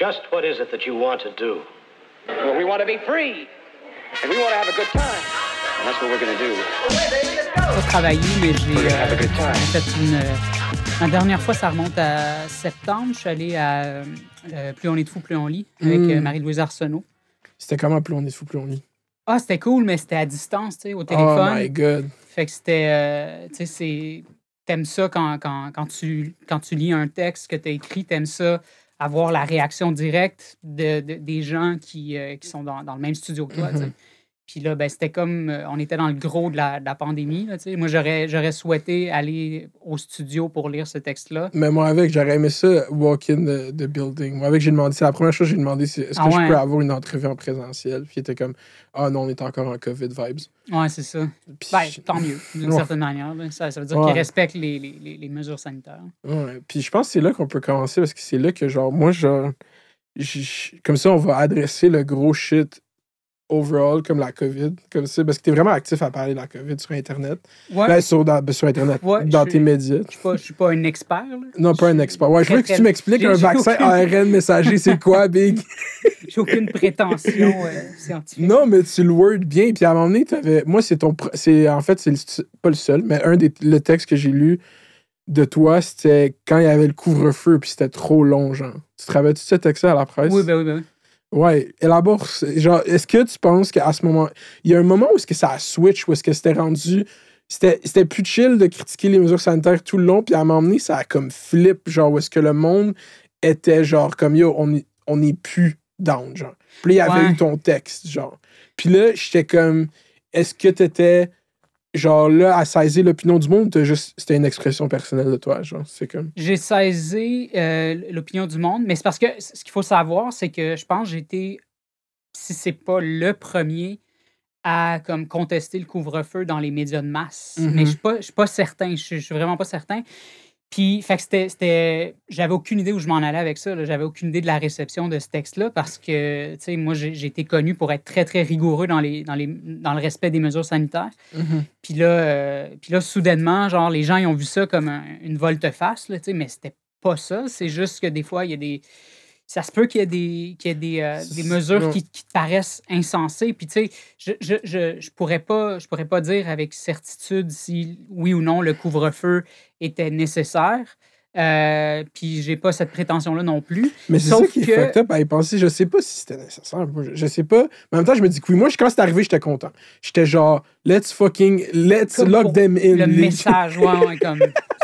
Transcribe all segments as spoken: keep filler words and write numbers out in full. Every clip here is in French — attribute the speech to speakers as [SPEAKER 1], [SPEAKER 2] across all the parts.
[SPEAKER 1] Just what is it that you want to do?
[SPEAKER 2] Well, we want to be free, and we want to have a good time, and that's what we're going to do.
[SPEAKER 3] J'ai pas travaillé, mais j'ai euh, fait une... Euh, la dernière fois, ça remonte à septembre. Je suis allé à euh, Plus on est de fou, plus on lit, avec mm. euh, Marie-Louise Arsenault.
[SPEAKER 4] C'était comment Plus on est de fou, plus on lit?
[SPEAKER 3] Ah, c'était cool, mais c'était à distance, tu sais, au téléphone.
[SPEAKER 4] Oh my God!
[SPEAKER 3] Fait que c'était... Euh, tu sais, c'est... T'aimes ça quand, quand, quand, tu, quand tu lis un texte que t'as écrit, t'aimes ça avoir la réaction directe de, de, des gens qui, euh, qui sont dans, dans le même studio que toi, mm-hmm. tu sais. Puis là, ben, c'était comme... Euh, on était dans le gros de la, de la pandémie, là, tu sais. Moi, j'aurais, j'aurais souhaité aller au studio pour lire ce texte-là.
[SPEAKER 4] Mais moi, avec, j'aurais aimé ça, walk in the, the building. Moi, avec, j'ai demandé... C'est la première chose que j'ai demandé, c'est est-ce que ah ouais. je peux avoir une entrevue en présentiel? Puis il était comme, ah non, on est encore en COVID vibes.
[SPEAKER 3] Ouais, c'est ça. Puis, ben, tant mieux, d'une ouais. certaine manière. Là. Ça, ça veut dire ouais. qu'ils respectent les, les, les mesures sanitaires.
[SPEAKER 4] Ouais. Puis je pense que c'est là qu'on peut commencer, parce que c'est là que, genre, moi, genre... Comme ça, on va adresser le gros shit overall, comme la COVID, comme ça, parce que t'es vraiment actif à parler de la COVID sur Internet.
[SPEAKER 3] Ouais.
[SPEAKER 4] Ben, sur, dans, sur Internet, ouais, dans tes
[SPEAKER 3] suis,
[SPEAKER 4] médias.
[SPEAKER 3] Je suis pas, je suis pas un expert. Là.
[SPEAKER 4] Non, pas un expert. Ouais, je veux que tu m'expliques un vaccin aucune... A R N messager, c'est quoi, Big?
[SPEAKER 3] J'ai aucune prétention euh, scientifique.
[SPEAKER 4] Non, mais tu le word bien, puis à un moment donné, t'avais... Moi, c'est ton... C'est, en fait, c'est le... pas le seul, mais un des le texte que j'ai lu de toi, c'était quand il y avait le couvre-feu, puis c'était trop long, genre. Tu te rappelles-tu de ce texte-là à la presse?
[SPEAKER 3] Oui, ben oui, ben oui.
[SPEAKER 4] Ouais, élabore. Genre, est-ce que tu penses qu'à ce moment. Il y a un moment où est-ce que ça a switch, où est-ce que c'était rendu. C'était, c'était plus chill de critiquer les mesures sanitaires tout le long, puis à un moment donné, ça a comme flip, genre, où est-ce que le monde était genre comme yo, on est, on est plus down, genre. Puis là, il y avait ouais. eu ton texte, genre. Puis là, j'étais comme, est-ce que t'étais. Genre là, à saisir l'opinion du monde, t'as juste, c'était une expression personnelle de toi, genre, c'est comme...
[SPEAKER 3] J'ai saisi euh, l'opinion du monde, mais c'est parce que ce qu'il faut savoir, c'est que je pense que j'ai été, si c'est pas le premier, à comme contester le couvre-feu dans les médias de masse. Mm-hmm. Mais je suis pas, je suis pas certain, je suis vraiment pas certain. Puis, fait que c'était, c'était... J'avais aucune idée où je m'en allais avec ça. Là. J'avais aucune idée de la réception de ce texte-là parce que, tu sais, moi, j'ai, j'ai été connu pour être très, très rigoureux dans, les, dans, les, dans le respect des mesures sanitaires. Mm-hmm. Puis là, euh, puis là, soudainement, genre, les gens, ils ont vu ça comme un, une volte-face, là, tu sais, mais c'était pas ça. C'est juste que des fois, il y a des... Ça se peut qu'il y ait des, qu'il y ait des, euh, des mesures qui, qui te paraissent insensées. Puis, tu sais, je je, je, je pourrais pas, je pourrais pas dire avec certitude si, oui ou non, le couvre-feu était nécessaire. Euh, puis, j'ai pas cette prétention-là non plus.
[SPEAKER 4] Mais c'est Sauf ça qui que... est fucked up à y penser. Je sais pas si c'était nécessaire. Je, je sais pas. Mais en même temps, je me dis que oui, moi, quand c'est arrivé, j'étais content. J'étais genre, let's fucking, let's comme lock them in.
[SPEAKER 3] Le message, ouais, ouais, comme...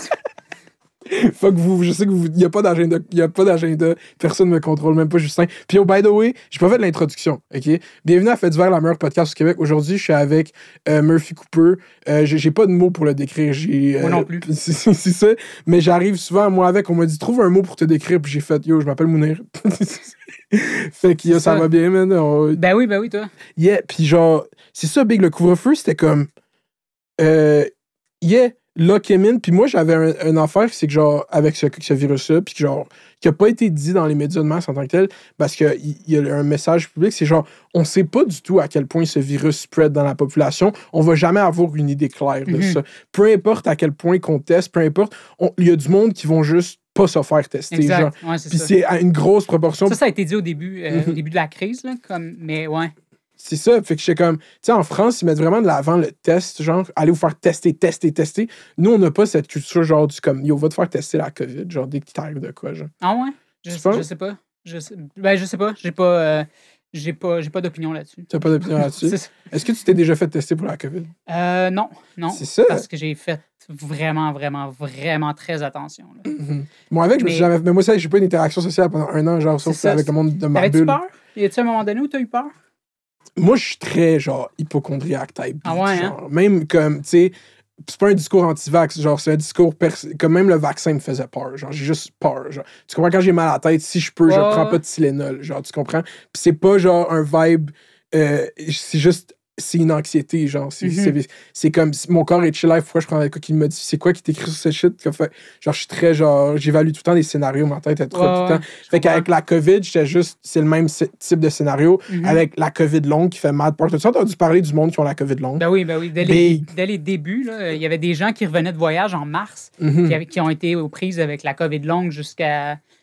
[SPEAKER 4] Fuck vous, je sais que vous. Il n'y a pas d'agenda. Il n'y a pas d'agenda. Personne ne me contrôle, même pas Justin. Puis, oh, by the way, j'ai pas fait de l'introduction. OK? Bienvenue à Fait divers, la meilleure podcast au Québec. Aujourd'hui, je suis avec euh, Murphy Cooper. Euh, j'ai, j'ai pas de mots pour le décrire. J'ai, euh,
[SPEAKER 3] moi non plus.
[SPEAKER 4] C'est, c'est, c'est ça. Mais j'arrive souvent, moi, avec. On m'a dit, trouve un mot pour te décrire. Puis j'ai fait, yo, je m'appelle Mounir. Fait que yo, ça, ça va bien, man. On...
[SPEAKER 3] Ben oui, ben oui, toi.
[SPEAKER 4] Yeah. Puis genre, c'est ça, Big. Le couvre-feu, c'était comme. Euh, yeah. Lock him in, puis moi j'avais un, un affaire, c'est que genre, avec ce, ce virus-là, puis genre, qui a pas été dit dans les médias de masse en tant que tel, parce qu'il y, y a un message public, c'est genre, on sait pas du tout à quel point ce virus spread dans la population, on va jamais avoir une idée claire de mm-hmm. ça. Peu importe à quel point qu'on teste, peu importe, il y a du monde qui vont juste pas se faire tester.
[SPEAKER 3] Exact.
[SPEAKER 4] Genre.
[SPEAKER 3] Ouais, c'est
[SPEAKER 4] puis
[SPEAKER 3] ça.
[SPEAKER 4] c'est à une grosse proportion.
[SPEAKER 3] Ça, ça a été dit au début, euh, mm-hmm. au début de la crise, là, comme, mais ouais.
[SPEAKER 4] C'est ça, fait que j'étais comme, tu sais, en France, ils mettent vraiment de l'avant le test, genre, allez vous faire tester, tester, tester. Nous, on n'a pas cette culture, genre, du comme, yo, va te faire tester la COVID, genre, dès qu'il t'arrive de quoi, genre.
[SPEAKER 3] Ah ouais? Je, sais, je sais pas. Je sais, ben, je sais pas. J'ai pas, euh, j'ai pas, j'ai pas d'opinion là-dessus.
[SPEAKER 4] T'as pas d'opinion là-dessus? Est-ce que tu t'es déjà fait tester pour la COVID?
[SPEAKER 3] Euh, non, non.
[SPEAKER 4] C'est ça?
[SPEAKER 3] Parce que j'ai fait vraiment, vraiment, vraiment très attention. Là.
[SPEAKER 4] Mm-hmm. Moi, avec, je mais... me suis jamais... Mais moi, ça, j'ai pas une interaction sociale pendant un an, genre, sauf ça, avec le monde de ma
[SPEAKER 3] T'avais-tu
[SPEAKER 4] bulle.
[SPEAKER 3] T'avais-tu peur? Y a-tu un moment donné où t'as eu peur?
[SPEAKER 4] Moi, je suis très, genre, hypochondriaque type.
[SPEAKER 3] Ah ouais,
[SPEAKER 4] genre,
[SPEAKER 3] hein?
[SPEAKER 4] Même comme, tu sais, c'est pas un discours anti-vax, genre, c'est un discours, pers- comme même le vaccin me faisait peur, genre, j'ai juste peur, genre. Tu comprends, quand j'ai mal à la tête, si je peux, oh. je prends pas de Tylenol, genre, tu comprends? Puis c'est pas, genre, un vibe, euh, c'est juste, c'est une anxiété, genre, c'est, mm-hmm. c'est, c'est comme, mon corps est chill, pourquoi je prends des quoi qui me dit, c'est quoi qui t'écrit sur cette shit? Fait, genre, je suis très, genre, j'évalue tout le temps des scénarios, ma tête est trop
[SPEAKER 3] oh,
[SPEAKER 4] tout le temps. Fait qu'avec la COVID, j'étais juste, c'est le même type de scénario, mm-hmm. avec la COVID longue qui fait mad peur. T'as-tu entendu parler du monde qui ont la COVID longue?
[SPEAKER 3] Ben oui, ben oui. Dès les, dès les débuts, là, il y avait des gens qui revenaient de voyage en mars, mm-hmm. qui, avaient, qui ont été aux prises avec la COVID longue jusqu'à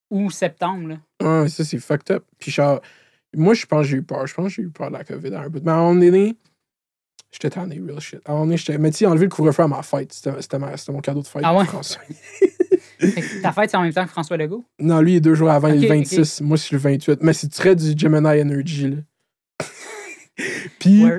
[SPEAKER 3] ou septembre. Là.
[SPEAKER 4] Ah, ça, c'est fucked up. Puis genre, moi, je pense que j'ai eu peur. Je pense que j'ai eu peur de la COVID à un bout. Mais à un moment donné, j'étais tanné, real shit. À un moment donné, j'étais... Mais tu sais, enlever le couvre-feu à ma fête. C'était, c'était, ma... c'était mon cadeau de fête.
[SPEAKER 3] Ah ouais?
[SPEAKER 4] François.
[SPEAKER 3] Fait que ta fête, c'est en même temps que François Legault?
[SPEAKER 4] Non, lui, il est deux jours avant, il est
[SPEAKER 3] okay,
[SPEAKER 4] le vingt-six. Okay. Moi, c'est le vingt-huit. Mais c'est très du Gemini Energy, là. Puis...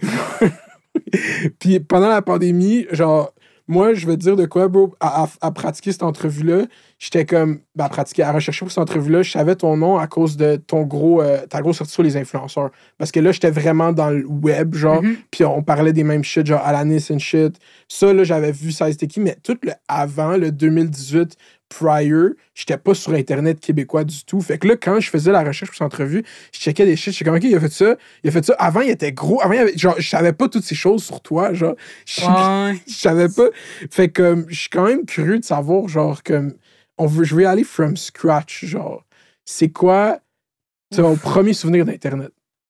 [SPEAKER 4] Puis pendant la pandémie, genre... Moi, je vais te dire de quoi, bro, à, à, à pratiquer cette entrevue-là, j'étais comme, ben, à pratiquer, à rechercher pour cette entrevue-là, je savais ton nom à cause de ton gros, euh, ta grosse sortie sur les influenceurs. Parce que là, j'étais vraiment dans le web, genre, mm-hmm. Puis on parlait des mêmes shit, genre Alanis and shit. Ça, là, j'avais vu ça, c'était qui, mais tout le avant, le deux mille dix-huit, prior, j'étais pas sur Internet québécois du tout. Fait que là, quand je faisais la recherche pour cette entrevue, je checkais des shit, j'étais comme, OK, il a fait ça, il a fait ça. Avant, il était gros. Avant, il avait, genre, je savais pas toutes ces choses sur toi, genre. Je,
[SPEAKER 3] ouais.
[SPEAKER 4] je savais pas. Fait que, je suis quand même curieux de savoir, genre, comme, on veut, je veux y aller from scratch, genre. C'est quoi ton premier souvenir d'Internet?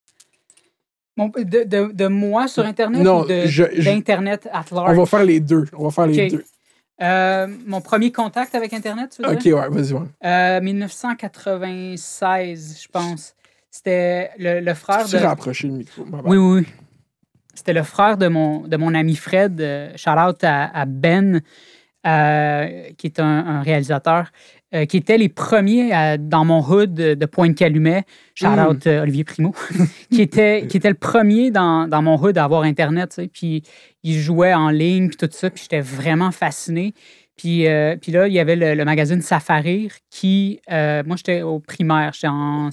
[SPEAKER 3] Bon, de, de, de moi sur Internet
[SPEAKER 4] non,
[SPEAKER 3] ou de,
[SPEAKER 4] je,
[SPEAKER 3] d'Internet at large?
[SPEAKER 4] On va faire les deux. On va faire les okay. deux.
[SPEAKER 3] Euh, mon premier contact avec Internet, tu veux
[SPEAKER 4] dire? OK, ouais, vas-y, ouais.
[SPEAKER 3] Euh, dix-neuf cent quatre-vingt-seize, je pense. C'était le, le frère
[SPEAKER 4] tu
[SPEAKER 3] de...
[SPEAKER 4] Tu rapproché le micro.
[SPEAKER 3] Oui, oui, oui. C'était le frère de mon, de mon ami Fred. Euh, shout-out à, à Ben, euh, qui est un, un réalisateur, euh, qui était les premiers à, dans mon hood de, de Pointe-Calumet. Shout-out mm. euh, Olivier Primo. qui, était, qui était le premier dans, dans mon hood à avoir Internet, tu sais. Puis il jouait en ligne, puis tout ça, puis j'étais vraiment fasciné. Puis, euh, puis là, il y avait le, le magazine Safarir qui... Euh, moi, j'étais au primaire. J'étais en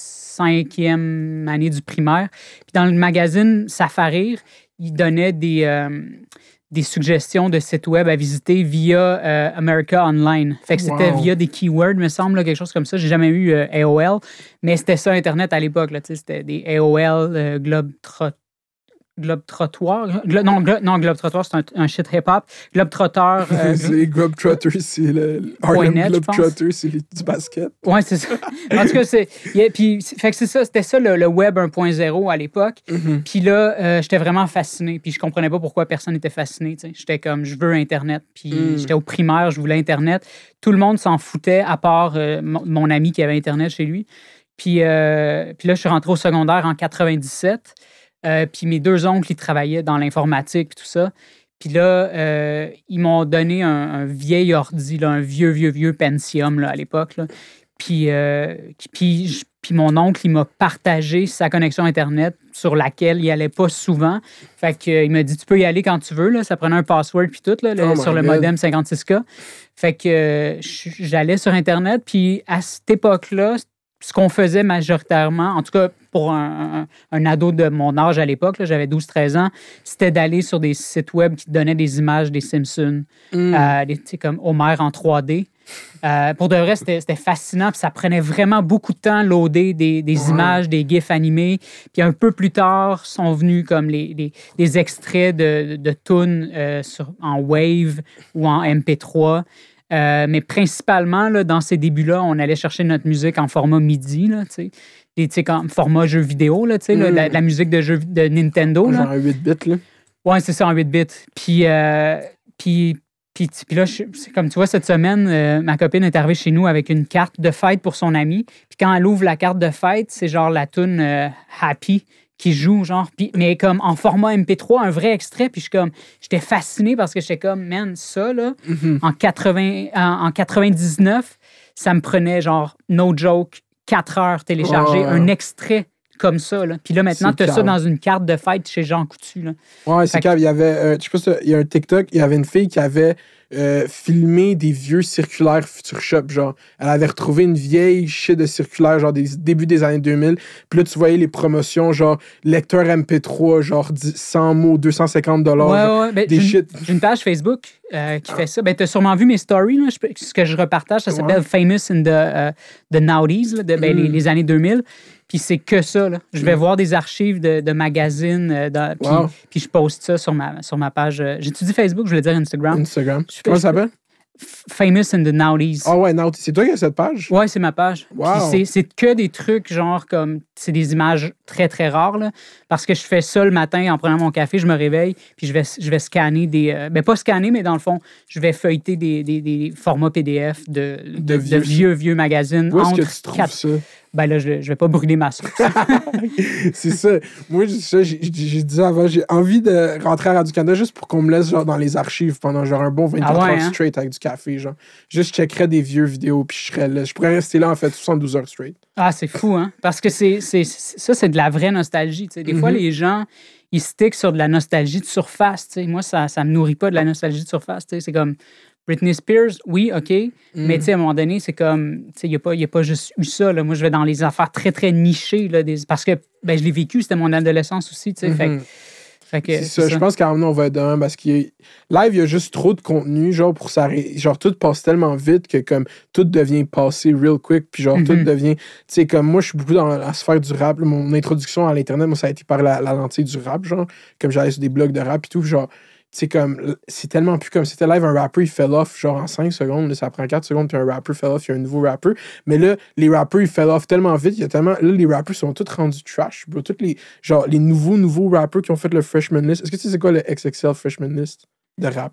[SPEAKER 3] cinquième année du primaire. Puis dans le magazine Safarir, il donnait des, euh, des suggestions de sites web à visiter via euh, America Online. Fait que c'était wow. via des keywords, me semble, là, quelque chose comme ça. J'ai jamais eu euh, A O L, mais c'était ça, Internet à l'époque. Là, c'était des A O L, euh, Globetrot. Globe-trottoir. Glo- non, glo- non, Globe-trottoir, c'est un, un shit hip-hop. Globe-trotteur. Euh,
[SPEAKER 4] c'est Globe-trotter, c'est le. Harlem Globe-trotter, c'est du basket.
[SPEAKER 3] Ouais, c'est ça. En tout cas, c'est. Yeah, puis, fait que c'est ça, c'était ça le, le web un point zéro à l'époque. Mm-hmm. Puis là, euh, j'étais vraiment fasciné. Puis je comprenais pas pourquoi personne n'était fasciné. T'sais. J'étais comme, je veux Internet. Puis mm. j'étais au primaire, je voulais Internet. Tout le monde s'en foutait, à part euh, mon, mon ami qui avait Internet chez lui. Puis, euh, puis là, je suis rentré au secondaire en quatre-vingt-dix-sept. Euh, puis mes deux oncles, ils travaillaient dans l'informatique et tout ça. Puis là, euh, ils m'ont donné un, un vieil ordi, là, un vieux, vieux, vieux Pentium là, à l'époque. Là. Puis, euh, puis, puis mon oncle, il m'a partagé sa connexion Internet sur laquelle il n'allait pas souvent. Fait qu'il euh, m'a dit, tu peux y aller quand tu veux. Là. Ça prenait un password puis tout, là, le, oh sur le God. modem cinquante-six K. Fait que euh, j'allais sur Internet. Puis à cette époque-là, ce qu'on faisait majoritairement, en tout cas pour un, un, un ado de mon âge à l'époque, là, j'avais douze treize ans, c'était d'aller sur des sites web qui te donnaient des images des Simpsons, mm. euh, des, comme Homer en trois D. Euh, pour de vrai, c'était, c'était fascinant, puis ça prenait vraiment beaucoup de temps loader des, des ouais. images, des gifs animés. Puis un peu plus tard, sont venus comme les, les, les extraits de, de, de tunes euh, sur, en Wave ou en M P trois. Euh, mais principalement, là, dans ces débuts-là, on allait chercher notre musique en format MIDI, là, tu sais, comme format jeu vidéo, là, tu sais, mm. la, la musique de jeu de Nintendo.
[SPEAKER 4] Genre
[SPEAKER 3] là.
[SPEAKER 4] en huit bits, là.
[SPEAKER 3] Ouais, c'est ça, en huit bits. Puis, euh, puis, puis, puis là, je, c'est comme tu vois, cette semaine, euh, ma copine est arrivée chez nous avec une carte de fête pour son ami. Puis quand elle ouvre la carte de fête, c'est genre la tune euh, Happy qui joue, genre, pis, mais comme en format M P trois, un vrai extrait, puis je suis comme, j'étais fasciné parce que j'étais comme, man, ça, là, mm-hmm. en, quatre-vingts, en, en quatre-vingt-dix-neuf, ça me prenait, genre, no joke, quatre heures télécharger oh. un extrait comme ça, là. Puis là, maintenant, tu as ça dans une carte de fête chez Jean Coutu, là.
[SPEAKER 4] Ouais, c'est calme. Il y avait, euh, je sais pas, il y a un TikTok, il y avait une fille qui avait euh, filmé des vieux circulaires Future Shop, genre. Elle avait retrouvé une vieille shit de circulaire, genre, des débuts des années deux mille. Puis là, tu voyais les promotions, genre, lecteur M P trois, genre, cent mots, deux cent cinquante dollars.
[SPEAKER 3] Ouais,
[SPEAKER 4] genre,
[SPEAKER 3] ouais, ben,
[SPEAKER 4] des
[SPEAKER 3] j'ai,
[SPEAKER 4] shit.
[SPEAKER 3] J'ai une page Facebook euh, qui ah. fait ça. Ben, t'as sûrement vu mes stories, là, je, ce que je repartage, ça s'appelle ouais. Famous in the, uh, the Noughties, là, de, ben, mm. les, les années deux mille. Puis c'est que ça, là. Je vais mm. voir des archives de, de magazines, euh, dans, puis,
[SPEAKER 4] wow.
[SPEAKER 3] puis je poste ça sur ma, sur ma page. Euh, j'ai-tu dit Facebook? Je voulais dire Instagram.
[SPEAKER 4] Instagram. Je Comment ça s'appelle?
[SPEAKER 3] Famous in the Noughties.
[SPEAKER 4] Ah ouais, Naughty. C'est toi qui as cette page?
[SPEAKER 3] Ouais, c'est ma page.
[SPEAKER 4] Wow.
[SPEAKER 3] Puis c'est, c'est que des trucs, genre, comme, c'est des images très, très rares, là, parce que je fais ça le matin en prenant mon café, je me réveille, puis je vais, je vais scanner des... Euh, ben, pas scanner, mais dans le fond, je vais feuilleter des, des, des formats P D F de, de,
[SPEAKER 4] De
[SPEAKER 3] de
[SPEAKER 4] vieux-
[SPEAKER 3] vieux, vieux, magazines.
[SPEAKER 4] Où est-ce que
[SPEAKER 3] entre
[SPEAKER 4] tu trouves
[SPEAKER 3] quatre-
[SPEAKER 4] ça?
[SPEAKER 3] Ben là, je, je vais pas brûler ma source.
[SPEAKER 4] C'est ça. Moi, j'ai- ça, j'ai j'ai dit avant, j'ai envie de rentrer à Radio-Canada juste pour qu'on me laisse genre dans les archives pendant genre un bon vingt-quatre
[SPEAKER 3] Ah ouais,
[SPEAKER 4] heures
[SPEAKER 3] hein?
[SPEAKER 4] straight avec du café. Genre. Juste, je checkerais des vieux vidéos puis je serais là. Je pourrais rester là en fait soixante-douze heures straight.
[SPEAKER 3] Ah, c'est fou, hein? Parce que c'est, c'est, c'est- ça, c'est de la vraie nostalgie. Tu sais. Des fois,
[SPEAKER 4] Mhm.
[SPEAKER 3] les gens, ils stickent sur de la nostalgie de surface. Tu sais. Moi, ça ne me nourrit pas de la nostalgie de surface. Tu sais. C'est comme Britney Spears, oui, OK. Mais tu sais, à un moment donné, c'est comme, tu sais, il n'y a, pas- il y a pas juste eu ça. Là. Moi, je vais dans les affaires très, très nichées. Là, des, parce que ben, je l'ai vécu, c'était mon adolescence aussi. Tu sais. Fait,
[SPEAKER 4] Mhm.
[SPEAKER 3] que- fait que,
[SPEAKER 4] C'est ça, je pense qu'à un moment donné, on va être demain parce que live, il y a juste trop de contenu, genre, pour s'arrêter. Genre, tout passe tellement vite que, comme, tout devient passé real quick, puis genre, tout
[SPEAKER 3] Mhm.
[SPEAKER 4] devient. Tu sais, comme moi, je suis beaucoup dans la sphère du rap. là. Mon introduction à l'Internet, moi, ça a été par la, la lentille du rap, genre, comme j'allais sur des blogs de rap et tout, genre. C'est comme, c'est tellement plus comme c'était live, un rapper, il fell off genre en cinq secondes, là, ça prend quatre secondes, puis un rapper fell off, il y a un nouveau rapper. Mais là, les rappers, ils fell off tellement vite, il y a tellement. Là, les rappers sont tous rendus trash, bro. Tous les, genre, les nouveaux, nouveaux rappers qui ont fait le freshman list. Est-ce que tu sais c'est quoi le X X L freshman list de rap?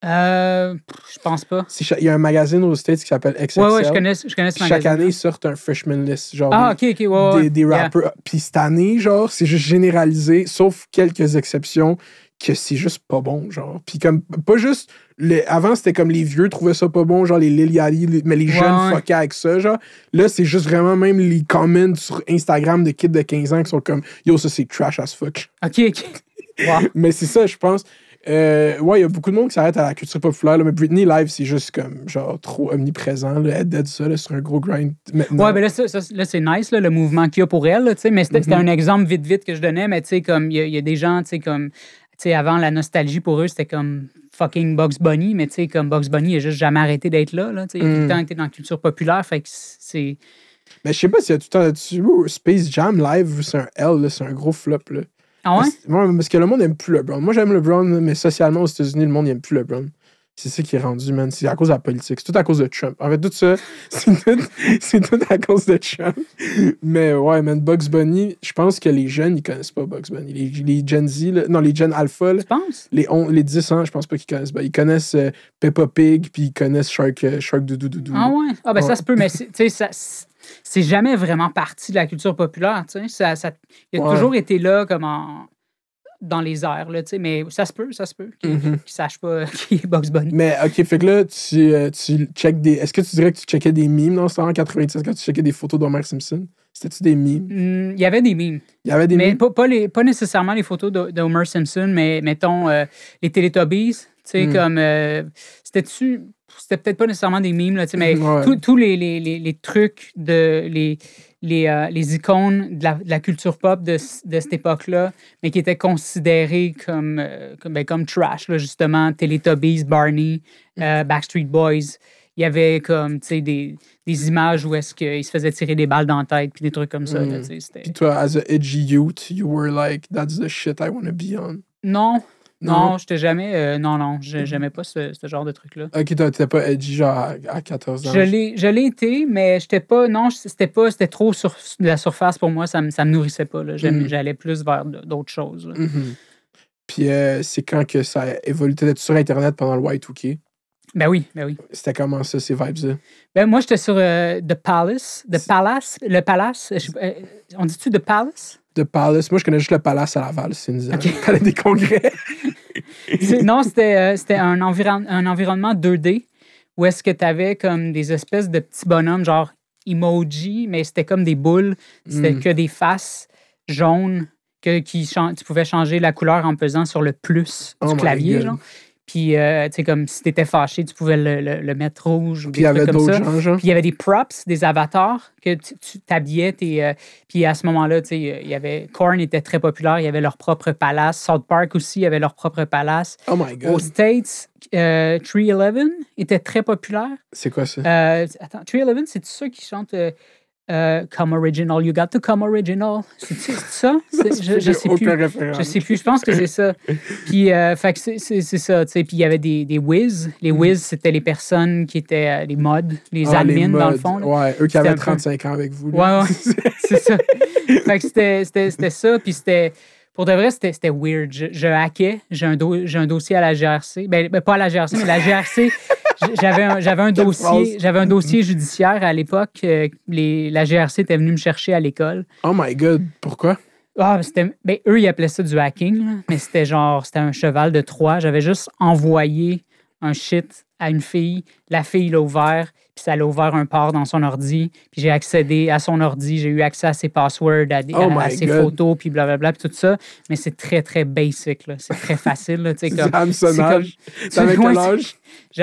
[SPEAKER 3] euh, pff, je pense pas.
[SPEAKER 4] C'est cha- Il y a un magazine aux States qui s'appelle X X L.
[SPEAKER 3] Ouais, ouais, je connais, je connais ce
[SPEAKER 4] Puis chaque
[SPEAKER 3] magazine.
[SPEAKER 4] année, ils sortent un freshman list. Genre
[SPEAKER 3] Ah,
[SPEAKER 4] des,
[SPEAKER 3] OK, OK, ouais, ouais.
[SPEAKER 4] des, des
[SPEAKER 3] Yeah.
[SPEAKER 4] rappers. Puis cette année, genre, c'est juste généralisé, sauf quelques exceptions, que c'est juste pas bon, genre. Puis comme, pas juste. Les, avant, c'était comme les vieux trouvaient ça pas bon, genre les Lil Yachty, les- mais les
[SPEAKER 3] Ouais,
[SPEAKER 4] jeunes
[SPEAKER 3] ouais.
[SPEAKER 4] fuckaient avec ça, genre. Là, c'est juste vraiment même les comments sur Instagram de kids de quinze ans qui sont comme Yo, ça c'est trash as fuck.
[SPEAKER 3] OK, OK. Wow.
[SPEAKER 4] Mais c'est ça, je pense. Euh, ouais, il y a beaucoup de monde qui s'arrête à la culture populaire, là, mais Britney live, c'est juste comme, genre, trop omniprésent. Là, elle dead ça, là, sur un gros grind. Maintenant.
[SPEAKER 3] Ouais, ben là, ça, ça, là c'est nice, là, le mouvement qu'il y a pour elle, là, tu sais, mais c'était, c'était
[SPEAKER 4] Mhm.
[SPEAKER 3] un exemple vite, vite que je donnais, mais tu sais, comme, il y, a- il y a des gens, tu sais, comme, tu sais, avant, la nostalgie pour eux, c'était comme fucking Bugs Bunny, mais tu sais, comme Bugs Bunny, il a juste jamais arrêté d'être là, là, tu sais, il a tout le
[SPEAKER 4] Mm.
[SPEAKER 3] temps été dans la culture populaire, fait que c'est...
[SPEAKER 4] Mais je sais pas s'il y a tout le temps là-dessus. Ouh, Space Jam live, c'est un L, là, c'est un gros flop, là.
[SPEAKER 3] Ah ouais?
[SPEAKER 4] Parce, ouais, parce que le monde aime plus LeBron. Moi, j'aime LeBron, mais socialement, aux États-Unis, le monde n'aime plus LeBron. C'est ça qui est rendu, man. C'est à cause de la politique. C'est tout à cause de Trump. En fait, tout ça, c'est tout, c'est tout à cause de Trump. Mais ouais, man, Bugs Bunny, je pense que les jeunes, ils connaissent pas Bugs Bunny. Les, les Gen Z, là, non, les Gen Alpha, là,
[SPEAKER 3] Tu penses?
[SPEAKER 4] les, on, les dix ans, je pense pas qu'ils connaissent. Ben, ils connaissent euh, Peppa Pig, puis ils connaissent Shark, euh, Shark Doudou Doudou.
[SPEAKER 3] Ah ouais? Ah ben
[SPEAKER 4] Ouais.
[SPEAKER 3] ça se peut, mais c'est- tu sais, ça... c'est- c'est jamais vraiment parti de la culture populaire, tu sais. Ça, ça, il a
[SPEAKER 4] Ouais.
[SPEAKER 3] toujours été là, comme en... dans les airs, là, tu sais, mais ça se peut, ça se peut, qu'ils
[SPEAKER 4] Mhm.
[SPEAKER 3] qu'ils sachent pas qui est Bugs Bunny.
[SPEAKER 4] Mais ok, fait que là, tu, euh, tu check des. Est-ce que tu dirais que tu checkais des memes dans ce temps en quatre-vingt-dix quand tu checkais des photos d'Homer Simpson? C'était-tu des memes?
[SPEAKER 3] Hmm, Il y avait des memes.
[SPEAKER 4] Il y avait des
[SPEAKER 3] Mais
[SPEAKER 4] memes?
[SPEAKER 3] pas, pas, les, pas nécessairement les photos de- d'Homer Simpson, mais mettons euh, les Teletubbies. Tu sais,
[SPEAKER 4] Mm.
[SPEAKER 3] comme. euh, C'était-tu. C'était peut-être pas nécessairement des memes, là, tu sais, mais
[SPEAKER 4] Ouais.
[SPEAKER 3] tous tous les, les, les, les trucs, de, les, les, euh, les icônes de la, de la culture pop de, c- de cette époque-là, mais qui étaient considérées comme, euh, comme, ben, comme trash, là, justement. Teletubbies, Barney, euh, Backstreet Boys. Il y avait comme, tu sais, des, des images où est-ce qu'ils se faisaient tirer des balles dans la tête, puis des trucs comme ça. là,
[SPEAKER 4] Mm.
[SPEAKER 3] tu sais, c'était-
[SPEAKER 4] Puis toi, as a edgy youth, you were like, that's the shit I wanna be on.
[SPEAKER 3] Non,
[SPEAKER 4] Non?
[SPEAKER 3] non, j'étais jamais. euh, non, non, je- j'aimais pas ce, ce genre de truc-là.
[SPEAKER 4] Ok, toi, t'étais pas edgy genre à, à quatorze ans.
[SPEAKER 3] Je l'ai, je l'ai été, mais j'étais pas. Non, c'était pas. C'était trop sur de la surface pour moi. Ça me, ça me nourrissait pas. Là. J'aime-
[SPEAKER 4] Mm.
[SPEAKER 3] J'allais plus vers d- d'autres choses. là.
[SPEAKER 4] Mhm. Puis euh, c'est quand que ça a évolué. T'étais sur Internet pendant le Y deux K.
[SPEAKER 3] Ben oui, ben oui.
[SPEAKER 4] C'était comment ça, ces vibes-là?
[SPEAKER 3] Ben moi, j'étais sur euh, The Palace. The Palace. Le Palace. je sais pas, euh, on dit-tu The Palace?
[SPEAKER 4] The Palace. Moi, je connais juste le Palace à Laval. C'est une
[SPEAKER 3] Ok.
[SPEAKER 4] palais des congrès.
[SPEAKER 3] C'est- non, c'était, euh, c'était un, environ- un environnement deux D où est-ce que tu avais comme des espèces de petits bonhommes, genre emoji, mais c'était comme des boules. C'était
[SPEAKER 4] Mm.
[SPEAKER 3] que des faces jaunes que qui chan- tu pouvais changer la couleur en pesant sur le plus
[SPEAKER 4] Oh
[SPEAKER 3] du
[SPEAKER 4] my
[SPEAKER 3] clavier.
[SPEAKER 4] God.
[SPEAKER 3] Genre. Puis, euh, tu sais, comme si tu étais fâché, tu pouvais le, le- le mettre rouge ou
[SPEAKER 4] Puis il
[SPEAKER 3] des
[SPEAKER 4] y avait
[SPEAKER 3] trucs comme
[SPEAKER 4] d'autres
[SPEAKER 3] ça.
[SPEAKER 4] gens, genre.
[SPEAKER 3] Puis il y avait des props, des avatars que tu tu t'habillais. tes, euh, puis à ce moment-là, tu sais, il y avait Korn était très populaire. Il y avait leur propre palace. South Park aussi avait leur propre palace.
[SPEAKER 4] Oh my
[SPEAKER 3] Aux
[SPEAKER 4] God.
[SPEAKER 3] States, euh, three eleven était très populaire.
[SPEAKER 4] C'est quoi ça?
[SPEAKER 3] Euh, attends, three eleven, c'est ceux qui chantent euh, Euh, come original, you got to come original. C'est, c'est ça? C'est, je, je sais plus.
[SPEAKER 4] Référence.
[SPEAKER 3] Je sais plus. Je pense que c'est ça. Puis, euh, fait que c'est, c'est, c'est ça. T'sais. Puis, il y avait des, des whiz. Les whiz, c'était les personnes qui étaient euh, les mods, les
[SPEAKER 4] Ah,
[SPEAKER 3] admins,
[SPEAKER 4] les
[SPEAKER 3] dans le
[SPEAKER 4] mods.
[SPEAKER 3] fond. Là.
[SPEAKER 4] Ouais, eux qui
[SPEAKER 3] C'était
[SPEAKER 4] avaient
[SPEAKER 3] un peu-
[SPEAKER 4] trente-cinq ans avec vous.
[SPEAKER 3] Ouais,
[SPEAKER 4] là.
[SPEAKER 3] ouais. C'est ça. Fait que c'était, c'était, c'était ça. Puis, c'était. Pour de vrai, c'était, c'était weird. Je, je hackais. J'ai un, do- j'ai un dossier à la G R C. Ben, ben, pas à la G R C, mais la G R C. J'avais un, j'avais un
[SPEAKER 4] Quelle
[SPEAKER 3] dossier,
[SPEAKER 4] phrase.
[SPEAKER 3] j'avais un dossier judiciaire à l'époque. euh, les, la G R C était venue me chercher à l'école.
[SPEAKER 4] Oh my God, pourquoi?
[SPEAKER 3] Ah, c'était, ben, eux, ils appelaient ça du hacking, là, mais c'était genre, c'était un cheval de Troie. J'avais juste envoyé un shit à une fille. La fille l'a ouvert, puis ça l'a ouvert un port dans son ordi. Puis j'ai accédé à son ordi, j'ai eu accès à ses passwords, à, des-
[SPEAKER 4] Oh
[SPEAKER 3] à- à
[SPEAKER 4] my
[SPEAKER 3] ses
[SPEAKER 4] God.
[SPEAKER 3] photos, puis blablabla, puis tout ça. Mais c'est très, très basic, là. C'est très facile, là, tu sais,
[SPEAKER 4] Du
[SPEAKER 3] comme...
[SPEAKER 4] hameçonnage.
[SPEAKER 3] c'est
[SPEAKER 4] T'avais
[SPEAKER 3] comme-
[SPEAKER 4] quel
[SPEAKER 3] ouais,
[SPEAKER 4] âge?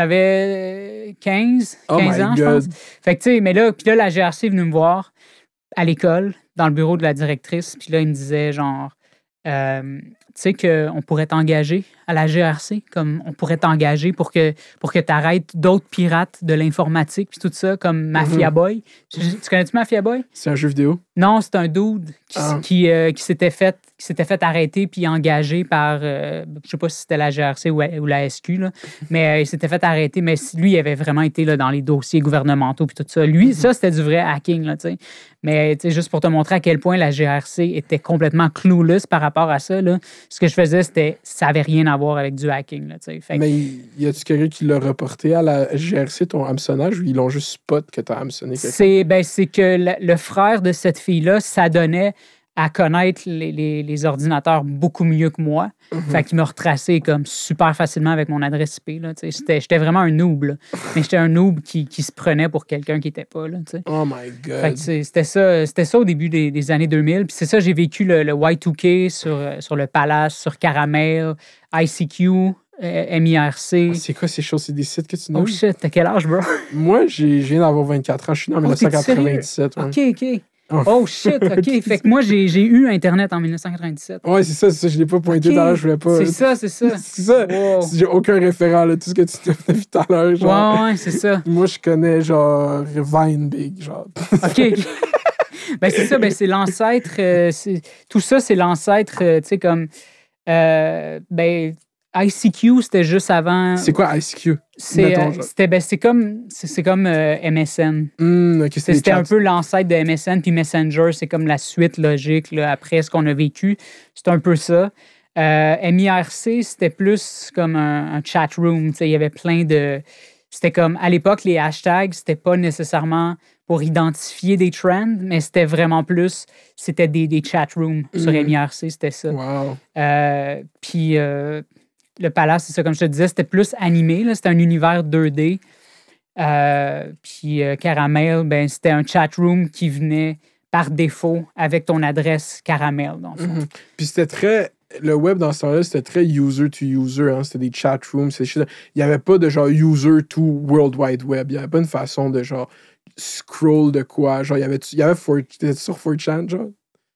[SPEAKER 3] J'avais quinze,
[SPEAKER 4] Oh
[SPEAKER 3] quinze
[SPEAKER 4] my
[SPEAKER 3] ans, je
[SPEAKER 4] God.
[SPEAKER 3] pense. Fait que, tu sais, mais là, puis là, la G R C est venue me voir à l'école, dans le bureau de la directrice. Puis là, il me disait, genre, euh, tu sais, qu'on pourrait t'engager à la G R C, comme on pourrait t'engager pour que, pour que tu arrêtes d'autres pirates de l'informatique, puis tout ça, comme Mafia
[SPEAKER 4] Mhm.
[SPEAKER 3] Boy. Tu, tu connais-tu Mafia Boy?
[SPEAKER 4] C'est un jeu vidéo.
[SPEAKER 3] Non, c'est un dude qui, s-
[SPEAKER 4] Ah.
[SPEAKER 3] qui, euh, qui s'était fait qui s'était fait arrêter puis engagé par euh, je sais pas si c'était la G R C ou, ou la S Q là, mais euh, il s'était fait arrêter, mais si- lui il avait vraiment été là, dans les dossiers gouvernementaux puis tout ça. Lui, ça c'était du vrai hacking là, tu sais. Mais tu sais, juste pour te montrer à quel point la G R C était complètement clueless par rapport à ça là, ce que je faisais c'était ça avait rien à voir avec du hacking là, tu sais. Fait que-
[SPEAKER 4] Mais y a-tu quelqu'un qui l'a reporté à la G R C, ton hameçonnage, ou ils l'ont juste spot que t'as hameçonné quelqu'un?
[SPEAKER 3] C'est, ben, c'est que le, le frère de cette fille-là s'adonnait à connaître les, les- les ordinateurs beaucoup mieux que moi. Fait qu'il m'a retracé comme super facilement avec mon adresse I P. Là, tu sais. J'étais, j'étais vraiment un noob. Là. Mais j'étais un noob qui, qui se prenait pour quelqu'un qui n'était pas. Là, tu sais.
[SPEAKER 4] Oh my
[SPEAKER 3] Fait
[SPEAKER 4] God.
[SPEAKER 3] que c'est- c'était ça, c'était ça au début des, des années deux mille. Puis c'est ça, j'ai vécu le, le Y deux K sur, euh, sur le Palace, sur Caramel, I C Q, euh, M I R C.
[SPEAKER 4] C'est quoi ces choses? C'est des sites que tu
[SPEAKER 3] Oh
[SPEAKER 4] nommes?
[SPEAKER 3] shit, t'as quel âge, bro?
[SPEAKER 4] Moi, j'ai, je viens d'avoir vingt-quatre ans. Je suis né en
[SPEAKER 3] Oh, t'es
[SPEAKER 4] dix-neuf cent quatre-vingt-dix-sept. ouais.
[SPEAKER 3] OK, OK.
[SPEAKER 4] Oh.
[SPEAKER 3] Oh shit, OK. Fait que moi, j'ai, j'ai eu Internet en dix-neuf cent quatre-vingt-dix-sept.
[SPEAKER 4] Ouais, c'est ça, c'est ça. Je l'ai pas pointé
[SPEAKER 3] OK.
[SPEAKER 4] tout à l'heure. Je voulais pas.
[SPEAKER 3] C'est ça, c'est ça.
[SPEAKER 4] C'est ça.
[SPEAKER 3] Wow.
[SPEAKER 4] J'ai aucun référent, là. Tout ce que tu t'as vu tout à l'heure. Genre.
[SPEAKER 3] Ouais, ouais, c'est ça.
[SPEAKER 4] Moi, je connais, genre, Vine Big, genre.
[SPEAKER 3] OK, OK. Ben, c'est ça, ben, c'est l'ancêtre. euh, c'est- tout ça, c'est l'ancêtre, euh, tu sais, comme. euh, ben, I C Q, c'était juste avant.
[SPEAKER 4] C'est quoi I C Q?
[SPEAKER 3] C'est,
[SPEAKER 4] mettons,
[SPEAKER 3] euh,
[SPEAKER 4] genre?
[SPEAKER 3] c'était, ben, c'est comme, c'est, c'est comme euh, M S N.
[SPEAKER 4] Hum, ok,
[SPEAKER 3] C'est-
[SPEAKER 4] c'était
[SPEAKER 3] C'était
[SPEAKER 4] des
[SPEAKER 3] un
[SPEAKER 4] chats.
[SPEAKER 3] peu l'ancêtre de M S N, puis Messenger, c'est comme la suite logique là, après ce qu'on a vécu. C'est un peu ça. Euh, M I R C, c'était plus comme un, un chat room. tu sais, Il y avait plein de. C'était comme, à l'époque, les hashtags, c'était pas nécessairement pour identifier des trends, mais c'était vraiment plus, c'était des, des chat rooms sur
[SPEAKER 4] Mhm.
[SPEAKER 3] M I R C, c'était ça.
[SPEAKER 4] Wow.
[SPEAKER 3] Euh, puis euh, le Palace, c'est ça, comme je te disais, c'était plus animé, là, c'était un univers deux D. Euh, puis euh, Caramel, ben, c'était un chat room qui venait par défaut avec ton adresse Caramel, dans le fond.
[SPEAKER 4] Mhm. Puis c'était très. Le web dans ce temps-là, c'était très user to user. Hein? C'était des chat rooms. c'est shit. Il n'y avait pas de genre user to World Wide Web. Il n'y avait pas une façon de genre scroll de quoi. Genre, il y avait, il y avait four, t'étais sur four chan, genre.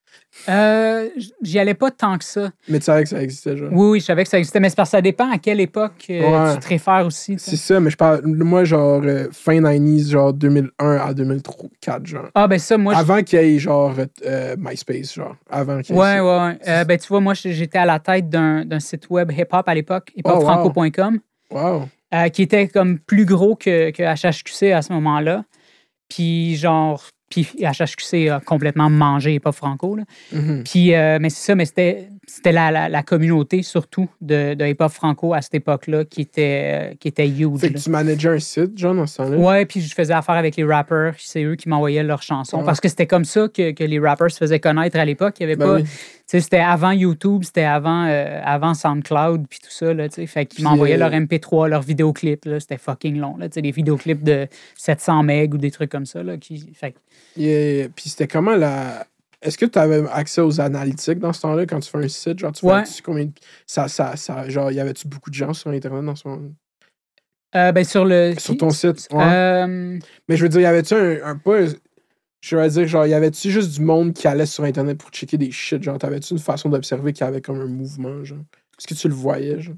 [SPEAKER 3] Euh, j'y allais pas tant que ça.
[SPEAKER 4] Mais tu savais que ça existait, genre.
[SPEAKER 3] Oui, oui, je savais que ça existait, mais c'est parce que ça dépend à quelle époque euh,
[SPEAKER 4] Ouais.
[SPEAKER 3] tu te réfères aussi. tu sais.
[SPEAKER 4] C'est ça, mais je parle. Moi, genre, euh, fin nineties, genre deux mille un à deux mille quatre, genre.
[SPEAKER 3] Ah, ben ça, moi, je-
[SPEAKER 4] Avant qu'il y ait, genre, euh, MySpace, genre. Avant qu'il y ait
[SPEAKER 3] Ouais,
[SPEAKER 4] ça.
[SPEAKER 3] ouais, ouais. Euh, ben, tu vois, moi, j'étais à la tête d'un d'un site web hip-hop à l'époque, hip hop franco point com,
[SPEAKER 4] Wow.
[SPEAKER 3] euh, qui était comme plus gros que, que H H Q C à ce moment-là. Puis, genre, puis H H Q C a complètement mangé hip-hop franco. Là.
[SPEAKER 4] Mhm.
[SPEAKER 3] Puis, euh, mais c'est ça, mais c'était c'était la, la, la communauté, surtout, de, de hip-hop franco à cette époque-là, qui était, euh, qui était huge.
[SPEAKER 4] Fait que
[SPEAKER 3] là.
[SPEAKER 4] tu manageais un site, genre, dans ce temps-là?
[SPEAKER 3] Ouais, puis je faisais affaire avec les rappers. C'est eux qui m'envoyaient leurs chansons.
[SPEAKER 4] Ouais.
[SPEAKER 3] Parce que c'était comme ça que, que les rappers se faisaient connaître à l'époque. Il y avait
[SPEAKER 4] Ben
[SPEAKER 3] pas.
[SPEAKER 4] oui.
[SPEAKER 3] Tu sais, c'était avant YouTube, c'était avant, euh, avant SoundCloud, puis tout ça, là, tu sais. Fait qu'ils
[SPEAKER 4] Puis,
[SPEAKER 3] m'envoyaient
[SPEAKER 4] euh,
[SPEAKER 3] leurs M P trois, leurs vidéoclips, là. C'était fucking long, là. Tu sais, des vidéoclips de sept cents mégas ou des trucs comme ça, là. Qui... Fait que-
[SPEAKER 4] Yeah. Puis c'était comment la. Est-ce que tu avais accès aux analytiques dans ce temps-là quand tu fais un site? Genre, tu
[SPEAKER 3] Ouais.
[SPEAKER 4] fais combien de- ça, ça, ça, genre, y avait-tu beaucoup de gens sur Internet dans ce moment?
[SPEAKER 3] Euh, ben, sur le.
[SPEAKER 4] Sur ton site? Ouais.
[SPEAKER 3] Euh,
[SPEAKER 4] Mais je veux dire, y avait-tu un, un pas. Je veux dire, genre, y avait-tu juste du monde qui allait sur Internet pour checker des shit? Genre, t'avais-tu une façon d'observer qu'il y avait comme un mouvement, genre? Est-ce que tu le voyais, genre?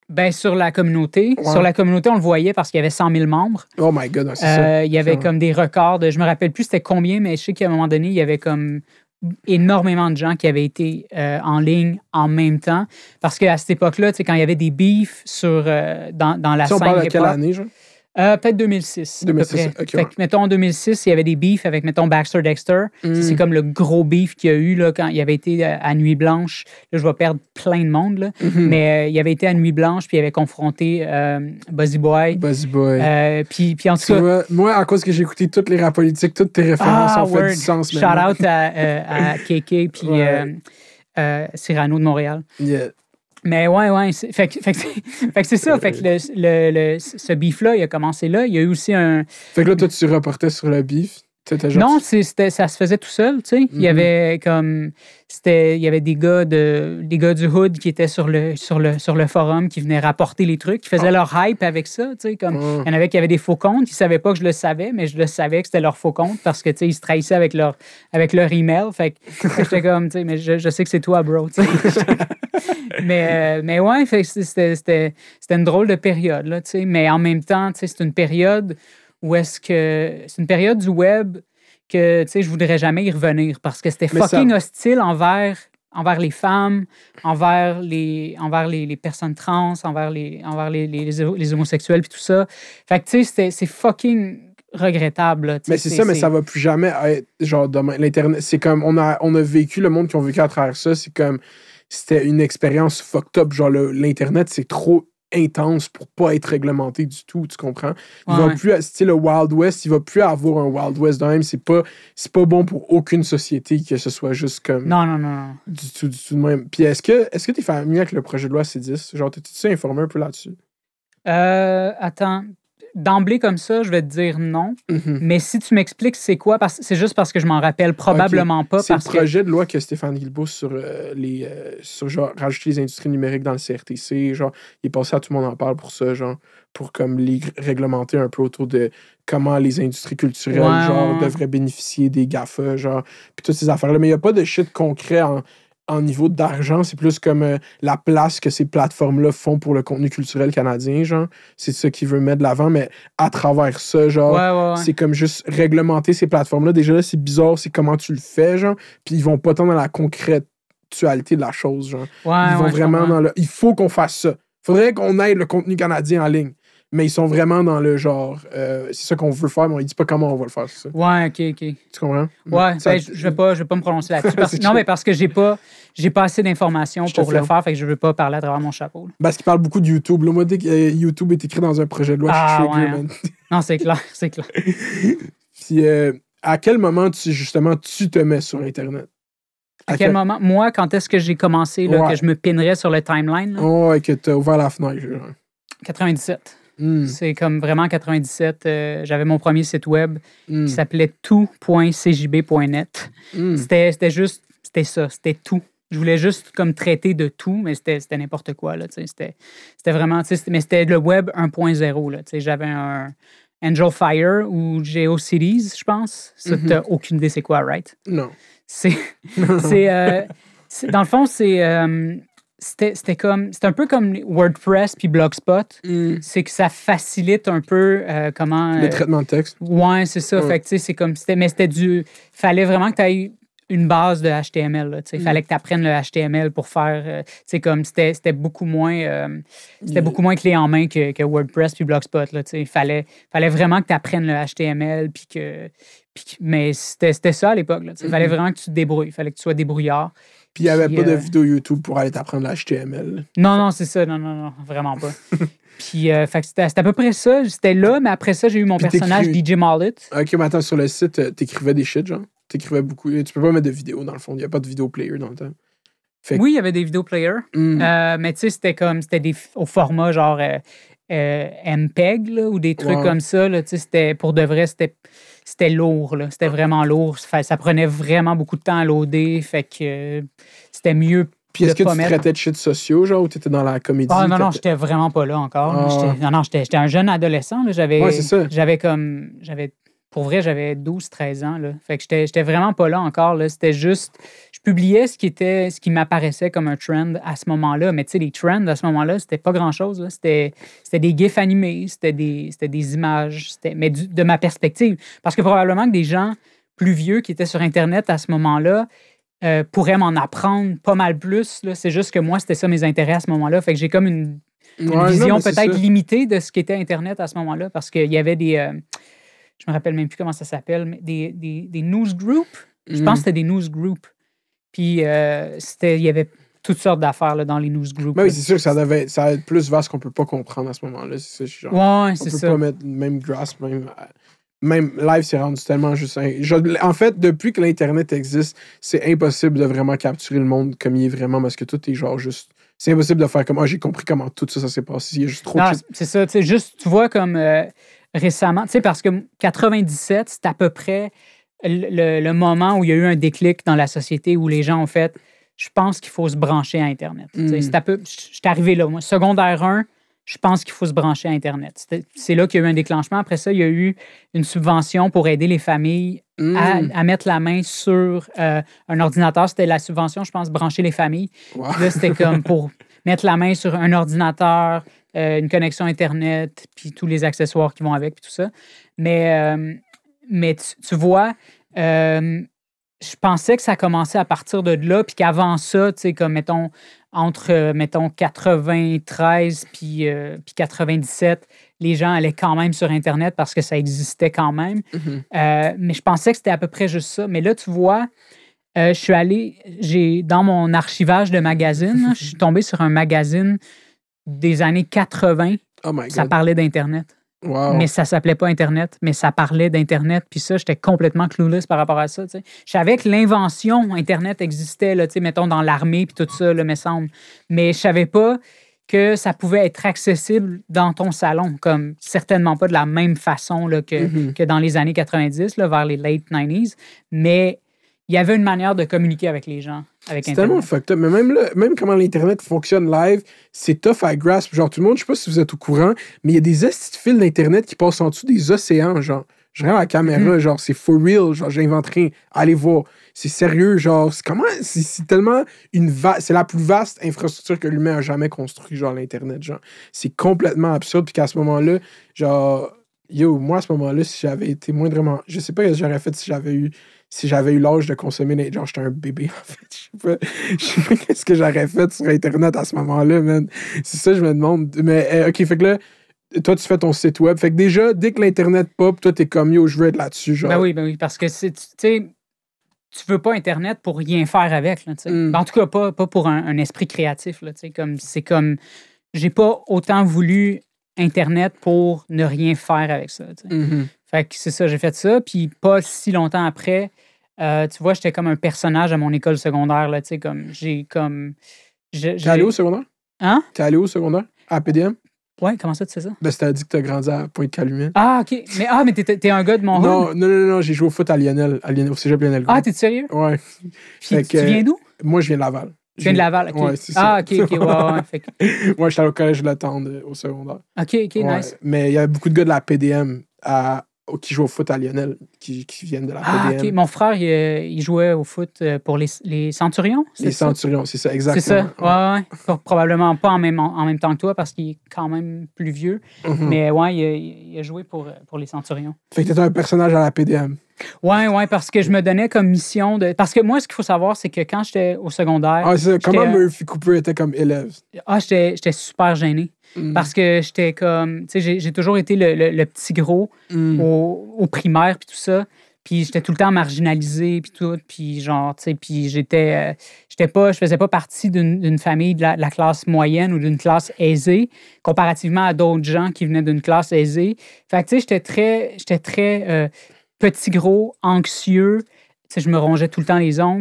[SPEAKER 3] Ben, sur la communauté.
[SPEAKER 4] Ouais.
[SPEAKER 3] Sur la communauté, on le voyait parce qu'il y avait cent mille membres.
[SPEAKER 4] Oh my God, ouais, c'est
[SPEAKER 3] Euh,
[SPEAKER 4] ça.
[SPEAKER 3] il y avait
[SPEAKER 4] Ouais.
[SPEAKER 3] comme des records. De, je me rappelle plus c'était combien, mais je sais qu'à un moment donné, il y avait comme énormément de gens qui avaient été euh, en ligne en même temps. Parce qu'à cette époque-là, tu sais, quand il y avait des beefs sur, euh, dans, dans la
[SPEAKER 4] Si on
[SPEAKER 3] scène
[SPEAKER 4] parle de quelle
[SPEAKER 3] hip-hop,
[SPEAKER 4] année, genre?
[SPEAKER 3] Euh, peut-être deux mille six.
[SPEAKER 4] deux mille six,
[SPEAKER 3] à peu près.
[SPEAKER 4] ok,
[SPEAKER 3] Fait
[SPEAKER 4] ouais.
[SPEAKER 3] que, mettons, en deux mille six, il y avait des beefs avec, mettons, Baxter Dexter.
[SPEAKER 4] Mm.
[SPEAKER 3] Ça, c'est comme le gros beef qu'il y a eu là, quand il avait été à, à Nuit Blanche. Là, je vais perdre plein de monde, là.
[SPEAKER 4] Mhm.
[SPEAKER 3] Mais euh, il avait été à Nuit Blanche, puis il avait confronté euh, Buzzy Boy.
[SPEAKER 4] Buzzy Boy.
[SPEAKER 3] Euh, puis, puis en tout
[SPEAKER 4] Tu
[SPEAKER 3] cas,
[SPEAKER 4] vois, moi, à cause que j'ai écouté toutes les rap politiques, toutes tes références
[SPEAKER 3] ah,
[SPEAKER 4] ont fait
[SPEAKER 3] word.
[SPEAKER 4] du sens
[SPEAKER 3] Shout
[SPEAKER 4] maintenant.
[SPEAKER 3] out à, euh, à K K puis
[SPEAKER 4] Ouais.
[SPEAKER 3] euh, euh, Cyrano de Montréal.
[SPEAKER 4] Yeah.
[SPEAKER 3] Mais ouais, ouais. c'est- Fait, que- fait, que c'est- fait que c'est ça. Fait que le, le, le- ce beef-là, il a commencé là. Il y a eu aussi un.
[SPEAKER 4] Fait que là, toi, tu reportais sur le beef. T'étais genre-
[SPEAKER 3] Non, c'est- c'était, ça se faisait tout seul, tu sais. Il y
[SPEAKER 4] Mhm.
[SPEAKER 3] avait comme. C'était, il y avait des gars, de, des gars du hood qui étaient sur le, sur, le, sur le forum, qui venaient rapporter les trucs, qui faisaient leur hype avec ça, tu sais. Comme,
[SPEAKER 4] Ouais.
[SPEAKER 3] il y en avait qui avaient des faux comptes, qui ne savaient pas que je le savais, mais je le savais que c'était leur faux compte parce que, tu sais, ils se trahissaient avec leur, avec leur email. Fait que fait que j'étais comme, tu sais, mais je, je sais que c'est toi, bro, tu sais. mais, euh, mais ouais, fait que c'était, c'était, c'était une drôle de période, là, tu sais. Mais en même temps, tu sais, c'est une période où est-ce que. C'est une période du web que, tu sais, je voudrais jamais y revenir parce que c'était
[SPEAKER 4] Mais
[SPEAKER 3] fucking
[SPEAKER 4] ça-
[SPEAKER 3] hostile envers, envers les femmes, envers les, envers les, les personnes trans, envers les, envers les, les, les homosexuels puis tout ça. Fait que, tu sais, c'était- c'est fucking regrettable, là, tu sais,
[SPEAKER 4] Mais c'est ça, mais ça va plus jamais être genre demain. L'Internet, c'est comme on a, on a vécu le monde qui ont vécu à travers ça. C'est comme c'était une expérience fucked up. Genre le- l'Internet, c'est trop intense pour pas être réglementé du tout, tu comprends? Il
[SPEAKER 3] Ouais,
[SPEAKER 4] va
[SPEAKER 3] ouais.
[SPEAKER 4] plus, style le Wild West, il va plus avoir un Wild West de même. C'est pas, c'est pas bon pour aucune société que ce soit juste comme
[SPEAKER 3] Non, non, non, non.
[SPEAKER 4] du tout, du tout de même. Puis est-ce que, est-ce que t'es familier avec le projet de loi C dix? Genre, t'es-tu informé un peu là-dessus?
[SPEAKER 3] Euh, attends. D'emblée comme ça, je vais te dire non.
[SPEAKER 4] Mhm.
[SPEAKER 3] Mais si tu m'expliques c'est quoi, parce c'est juste parce que je m'en rappelle probablement pas.
[SPEAKER 4] C'est le
[SPEAKER 3] Parce que
[SPEAKER 4] projet de loi que Stéphane Guilbeault sur euh, les euh, sur genre rajouter les industries numériques dans le C R T C, genre il est passé à Tout le monde en parle pour ça, genre pour comme les gr- réglementer un peu autour de comment les industries culturelles
[SPEAKER 3] Ouais,
[SPEAKER 4] genre
[SPEAKER 3] ouais, ouais.
[SPEAKER 4] devraient bénéficier des GAFA, genre puis toutes ces affaires là, mais il y a pas de shit concret en en niveau d'argent, c'est plus comme euh, la place que ces plateformes-là font pour le contenu culturel canadien, genre. C'est ça qu'il veut mettre de l'avant, mais à travers ça, genre,
[SPEAKER 3] Ouais, ouais, ouais.
[SPEAKER 4] c'est comme juste réglementer ces plateformes-là. Déjà, là, c'est bizarre, c'est comment tu le fais, genre. Puis ils vont pas tant dans la concrétualité de la chose, genre.
[SPEAKER 3] Ouais,
[SPEAKER 4] Ils vont
[SPEAKER 3] ouais, je
[SPEAKER 4] vraiment
[SPEAKER 3] comprends.
[SPEAKER 4] dans le... Il faut qu'on fasse ça. Faudrait qu'on aide le contenu canadien en ligne. Mais ils sont vraiment dans le genre... euh, c'est ça qu'on veut faire, mais on ne dit pas comment on va le faire, c'est ça.
[SPEAKER 3] Ouais, OK, OK.
[SPEAKER 4] Tu comprends?
[SPEAKER 3] Ouais,
[SPEAKER 4] Ça-
[SPEAKER 3] ben, je je vais pas, je vais pas me prononcer là-dessus. parce-
[SPEAKER 4] C'est
[SPEAKER 3] non,
[SPEAKER 4] chill.
[SPEAKER 3] mais parce que j'ai pas, j'ai pas assez d'informations
[SPEAKER 4] Je te
[SPEAKER 3] pour le
[SPEAKER 4] ferme.
[SPEAKER 3] faire, fait que je veux pas parler à travers mon chapeau. là.
[SPEAKER 4] Parce qu'il parle beaucoup de YouTube. Là, moi, dès que euh, YouTube est écrit dans un projet de loi,
[SPEAKER 3] Ah,
[SPEAKER 4] je suis trigger,
[SPEAKER 3] ouais,
[SPEAKER 4] man.
[SPEAKER 3] Non, c'est clair, c'est clair.
[SPEAKER 4] Puis, euh, à quel moment, tu, justement, tu te mets sur Internet?
[SPEAKER 3] À quel moment, moi, quand est-ce que j'ai commencé, là,
[SPEAKER 4] Ouais.
[SPEAKER 3] que je me pinerais sur le timeline, là?
[SPEAKER 4] Oh, et que tu as ouvert la fenêtre. Genre.
[SPEAKER 3] quatre-vingt-dix-sept.
[SPEAKER 4] Hmm,
[SPEAKER 3] C'est comme vraiment quatre-vingt-dix-sept. euh, j'avais mon premier site web
[SPEAKER 4] hmm,
[SPEAKER 3] qui s'appelait tout point c j b point net.
[SPEAKER 4] hmm.
[SPEAKER 3] C'était, c'était juste, c'était ça, c'était tout. Je voulais juste comme traiter de tout, mais c'était, c'était n'importe quoi, là, tu sais. C'était, c'était vraiment, tu sais, c'était- mais c'était le web un point zéro, là, tu sais. J'avais un Angel Fire ou GeoCities, je pense. Ça,
[SPEAKER 4] Mhm.
[SPEAKER 3] t'as aucune idée c'est quoi, right?
[SPEAKER 4] Non.
[SPEAKER 3] C'est, c'est, euh, c'est- dans le fond, c'est, euh, c'était, c'était comme, c'est un peu comme WordPress puis Blogspot.
[SPEAKER 4] Hmm.
[SPEAKER 3] C'est que ça facilite un peu euh, comment.
[SPEAKER 4] Le
[SPEAKER 3] euh,
[SPEAKER 4] traitement de texte.
[SPEAKER 3] ouais, c'est ça.
[SPEAKER 4] Ouais.
[SPEAKER 3] Fait que, tu sais, c'est comme, c'était, mais c'était du. Fallait vraiment que tu aies une base de H T M L. Là, tu sais.
[SPEAKER 4] Mm.
[SPEAKER 3] Fallait que tu apprennes le H T M L pour faire. euh, tu sais, comme, c'était, c'était beaucoup moins. euh, c'était beaucoup moins clé en main que, que WordPress puis Blogspot. Là, tu sais. Fallait, fallait vraiment que tu apprennes le H T M L. Puis que, puis que- mais c'était, c'était ça à l'époque. Là, tu sais. Fallait
[SPEAKER 4] Mhm.
[SPEAKER 3] vraiment que tu te débrouilles. Fallait que tu sois débrouillard.
[SPEAKER 4] Puis il n'y avait
[SPEAKER 3] Puis,
[SPEAKER 4] pas de
[SPEAKER 3] euh,
[SPEAKER 4] vidéo YouTube pour aller t'apprendre l'H T M L.
[SPEAKER 3] Non, non, c'est ça. Non, non, non, vraiment pas. Puis, euh, fait que c'était, c'était à peu près ça. C'était là, mais après ça, j'ai eu mon
[SPEAKER 4] Puis
[SPEAKER 3] personnage
[SPEAKER 4] t'écris-
[SPEAKER 3] D J Mallet.
[SPEAKER 4] Ok, mais attends, sur le site, euh, t'écrivais des shit, genre? T'écrivais beaucoup. Tu peux pas mettre de vidéo, dans le fond. Il n'y a pas de vidéo player dans le temps. Fait que-
[SPEAKER 3] Oui, il y avait des vidéos players.
[SPEAKER 4] Hmm.
[SPEAKER 3] Euh, mais tu sais, c'était comme, c'était des, au format genre euh, euh, M P E G là, ou des trucs
[SPEAKER 4] Ouais.
[SPEAKER 3] comme ça. Là, tu sais, c'était, pour de vrai, c'était, c'était lourd. Là, c'était vraiment lourd. Ça, ça prenait vraiment beaucoup de temps à loader. Fait que euh, c'était mieux.
[SPEAKER 4] Puis est-ce
[SPEAKER 3] de
[SPEAKER 4] que
[SPEAKER 3] pas
[SPEAKER 4] tu
[SPEAKER 3] mettre-
[SPEAKER 4] traitais de shit sociaux, genre, ou t'étais dans la comédie?
[SPEAKER 3] Ah non, non,
[SPEAKER 4] t'étais-
[SPEAKER 3] j'étais vraiment pas là encore.
[SPEAKER 4] Ah.
[SPEAKER 3] J'étais- non, non, j'étais, j'étais un jeune adolescent. Là, j'avais,
[SPEAKER 4] Ouais, c'est ça.
[SPEAKER 3] j'avais comme. J'avais pour vrai, j'avais douze treize ans. Là. Fait que j'étais, j'étais vraiment pas là encore. Là. C'était juste... Je publiais ce qui était, ce qui m'apparaissait comme un trend à ce moment-là. Mais tu sais, les trends à ce moment-là, c'était pas grand-chose. Là. C'était, c'était des gifs animés, c'était des, c'était des images. C'était, mais du, de ma perspective. Parce que probablement que des gens plus vieux qui étaient sur Internet à ce moment-là euh, pourraient m'en apprendre pas mal plus. Là. C'est juste que moi, c'était ça mes intérêts à ce moment-là. Fait que j'ai comme une, une
[SPEAKER 4] Ouais,
[SPEAKER 3] vision
[SPEAKER 4] non,
[SPEAKER 3] peut-être limitée de ce qu'était Internet à ce moment-là. Parce qu'il y avait des... Euh, je me rappelle même plus comment ça s'appelle, mais des, des, des newsgroups. Je
[SPEAKER 4] Mm.
[SPEAKER 3] pense que c'était des newsgroups. Puis euh, c'était, il y avait toutes sortes d'affaires là, dans les newsgroups.
[SPEAKER 4] Ben oui, c'est sûr que ça devait ça va être plus vaste qu'on peut pas comprendre à ce moment-là. C'est ça, genre,
[SPEAKER 3] Ouais,
[SPEAKER 4] on
[SPEAKER 3] c'est
[SPEAKER 4] peut
[SPEAKER 3] ça.
[SPEAKER 4] pas mettre le même grasp, même, même live, c'est rendu tellement juste... un- genre, en fait, depuis que l'Internet existe, c'est impossible de vraiment capturer le monde comme il est vraiment, parce que tout est genre juste... C'est impossible de faire comme « Ah, j'ai compris comment tout ça, ça s'est passé. » Il y a juste trop
[SPEAKER 3] Non,
[SPEAKER 4] de shit.
[SPEAKER 3] c'est ça. Tu sais, juste, tu vois comme euh, récemment, tu sais, parce que quatre-vingt-dix-sept, c'est à peu près le, le- le moment où il y a eu un déclic dans la société où les gens ont fait « Je pense qu'il faut se brancher à Internet. Tu sais,
[SPEAKER 4] Mm.
[SPEAKER 3] c'est à peu, je suis arrivé là, moi. Secondaire un, je pense qu'il faut se brancher à Internet. C'était- C'est là qu'il y a eu un déclenchement. Après ça, il y a eu une subvention pour aider les familles
[SPEAKER 4] Mm.
[SPEAKER 3] à, à mettre la main sur euh, un ordinateur. C'était la subvention, je pense, brancher les familles.
[SPEAKER 4] Wow.
[SPEAKER 3] Puis là, c'était comme pour mettre la main sur un ordinateur, euh, une connexion Internet, puis tous les accessoires qui vont avec, puis tout ça. Mais, euh, mais tu, tu vois, euh, je pensais que ça commençait à partir de là, puis qu'avant ça, tu sais, comme, mettons, entre, euh, mettons, quatre-vingt-treize puis, euh, puis quatre-vingt-dix-sept, les gens allaient quand même sur Internet parce que ça existait quand même.
[SPEAKER 4] Mhm.
[SPEAKER 3] Euh, mais je pensais que c'était à peu près juste ça. Mais là, tu vois, euh, je suis allé, j'ai, dans mon archivage de magazines, là, je suis tombé sur un magazine des années quatre-vingts.
[SPEAKER 4] Oh my
[SPEAKER 3] Ça
[SPEAKER 4] God.
[SPEAKER 3] parlait d'Internet.
[SPEAKER 4] Wow.
[SPEAKER 3] Mais ça s'appelait pas Internet, mais ça parlait d'Internet. Puis ça, j'étais complètement clueless par rapport à ça. Tu sais. Je savais que l'invention Internet existait, là, tu sais, mettons, dans l'armée, puis tout ça, là, me semble. Mais je savais pas que ça pouvait être accessible dans ton salon, comme certainement pas de la même façon là, que,
[SPEAKER 4] Mhm.
[SPEAKER 3] que dans les années quatre-vingt-dix, là, vers les late quatre-vingt-dix. Mais il y avait une manière de communiquer avec les gens, avec
[SPEAKER 4] C'est
[SPEAKER 3] Internet.
[SPEAKER 4] tellement fucked up. Mais même là, même comment l'Internet fonctionne live, c'est tough à grasp. Genre, tout le monde, je sais pas si vous êtes au courant, mais il y a des estis de fils d'Internet qui passent en dessous des océans, genre. Je regarde la caméra,
[SPEAKER 3] Mm.
[SPEAKER 4] genre, c'est for real, genre, j'invente rien. Allez voir. C'est sérieux, genre, c'est comment... C'est, c'est tellement une... Va- c'est la plus vaste infrastructure que l'humain a jamais construit, genre, l'Internet, genre. C'est complètement absurde, puis qu'à ce moment-là, genre... Yo, moi, à ce moment-là, si j'avais été moindrement... Je sais pas ce que j'aurais fait si j'avais eu... Si j'avais eu l'âge de consommer... les- Genre, j'étais un bébé, en fait. Je sais pas... Je sais pas qu'est-ce que j'aurais fait sur Internet à ce moment-là, man. C'est ça, je me demande. Mais, euh, OK, fait que là... Toi, tu fais ton site web. Fait que déjà, dès que l'Internet pop, toi, t'es comme, yo, je veux être là-dessus, genre.
[SPEAKER 3] Ben oui, ben oui, parce que c'est, tu sais, tu veux pas Internet pour rien faire avec, là, tu sais.
[SPEAKER 4] Mm.
[SPEAKER 3] Ben, en tout cas, pas, pas pour un, un esprit créatif, là, tu sais, comme, c'est comme, j'ai pas autant voulu Internet pour ne rien faire avec ça, tu sais.
[SPEAKER 4] Mhm.
[SPEAKER 3] Fait que c'est ça, j'ai fait ça, puis pas si longtemps après, euh, tu vois, j'étais comme un personnage à mon école secondaire, là, tu sais, comme, j'ai comme... j'ai-
[SPEAKER 4] T'es allé
[SPEAKER 3] j'ai-
[SPEAKER 4] au secondaire?
[SPEAKER 3] Hein?
[SPEAKER 4] T'es allé au secondaire? À P D M?
[SPEAKER 3] Ouais, comment ça, tu sais ça?
[SPEAKER 4] Ben, c'était dit que t'as grandi à Pointe-Calumet.
[SPEAKER 3] Ah, OK. Mais, ah, mais t'es, t'es un gars de mon hood?
[SPEAKER 4] Non, non, non, non, j'ai joué au foot à Lionel, à Lionel au cégep Lionel.
[SPEAKER 3] Ah, t'es sérieux?
[SPEAKER 4] Ouais.
[SPEAKER 3] Puis
[SPEAKER 4] Fait
[SPEAKER 3] tu
[SPEAKER 4] que-
[SPEAKER 3] viens d'où?
[SPEAKER 4] Moi, je viens de Laval.
[SPEAKER 3] Tu viens de Laval, OK.
[SPEAKER 4] Ouais, c'est ça.
[SPEAKER 3] Ah, OK, OK, ouais, ouais. Fait que-
[SPEAKER 4] Moi, j'étais au collège de la Tendre euh, au secondaire.
[SPEAKER 3] OK, OK,
[SPEAKER 4] Ouais.
[SPEAKER 3] nice.
[SPEAKER 4] Mais il y avait beaucoup de gars de la P D M à- qui jouent au foot à Lionel qui, qui viennent de la
[SPEAKER 3] Ah,
[SPEAKER 4] P D M.
[SPEAKER 3] OK. Mon frère, il, euh, il jouait au foot euh, pour les, les Centurions, c'est
[SPEAKER 4] Les
[SPEAKER 3] ça?
[SPEAKER 4] Centurions, c'est ça,
[SPEAKER 3] C'est
[SPEAKER 4] exactement.
[SPEAKER 3] ça, ouais, ouais. Pro- Probablement pas en même, en même temps que toi parce qu'il est quand même plus vieux.
[SPEAKER 4] Mhm.
[SPEAKER 3] Mais ouais, il a, il a joué pour, euh, pour les Centurions.
[SPEAKER 4] Fait que t'étais un personnage à la P D M.
[SPEAKER 3] Ouais, ouais, parce que je me donnais comme mission de. Parce que moi, ce qu'il faut savoir, c'est que quand j'étais au secondaire,
[SPEAKER 4] Ah, c'est ça. Comment
[SPEAKER 3] J'étais-
[SPEAKER 4] Murphy Cooper était comme élève?
[SPEAKER 3] ah, j'étais, j'étais super gêné.
[SPEAKER 4] Mm.
[SPEAKER 3] Parce que j'étais comme. Tu sais, j'ai, j'ai toujours été le, le- le petit gros
[SPEAKER 4] Mm.
[SPEAKER 3] au, au primaire, puis tout ça. Puis j'étais tout le temps marginalisé, puis tout. Puis genre, tu sais, puis j'étais. euh, j'étais pas. Je faisais pas partie d'une, d'une famille de la, de la classe moyenne ou d'une classe aisée, comparativement à d'autres gens qui venaient d'une classe aisée. Fait que, tu sais, j'étais très. J'étais très euh, petit gros, anxieux. Tu sais, je me rongeais tout le temps les ongles.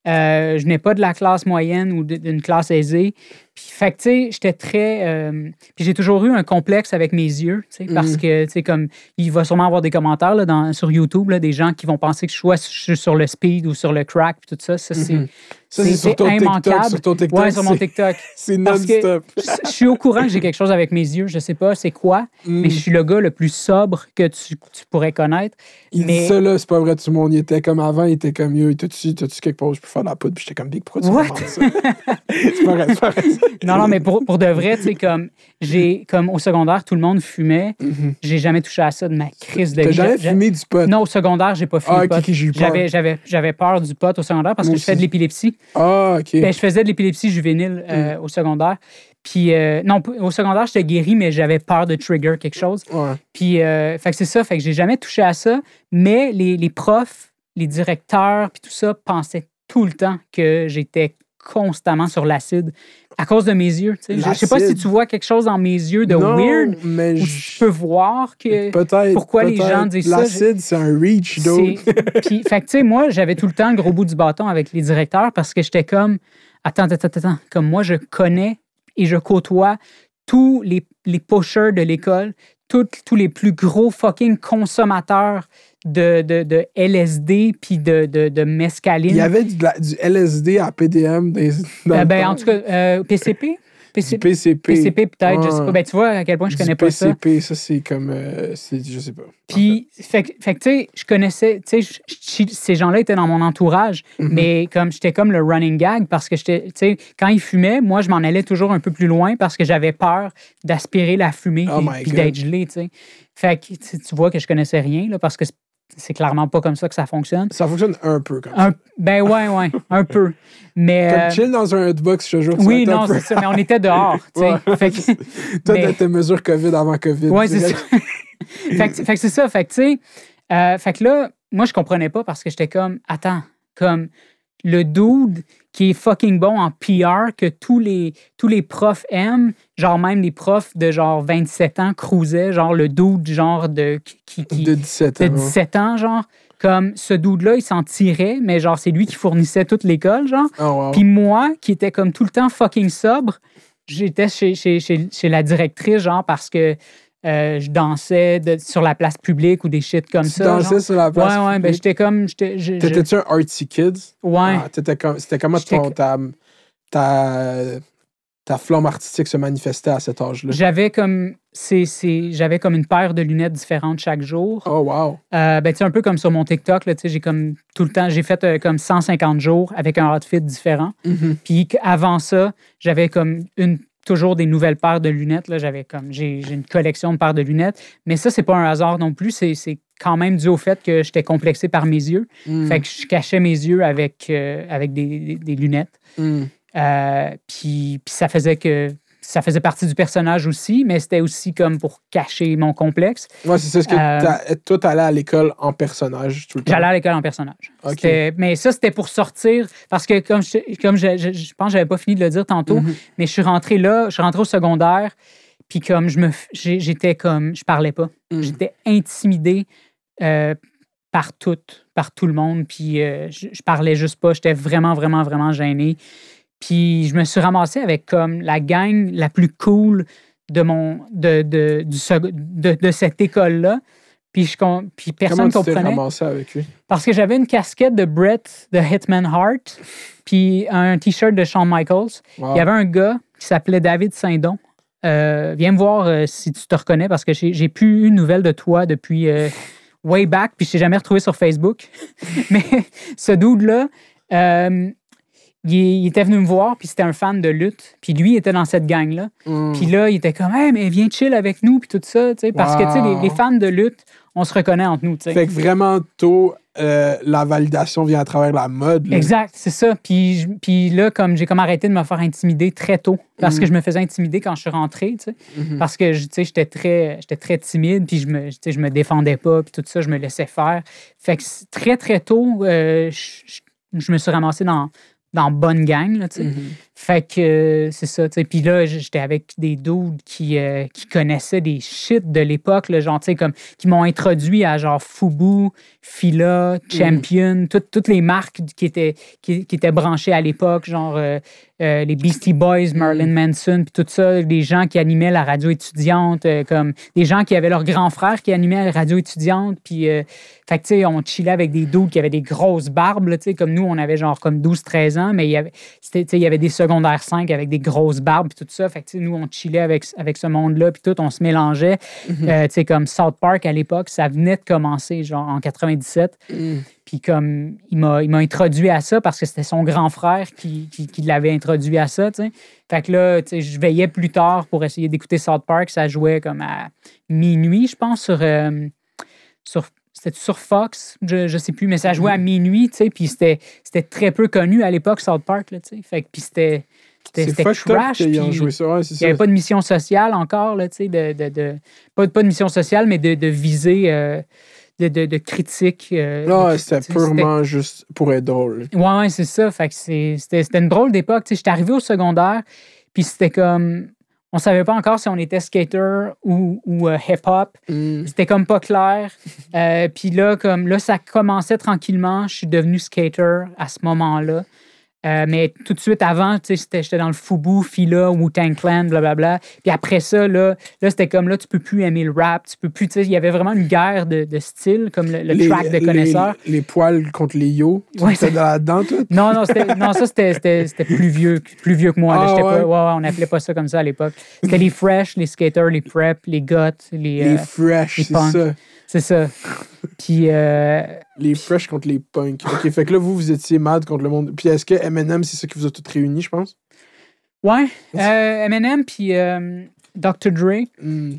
[SPEAKER 3] Euh, je n'ai pas de la classe moyenne ou d'une classe aisée. Puis, fait que, tu sais, j'étais très... Euh, puis j'ai toujours eu un complexe avec mes yeux, tu sais, parce
[SPEAKER 4] Mm.
[SPEAKER 3] que, tu sais, comme, il va sûrement avoir des commentaires là, dans, sur YouTube, là, des gens qui vont penser que je sois sur, sur le speed ou sur le crack, puis tout ça. Ça, c'est...
[SPEAKER 4] Mhm. Ça, c'est
[SPEAKER 3] c'est-
[SPEAKER 4] sur
[SPEAKER 3] c'est
[SPEAKER 4] ton TikTok.
[SPEAKER 3] immanquable.
[SPEAKER 4] Sur ton TikTok,
[SPEAKER 3] Ouais, sur mon
[SPEAKER 4] c'est-
[SPEAKER 3] TikTok.
[SPEAKER 4] c'est
[SPEAKER 3] Parce que
[SPEAKER 4] non-stop.
[SPEAKER 3] je je suis au courant que j'ai quelque chose avec mes yeux. Je sais pas c'est quoi,
[SPEAKER 4] Mm.
[SPEAKER 3] mais je suis le gars le plus sobre que tu, tu pourrais connaître.
[SPEAKER 4] Il
[SPEAKER 3] mais-
[SPEAKER 4] dit ça, là, c'est pas vrai, tout le monde. Il était comme avant, il était comme, yo, t'as-tu, t'as-tu quelque chose pour faire de la poudre? Puis j'étais comme, Big, pourquoi tu
[SPEAKER 3] What?
[SPEAKER 4] me demandes ça? c'est pas vrai, c'est pas vrai.
[SPEAKER 3] Non, non, mais pour, pour de vrai, tu sais, comme, j'ai, comme au secondaire, tout le monde fumait.
[SPEAKER 4] Mhm.
[SPEAKER 3] J'ai jamais touché à ça de ma crise de
[SPEAKER 4] T'as
[SPEAKER 3] vie.
[SPEAKER 4] jamais
[SPEAKER 3] J'ai-
[SPEAKER 4] fumé du pot?
[SPEAKER 3] Non, au secondaire, j'ai pas fumé
[SPEAKER 4] Ah,
[SPEAKER 3] de
[SPEAKER 4] ok,
[SPEAKER 3] pot.
[SPEAKER 4] ok, j'ai eu peur.
[SPEAKER 3] J'avais, j'avais, j'avais peur du pot au secondaire parce
[SPEAKER 4] Moi
[SPEAKER 3] que je fais
[SPEAKER 4] aussi.
[SPEAKER 3] de l'épilepsie.
[SPEAKER 4] Ah, OK.
[SPEAKER 3] Ben, je faisais de l'épilepsie juvénile euh, au secondaire. Puis, euh, non, p- au secondaire, j'étais guéri, mais j'avais peur de trigger quelque chose.
[SPEAKER 4] Ouais.
[SPEAKER 3] Puis, euh, fait que c'est ça. Fait que j'ai jamais touché à ça. Mais les, les profs, les directeurs, puis tout ça, pensaient tout le temps que j'étais constamment sur l'acide à cause de mes yeux. tu sais. Je je sais pas si
[SPEAKER 4] L'acide?
[SPEAKER 3] tu vois quelque chose dans mes yeux de
[SPEAKER 4] non,
[SPEAKER 3] weird
[SPEAKER 4] mais
[SPEAKER 3] ou
[SPEAKER 4] je-
[SPEAKER 3] tu peux voir que
[SPEAKER 4] peut-être.
[SPEAKER 3] pourquoi les
[SPEAKER 4] peut-être.
[SPEAKER 3] gens disent ça.
[SPEAKER 4] L'acide, c'est un reach,
[SPEAKER 3] c'est...
[SPEAKER 4] donc.
[SPEAKER 3] Puis, fait que, tu sais, moi, j'avais tout le temps le gros bout du bâton avec les directeurs parce que j'étais comme, attends, attends, attends, attends. Comme moi, je connais et je côtoie tous les, les pushers de l'école, tous, tous les plus gros fucking consommateurs de, de, de L S D puis de, de, de mescaline.
[SPEAKER 4] Il y avait du, la- du L S D à P D M dans, dans
[SPEAKER 3] Euh,
[SPEAKER 4] le
[SPEAKER 3] ben,
[SPEAKER 4] temps.
[SPEAKER 3] en tout cas, euh, P C P?
[SPEAKER 4] Du
[SPEAKER 3] P C P?
[SPEAKER 4] P C P.
[SPEAKER 3] P C P peut-être, je sais
[SPEAKER 4] Ouais.
[SPEAKER 3] pas. Ben, tu vois à quel point je
[SPEAKER 4] Du
[SPEAKER 3] connais pas ça.
[SPEAKER 4] P C P, ça, c'est comme... euh, c'est, je sais pas.
[SPEAKER 3] Puis, fait, que- fait que, tu sais, je connaissais, tu sais, je- je- ces gens-là étaient dans mon entourage,
[SPEAKER 4] Mhm.
[SPEAKER 3] mais comme j'étais comme le running gag parce que j'étais, tu sais, quand ils fumaient, moi, je m'en allais toujours un peu plus loin parce que j'avais peur d'aspirer la fumée
[SPEAKER 4] Oh
[SPEAKER 3] puis-
[SPEAKER 4] my
[SPEAKER 3] puis
[SPEAKER 4] God.
[SPEAKER 3] d'être gelé, tu sais. Fait que, tu tu vois que je connaissais rien, là, parce que c'est- c'est clairement pas comme ça que ça fonctionne.
[SPEAKER 4] Ça fonctionne un peu comme ça.
[SPEAKER 3] Un, ben ouais, ouais, un peu. Mais.
[SPEAKER 4] Comme
[SPEAKER 3] euh,
[SPEAKER 4] chill dans un hotbox, je te jure. ça
[SPEAKER 3] oui,
[SPEAKER 4] va être un
[SPEAKER 3] non,
[SPEAKER 4] peu-
[SPEAKER 3] c'est ça, mais on était dehors, tu sais.
[SPEAKER 4] Ouais.
[SPEAKER 3] Fait que-
[SPEAKER 4] Toi,
[SPEAKER 3] mais-
[SPEAKER 4] t'as tes mesures COVID avant COVID.
[SPEAKER 3] Ouais, c'est ça.
[SPEAKER 4] direct.
[SPEAKER 3] fait que, fait que c'est ça. Fait que, tu sais, euh, fait que là, moi, je comprenais pas parce que j'étais comme, attends, comme le dude qui est fucking bon en P R, que tous les, tous les profs aiment, genre même les profs de genre vingt-sept ans cruisaient, genre le dude genre de, qui, qui,
[SPEAKER 4] De dix-sept
[SPEAKER 3] de
[SPEAKER 4] ans.
[SPEAKER 3] dix-sept ans, genre, comme ce dude-là, il s'en tirait, mais genre, c'est lui qui fournissait toute l'école, genre.
[SPEAKER 4] Oh, wow.
[SPEAKER 3] Puis moi, qui était comme tout le temps fucking sobre, j'étais chez, chez, chez, chez la directrice, genre, parce que euh, je dansais de- sur la place publique ou des shit comme
[SPEAKER 4] tu
[SPEAKER 3] ça.
[SPEAKER 4] dansais
[SPEAKER 3] genre.
[SPEAKER 4] sur la place.
[SPEAKER 3] Ouais, ouais, ben
[SPEAKER 4] publique.
[SPEAKER 3] j'étais comme. j'étais- je- je-
[SPEAKER 4] T'étais-tu un Artsy Kids?
[SPEAKER 3] Ouais.
[SPEAKER 4] Ah, t'étais comme, c'était comment
[SPEAKER 3] J'étais
[SPEAKER 4] ton,
[SPEAKER 3] que-
[SPEAKER 4] ta, ta, ta flamme artistique se manifestait à cet âge-là?
[SPEAKER 3] J'avais comme. c'est- c'est- J'avais comme une paire de lunettes différentes chaque jour.
[SPEAKER 4] Oh, wow.
[SPEAKER 3] Euh, ben, tu sais, un peu comme sur mon TikTok, là, tu sais, j'ai comme tout le temps, j'ai fait euh, comme cent cinquante jours avec un outfit différent.
[SPEAKER 4] Mhm.
[SPEAKER 3] Puis avant ça, j'avais comme une toujours des nouvelles paires de lunettes. Là. J'avais comme j'ai, j'ai une collection de paires de lunettes. Mais ça, c'est pas un hasard non plus. C'est, c'est quand même dû au fait que j'étais complexé par mes yeux.
[SPEAKER 4] Mm.
[SPEAKER 3] Fait que je cachais mes yeux avec, euh, avec des, des- des lunettes.
[SPEAKER 4] Mm.
[SPEAKER 3] Euh, puis, puis ça faisait que ça faisait partie du personnage aussi, mais c'était aussi comme pour cacher mon complexe.
[SPEAKER 4] Ouais, c'est ça. Est-ce que
[SPEAKER 3] Euh,
[SPEAKER 4] t'as- toi, t'allais à l'école en personnage tout le temps?
[SPEAKER 3] J'allais à l'école en personnage.
[SPEAKER 4] Ok.
[SPEAKER 3] C'était- mais ça, c'était pour sortir, parce que comme je, comme je, je, je pense que j'avais pas fini de le dire tantôt,
[SPEAKER 4] Mhm.
[SPEAKER 3] mais je suis rentré là, je suis rentré au secondaire, puis comme je me, f- j'ai- j'étais comme, je parlais pas.
[SPEAKER 4] Mm.
[SPEAKER 3] J'étais intimidé euh, par tout, par tout le monde, puis euh, je, je parlais juste pas. J'étais vraiment, vraiment, vraiment gêné. Puis je me suis ramassé avec comme la gang la plus cool de mon de, de, du sec- de, de cette école-là. Puis, je, com- puis personne
[SPEAKER 4] Comment tu t'es
[SPEAKER 3] comprenait.
[SPEAKER 4] ramassé avec lui?
[SPEAKER 3] Parce que j'avais une casquette de Brett de Hitman Hart, puis un T-shirt de Shawn Michaels.
[SPEAKER 4] Wow.
[SPEAKER 3] Il y avait un gars qui s'appelait David Saint-Don. Euh, viens me voir euh, si tu te reconnais, parce que j'ai, j'ai plus eu de nouvelles de toi depuis euh, way back, puis je t'ai jamais retrouvé sur Facebook. Mais ce dude-là, euh, il, il était venu me voir, puis c'était un fan de lutte. Puis lui, il était dans cette gang-là.
[SPEAKER 4] Mm.
[SPEAKER 3] Puis là, il était comme, hey, mais viens chill avec nous, puis tout ça. tu sais, Parce que tu sais, les,
[SPEAKER 4] Wow.
[SPEAKER 3] les fans de lutte, on se reconnaît entre nous. tu sais.
[SPEAKER 4] Fait que vraiment tôt, euh, la validation vient à travers la mode. là.
[SPEAKER 3] Exact, c'est ça. Puis, je- puis là, comme j'ai comme arrêté de me faire intimider très tôt, parce
[SPEAKER 4] Mhm.
[SPEAKER 3] que je me faisais intimider quand je suis rentré, tu sais,
[SPEAKER 4] Mhm.
[SPEAKER 3] parce que je- tu sais, j'étais très, j'étais très timide, puis je me, tu sais, je me défendais pas, puis tout ça, je me laissais faire. Fait que c'est- très, très tôt, euh, je, je- je me suis ramassé dans, dans bonne gang, là, tu sais.
[SPEAKER 4] Mhm.
[SPEAKER 3] Fait que euh, c'est ça, tu sais. Puis là, j'étais avec des dudes qui, euh, qui connaissaient des shit de l'époque, là, genre, tu sais, comme, qui m'ont introduit à genre Fubu, Fila, Champion, tout- toutes les marques qui étaient, qui, qui étaient branchées à l'époque, genre euh, euh, les Beastie Boys, Marilyn Manson, puis tout ça, des gens qui animaient la radio étudiante, euh, comme des gens qui avaient leur grand frère qui animait la radio étudiante, puis euh, fait que, tu sais, on chillait avec des dudes qui avaient des grosses barbes, là, tu sais, comme nous, on avait genre comme douze treize ans, mais il y avait, c'était, tu sais, il y avait des secondaires cinq avec des grosses barbes, puis tout ça, fait que, tu sais, nous, on chillait avec, avec ce monde-là, puis tout, on se mélangeait.
[SPEAKER 4] Mhm.
[SPEAKER 3] Euh, tu sais, comme South Park, à l'époque, ça venait de commencer, genre, en quatre-vingt-dix-sept.
[SPEAKER 4] Mhm.
[SPEAKER 3] Puis comme, il m'a, il m'a introduit à ça parce que c'était son grand frère qui, qui, qui l'avait introduit à ça, tu sais. Fait que là, tu sais, je veillais plus tard pour essayer d'écouter South Park. Ça jouait comme à minuit, je pense, sur... euh, sur c'était sur Fox, je, je sais plus, mais ça jouait à minuit, tu sais, puis c'était, c'était très peu connu à l'époque, South Park, là, tu sais. Fait que, puis c'était... C'était,
[SPEAKER 4] C'est
[SPEAKER 3] c'était
[SPEAKER 4] fucked up
[SPEAKER 3] trash.
[SPEAKER 4] qu'ils ont
[SPEAKER 3] puis
[SPEAKER 4] joué ça. Ouais, c'est
[SPEAKER 3] il n'y
[SPEAKER 4] ça.
[SPEAKER 3] avait pas de mission sociale encore, là, tu sais, de, de, de- pas, pas de mission sociale, mais de, de visée, euh, de, de, de critique. euh,
[SPEAKER 4] Non,
[SPEAKER 3] de-
[SPEAKER 4] c'était
[SPEAKER 3] tu sais,
[SPEAKER 4] purement juste pour être drôle.
[SPEAKER 3] Ouais, ouais, c'est ça. Fait que c'est- c'était, c'était une drôle d'époque. Tu sais, j'étais arrivé au secondaire, puis c'était comme... On savait pas encore si on était skater ou, ou euh, hip-hop.
[SPEAKER 4] Mhm.
[SPEAKER 3] C'était comme pas clair. Euh, puis là, comme là, ça commençait tranquillement. Je suis devenu skater à ce moment-là. Euh, mais tout de suite avant, tu sais, j'étais, j'étais dans le Fubu, Fila, Wu-Tang Clan, blablabla. Puis après ça, là, là, c'était comme là, tu peux plus aimer le rap. Tu peux plus, tu sais, il y avait vraiment une guerre de, de style, comme le, le
[SPEAKER 4] Les-
[SPEAKER 3] track de
[SPEAKER 4] les-
[SPEAKER 3] connaisseurs.
[SPEAKER 4] Les, poils contre les yo. Tu
[SPEAKER 3] Ouais,
[SPEAKER 4] étais
[SPEAKER 3] c'est-
[SPEAKER 4] là-dedans, toi?
[SPEAKER 3] Non, non, c'était, non, ça, c'était, c'était, c'était plus vieux, plus vieux que moi. là.
[SPEAKER 4] Ah,
[SPEAKER 3] J'étais
[SPEAKER 4] ouais?
[SPEAKER 3] pas, ouais, ouais, on n'appelait pas ça comme ça à l'époque. C'était les fresh, les skaters, les prep, les goths, les.
[SPEAKER 4] Les
[SPEAKER 3] euh,
[SPEAKER 4] fresh,
[SPEAKER 3] les
[SPEAKER 4] c'est
[SPEAKER 3] punks.
[SPEAKER 4] ça.
[SPEAKER 3] c'est ça. Puis, euh,
[SPEAKER 4] Les fresh contre les punks. OK, fait que là, vous, vous étiez mad contre le monde. Puis est-ce que M and M, c'est ça qui vous a tous réunis, je pense?
[SPEAKER 3] ouais, euh, Eminem, puis euh, docteur Dre.
[SPEAKER 4] Hmm.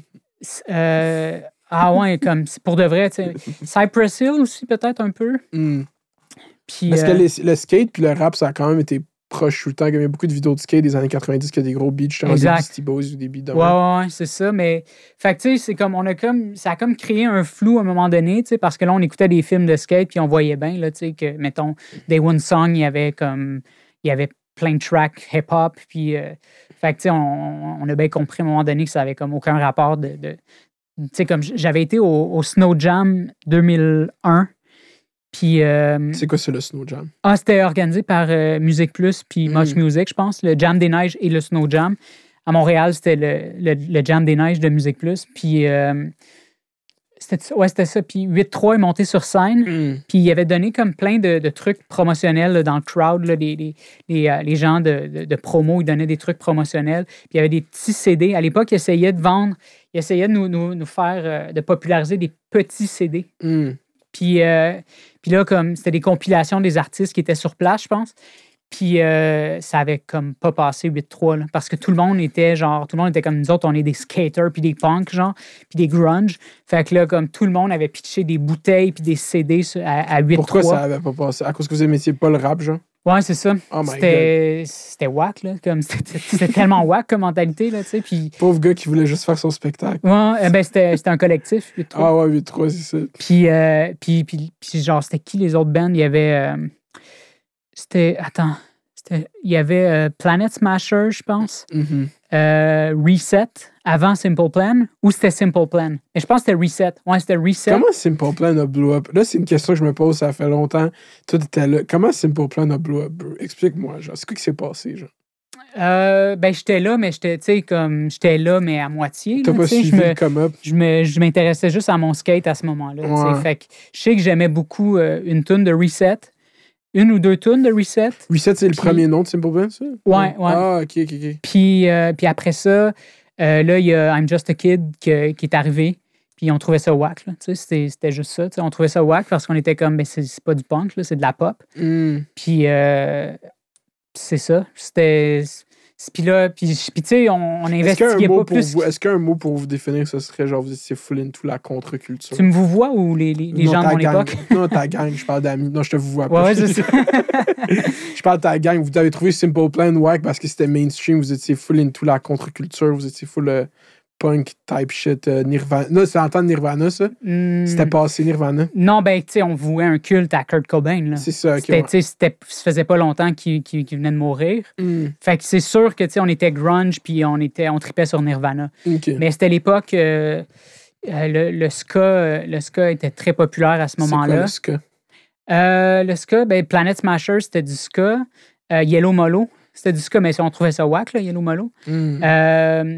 [SPEAKER 3] Euh, ah ouais, comme c'est pour de vrai, tu sais. Cypress Hill aussi, peut-être un peu.
[SPEAKER 4] Hmm.
[SPEAKER 3] Puis,
[SPEAKER 4] Parce
[SPEAKER 3] euh,
[SPEAKER 4] que les- le skate puis le rap, ça a quand même été proche tout le temps. Il y avait beaucoup de vidéos de skate des années quatre-vingt-dix qui a des gros beats, justement, des
[SPEAKER 3] Exact.
[SPEAKER 4] Beastie Boys ou des beats de
[SPEAKER 3] ouais, ouais, ouais, c'est ça. Mais, fait que, tu sais, c'est comme, on a comme, ça a comme créé un flou à un moment donné, tu sais, parce que là, on écoutait des films de skate, puis on voyait bien, là, tu sais, que, mettons, Day One Song, il y avait comme, il y avait plein de tracks hip-hop, puis, euh, fait que, tu sais, on, on a bien compris à un moment donné que ça avait comme aucun rapport de. de tu sais, comme j'avais été au, au Snow Jam deux mille un, puis. euh,
[SPEAKER 4] C'est quoi, c'est le Snow Jam?
[SPEAKER 3] Ah, c'était organisé par euh, Musique Plus puis
[SPEAKER 4] Mm.
[SPEAKER 3] Much Music, je pense. Le Jam des Neiges et le Snow Jam. À Montréal, c'était le, le, le Jam des Neiges de Musique Plus. Puis, euh, c'était, ça- ouais, c'était ça. Puis huit trois est monté sur scène.
[SPEAKER 4] Hmm.
[SPEAKER 3] Puis, il avait donné comme plein de, de trucs promotionnels là, dans le crowd. Là, les, les, les, euh, les gens de, de, de promo, ils donnaient des trucs promotionnels. Puis, il y avait des petits C D. À l'époque, ils essayaient de vendre, ils essayaient de nous, nous, nous faire, euh, de populariser des petits C D.
[SPEAKER 4] Hmm.
[SPEAKER 3] Puis, euh, puis là, comme c'était des compilations des artistes qui étaient sur place, je pense. Puis euh, ça avait comme pas passé huit trois, là, parce que tout le monde était genre, tout le monde était comme nous autres, on est des skaters, puis des punks, genre, puis des grunge. Fait que là, comme tout le monde avait pitché des bouteilles puis des C D sur- à, à huit trois.
[SPEAKER 4] Pourquoi ça avait pas passé? À cause que vous aimiez pas le rap, genre?
[SPEAKER 3] Ouais, c'est ça.
[SPEAKER 4] Oh my
[SPEAKER 3] c'était, c'était whack, là. Comme, c'était, c'était tellement whack comme mentalité, là, tu sais. Puis,
[SPEAKER 4] Pauvre gars qui voulait juste faire son spectacle.
[SPEAKER 3] ouais, eh ben, c'était, c'était un collectif, huit trois.
[SPEAKER 4] Ah ouais, huit trois, c'est ça.
[SPEAKER 3] Puis, euh, puis, puis, puis, genre, c'était qui les autres bands? Il y avait. euh, c'était. Attends. C'était, il y avait euh, Planet Smasher, je pense.
[SPEAKER 4] Mhm.
[SPEAKER 3] Euh, Reset, avant Simple Plan. Ou c'était Simple Plan? Mais je pense que c'était Reset. Ouais, c'était Reset.
[SPEAKER 4] Comment Simple Plan a blow up? Là, c'est une question que je me pose, ça fait longtemps. Toi, t'étais là. Comment Simple Plan a blow up, bro? Explique-moi, genre. C'est quoi qui s'est passé, genre?
[SPEAKER 3] Euh, ben, j'étais là, mais j'étais, tu sais, comme. J'étais là, mais à moitié.
[SPEAKER 4] T'as
[SPEAKER 3] là,
[SPEAKER 4] pas
[SPEAKER 3] tu sais,
[SPEAKER 4] suivi
[SPEAKER 3] je me,
[SPEAKER 4] le come-up?
[SPEAKER 3] je, me, je m'intéressais juste à mon skate à ce moment-là. tu sais.
[SPEAKER 4] Ouais.
[SPEAKER 3] Fait que je sais que j'aimais beaucoup euh, une tune de Reset. Une ou deux tunes de Reset.
[SPEAKER 4] Reset, c'est le
[SPEAKER 3] Puis-
[SPEAKER 4] premier nom de Simple Plan, ça?
[SPEAKER 3] Ouais, ouais.
[SPEAKER 4] Ah, ok, ok, ok.
[SPEAKER 3] Puis, euh, puis après ça, euh, là, il y a I'm Just a Kid que- qui est arrivé. Puis on trouvait ça whack. Là, tu sais, c'était, c'était juste ça. tu sais, On trouvait ça whack parce qu'on était comme, ben, c'est, c'est pas du punk, là, c'est de la pop.
[SPEAKER 4] Hmm.
[SPEAKER 3] Puis euh, c'est ça. C'était. c'est- Puis là, puis, puis tu sais, on, on
[SPEAKER 4] Est-ce qu'un
[SPEAKER 3] investiguait
[SPEAKER 4] mot
[SPEAKER 3] pas
[SPEAKER 4] pour
[SPEAKER 3] plus.
[SPEAKER 4] vous, est-ce qu'un mot pour vous définir, ce serait genre vous étiez full into la contre-culture?
[SPEAKER 3] Tu me vous vois ou les, les, les
[SPEAKER 4] Non,
[SPEAKER 3] gens de
[SPEAKER 4] ta
[SPEAKER 3] mon
[SPEAKER 4] gang.
[SPEAKER 3] époque?
[SPEAKER 4] Non, ta gang, je parle d'amis. Non, je te vous vois
[SPEAKER 3] Ouais,
[SPEAKER 4] pas.
[SPEAKER 3] ouais, c'est ça.
[SPEAKER 4] Je parle de ta gang. Vous avez trouvé Simple Plan whack parce que c'était mainstream. Vous étiez full into la contre-culture. Vous étiez full euh, punk type shit, euh, Nirvana. Non, c'est en temps de Nirvana, ça?
[SPEAKER 3] Mm.
[SPEAKER 4] C'était passé Nirvana?
[SPEAKER 3] Non, ben, tu sais, on vouait un culte à Kurt Cobain, là.
[SPEAKER 4] C'est ça, ok.
[SPEAKER 3] C'était,
[SPEAKER 4] Ouais.
[SPEAKER 3] tu sais, c'était, ça faisait pas longtemps qu'il, qu'il, qu'il venait de mourir.
[SPEAKER 4] Mm.
[SPEAKER 3] Fait que c'est sûr que, tu sais, on était grunge puis on était, on tripait sur Nirvana.
[SPEAKER 4] Ok.
[SPEAKER 3] Mais c'était l'époque, euh, euh, le, le ska, euh, le ska était très populaire à ce
[SPEAKER 4] C'est
[SPEAKER 3] moment-là.
[SPEAKER 4] quoi le ska?
[SPEAKER 3] Euh, le ska, ben, Planet Smasher, c'était du ska. Euh, Yellow Molo, c'était du ska, mais si on trouvait ça whack, là, Yellow Molo.
[SPEAKER 4] Mm.
[SPEAKER 3] Euh,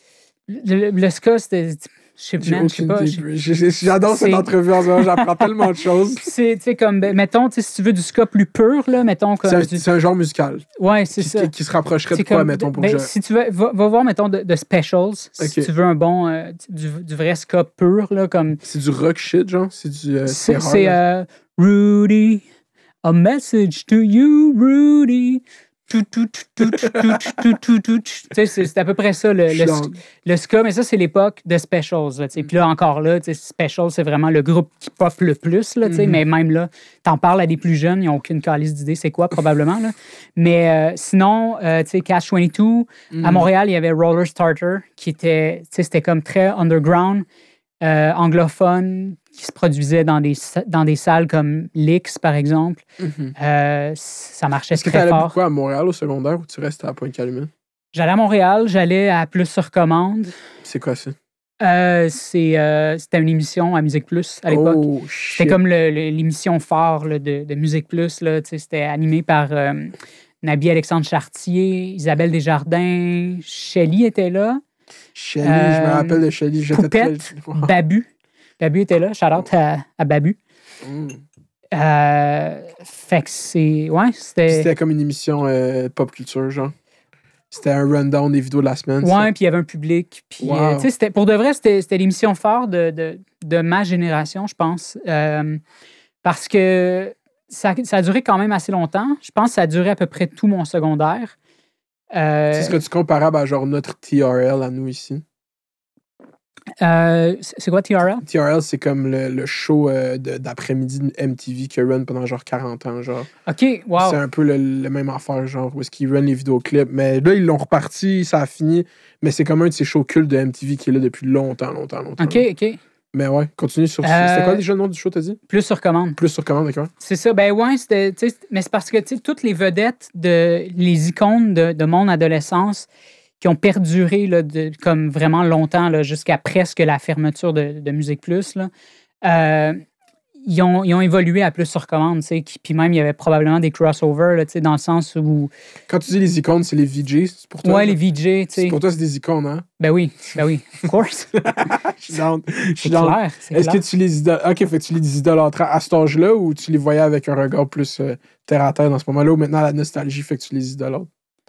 [SPEAKER 3] le, le ska, c'était... Je sais,
[SPEAKER 4] J'ai
[SPEAKER 3] man, je sais
[SPEAKER 4] aucune
[SPEAKER 3] pas.
[SPEAKER 4] idée.
[SPEAKER 3] je-
[SPEAKER 4] J'ai- J'adore cette
[SPEAKER 3] c'est-
[SPEAKER 4] entrevue en ce moment, j'apprends tellement de choses.
[SPEAKER 3] C'est, tu sais, comme, ben, mettons, tu sais, si tu veux du ska plus pur, là, mettons, comme...
[SPEAKER 4] C'est un,
[SPEAKER 3] du-
[SPEAKER 4] c'est un genre musical
[SPEAKER 3] Ouais, c'est
[SPEAKER 4] qui,
[SPEAKER 3] ça.
[SPEAKER 4] qui, qui se rapprocherait de
[SPEAKER 3] C'est
[SPEAKER 4] quoi,
[SPEAKER 3] comme-
[SPEAKER 4] mettons, pour
[SPEAKER 3] ben,
[SPEAKER 4] que je...
[SPEAKER 3] Si tu veux, va, va voir, mettons, de, de Specials, si
[SPEAKER 4] Ok.
[SPEAKER 3] tu veux un bon, euh, du, du vrai ska pur, là, comme...
[SPEAKER 4] C'est du rock shit, genre? C'est du... euh,
[SPEAKER 3] C'est,
[SPEAKER 4] hard,
[SPEAKER 3] c'est
[SPEAKER 4] là.
[SPEAKER 3] euh, Rudy, a message to you, Rudy. Tout, tout, tout, tout, tout, tout, tout, tout. Tu sais, c'est, c'est à peu près ça, le, le,
[SPEAKER 4] Genre.
[SPEAKER 3] le ska, mais ça, c'est l'époque de Specials. Là, tu sais. Puis là, encore là, tu sais, Specials, c'est vraiment le groupe qui pop le plus. Là, tu sais.
[SPEAKER 4] Mhm.
[SPEAKER 3] Mais même là, t'en parles à des plus jeunes, ils n'ont aucune calice d'idée c'est quoi, probablement. Là. Mais euh, sinon, euh, tu sais, Catch vingt-deux, à Montréal, il y avait Roller Starter, qui était, tu sais, c'était comme très underground, euh, anglophone, qui se produisait dans des, sa- dans des salles comme l'X, par exemple.
[SPEAKER 4] Mhm.
[SPEAKER 3] Euh, ça marchait
[SPEAKER 4] Est-ce que tu
[SPEAKER 3] très
[SPEAKER 4] allais
[SPEAKER 3] fort.
[SPEAKER 4] beaucoup à Montréal au secondaire ou tu restes à Pointe-Calumet?
[SPEAKER 3] J'allais à Montréal, j'allais à Plus sur commande.
[SPEAKER 4] C'est quoi ça?
[SPEAKER 3] Euh, c'est, euh, c'était une émission à Musique Plus à l'époque.
[SPEAKER 4] Oh, shit.
[SPEAKER 3] C'était comme le- le- l'émission phare là, de, de Musique Plus. Là, tu sais, c'était animé par euh, Nabi Alexandre Chartier, Isabelle Desjardins, Shelly était là,
[SPEAKER 4] Shelly, je me
[SPEAKER 3] Euh,
[SPEAKER 4] rappelle de Shelly. J'étais
[SPEAKER 3] Poupette,
[SPEAKER 4] très-
[SPEAKER 3] Babu. Babu était là, shout out à, à Babu.
[SPEAKER 4] Mm.
[SPEAKER 3] Euh, fait que c'est. Ouais,
[SPEAKER 4] Puis
[SPEAKER 3] c'était.
[SPEAKER 4] C'était comme une émission euh, pop culture, genre. C'était un rundown des vidéos de la semaine.
[SPEAKER 3] Ouais, puis il y avait un public. Puis,
[SPEAKER 4] Wow.
[SPEAKER 3] euh, tu sais, c'était- pour de vrai, c'était, c'était l'émission phare de, de, de ma génération, je pense. Euh, parce que ça, ça a duré quand même assez longtemps. Je pense que ça a duré à peu près tout mon secondaire. Euh,
[SPEAKER 4] C'est ce que tu comparable à genre notre T R L à nous ici.
[SPEAKER 3] euh, c'est c'est quoi T R L?
[SPEAKER 4] T R L, c'est comme le, le show euh, de- d'après-midi de M T V qui run pendant genre quarante ans, genre.
[SPEAKER 3] OK, wow.
[SPEAKER 4] C'est un peu le, le même affaire, genre, où est-ce qu'ils run les vidéoclips. Mais là, ils l'ont reparti, ça a fini. Mais c'est comme un de ces shows cultes de M T V qui est là depuis longtemps, longtemps, longtemps.
[SPEAKER 3] OK, OK.
[SPEAKER 4] Mais ouais, continue sur...
[SPEAKER 3] Euh,
[SPEAKER 4] C'était quoi déjà le nom du show, t'as dit?
[SPEAKER 3] Plus sur commande.
[SPEAKER 4] Plus sur commande, d'accord?
[SPEAKER 3] C'est ça. Ben ouais, c'était. tu sais, mais c'est parce que, tu sais, toutes les vedettes, de, les icônes de, de mon adolescence qui ont perduré là, de, comme vraiment longtemps, là, jusqu'à presque la fermeture de, de Musique Plus, là, euh, ils, ont, ils ont évolué à Plus sur commande, tu sais. qui- Puis même, il y avait probablement des crossovers, là, tu sais, dans le sens où.
[SPEAKER 4] Quand tu dis les icônes, c'est les V J, c'est pour toi?
[SPEAKER 3] Ouais,
[SPEAKER 4] là?
[SPEAKER 3] les V J, tu
[SPEAKER 4] C'est
[SPEAKER 3] sais.
[SPEAKER 4] pour toi, c'est des icônes, hein?
[SPEAKER 3] Ben oui, ben oui, of course.
[SPEAKER 4] Je suis down. Je suis
[SPEAKER 3] C'est
[SPEAKER 4] down.
[SPEAKER 3] clair. C'est
[SPEAKER 4] Est-ce
[SPEAKER 3] clair.
[SPEAKER 4] que tu les idolâtres? Ok, fait que tu les idolâtrais à cet âge-là ou tu les voyais avec un regard plus euh, terre à terre dans ce moment-là ou maintenant la nostalgie fait que tu les idolâtres?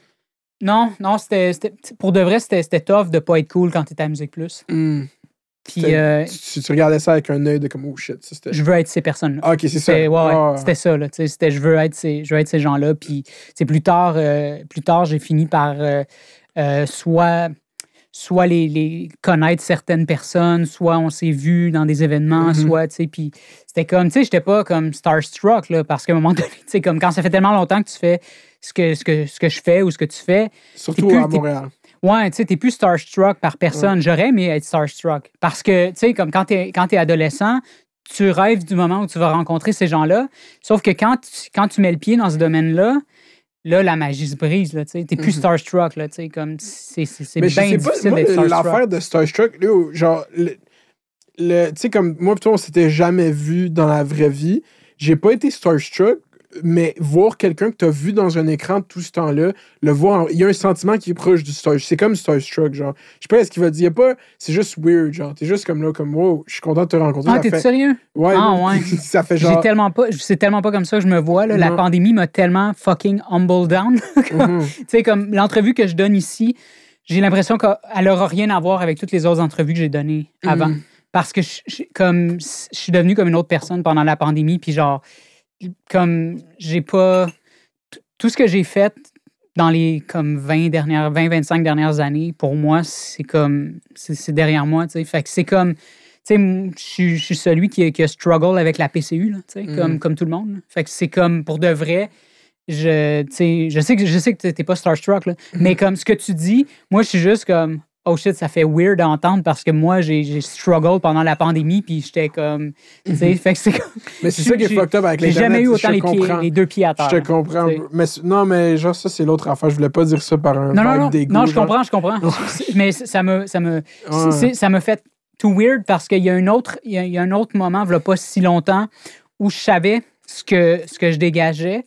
[SPEAKER 3] Non, non, c'était, c'était- pour de vrai, c'était, c'était tough de pas être cool quand t'étais à Musique Plus.
[SPEAKER 4] Hmm.
[SPEAKER 3] Puis
[SPEAKER 4] C'était-
[SPEAKER 3] euh,
[SPEAKER 4] tu, tu regardais ça avec un œil de comme oh shit, ça c'était.
[SPEAKER 3] je veux être ces personnes-là.
[SPEAKER 4] Ah, ok, c'est ça.
[SPEAKER 3] C'était, ouais, ouais,
[SPEAKER 4] Ah,
[SPEAKER 3] c'était ça, là. tu sais, C'était, je veux être ces, je veux être ces gens-là. Puis, tu sais, plus tard, euh, plus tard, j'ai fini par euh, euh, soit, soit les, les connaître certaines personnes, soit on s'est vu dans des événements,
[SPEAKER 4] Mhm.
[SPEAKER 3] soit, tu sais, puis c'était comme, tu sais, j'étais pas comme starstruck, là, parce qu'à un moment donné, tu sais, comme quand ça fait tellement longtemps que tu fais ce que, ce que, ce que je fais ou ce que tu fais,
[SPEAKER 4] Surtout
[SPEAKER 3] t'es plus-
[SPEAKER 4] à
[SPEAKER 3] t'es-
[SPEAKER 4] Montréal.
[SPEAKER 3] ouais, tu sais, t'es plus starstruck par personne. J'aurais aimé être starstruck. Parce que, tu sais, comme quand t'es, quand t'es adolescent, tu rêves du moment où tu vas rencontrer ces gens-là. Sauf que quand tu, quand tu mets le pied dans ce domaine-là, là, la magie se brise, là, tu sais. T'es plus
[SPEAKER 4] Mhm.
[SPEAKER 3] starstruck, là, tu sais, comme c'est, c'est, c'est
[SPEAKER 4] Mais
[SPEAKER 3] bien
[SPEAKER 4] je sais pas,
[SPEAKER 3] difficile
[SPEAKER 4] moi,
[SPEAKER 3] d'être starstruck.
[SPEAKER 4] l'affaire de Starstruck, là, où, genre, le, le- tu sais, comme moi et toi, on s'était jamais vu dans la vraie vie. J'ai pas été Starstruck, mais voir quelqu'un que tu as vu dans un écran tout ce temps-là, le voir, en- il y a un sentiment qui est proche du Starstruck. C'est comme Starstruck, genre. Je sais pas ce qu'il va dire. Il y a pas, c'est juste weird, genre. T'es juste comme là, comme wow, je suis content de te rencontrer.
[SPEAKER 3] Ah,
[SPEAKER 4] Ça
[SPEAKER 3] t'es
[SPEAKER 4] fait-
[SPEAKER 3] sérieux?
[SPEAKER 4] Ouais,
[SPEAKER 3] Ah,
[SPEAKER 4] là,
[SPEAKER 3] ouais.
[SPEAKER 4] ça fait
[SPEAKER 3] J'ai
[SPEAKER 4] genre.
[SPEAKER 3] tellement pas, c'est tellement pas comme ça que je me vois, là. La
[SPEAKER 4] Non.
[SPEAKER 3] pandémie m'a tellement fucking humble down.
[SPEAKER 4] Mhm.
[SPEAKER 3] Tu sais, comme l'entrevue que je donne ici, j'ai l'impression qu'elle n'aura rien à voir avec toutes les autres entrevues que j'ai données avant.
[SPEAKER 4] Mhm.
[SPEAKER 3] Parce que je, je- comme, je suis devenue comme une autre personne pendant la pandémie, puis genre, comme, j'ai pas... t- Tout ce que j'ai fait dans les comme vingt dernières, vingt vingt-cinq dernières années, pour moi, c'est comme... C'est c'est derrière moi, tu sais. Fait que c'est comme... Tu sais, m- je suis- je suis celui qui, a- qui a struggle avec la P C U, là, tu sais,
[SPEAKER 4] Mhm.
[SPEAKER 3] comme, comme tout le monde. Là. Fait que c'est comme, pour de vrai... Je, tu sais, je sais que je sais que t'es pas starstruck, là, mais comme ce que tu dis, moi, je suis juste comme, oh shit, ça fait weird à entendre parce que moi, j'ai, j'ai struggle pendant la pandémie, puis j'étais comme, tu sais, fait que c'est comme...
[SPEAKER 4] Mais c'est ça qui est fucked up avec
[SPEAKER 3] J'ai
[SPEAKER 4] l'Internet.
[SPEAKER 3] jamais eu autant
[SPEAKER 4] je
[SPEAKER 3] les,
[SPEAKER 4] comprends.
[SPEAKER 3] pieds, les deux pieds à terre.
[SPEAKER 4] Je te comprends.
[SPEAKER 3] T'sais.
[SPEAKER 4] Mais non, mais genre, ça, c'est l'autre affaire. Je voulais pas dire ça par un
[SPEAKER 3] Non, non,
[SPEAKER 4] vibe
[SPEAKER 3] non,
[SPEAKER 4] d'égo.
[SPEAKER 3] non, je
[SPEAKER 4] genre.
[SPEAKER 3] comprends, je comprends. Mais ça me, ça me,
[SPEAKER 4] Ouais.
[SPEAKER 3] c'est- ça me fait tout weird parce qu'il y a un autre, il y a, il y a un autre moment, il y a pas si longtemps, où je savais ce que, ce que je dégageais,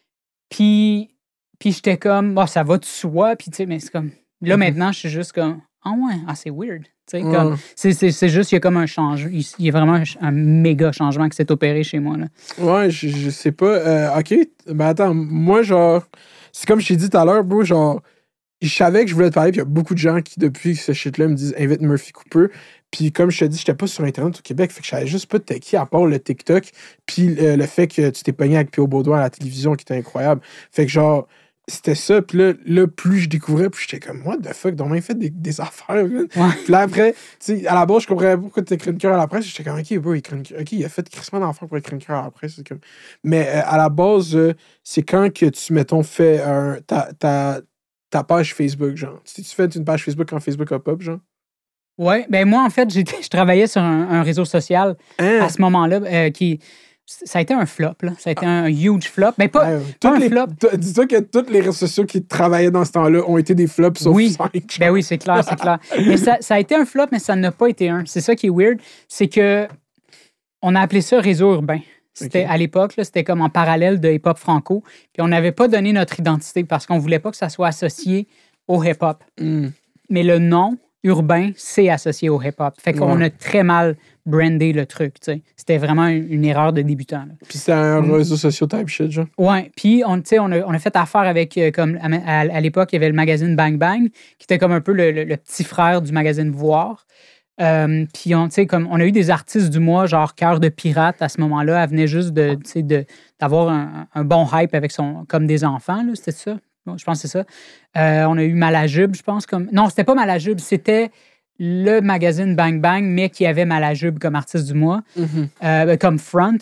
[SPEAKER 3] puis, puis j'étais comme, oh, ça va de soi, puis tu sais, mais c'est comme, là,
[SPEAKER 4] Mhm.
[SPEAKER 3] maintenant, je suis juste comme, ah ouais, ah, c'est weird. Tu sais,
[SPEAKER 4] Ouais.
[SPEAKER 3] comme, c'est, c'est, c'est juste, il y a comme un changement, il il y a vraiment un, un méga changement qui s'est opéré chez moi, là.
[SPEAKER 4] Ouais, je, je sais pas. Euh, ok, ben attends, moi, genre, c'est comme je t'ai dit tout à l'heure, bro, genre, je savais que je voulais te parler, puis il y a beaucoup de gens qui, depuis ce shit-là, me disent invite Murphy Cooper. Puis comme je te dis, j'étais pas sur Internet au Québec, fait que je savais juste pas t'es qui à part le TikTok, puis euh, le fait que tu t'es pogné avec Pio Baudouin à la télévision qui était incroyable. Fait que genre, c'était ça, puis là, là, plus je découvrais, plus j'étais comme, what the fuck, donc, il fait des, des affaires, man.
[SPEAKER 3] Ouais.
[SPEAKER 4] Puis là, après, tu sais, à la base, je comprenais pas pourquoi tu écris une cœur à la presse. J'étais comme, OK, bro, il, écrit une- OK, il a fait crissement d'enfants pour écrire une cœur à la presse. C'est comme... Mais euh, à la base, euh, c'est quand que tu, mettons, fais un, ta, ta, ta page Facebook, genre. Tu, tu fais une page Facebook quand Facebook a pop, genre.
[SPEAKER 3] Ouais, ben moi, en fait, j'étais- je travaillais sur un, un réseau social
[SPEAKER 4] Hein?
[SPEAKER 3] à ce moment-là euh, qui. Ça a été un flop, là. Ça a été un huge flop. Mais pas,
[SPEAKER 4] Ouais,
[SPEAKER 3] pas
[SPEAKER 4] toutes
[SPEAKER 3] un
[SPEAKER 4] les-
[SPEAKER 3] flop.
[SPEAKER 4] t- Dis-toi que tous les réseaux sociaux qui travaillaient dans ce temps-là ont été des flops, sauf
[SPEAKER 3] Oui.
[SPEAKER 4] cinq.
[SPEAKER 3] Ben oui, c'est clair, c'est clair. Mais ça, ça a été un flop, mais ça n'a pas été un. C'est ça qui est weird. C'est que on a appelé ça réseau urbain. C'était
[SPEAKER 4] Ok.
[SPEAKER 3] à l'époque, là, c'était comme en parallèle de hip-hop franco. Puis on n'avait pas donné notre identité parce qu'on voulait pas que ça soit associé au hip-hop.
[SPEAKER 4] Hmm.
[SPEAKER 3] Mais le nom urbain, c'est associé au hip-hop. Fait qu'on
[SPEAKER 4] Ouais.
[SPEAKER 3] a très mal brandé le truc, tu sais. C'était vraiment une, une erreur de débutant, là.
[SPEAKER 4] Puis c'était un
[SPEAKER 3] Mm.
[SPEAKER 4] réseau social type shit, genre.
[SPEAKER 3] Ouais, puis on, tu sais, on, a, on a fait affaire avec, euh, comme à, à- à l'époque, il y avait le magazine Bang Bang, qui était comme un peu le, le- le petit frère du magazine Voir. Euh, puis on, tu sais, comme on a eu des artistes du mois, genre Cœur de Pirate, à ce moment-là, elle venait juste de, tu sais, de, d'avoir un, un bon hype avec son, comme des enfants, là, c'était ça? Bon, je pense que c'est ça. Euh, on a eu Malajube, je pense. Comme... Non, c'était pas Malajube, c'était le magazine Bang Bang, mais qui avait Malajube comme artiste du mois,
[SPEAKER 4] Mhm.
[SPEAKER 3] euh, comme front.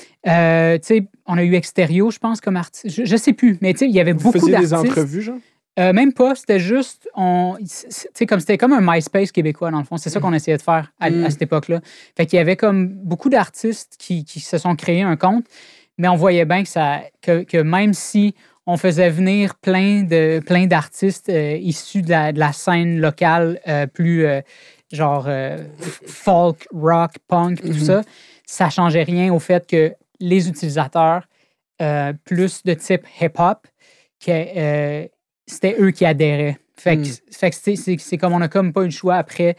[SPEAKER 3] Euh, tu sais, on a eu Extérieur, je pense, comme artiste. Je, je sais plus, mais tu sais, il y avait
[SPEAKER 4] Vous
[SPEAKER 3] beaucoup
[SPEAKER 4] faisiez des
[SPEAKER 3] d'artistes.
[SPEAKER 4] entrevues, genre?
[SPEAKER 3] Euh, même pas, c'était juste, on, c'est- c'est- tu sais, comme c'était comme un MySpace québécois, dans le fond. C'est ça qu'on essayait de faire à,
[SPEAKER 4] Mm.
[SPEAKER 3] à cette époque-là. Fait qu'il y avait comme beaucoup d'artistes qui, qui se sont créés un compte, mais on voyait bien que, ça, que, que même si on faisait venir plein, de, plein d'artistes euh, issus de la, de la scène locale euh, plus euh, genre euh, folk, rock, punk, puis tout
[SPEAKER 4] Mhm.
[SPEAKER 3] ça, ça changeait rien au fait que les utilisateurs euh, plus de type hip-hop, que, euh, c'était eux qui adhéraient. Fait que,
[SPEAKER 4] Mm.
[SPEAKER 3] fait que c'est, c'est, c'est comme on n'a comme pas eu le choix après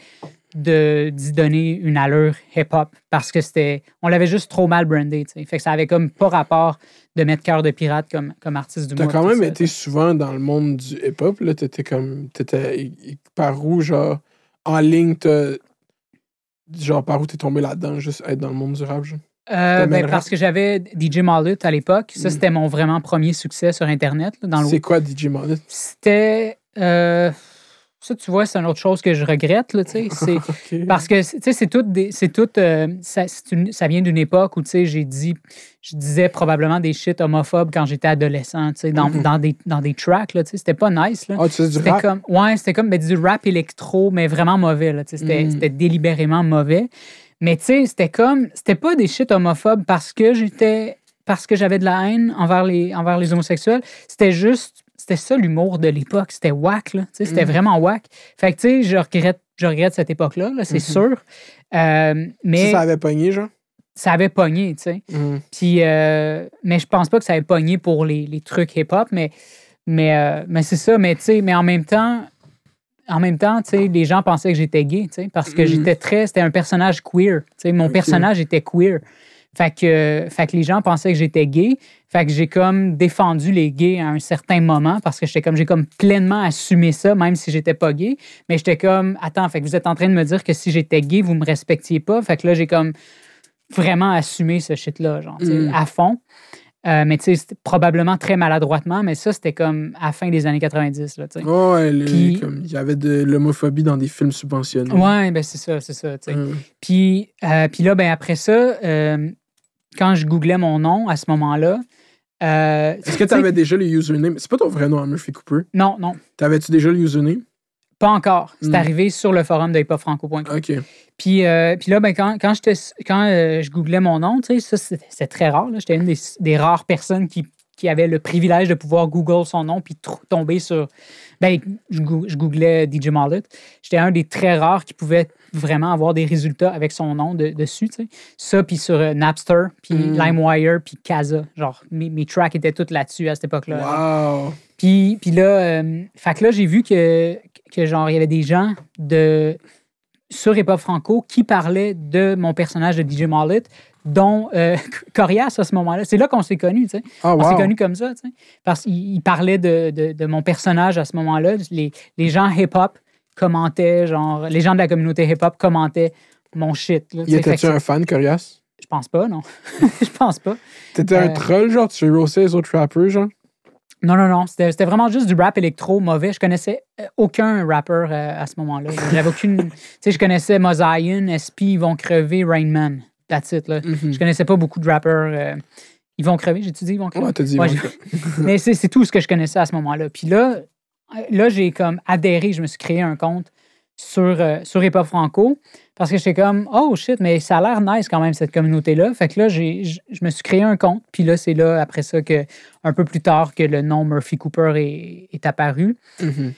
[SPEAKER 3] de, d'y donner une allure hip-hop parce que c'était. On l'avait juste trop mal brandé. T'sais. Fait que ça avait comme pas rapport de mettre Cœur de Pirate comme, comme artiste du
[SPEAKER 4] T'as
[SPEAKER 3] mois.
[SPEAKER 4] quand
[SPEAKER 3] tout
[SPEAKER 4] même
[SPEAKER 3] ça,
[SPEAKER 4] été souvent dans le monde du hip-hop, là. T'étais comme. T'étais par où, genre, en ligne, t'as. Genre, par où t'es tombé là-dedans, juste être dans le monde du rap, genre?
[SPEAKER 3] Euh,
[SPEAKER 4] T'aimais
[SPEAKER 3] ben,
[SPEAKER 4] le
[SPEAKER 3] parce
[SPEAKER 4] rap?
[SPEAKER 3] que j'avais D J Mallet à l'époque. Ça,
[SPEAKER 4] Mm.
[SPEAKER 3] c'était mon vraiment premier succès sur Internet. Là, dans le...
[SPEAKER 4] C'est quoi D J Mallet?
[SPEAKER 3] C'était. euh, Ça, tu vois, c'est une autre chose que je regrette. Là, tu sais. C'est...
[SPEAKER 4] Ok.
[SPEAKER 3] Parce que, tu sais, c'est tout, des, c'est tout euh, ça, c'est une- ça vient d'une époque où, tu sais, j'ai dit, je disais probablement des shit homophobes quand j'étais adolescent, tu sais, dans,
[SPEAKER 4] Mhm.
[SPEAKER 3] dans, des, dans des tracks, là, tu sais, c'était pas nice, là.
[SPEAKER 4] Ah, tu fais du
[SPEAKER 3] C'était
[SPEAKER 4] rap?
[SPEAKER 3] comme, ouais, c'était comme ben, du rap électro, mais vraiment mauvais, là, tu sais, c'était,
[SPEAKER 4] Mm.
[SPEAKER 3] c'était délibérément mauvais. Mais, tu sais, c'était comme, c'était pas des shit homophobes parce que j'étais, parce que j'avais de la haine envers les, envers les homosexuels. C'était juste, c'était ça l'humour de l'époque. C'était whack, là, tu sais, c'était
[SPEAKER 4] Mhm.
[SPEAKER 3] vraiment whack. Fait que, tu sais, je regrette, je regrette cette époque-là, là, c'est
[SPEAKER 4] Mhm.
[SPEAKER 3] sûr. Euh, mais
[SPEAKER 4] Si ça avait pogné, genre?
[SPEAKER 3] ça avait pogné, tu sais.
[SPEAKER 4] Mhm.
[SPEAKER 3] Puis, euh, mais je pense pas que ça avait pogné pour les, les trucs hip-hop, mais, mais, euh, mais c'est ça. Mais, tu sais, mais en même temps, en même temps, tu sais, les gens pensaient que j'étais gay, tu sais, parce que
[SPEAKER 4] Mhm.
[SPEAKER 3] j'étais très, c'était un personnage queer. Tu sais, mon
[SPEAKER 4] Ok.
[SPEAKER 3] personnage était queer. Fait que, fait que les gens pensaient que j'étais gay. Fait que j'ai comme défendu les gays à un certain moment parce que j'étais comme, j'ai comme pleinement assumé ça, même si j'étais pas gay. Mais j'étais comme, attends, fait que vous êtes en train de me dire que si j'étais gay, vous me respectiez pas. Fait que là, j'ai comme vraiment assumé ce shit-là, genre, tu sais,
[SPEAKER 4] Mm.
[SPEAKER 3] à fond. Euh, mais tu sais, c'était probablement très maladroitement, mais ça, c'était comme à la fin des années quatre-vingt-dix, là, tu sais.
[SPEAKER 4] Oh, ouais, le-
[SPEAKER 3] Puis-
[SPEAKER 4] comme, il y avait de l'homophobie dans des films subventionnés.
[SPEAKER 3] Ouais, ben c'est ça, c'est ça, tu sais.
[SPEAKER 4] Hum.
[SPEAKER 3] Puis, euh, puis là, ben après ça, euh, quand je googlais mon nom à ce moment-là, euh,
[SPEAKER 4] Est-ce que
[SPEAKER 3] tu
[SPEAKER 4] tu avais
[SPEAKER 3] sais,
[SPEAKER 4] déjà le username? C'est pas ton vrai nom, hein, Murphy Cooper.
[SPEAKER 3] Non, non.
[SPEAKER 4] T'avais-tu déjà le username?
[SPEAKER 3] Pas encore. C'est
[SPEAKER 4] Mm.
[SPEAKER 3] arrivé sur le forum de hip hop franco point com.
[SPEAKER 4] OK.
[SPEAKER 3] Puis, euh, puis là, ben, quand, quand, j'étais, quand euh, je googlais mon nom, tu sais, ça, c'était, c'était très rare. Là. J'étais une des, des rares personnes qui, qui avait le privilège de pouvoir Google son nom puis tr- tomber sur... Ben, je, go- je googlais D J Mallet. J'étais un des très rares qui pouvait vraiment avoir des résultats avec son nom de- dessus, tu sais. Ça, puis sur euh, Napster, puis
[SPEAKER 4] Mm.
[SPEAKER 3] LimeWire, puis Casa. Genre, mes, mes tracks étaient tous là-dessus à cette époque-là.
[SPEAKER 4] Wow.
[SPEAKER 3] Puis, puis là, euh, fait que là, j'ai vu que, que genre, il y avait des gens de, sur Hip Hop Franco qui parlaient de mon personnage de D J Mallet, dont euh, Corias à ce moment-là. C'est là qu'on s'est connus, tu sais.
[SPEAKER 4] Ah,
[SPEAKER 3] On s'est
[SPEAKER 4] wow.
[SPEAKER 3] connus comme ça, tu sais. Parce qu'il il parlait de, de, de mon personnage à ce moment-là. Les, les gens hip-hop commentaient, genre, les gens de la communauté hip-hop commentaient mon shit. Là, tu
[SPEAKER 4] Y
[SPEAKER 3] sais. Fait
[SPEAKER 4] était-tu
[SPEAKER 3] que
[SPEAKER 4] un fan, Corias?
[SPEAKER 3] je pense pas, non. Je pense pas.
[SPEAKER 4] T'étais un
[SPEAKER 3] Euh,
[SPEAKER 4] troll, genre? Tu roastais les autres rappers, genre?
[SPEAKER 3] Non, non, non. C'était, c'était vraiment juste du rap électro mauvais. Je connaissais euh, aucun rappeur euh, à ce moment-là. J'avais aucune. Tu sais, je connaissais Mosaïen, S P, Ils vont crever, Rain Man. That's it, là.
[SPEAKER 4] Mhm.
[SPEAKER 3] Je connaissais pas beaucoup de rappeurs. euh, Ils vont crever, j'ai-tu dit Ils vont crever?
[SPEAKER 4] Ouais, t'as dit.
[SPEAKER 3] Ouais,
[SPEAKER 4] ouais.
[SPEAKER 3] j'ai- Mais c'est, c'est tout ce que je connaissais à ce moment-là. Puis là, euh, là, j'ai comme adhéré, je me suis créé un compte sur, euh, sur Hip Hop Franco parce que j'étais comme, oh shit, mais ça a l'air nice quand même, cette communauté-là. Fait que là, j'ai, j- je me suis créé un compte. Puis là, c'est là, après ça, que un peu plus tard, que le nom Murphy Cooper est, est apparu.
[SPEAKER 4] Mhm.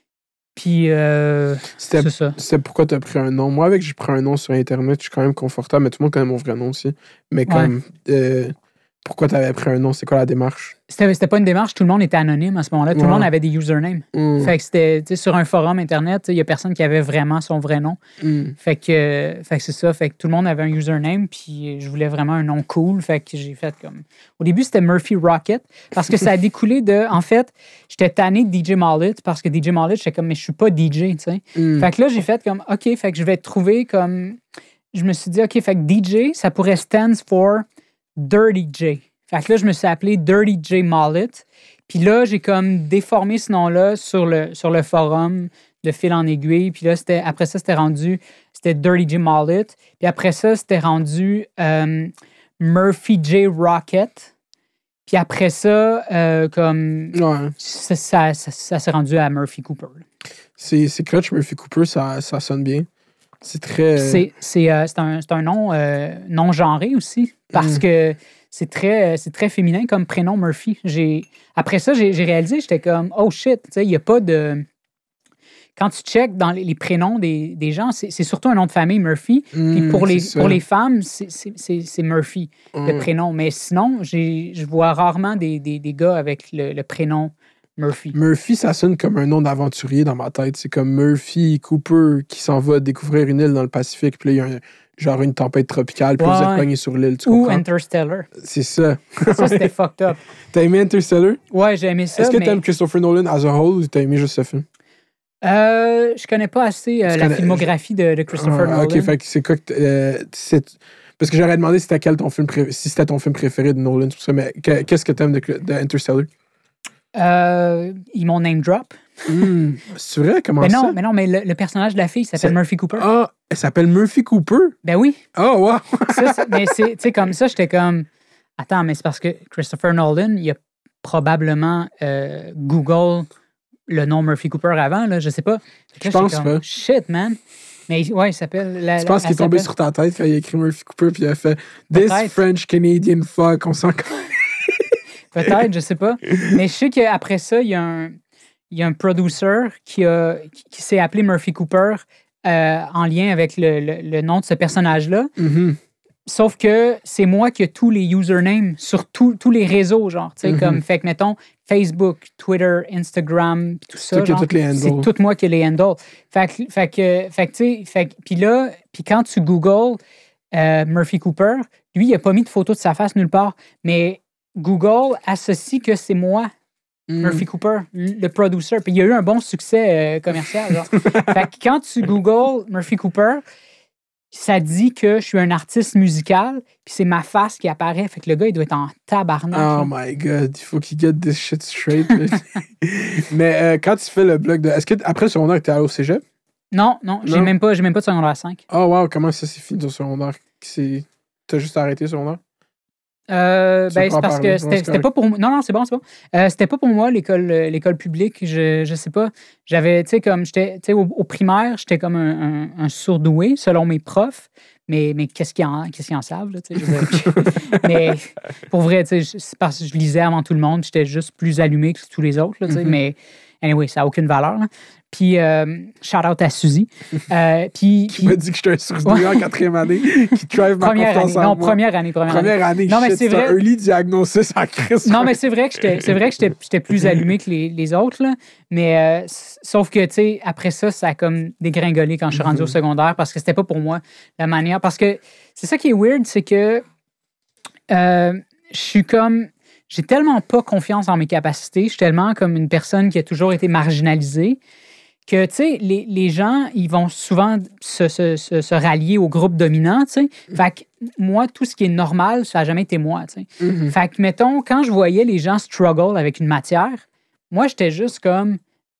[SPEAKER 3] Puis, euh,
[SPEAKER 4] C'était
[SPEAKER 3] c'est ça.
[SPEAKER 4] C'était pourquoi t'as pris un nom. Moi, avec j'ai pris un nom sur Internet, je suis quand même confortable, mais tout le monde connaît mon vrai nom aussi. Mais comme, euh, pourquoi t'avais pris un nom? C'est quoi la démarche?
[SPEAKER 3] C'était, c'était pas une démarche, tout le monde était anonyme à ce moment-là. Tout
[SPEAKER 4] Ouais.
[SPEAKER 3] le monde avait des usernames.
[SPEAKER 4] Mm.
[SPEAKER 3] Fait que c'était, tu sais, sur un forum Internet, il y a personne qui avait vraiment son vrai nom.
[SPEAKER 4] Mm.
[SPEAKER 3] Fait que, euh, fait que c'est ça. Fait que tout le monde avait un username, puis je voulais vraiment un nom cool. Fait que j'ai fait comme. Au début, c'était Murphy Rocket, parce que ça a découlé de. En fait, j'étais tanné de D J Mallet, parce que D J Mallet, j'étais comme, mais je suis pas D J, tu sais.
[SPEAKER 4] Mm.
[SPEAKER 3] Fait que là, j'ai fait comme, OK, fait que je vais trouver comme. Je me suis dit, OK, fait que D J, ça pourrait stand for Dirty J. Fait que là, je me suis appelé Dirty J Mallet. Puis là, j'ai comme déformé ce nom-là sur le, sur le forum de fil en aiguille. Puis là, c'était, après ça, c'était rendu, c'était Dirty J Mallet. Puis après ça, c'était rendu euh, Murphy J Rocket. Puis après ça, euh, comme
[SPEAKER 4] Ouais.
[SPEAKER 3] ça, ça, ça, ça s'est rendu à Murphy Cooper. là.
[SPEAKER 4] C'est, c'est clutch, Murphy Cooper, ça, ça sonne bien. C'est très.
[SPEAKER 3] Puis C'est, c'est, euh, c'est, un, c'est un nom euh, non genré aussi, parce
[SPEAKER 4] Mm.
[SPEAKER 3] que c'est très, c'est très féminin comme prénom Murphy. J'ai, après ça, j'ai, j'ai réalisé, j'étais comme, oh shit, tu sais, il n'y a pas de. Quand tu checkes dans les, les prénoms des, des gens, c'est, c'est surtout un nom de famille, Murphy. Puis
[SPEAKER 4] Mm,
[SPEAKER 3] pour les,
[SPEAKER 4] c'est ça.
[SPEAKER 3] pour les femmes, c'est, c'est, c'est, c'est Murphy, le
[SPEAKER 4] Mm.
[SPEAKER 3] prénom. Mais sinon, j'ai, je vois rarement des, des, des gars avec le, le prénom Murphy.
[SPEAKER 4] Murphy, ça sonne comme un nom d'aventurier dans ma tête. C'est comme Murphy Cooper qui s'en va découvrir une île dans le Pacifique. Puis là, il y a un- genre une tempête tropicale. Puis
[SPEAKER 3] Ouais,
[SPEAKER 4] vous êtes
[SPEAKER 3] ouais.
[SPEAKER 4] pogné sur l'île. Tu
[SPEAKER 3] Ou
[SPEAKER 4] comprends?
[SPEAKER 3] Interstellar.
[SPEAKER 4] C'est ça.
[SPEAKER 3] Ça, c'était fucked up.
[SPEAKER 4] T'as aimé Interstellar?
[SPEAKER 3] Ouais, j'ai aimé ça.
[SPEAKER 4] Est-ce que
[SPEAKER 3] mais...
[SPEAKER 4] t'aimes Christopher Nolan as a whole ou t'as aimé juste ce film?
[SPEAKER 3] Euh, je connais pas assez euh,
[SPEAKER 4] Tu
[SPEAKER 3] la
[SPEAKER 4] connais-
[SPEAKER 3] filmographie de, de Christopher
[SPEAKER 4] Ah,
[SPEAKER 3] Nolan.
[SPEAKER 4] ok, fait que c'est quoi que. t- euh, c'est- Parce que j'aurais demandé si c'était quel ton film pré- si c'était ton film préféré de Nolan, c'est pour ça, mais que- qu'est-ce que t'aimes de, de Interstellar?
[SPEAKER 3] Euh, ils m'ont name drop.
[SPEAKER 4] Hmm, c'est vrai? Comment
[SPEAKER 3] Mais
[SPEAKER 4] ça?
[SPEAKER 3] non, mais non, mais le, le personnage de la fille s'appelle
[SPEAKER 4] C'est-
[SPEAKER 3] Murphy Cooper.
[SPEAKER 4] Ah, elle s'appelle Murphy Cooper?
[SPEAKER 3] Ben oui.
[SPEAKER 4] Oh, wow!
[SPEAKER 3] Ça, c'est- mais c'est, tu sais, comme ça, j'étais comme, attends, mais c'est parce que Christopher Nolan, il a probablement euh, Google le nom Murphy Cooper avant, là, je sais pas. Fait que là,
[SPEAKER 4] Je pense
[SPEAKER 3] j'étais comme,
[SPEAKER 4] pas.
[SPEAKER 3] Shit, man. Mais ouais, il s'appelle. La,
[SPEAKER 4] Tu
[SPEAKER 3] la-
[SPEAKER 4] penses qu'il est
[SPEAKER 3] elle
[SPEAKER 4] tombé
[SPEAKER 3] s'appelle-
[SPEAKER 4] sur ta tête quand il a écrit Murphy Cooper puis il a fait This
[SPEAKER 3] Peut-être.
[SPEAKER 4] French Canadian fuck, on s'en.
[SPEAKER 3] Peut-être, je sais pas. Mais je sais qu'après ça, il y a un, il y a un producer qui, a, qui, qui s'est appelé Murphy Cooper euh, en lien avec le, le- le nom de ce personnage-là.
[SPEAKER 4] Mhm.
[SPEAKER 3] Sauf que c'est moi qui ai tous les usernames sur tous tous les réseaux, genre, tu sais,
[SPEAKER 4] Mhm.
[SPEAKER 3] comme, fait que, mettons, Facebook, Twitter, Instagram, pis tout ça,
[SPEAKER 4] toi qui as
[SPEAKER 3] genre,
[SPEAKER 4] toutes les handles.
[SPEAKER 3] c'est tout moi qui ai les handles. Fait que, fait que, fait que, tu sais, fait que- puis là, puis quand tu googles euh, Murphy Cooper, lui, il a pas mis de photo de sa face nulle part, mais Google associe que c'est moi,
[SPEAKER 4] Mm.
[SPEAKER 3] Murphy Cooper, le producer. Puis il y a eu un bon succès euh, commercial. Genre. Fait que quand tu googles Murphy Cooper, ça dit que je suis un artiste musical, puis c'est ma face qui apparaît. Fait que le gars, il doit être en tabarnak.
[SPEAKER 4] Oh
[SPEAKER 3] là.
[SPEAKER 4] my god, il faut qu'il get this shit straight. là. Mais euh, quand tu fais le blog de. Est-ce que après le secondaire, t'es allé au cégep?
[SPEAKER 3] Non, non, j'ai
[SPEAKER 4] Non.
[SPEAKER 3] même pas, j'ai même pas de secondaire cinq.
[SPEAKER 4] Oh wow, comment ça s'est fini ton secondaire? C'est... T'as juste arrêté le secondaire?
[SPEAKER 3] Euh, ben, c'est parce
[SPEAKER 4] parler,
[SPEAKER 3] que c'était, c'était pas pour moi. Non, non, c'est bon, c'est bon. Euh, c'était pas pour moi, l'école, euh, l'école publique. Je, je sais pas. J'avais, tu sais, comme, j'étais, tu sais, au, au primaire, j'étais comme un, un, un surdoué, selon mes profs. Mais, mais qu'est-ce qu'ils en, qu'est-ce qu'ils en savent, là, tu sais, je veux dire. Mais pour vrai, tu sais, c'est parce que je lisais avant tout le monde, j'étais juste plus allumé que tous les autres, là, tu sais. Mm-hmm. Mais, anyway, ça n'a aucune valeur, là. Puis, euh, shout-out à Suzy. Euh, puis,
[SPEAKER 4] qui m'a dit que j'étais un surdoué en quatrième année, qui drive ma
[SPEAKER 3] première
[SPEAKER 4] confiance
[SPEAKER 3] année.
[SPEAKER 4] en
[SPEAKER 3] Non,
[SPEAKER 4] moi.
[SPEAKER 3] première année, première,
[SPEAKER 4] première année.
[SPEAKER 3] année. Non, mais
[SPEAKER 4] shit,
[SPEAKER 3] c'est vrai.
[SPEAKER 4] un early diagnosis en crise.
[SPEAKER 3] Non, mais c'est vrai que j'étais, c'est vrai que j'étais, j'étais plus allumé que les, les autres, là. Mais, euh, sauf que, tu sais, après ça, ça a comme dégringolé quand je suis rendu mm-hmm. au secondaire parce que c'était pas pour moi la manière. Parce que c'est ça qui est weird, c'est que euh, je suis comme... J'ai tellement pas confiance en mes capacités. Je suis tellement comme une personne qui a toujours été marginalisée que, tu sais, les, les gens, ils vont souvent se, se, se, se rallier au groupe dominant, tu sais. Fait que moi, tout ce qui est normal, ça n'a jamais été moi, tu sais. Mm-hmm. Fait que, mettons, quand je voyais les gens struggle avec une matière, moi, j'étais juste comme,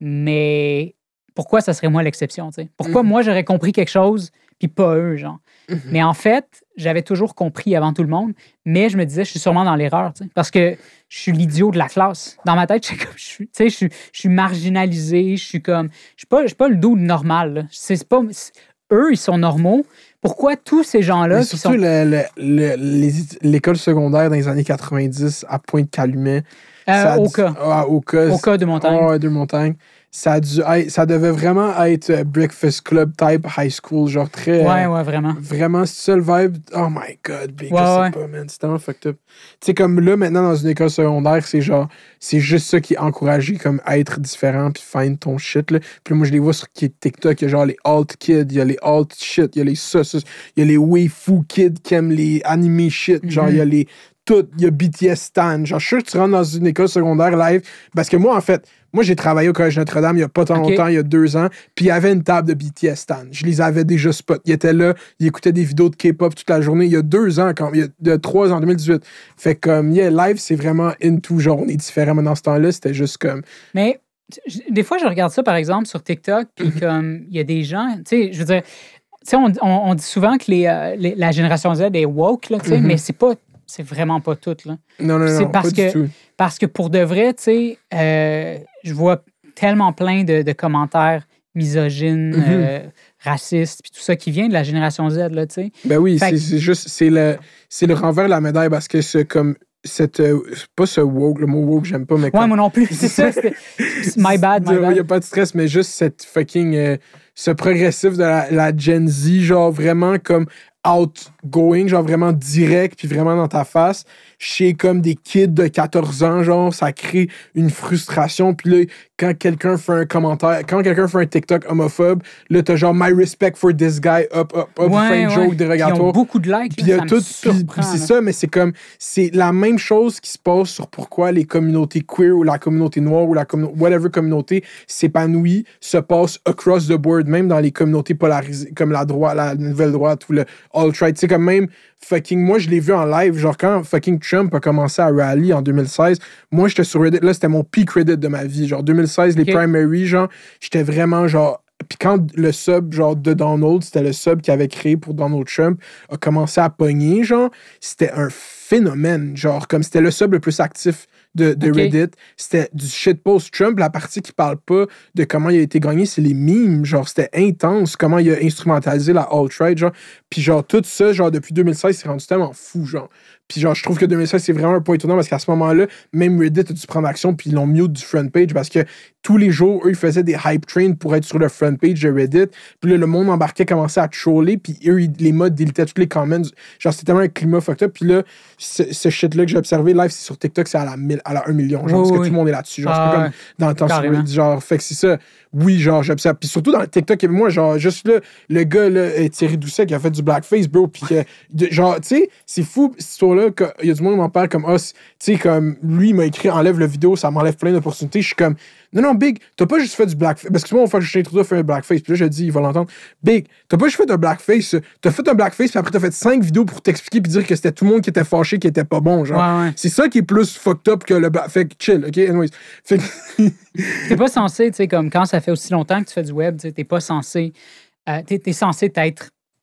[SPEAKER 3] mais pourquoi ça serait moi l'exception, tu sais? Pourquoi mm-hmm. moi, j'aurais compris quelque chose puis pas eux, genre? Mm-hmm. Mais en fait, j'avais toujours compris avant tout le monde, mais je me disais, je suis sûrement dans l'erreur, tu sais, parce que je suis l'idiot de la classe. Dans ma tête, je suis comme, je suis, tu sais, je suis, je suis marginalisé, je suis comme, je suis pas, je suis pas le dude normal, là. C'est, c'est pas, c'est, eux, ils sont normaux. Pourquoi tous ces gens-là...
[SPEAKER 4] Mais
[SPEAKER 3] qui
[SPEAKER 4] surtout
[SPEAKER 3] sont...
[SPEAKER 4] le, le, le, les, l'école secondaire dans les années quatre-vingt-dix à Pointe-Calumet.
[SPEAKER 3] Euh, au cas.
[SPEAKER 4] Ah, au cas.
[SPEAKER 3] Au cas de Montagne.
[SPEAKER 4] Ah, de Montagne. Ça, a dû, ça devait vraiment être Breakfast Club type high school, genre très...
[SPEAKER 3] Ouais, ouais, vraiment.
[SPEAKER 4] Vraiment, c'est ça le vibe. Oh my God, big,
[SPEAKER 3] ouais,
[SPEAKER 4] je sais
[SPEAKER 3] ouais.
[SPEAKER 4] pas, man. C'est tellement fucked up. Tu sais, comme là, maintenant, dans une école secondaire, c'est genre... C'est juste ça qui est encouragé, comme être différent puis find ton shit, là. Puis là, moi, je les vois sur TikTok, il y a genre les alt kids, il y a les alt shit, il y a les ça, ça, il y a les waifu kids qui aiment les anime shit, mm-hmm. genre, il y a les... Tout, il y a B T S Stan. Genre, je suis sûr que tu rentres dans une école secondaire live. Parce que moi, en fait, moi, j'ai travaillé au Collège Notre-Dame il n'y a pas tant okay. longtemps, il y a deux ans. Puis il y avait une table de B T S Stan. Je les avais déjà spot. Ils étaient là, ils écoutaient des vidéos de K-pop toute la journée. Il y a deux ans, quand, il y a de trois ans, en deux mille dix-huit. Fait que, comme, yeah, live, c'est vraiment into. Genre, on est différent. Mais dans ce temps-là, c'était juste comme.
[SPEAKER 3] Mais des fois, je regarde ça, par exemple, sur TikTok. Puis comme, il y a des gens, tu sais, je veux dire, tu sais, on, on, on dit souvent que les, euh, les, la génération Z est woke, là, tu sais, mm-hmm. mais c'est pas. C'est vraiment pas tout, là.
[SPEAKER 4] Non, non,
[SPEAKER 3] c'est
[SPEAKER 4] non,
[SPEAKER 3] parce
[SPEAKER 4] pas
[SPEAKER 3] que,
[SPEAKER 4] du tout.
[SPEAKER 3] Parce que pour de vrai, tu sais, euh, je vois tellement plein de, de commentaires misogynes, mm-hmm. euh, racistes, puis tout ça qui vient de la génération Z, là, tu sais.
[SPEAKER 4] Ben oui,
[SPEAKER 3] fait
[SPEAKER 4] c'est, c'est juste, c'est le, c'est le renvers de la médaille parce que c'est comme, cette, euh, pas ce woke, le mot woke, j'aime pas, mais comme...
[SPEAKER 3] Ouais, moi non plus, c'est ça, c'est my bad, my bad.
[SPEAKER 4] Il n'y a pas de stress, mais juste cette fucking, euh, ce progressif de la, la Gen Z, genre vraiment comme outgoing, genre vraiment direct, puis vraiment dans ta face. Chez comme des kids de quatorze ans, genre, ça crée une frustration. Puis là, quand quelqu'un fait un commentaire, quand quelqu'un fait un TikTok homophobe, là, t'as genre « My respect for this guy », up, up, up,
[SPEAKER 3] ouais,
[SPEAKER 4] fin de
[SPEAKER 3] ouais.
[SPEAKER 4] joke dérogatoire.
[SPEAKER 3] Ils ont beaucoup de likes,
[SPEAKER 4] puis il y a tout, puis, puis c'est
[SPEAKER 3] là.
[SPEAKER 4] ça, mais c'est comme, c'est la même chose qui se passe sur pourquoi les communautés queer ou la communauté noire ou la communauté, whatever communauté s'épanouit, se passe across the board, même dans les communautés polarisées, comme la droite, la nouvelle droite ou le alt-right. Tu sais, comme même, fucking, moi, je l'ai vu en live, genre quand fucking Trump a commencé à rally en deux mille seize, moi, j'étais sur Reddit, là, c'était mon peak Reddit de ma vie, genre deux mille seize, les okay. primaries, genre, j'étais vraiment, genre, puis quand le sub, genre, de Donald, c'était le sub qu'il avait créé pour Donald Trump, a commencé à pogner, genre, c'était un phénomène, genre, comme c'était le sub le plus actif de, de okay. Reddit, c'était du shitpost Trump. La partie qui parle pas de comment il a été gagné, c'est les memes, genre, c'était intense, comment il a instrumentalisé la alt-right, genre, puis genre, tout ça, genre, depuis deux mille seize, c'est rendu tellement fou, genre. Puis genre, je trouve que deux mille seize, c'est vraiment un point étonnant parce qu'à ce moment-là, même Reddit a dû prendre action puis ils l'ont mute du front page parce que tous les jours, eux, ils faisaient des hype trains pour être sur le front page de Reddit. Puis là, le monde embarquait, commençait à troller puis eux, ils, les mods délitaient tous les comments. Genre, c'était tellement un climat fucked up. Puis là, ce, ce shit-là que j'ai observé live, c'est sur TikTok, c'est à la, mille, à la un million. Genre, oui, parce que oui. tout le monde est là-dessus. Genre, ah, c'est pas ouais. comme dans le temps sur Reddit. Genre, fait que c'est ça. Oui, genre, j'observe. Puis surtout dans le TikTok, moi, genre, juste là, le gars, là, Thierry Doucet, qui a fait du blackface, bro. Puis que, genre, tu sais, c'est fou, cette histoire-là, qu'il y a du monde qui m'en parle comme, ah, tu sais, comme, lui, il m'a écrit, enlève la vidéo, ça m'enlève plein d'opportunités. Je suis comme, non, non, Big, t'as pas juste fait du blackface. Parce que souvent, on fait juste introduire faire un blackface. Puis là, je dis, il va l'entendre. Big, t'as pas juste fait un blackface. T'as fait un blackface, puis après, t'as fait cinq vidéos pour t'expliquer, puis dire que c'était tout le monde qui était fâché, qui était pas bon, genre.
[SPEAKER 3] Ouais, ouais.
[SPEAKER 4] C'est ça qui est plus fucked up que le black. Fait que chill, OK? Anyways. Fait que.
[SPEAKER 3] T'es pas censé, tu sais, comme quand ça fait aussi longtemps que tu fais du web, t'es pas censé. Euh, t'es, t'es censé être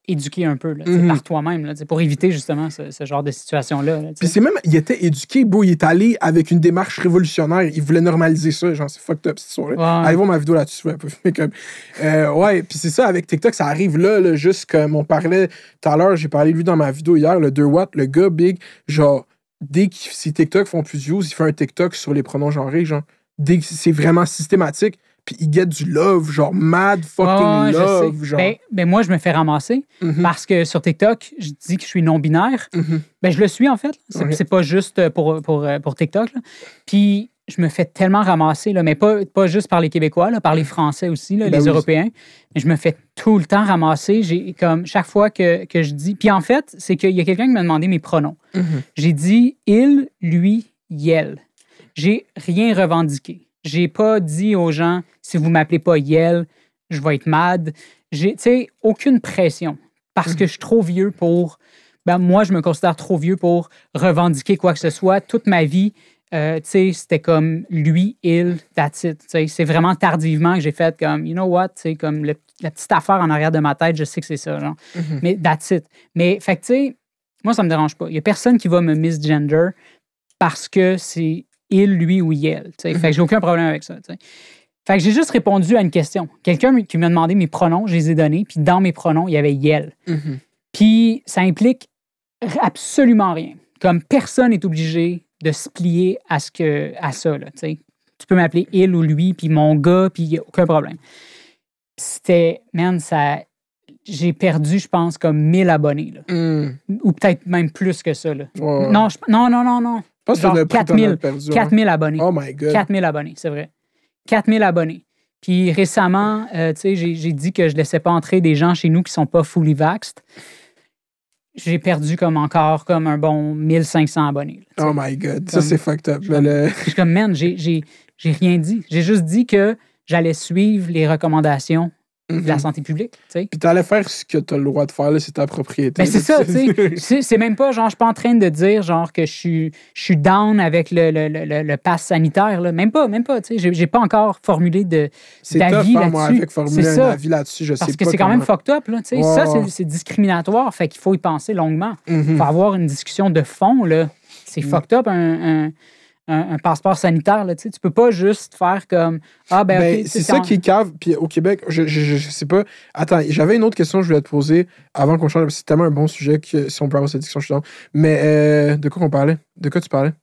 [SPEAKER 3] éduquer un peu là,
[SPEAKER 4] Mhm.
[SPEAKER 3] par toi-même, là, pour éviter justement ce, ce genre de situation-là. Là,
[SPEAKER 4] Puis c'est même, il était éduqué, bro, il est allé avec une démarche révolutionnaire, il voulait normaliser ça, genre c'est fucked up cette histoire-là.
[SPEAKER 3] Ouais.
[SPEAKER 4] Allez voir ma vidéo là-dessus, un peu. Mais comme, euh, ouais, puis c'est ça, avec TikTok, ça arrive là, là, juste comme on parlait tout à l'heure, j'ai parlé de lui dans ma vidéo hier, le deux watts, le gars big, genre, dès que si TikTok font plus de views, il fait un TikTok sur les pronoms genrés, genre, dès que c'est vraiment systématique, puis il get du love, genre mad fucking
[SPEAKER 3] Ouais, je
[SPEAKER 4] love,
[SPEAKER 3] sais.
[SPEAKER 4] genre.
[SPEAKER 3] Ben, ben moi, je me fais ramasser
[SPEAKER 4] Mhm,
[SPEAKER 3] parce que sur TikTok, je dis que je suis non-binaire.
[SPEAKER 4] mhm.
[SPEAKER 3] Ben, je le suis, en fait. C'est
[SPEAKER 4] Ouais.
[SPEAKER 3] c'est pas juste pour, pour, pour TikTok. Là. Puis, je me fais tellement ramasser, là, mais pas, pas juste par les Québécois, là, par les Français aussi, là,
[SPEAKER 4] Ben
[SPEAKER 3] les
[SPEAKER 4] oui.
[SPEAKER 3] Européens. Mais je me fais tout le temps ramasser. J'ai comme chaque fois que, que je dis. Puis, en fait, c'est qu'il y a quelqu'un qui m'a demandé mes pronoms.
[SPEAKER 4] Mhm.
[SPEAKER 3] J'ai dit il, lui, yel. J'ai rien revendiqué. J'ai pas dit aux gens, si vous m'appelez pas Yel, je vais être mad. J'ai, tu sais, aucune pression. Parce que je suis trop vieux pour... Ben, moi, je me considère trop vieux pour revendiquer quoi que ce soit. Toute ma vie, euh, tu sais, c'était comme lui, il, that's it. Tu sais, c'est vraiment tardivement que j'ai fait comme, you know what, tu sais, comme le- la petite affaire en arrière de ma tête, je sais que c'est ça, genre.
[SPEAKER 4] Mhm.
[SPEAKER 3] Mais that's it. Mais, fait que, tu sais, moi, ça me dérange pas. Il y a personne qui va me misgender parce que c'est il, lui ou elle. tu sais. Fait que j'ai aucun problème avec ça. tu sais. Fait que j'ai juste répondu à une question. Quelqu'un qui m'a demandé mes pronoms, je les ai donnés, puis dans mes pronoms, il y avait yel.
[SPEAKER 4] Mhm.
[SPEAKER 3] Puis ça implique absolument rien. Comme personne n'est obligé de se plier à, ce que, à ça. Là, tu sais. Tu peux m'appeler il ou lui, puis mon gars, puis il n'y a aucun problème. C'était, man, ça. J'ai perdu, je pense, comme mille abonnés. Là.
[SPEAKER 4] Mhm.
[SPEAKER 3] Ou peut-être même plus que ça. Là.
[SPEAKER 4] Ouais.
[SPEAKER 3] Non, je- non, non, non, non.
[SPEAKER 4] Je pense que
[SPEAKER 3] Genre
[SPEAKER 4] le prix, t'en as
[SPEAKER 3] quatre mille.
[SPEAKER 4] perdu, ouais.
[SPEAKER 3] quatre mille abonnés.
[SPEAKER 4] Oh my god.
[SPEAKER 3] quatre mille abonnés, c'est vrai. quatre mille abonnés. Puis récemment, euh, tu sais, j'ai, j'ai dit que je ne laissais pas entrer des gens chez nous qui ne sont pas fully vaxxed. J'ai perdu comme encore comme un bon mille cinq cents abonnés. là, tu sais.
[SPEAKER 4] Oh my god. Ça,
[SPEAKER 3] Comme-
[SPEAKER 4] c'est fucked up.
[SPEAKER 3] je
[SPEAKER 4] Mais le-
[SPEAKER 3] Je suis comme, man, j'ai, j'ai, j'ai rien dit. J'ai juste dit que j'allais suivre les recommandations de la
[SPEAKER 4] Mhm.
[SPEAKER 3] santé publique, tu sais.
[SPEAKER 4] Puis t'allais faire ce que t'as le droit de faire, là, c'est ta propriété.
[SPEAKER 3] Ben, c'est
[SPEAKER 4] là.
[SPEAKER 3] ça, tu sais. C'est, c'est même pas, genre, je suis pas en train de dire, genre, que je suis, je suis down avec le, le, le, le- le pass sanitaire, là. Même pas, même pas, tu sais. J'ai, j'ai pas encore formulé de,
[SPEAKER 4] C'est
[SPEAKER 3] d'avis
[SPEAKER 4] tough, hein, moi,
[SPEAKER 3] là-dessus.
[SPEAKER 4] avec formuler
[SPEAKER 3] C'est
[SPEAKER 4] un
[SPEAKER 3] ça.
[SPEAKER 4] avis là-dessus, je sais
[SPEAKER 3] Parce
[SPEAKER 4] pas
[SPEAKER 3] que c'est quand
[SPEAKER 4] comment.
[SPEAKER 3] même fucked up, là, tu sais.
[SPEAKER 4] Ouais,
[SPEAKER 3] Ça,
[SPEAKER 4] ouais.
[SPEAKER 3] c'est, c'est discriminatoire, fait qu'il faut y penser longuement. Il
[SPEAKER 4] Mhm.
[SPEAKER 3] faut avoir une discussion de fond, là. C'est
[SPEAKER 4] Mm.
[SPEAKER 3] fucked up, un, un, un, un passeport sanitaire, là, tu sais. Tu peux pas juste faire comme, ah, ben,
[SPEAKER 4] Ben,
[SPEAKER 3] OK,
[SPEAKER 4] c'est
[SPEAKER 3] tu sais,
[SPEAKER 4] ça
[SPEAKER 3] en-
[SPEAKER 4] qui est cave. Puis au Québec, je, je, je, je sais pas. Attends, j'avais une autre question que je voulais te poser avant qu'on change. C'est tellement un bon sujet que si on peut avoir cette discussion, je suis dans. Mais euh, de quoi qu'on parlait? De quoi tu parlais?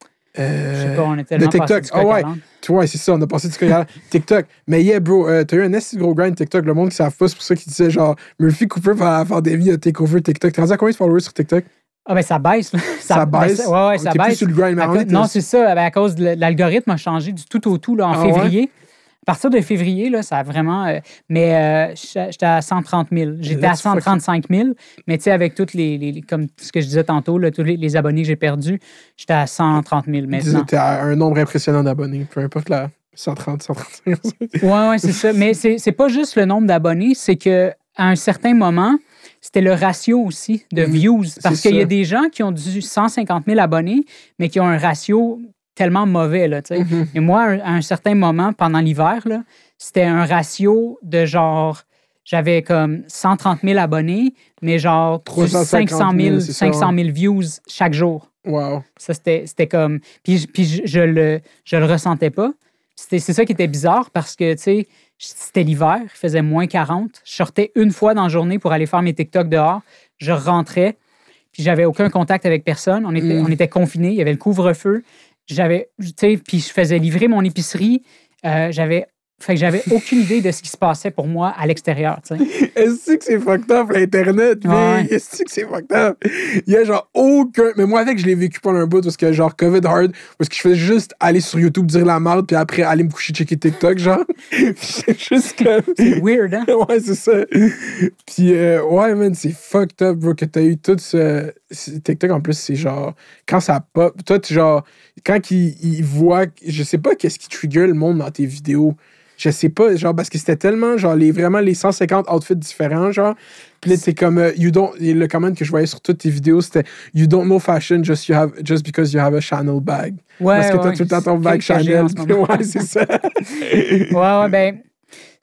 [SPEAKER 4] Euh,
[SPEAKER 3] Je sais pas, on est
[SPEAKER 4] de
[SPEAKER 3] tellement
[SPEAKER 4] TikTok.
[SPEAKER 3] passé du coq
[SPEAKER 4] Ah
[SPEAKER 3] à
[SPEAKER 4] ouais.
[SPEAKER 3] l'âne.
[SPEAKER 4] Tu vois, c'est ça, on a passé du coq TikTok. Mais yeah, bro, euh, t'as eu un assez gros grind TikTok. Le monde qui savent pas, c'est pour ça qu'il disait genre Murphy Cooper pendant la pandémie a takeover TikTok. T'es rendu à combien de followers sur TikTok?
[SPEAKER 3] Ah, ben, ça baisse, là.
[SPEAKER 4] Ça
[SPEAKER 3] ben,
[SPEAKER 4] baisse?
[SPEAKER 3] ça- ouais, ouais,
[SPEAKER 4] On
[SPEAKER 3] ça
[SPEAKER 4] était plus
[SPEAKER 3] baisse.
[SPEAKER 4] sur le grind, mais
[SPEAKER 3] À
[SPEAKER 4] on
[SPEAKER 3] co-
[SPEAKER 4] était-
[SPEAKER 3] Non, c'est ça. Ben, à cause de l'algorithme a changé du tout au tout là, en
[SPEAKER 4] Ah ouais?
[SPEAKER 3] février. À partir de février, là, ça a vraiment. euh, mais euh, j'étais j'étais à cent trente mille. J'étais
[SPEAKER 4] Là,
[SPEAKER 3] à
[SPEAKER 4] tu
[SPEAKER 3] cent trente-cinq mille. Mais tu sais, avec toutes les, les- les- Comme ce que je disais tantôt, là, tous les, les abonnés que j'ai perdus, j'étais à cent trente mille maintenant.
[SPEAKER 4] T'es à un nombre impressionnant d'abonnés, peu importe la cent trente, cent trente-cinq.
[SPEAKER 3] Oui, oui, c'est ça. Mais c'est c'est pas juste le nombre d'abonnés, c'est qu'à un certain moment, c'était le ratio aussi de
[SPEAKER 4] Mhm.
[SPEAKER 3] views. Parce
[SPEAKER 4] C'est
[SPEAKER 3] qu'il y a
[SPEAKER 4] ça.
[SPEAKER 3] des gens qui ont du cent cinquante mille abonnés, mais qui ont un ratio tellement mauvais, là, tu sais.
[SPEAKER 4] Mhm.
[SPEAKER 3] Et moi, à un certain moment, pendant l'hiver, là, c'était un ratio de genre... J'avais comme cent trente mille abonnés, mais genre du
[SPEAKER 4] trois cent
[SPEAKER 3] cinq
[SPEAKER 4] cinquante
[SPEAKER 3] cent
[SPEAKER 4] mille,
[SPEAKER 3] mille,
[SPEAKER 4] c'est ça,
[SPEAKER 3] cinq cent mille views chaque jour.
[SPEAKER 4] Wow.
[SPEAKER 3] Ça, c'était c'était comme... Puis, puis je, je le, je le ressentais pas. C'était- C'est ça qui était bizarre parce que, tu sais, c'était l'hiver, il faisait moins quarante. Je sortais une fois dans la journée pour aller faire mes TikTok dehors. Je rentrais, puis j'avais aucun contact avec personne. On était,
[SPEAKER 4] Mm.
[SPEAKER 3] on était confinés, il y avait le couvre-feu. J'avais, tu sais, puis je faisais livrer mon épicerie. Euh, j'avais... Fait que j'avais aucune idée de ce qui se passait pour moi à l'extérieur, tu sais.
[SPEAKER 4] Est-ce que c'est fucked up, l'Internet?
[SPEAKER 3] Ouais.
[SPEAKER 4] Mais est-ce que c'est fucked up? Il y a genre aucun. Mais moi, avec, je l'ai vécu pendant un bout parce que genre COVID hard, parce que je faisais juste aller sur YouTube dire la merde, puis après aller me coucher checker TikTok, genre. C'est juste comme.
[SPEAKER 3] C'est weird, hein?
[SPEAKER 4] Ouais, c'est ça. Puis, euh, ouais, man, c'est fucked up, bro, que t'as eu tout ce. ce- TikTok, en plus, c'est genre. Quand ça pop, toi, tu genre. Quand ils il voient. Je sais pas qu'est-ce qui trigger le monde dans tes vidéos. Je sais pas, genre, parce que c'était tellement, genre, les, vraiment les cent cinquante outfits différents, genre. Puis là, c'est comme, euh, you don't. Et le comment que je voyais sur toutes tes vidéos, c'était You don't know fashion just, you have, just because you have a Chanel bag.
[SPEAKER 3] Ouais,
[SPEAKER 4] parce que t'as
[SPEAKER 3] ouais,
[SPEAKER 4] tout le temps ton
[SPEAKER 3] que-
[SPEAKER 4] bag
[SPEAKER 3] que j'ai
[SPEAKER 4] Chanel.
[SPEAKER 3] en ce moment.
[SPEAKER 4] Ouais, c'est ça.
[SPEAKER 3] Ouais, ouais, ben,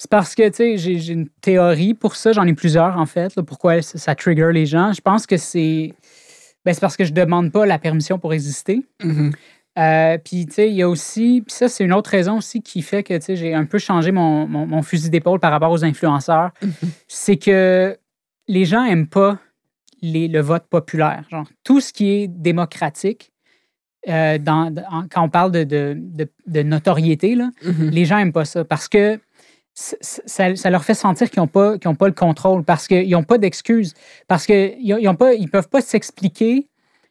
[SPEAKER 3] C'est parce que, tu sais, j'ai, j'ai une théorie pour ça. J'en ai plusieurs, en fait. Là, pourquoi ça, ça trigger les gens. Je pense que c'est... Ben, c'est parce que je demande pas la permission pour exister.
[SPEAKER 4] Mm-hmm.
[SPEAKER 3] Euh, puis, tu sais, il y a aussi... Puis ça, c'est une autre raison aussi qui fait que, tu sais, j'ai un peu changé mon, mon, mon fusil d'épaule par rapport aux influenceurs. Mm-hmm. C'est que les gens aiment pas les, le vote populaire. Genre, tout ce qui est démocratique, euh, dans, dans, quand on parle de, de, de, de notoriété, là, mm-hmm. les gens aiment pas ça parce que Ça, ça leur fait sentir qu'ils n'ont pas, qu'ils ont pas le contrôle parce qu'ils n'ont pas d'excuses, parce qu'ils ne peuvent pas s'expliquer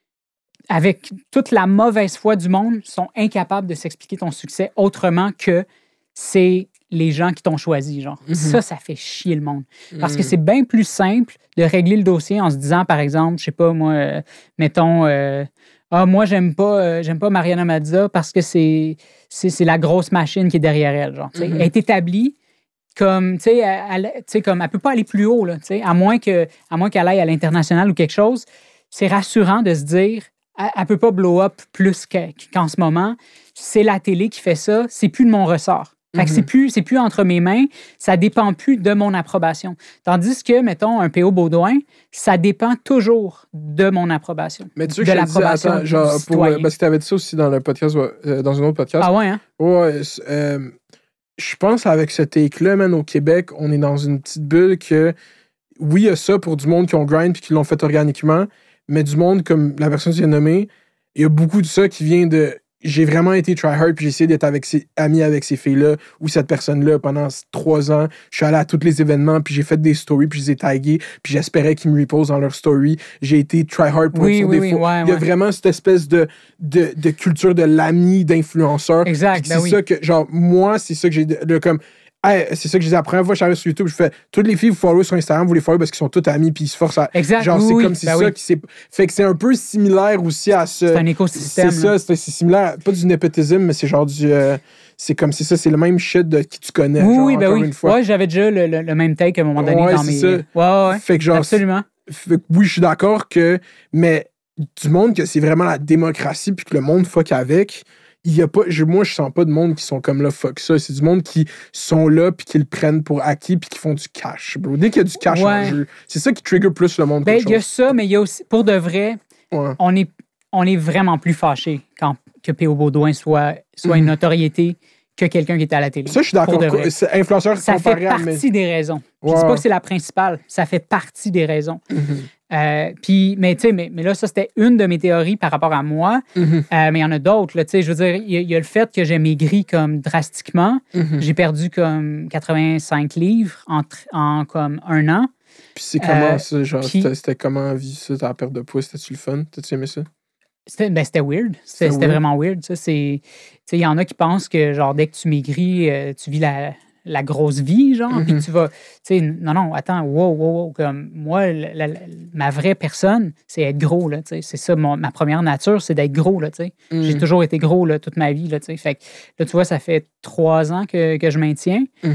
[SPEAKER 3] avec toute la mauvaise foi du monde, ils sont incapables de s'expliquer ton succès autrement que c'est les gens qui t'ont choisi. Genre. Mm-hmm. Ça, ça fait chier le monde. Parce mm-hmm. que c'est bien plus simple de régler le dossier en se disant, par exemple, je sais pas, moi, euh, mettons... Euh, Ah, moi, j'aime pas, euh, j'aime pas Mariana Mazza parce que c'est, c'est, c'est la grosse machine qui est derrière elle. Genre, mm-hmm. Elle est établie comme, tu sais, elle, elle, comme, elle peut pas aller plus haut, là, à moins que, à moins qu'elle aille à l'international ou quelque chose. C'est rassurant de se dire, elle, elle peut pas blow up plus qu'en ce moment. C'est la télé qui fait ça, c'est plus de mon ressort. Fait que mm-hmm. c'est plus, c'est plus entre mes mains, ça dépend plus de mon approbation. Tandis que, mettons, un P O Baudouin, ça dépend toujours de mon approbation.
[SPEAKER 4] Mais tu sais que je te dis, attends, genre, pour, euh, parce que tu avais dit ça aussi dans le podcast, euh, dans un autre podcast.
[SPEAKER 3] Ah ouais, hein?
[SPEAKER 4] Ouais, euh, je pense avec ce take-là, man, au Québec, on est dans une petite bulle que, oui, il y a ça pour du monde qui ont grind puis qui l'ont fait organiquement, mais du monde, comme la personne que tu viens de nommer, il y a beaucoup de ça qui vient de... J'ai vraiment été try-hard, puis j'ai essayé d'être avec ces, ami avec ces filles-là ou cette personne-là pendant trois ans. Je suis allé à tous les événements, puis j'ai fait des stories, puis je les ai tagués, puis j'espérais qu'ils me reposent dans leurs stories. J'ai été try-hard pour
[SPEAKER 3] oui,
[SPEAKER 4] être sur
[SPEAKER 3] oui,
[SPEAKER 4] des
[SPEAKER 3] oui,
[SPEAKER 4] faux.
[SPEAKER 3] ouais,
[SPEAKER 4] Il y a
[SPEAKER 3] ouais.
[SPEAKER 4] vraiment cette espèce de, de, de culture de l'ami, d'influenceur.
[SPEAKER 3] Exact, ben
[SPEAKER 4] c'est
[SPEAKER 3] oui.
[SPEAKER 4] ça que, genre, moi, c'est ça que j'ai... Le, comme, hey, c'est ça que j'ai dit la première fois que j'arrive sur YouTube, je fais toutes les filles vous follow sur Instagram, vous les follow parce qu'ils sont toutes amies puis ils se forcent à.
[SPEAKER 3] Exact.
[SPEAKER 4] Genre,
[SPEAKER 3] oui,
[SPEAKER 4] c'est
[SPEAKER 3] oui.
[SPEAKER 4] comme c'est
[SPEAKER 3] ben
[SPEAKER 4] ça
[SPEAKER 3] oui.
[SPEAKER 4] qui c'est. Fait que c'est un peu similaire aussi à ce.
[SPEAKER 3] C'est un écosystème.
[SPEAKER 4] C'est ça, c'est, c'est similaire. Pas du népotisme, mais c'est genre du. Euh, c'est comme c'est ça, c'est le même shit de qui tu connais.
[SPEAKER 3] Oui,
[SPEAKER 4] genre,
[SPEAKER 3] oui, ben
[SPEAKER 4] encore
[SPEAKER 3] oui.
[SPEAKER 4] une fois.
[SPEAKER 3] Ouais, j'avais déjà le, le, le même take à un moment donné
[SPEAKER 4] ouais,
[SPEAKER 3] dans
[SPEAKER 4] c'est
[SPEAKER 3] mes.
[SPEAKER 4] Ça.
[SPEAKER 3] Ouais, ouais.
[SPEAKER 4] Fait que genre.
[SPEAKER 3] Absolument.
[SPEAKER 4] Fait que oui, je suis d'accord que. Mais du monde que c'est vraiment la démocratie puis que le monde fuck avec. Il y a pas, je, moi, je sens pas de monde qui sont comme là, fuck ça. C'est du monde qui sont là puis qui le prennent pour acquis puis qui font du cash, bro. Dès qu'il y a du cash
[SPEAKER 3] ouais.
[SPEAKER 4] en jeu, c'est ça qui trigger plus le monde.
[SPEAKER 3] Ben, il y a ça, mais il y a aussi, pour de vrai,
[SPEAKER 4] ouais.
[SPEAKER 3] on, est, on est vraiment plus fâché quand que P O Baudouin soit, soit mm. une notoriété que quelqu'un qui était à la télé.
[SPEAKER 4] Ça, je suis d'accord. C'est influenceur
[SPEAKER 3] ça fait partie
[SPEAKER 4] mais...
[SPEAKER 3] des raisons.
[SPEAKER 4] Ouais.
[SPEAKER 3] Je dis pas que c'est la principale. Ça fait partie des raisons.
[SPEAKER 4] Mm-hmm.
[SPEAKER 3] Euh, puis, mais tu sais, mais, mais là, ça, c'était une de mes théories par rapport à moi.
[SPEAKER 4] Mm-hmm.
[SPEAKER 3] Euh, mais il y en a d'autres. Tu sais, je veux dire, il y, y a le fait que j'ai maigri comme drastiquement.
[SPEAKER 4] Mm-hmm.
[SPEAKER 3] J'ai perdu comme quatre-vingt-cinq livres en, en comme un an.
[SPEAKER 4] Puis c'est comment
[SPEAKER 3] euh,
[SPEAKER 4] ça? Genre,
[SPEAKER 3] puis...
[SPEAKER 4] c'était, c'était comment vivre ça, ta perte de poids? C'était-tu le fun? T'as-tu aimé ça?
[SPEAKER 3] C'était, ben, c'était weird. C'était, c'était, c'était weird. Vraiment weird. Il y en a qui pensent que genre dès que tu maigris, euh, tu vis la, la grosse vie, genre, puis
[SPEAKER 4] mm-hmm.
[SPEAKER 3] que tu vas... Non, non, attends, wow, wow, wow. Comme, moi, la, la, ma vraie personne, c'est être gros, là, c'est ça, mon, ma première nature, c'est d'être gros, là, mm. J'ai toujours été gros, là, toute ma vie, là, fait que, là, tu vois, ça fait trois ans que, que je maintiens.
[SPEAKER 4] Mm-hmm.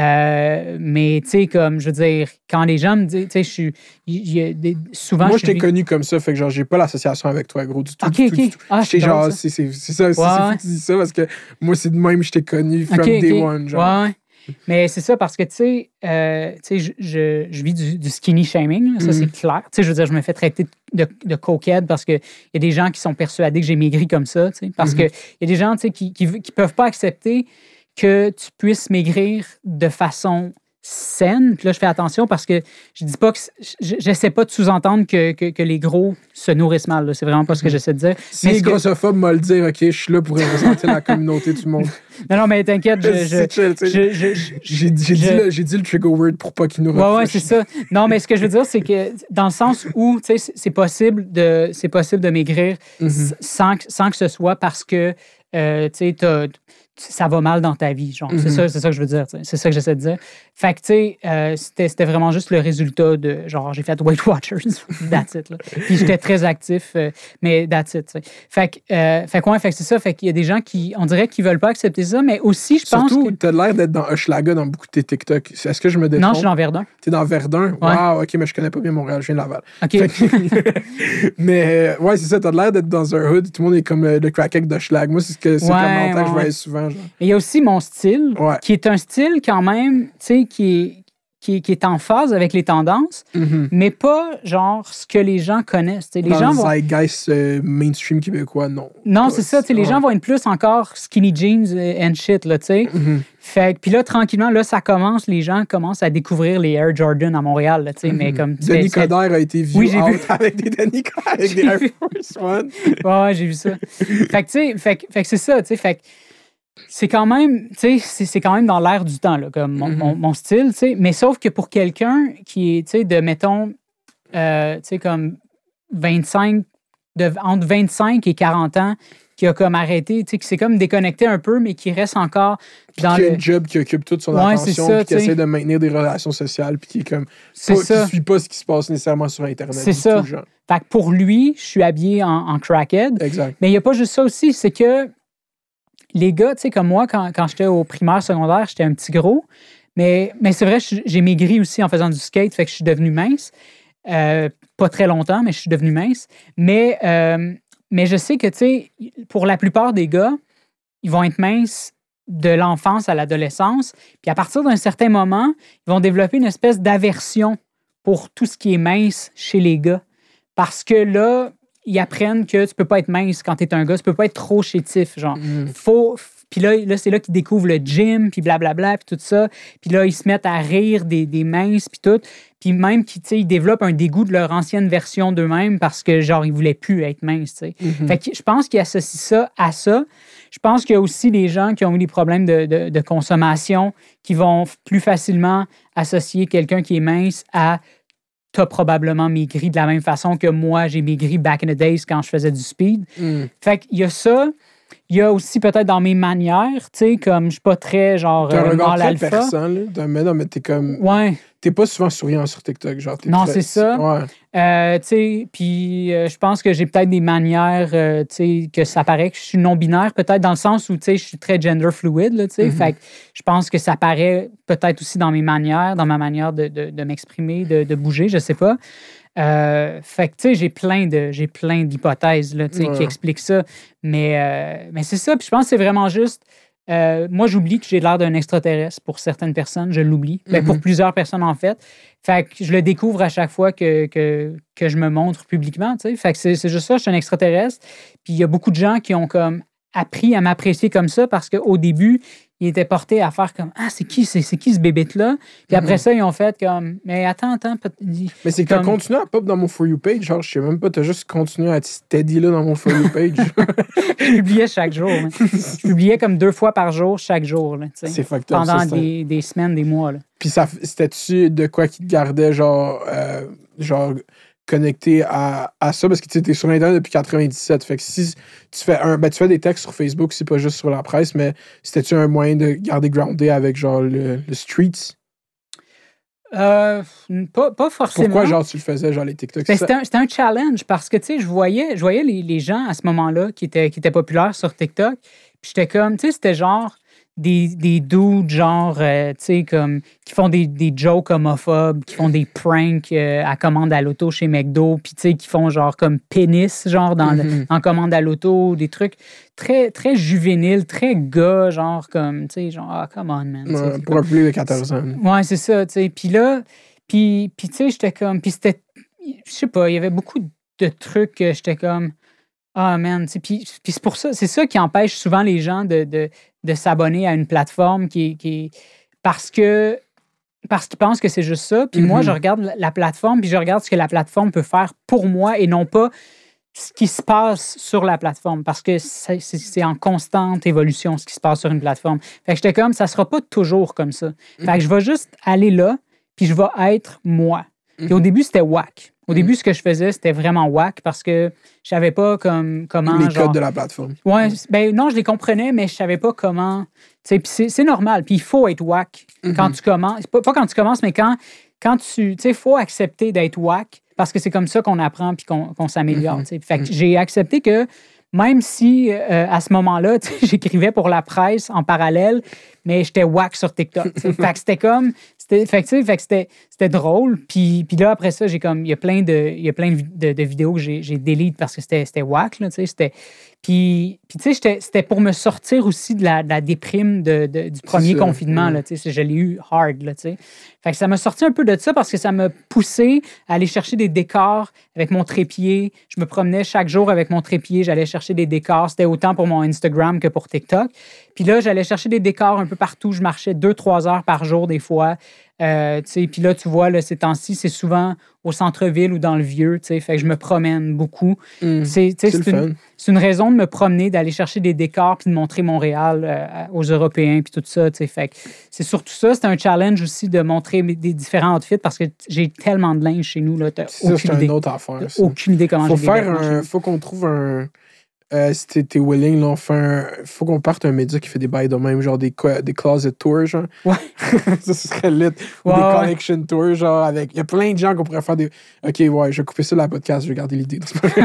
[SPEAKER 3] Euh, mais, tu sais, comme, je veux dire, quand les gens me disent, tu sais, je suis... Y, y a des, souvent,
[SPEAKER 4] moi,
[SPEAKER 3] je
[SPEAKER 4] t'ai
[SPEAKER 3] suis...
[SPEAKER 4] connu comme ça, fait que, genre, j'ai pas l'association avec toi, gros, du tout.
[SPEAKER 3] OK,
[SPEAKER 4] du
[SPEAKER 3] OK.
[SPEAKER 4] Tout, du tout.
[SPEAKER 3] Ah,
[SPEAKER 4] c'est genre,
[SPEAKER 3] ça.
[SPEAKER 4] c'est, c'est, c'est ça,
[SPEAKER 3] ouais,
[SPEAKER 4] c'est,
[SPEAKER 3] ouais.
[SPEAKER 4] c'est fou que tu dis ça, parce que moi, c'est de même, je t'ai connu from
[SPEAKER 3] okay,
[SPEAKER 4] day
[SPEAKER 3] okay.
[SPEAKER 4] one, genre.
[SPEAKER 3] Ouais. Mais c'est ça parce que, tu sais, euh, je, je, je vis du, du skinny shaming, là, ça, mm-hmm. c'est clair. Tu sais, je veux dire, je me fais traiter de, de cokehead parce qu'il y a des gens qui sont persuadés que j'ai maigri comme ça, tu sais, parce mm-hmm. qu'il y a des gens, tu sais, qui, qui, qui peuvent pas accepter que tu puisses maigrir de façon saine. Puis là, je fais attention parce que je dis pas que... J'essaie pas de sous-entendre que, que, que les gros se nourrissent mal, là. C'est vraiment pas ce que j'essaie de dire.
[SPEAKER 4] Si les
[SPEAKER 3] que...
[SPEAKER 4] grossophobes m'ont le dire, OK, je suis là pour représenter la communauté du monde.
[SPEAKER 3] Non, non, mais t'inquiète, je, je,
[SPEAKER 4] chill,
[SPEAKER 3] je, je, je, je,
[SPEAKER 4] j'ai, j'ai,
[SPEAKER 3] je...
[SPEAKER 4] Dit le, j'ai dit le trigger word pour pas qu'ils nous
[SPEAKER 3] refusent. Ouais, ouais, c'est ça. Non, mais ce que je veux dire, c'est que dans le sens où, tu sais, c'est possible de, c'est possible de maigrir mm-hmm. sans, sans que ce soit parce que, euh, tu sais, t'as... ça va mal dans ta vie, genre. Mm-hmm. C'est ça, c'est ça que je veux dire, t'sais. C'est ça que j'essaie de dire. Fait que, tu sais, euh, c'était, c'était vraiment juste le résultat de, genre, j'ai fait Weight Watchers, that's it, là. Puis j'étais très actif, euh, mais that's it, t'sais. Fait que, euh, fait quoi, fait que c'est ça, fait qu'il y a des gens qui, on dirait qu'ils veulent pas accepter ça, mais aussi, je pense
[SPEAKER 4] Surtout,
[SPEAKER 3] que...
[SPEAKER 4] t'as l'air d'être dans Hochelaga dans beaucoup de tes TikTok. Est-ce que je me détrompe?
[SPEAKER 3] Non, je suis dans Verdun.
[SPEAKER 4] T'es dans Verdun?
[SPEAKER 3] Ouais.
[SPEAKER 4] Wow, OK, mais je connais pas bien Montréal, je viens de Laval.
[SPEAKER 3] OK.
[SPEAKER 4] Que... mais, ouais, c'est ça, t'as l'air d'être dans un hood, tout le monde est comme le, le crackhead d'Hochelaga. Moi, c'est, ce que, c'est ouais, le commentaire ouais, que je voyais souvent. comprends. Genre.
[SPEAKER 3] Il y a aussi mon style,
[SPEAKER 4] Ouais.
[SPEAKER 3] qui est un style quand même, tu sais, qui est, qui, est, qui est en phase avec les tendances,
[SPEAKER 4] Mm-hmm.
[SPEAKER 3] mais pas genre ce que les gens connaissent. T'sais, les
[SPEAKER 4] Dans
[SPEAKER 3] gens
[SPEAKER 4] le
[SPEAKER 3] vont...
[SPEAKER 4] zeitgeist euh, mainstream québécois, non.
[SPEAKER 3] Non,
[SPEAKER 4] Pas-
[SPEAKER 3] c'est ça. t'sais, Les
[SPEAKER 4] ouais.
[SPEAKER 3] gens vont être plus encore skinny jeans and shit, là, tu sais.
[SPEAKER 4] Mm-hmm.
[SPEAKER 3] Fait que, puis là, tranquillement, là, ça commence, les gens commencent à découvrir les Air Jordan à Montréal, là, tu sais, mais comme... tu
[SPEAKER 4] Denis
[SPEAKER 3] fais-
[SPEAKER 4] Coderre a été vu
[SPEAKER 3] Oui, j'ai
[SPEAKER 4] out
[SPEAKER 3] vu.
[SPEAKER 4] avec des Denis avec
[SPEAKER 3] J'ai
[SPEAKER 4] des Air
[SPEAKER 3] vu.
[SPEAKER 4] Force One.
[SPEAKER 3] Ouais, ouais, j'ai vu ça. Fait que, tu sais, fait, que- fait que c'est ça, tu sais, fait que c'est quand même, tu sais, c'est, c'est quand même dans l'air du temps, là, comme mon,
[SPEAKER 4] Mm-hmm.
[SPEAKER 3] mon, mon style, tu sais, mais sauf que pour quelqu'un qui est, tu sais, de, mettons, euh, tu sais, comme vingt-cinq, de, entre vingt-cinq et quarante ans, qui a comme arrêté, tu sais, qui s'est comme déconnecté un peu, mais qui reste encore
[SPEAKER 4] Puis
[SPEAKER 3] dans
[SPEAKER 4] qui a
[SPEAKER 3] le...
[SPEAKER 4] un job qui occupe toute son
[SPEAKER 3] Ouais, c'est
[SPEAKER 4] attention,
[SPEAKER 3] ça,
[SPEAKER 4] puis qui
[SPEAKER 3] tu sais.
[SPEAKER 4] essaie de maintenir des relations sociales, puis qui est comme.
[SPEAKER 3] C'est
[SPEAKER 4] pas,
[SPEAKER 3] ça.
[SPEAKER 4] Qui suit pas ce qui se passe nécessairement sur Internet.
[SPEAKER 3] C'est
[SPEAKER 4] du
[SPEAKER 3] ça.
[SPEAKER 4] tout, genre.
[SPEAKER 3] Fait que pour lui, je suis habillé en, en crackhead.
[SPEAKER 4] Exact.
[SPEAKER 3] Mais il n'y a pas juste ça aussi, c'est que les gars, tu sais, comme moi, quand, quand j'étais au primaire, secondaire, j'étais un petit gros. Mais, mais c'est vrai, je- j'ai maigri aussi en faisant du skate, fait que je suis devenu mince. Euh, pas très longtemps, mais je suis devenu mince. Mais, euh, mais je sais que, tu sais, pour la plupart des gars, ils vont être minces de l'enfance à l'adolescence. Puis à partir d'un certain moment, ils vont développer une espèce d'aversion pour tout ce qui est mince chez les gars. Parce que là, ils apprennent que tu peux pas être mince quand tu es un gars, tu peux pas être trop chétif, genre.
[SPEAKER 4] Mm.
[SPEAKER 3] Faut... Puis là, là c'est là qu'ils découvrent le gym, puis blablabla, puis tout ça. Puis là, ils se mettent à rire des, des minces, puis tout. Puis même qu'ils, tu sais, ils développent un dégoût de leur ancienne version d'eux-mêmes parce que, genre, ils voulaient plus être minces, tu sais.
[SPEAKER 4] Mm-hmm.
[SPEAKER 3] Fait que je pense qu'ils associent ça à ça. Je pense qu'il y a aussi des gens qui ont eu des problèmes de, de, de consommation qui vont plus facilement associer quelqu'un qui est mince à t'as probablement maigri de la même façon que moi, j'ai maigri back in the days quand je faisais du speed.
[SPEAKER 4] Mm.
[SPEAKER 3] Fait qu'il y a ça. Il y a aussi peut-être dans mes manières, tu sais, comme je suis pas très genre
[SPEAKER 4] T'as un
[SPEAKER 3] euh,
[SPEAKER 4] regard
[SPEAKER 3] mâle
[SPEAKER 4] très
[SPEAKER 3] alpha.
[SPEAKER 4] perçant, là. T'as- Mais non, mais t'es comme.
[SPEAKER 3] Ouais,
[SPEAKER 4] T'es pas souvent souriant sur TikTok, genre. T'es
[SPEAKER 3] Non,
[SPEAKER 4] très-
[SPEAKER 3] c'est ça.
[SPEAKER 4] Ouais.
[SPEAKER 3] euh, tu sais, puis euh, je pense que j'ai peut-être des manières, euh, tu sais, que ça paraît que je suis non-binaire, peut-être dans le sens où, tu sais, je suis très gender fluid, là, tu sais.
[SPEAKER 4] Mhm.
[SPEAKER 3] Fait que je pense que ça paraît peut-être aussi dans mes manières, dans ma manière de, de, de m'exprimer, de, de bouger, je sais pas. Euh, fait que, tu sais, j'ai plein de j'ai plein d'hypothèses, là, tu sais,
[SPEAKER 4] Ouais.
[SPEAKER 3] qui expliquent ça. Mais, euh, mais c'est ça. Puis je pense que c'est vraiment juste... euh, moi, j'oublie que j'ai l'air d'un extraterrestre pour certaines personnes. Je l'oublie. Ben, pour
[SPEAKER 4] Mhm.
[SPEAKER 3] plusieurs personnes, en fait. Fait que je le découvre à chaque fois que, que, que je me montre publiquement, tu sais. Fait que c'est, c'est juste ça, je suis un extraterrestre. Puis il y a beaucoup de gens qui ont comme appris à m'apprécier comme ça parce qu'au début, ils étaient portés à faire comme « Ah, c'est qui, c'est, c'est qui ce bébête-là? » Puis après
[SPEAKER 4] Mhm.
[SPEAKER 3] ça, ils ont fait comme « Mais attends, attends. peut-
[SPEAKER 4] Mais c'est que t'as
[SPEAKER 3] Comme-
[SPEAKER 4] continué à pop dans mon For You page, genre, je sais même pas, t'as juste continué à être steady là dans mon For You page.
[SPEAKER 3] Je publiais chaque jour. hein. Je publiais comme deux fois par jour, chaque jour, là, tu sais.
[SPEAKER 4] C'est fucked up.
[SPEAKER 3] Pendant
[SPEAKER 4] ça, c'est un-
[SPEAKER 3] des, des semaines, des mois. Là.
[SPEAKER 4] Puis ça, c'était-tu de quoi qui te gardait, genre, euh, genre connecté à, à ça? Parce que tu sais, t'es sur Internet depuis quatre-vingt-dix-sept. Fait que si tu fais un. Ben, tu fais des textes sur Facebook, c'est pas juste sur la presse, mais c'était-tu un moyen de garder groundé avec, genre, le, le streets?
[SPEAKER 3] Euh, pas, pas forcément.
[SPEAKER 4] Pourquoi, genre, tu le faisais, genre, les TikToks?
[SPEAKER 3] Ben,
[SPEAKER 4] Ça-
[SPEAKER 3] c'était, un, c'était un challenge parce que, tu sais, je voyais, je voyais les, les gens à ce moment-là qui étaient, qui étaient populaires sur TikTok. Puis j'étais comme, tu sais, c'était genre des, des dudes, genre, euh, tu sais, comme, qui font des, des jokes homophobes, qui font des pranks euh, à commande à l'auto chez McDo, puis, tu sais, qui font, genre, comme pénis, genre, dans, le-
[SPEAKER 4] Mhm.
[SPEAKER 3] en commande à l'auto, des trucs très, très juvéniles, très gars, genre, comme, tu sais, genre, ah, come on, man. tu sais,
[SPEAKER 4] Ouais,
[SPEAKER 3] c'est
[SPEAKER 4] pour un public de quatorze ans.
[SPEAKER 3] Ouais, c'est ça, tu sais. Puis là, puis, puis tu sais, j'étais comme... Puis c'était... Je sais pas, il y avait beaucoup de trucs que j'étais comme... Ah, man, tu sais. Puis, puis c'est pour ça, c'est ça qui empêche souvent les gens de, de, de s'abonner à une plateforme qui est... Qui est parce que... Parce qu'ils pensent que c'est juste ça. Puis moi,
[SPEAKER 4] Mhm.
[SPEAKER 3] je regarde la, la plateforme, puis je regarde ce que la plateforme peut faire pour moi et non pas ce qui se passe sur la plateforme. Parce que c'est, c'est, c'est en constante évolution, ce qui se passe sur une plateforme. Fait que j'étais comme, ça sera pas toujours comme ça. Fait que je vais juste aller là, puis je vais être moi. Puis au début, c'était whack. Au
[SPEAKER 4] Mhm.
[SPEAKER 3] début, ce que je faisais, c'était vraiment whack parce que je savais pas comme, comment...
[SPEAKER 4] Les
[SPEAKER 3] genre,
[SPEAKER 4] codes de la plateforme.
[SPEAKER 3] Ouais, ben non, je les comprenais, mais je savais pas comment... Tu sais, puis c'est, c'est normal. Puis il faut être whack quand
[SPEAKER 4] Mhm.
[SPEAKER 3] tu commences. Pas, pas quand tu commences, mais quand, quand tu... Tu sais, il faut accepter d'être whack parce que c'est comme ça qu'on apprend puis qu'on, qu'on s'améliore.
[SPEAKER 4] Mhm.
[SPEAKER 3] tu sais. Fait que j'ai accepté que même si, euh, à ce moment-là, tu sais, j'écrivais pour la presse en parallèle, mais j'étais whack sur TikTok. Fait que c'était comme... C'était, fait que, fait que c'était, c'était drôle. Puis, puis là, après ça, j'ai comme... Il y a plein de, il y a plein de, de, de vidéos que j'ai, j'ai delete parce que c'était, c'était whack, là, tu sais. C'était... Puis, puis tu sais, c'était pour me sortir aussi de la, de la déprime de, de, du premier confinement, là, tu sais. Je l'ai eu hard, là, tu sais. Fait que ça m'a sorti un peu de ça parce que ça m'a poussé à aller chercher des décors avec mon trépied. Je me promenais chaque jour avec mon trépied. J'allais chercher des décors. C'était autant pour mon Instagram que pour TikTok. Puis là, j'allais chercher des décors un peu partout. Je marchais deux, trois heures par jour des fois. Euh, puis là, tu vois, là, ces temps-ci, c'est souvent au centre-ville ou dans le vieux. T'sais, fait que je me promène beaucoup.
[SPEAKER 4] Mm,
[SPEAKER 3] c'est
[SPEAKER 4] c'est,
[SPEAKER 3] c'est, une, c'est une raison de me promener, d'aller chercher des décors puis de montrer Montréal euh, aux Européens puis tout ça. Fait que c'est surtout ça. C'est un challenge aussi de montrer des différents outfits parce que j'ai tellement de linge chez nous. Là, t'as
[SPEAKER 4] c'est
[SPEAKER 3] aucune
[SPEAKER 4] ça, c'est
[SPEAKER 3] idée.
[SPEAKER 4] une autre affaire.
[SPEAKER 3] T'as aucune idée comment
[SPEAKER 4] faut
[SPEAKER 3] j'ai
[SPEAKER 4] faire
[SPEAKER 3] des vêtements
[SPEAKER 4] un, faut qu'on trouve un... Euh, si t'es, t'es willing, là, on fait un... faut qu'on parte un média qui fait des bails de même, genre des, des closet tours, genre.
[SPEAKER 3] Ouais.
[SPEAKER 4] Ça, ce serait lit. Ou
[SPEAKER 3] Ouais,
[SPEAKER 4] des
[SPEAKER 3] ouais.
[SPEAKER 4] collection tours, genre, avec... Il y a plein de gens qu'on pourrait faire des... OK, ouais, je vais couper ça dans la podcast, je vais garder l'idée.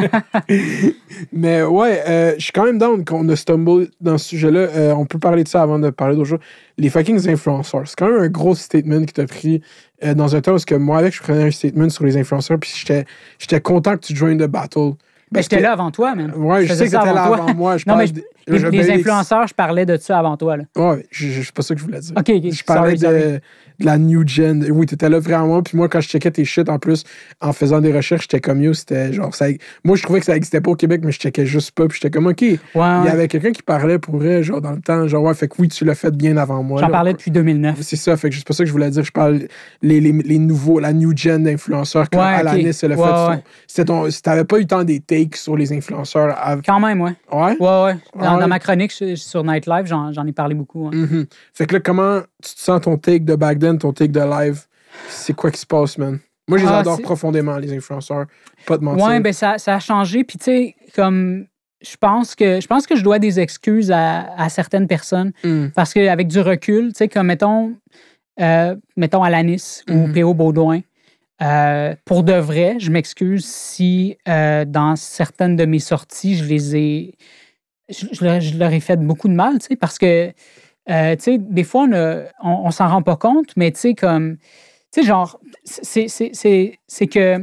[SPEAKER 4] Mais ouais, euh, je suis quand même down qu'on a stumblé dans ce sujet-là. Euh, on peut parler de ça avant de parler d'autres choses. Les fucking influenceurs. C'est quand même un gros statement que t'as pris euh, dans un temps où que moi, avec, je prenais un statement sur les influenceurs, puis j'étais, j'étais content que tu joignes the battle.
[SPEAKER 3] Ben, j'étais là avant toi, man.
[SPEAKER 4] Ouais, je, je sais que t'étais là avant moi. Je
[SPEAKER 3] non, mais
[SPEAKER 4] de,
[SPEAKER 3] les,
[SPEAKER 4] je
[SPEAKER 3] les influenceurs, je parlais de ça avant toi. Là.
[SPEAKER 4] Ouais, je, je, c'est pas ça que je voulais dire.
[SPEAKER 3] OK, OK.
[SPEAKER 4] Je parlais
[SPEAKER 3] sorry,
[SPEAKER 4] de,
[SPEAKER 3] sorry.
[SPEAKER 4] de la new gen. Oui, t'étais là vraiment. Puis moi, quand je checkais tes shit, en plus, en faisant des recherches, j'étais comme yo, c'était genre... Ça, moi, je trouvais que ça existait pas au Québec, mais je checkais juste pas. Puis j'étais comme, OK, ouais, il
[SPEAKER 3] ouais.
[SPEAKER 4] y avait quelqu'un qui parlait pour vrai, genre dans le temps. Genre, ouais, fait que oui, tu l'as fait bien avant moi.
[SPEAKER 3] J'en
[SPEAKER 4] là,
[SPEAKER 3] parlais
[SPEAKER 4] quoi.
[SPEAKER 3] depuis deux mille neuf.
[SPEAKER 4] C'est ça, fait que c'est pas ça que je voulais dire. Je parle les, les, les nouveaux, la new gen d'influenceurs quand
[SPEAKER 3] Ouais,
[SPEAKER 4] Alanis,
[SPEAKER 3] okay.
[SPEAKER 4] elle a
[SPEAKER 3] ouais,
[SPEAKER 4] fait
[SPEAKER 3] ouais.
[SPEAKER 4] son, c'était ton, si t'avais pas eu tant des takes sur les influenceurs. À...
[SPEAKER 3] Quand même, ouais.
[SPEAKER 4] Ouais?
[SPEAKER 3] Ouais, ouais. Dans,
[SPEAKER 4] ouais.
[SPEAKER 3] dans ma chronique sur Nightlife, j'en, j'en ai parlé beaucoup. Ouais.
[SPEAKER 4] Mm-hmm. Fait que là, comment tu te sens ton take de back then, ton take de live? C'est quoi qui se passe, man? Moi, je les ah, adore c'est... profondément, les influenceurs. Pas de mentir.
[SPEAKER 3] Ouais, ben ça, ça a changé. Puis, tu sais, comme... Je pense que je pense que je dois des excuses à, à certaines personnes.
[SPEAKER 4] Mm.
[SPEAKER 3] Parce qu'avec du recul, tu sais, comme, mettons... Euh, mettons Alanis mm. ou P O Baudouin, Euh, pour de vrai, je m'excuse si euh, dans certaines de mes sorties, je les ai. Je, je, leur, je leur ai fait beaucoup de mal, tu sais, parce que, euh, tu sais, des fois, on, a, on, on s'en rend pas compte, mais tu sais, comme. Tu sais, genre, c'est, c'est, c'est, c'est que.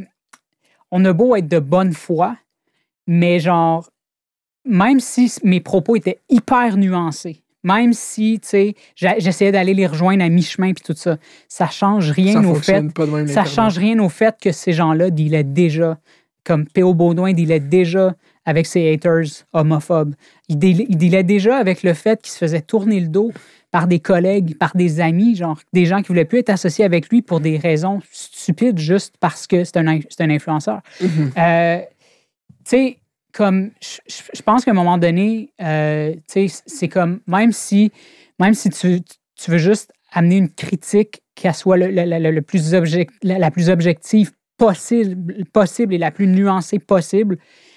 [SPEAKER 3] On a beau être de bonne foi, mais genre, même si mes propos étaient hyper nuancés, même si, tu sais, j'essayais d'aller les rejoindre à mi-chemin puis tout ça, ça change rien
[SPEAKER 4] ça
[SPEAKER 3] au fait.
[SPEAKER 4] Pas de même
[SPEAKER 3] ça change rien au fait que ces gens-là dealaient déjà, comme P O Baudouin dealait déjà avec ses haters homophobes. Il dealait déjà avec le fait qu'il se faisait tourner le dos par des collègues, par des amis, genre des gens qui voulaient plus être associés avec lui pour des raisons stupides juste parce que c'est un, c'est un influenceur.
[SPEAKER 4] Mm-hmm.
[SPEAKER 3] Euh, tu sais, comme je, je pense qu'à un moment donné, euh, tu sais, c'est comme même si, même si tu, tu veux juste amener une critique qu'elle soit le, le, le, le plus object, la, la plus objective possible, possible et la plus nuancée possible,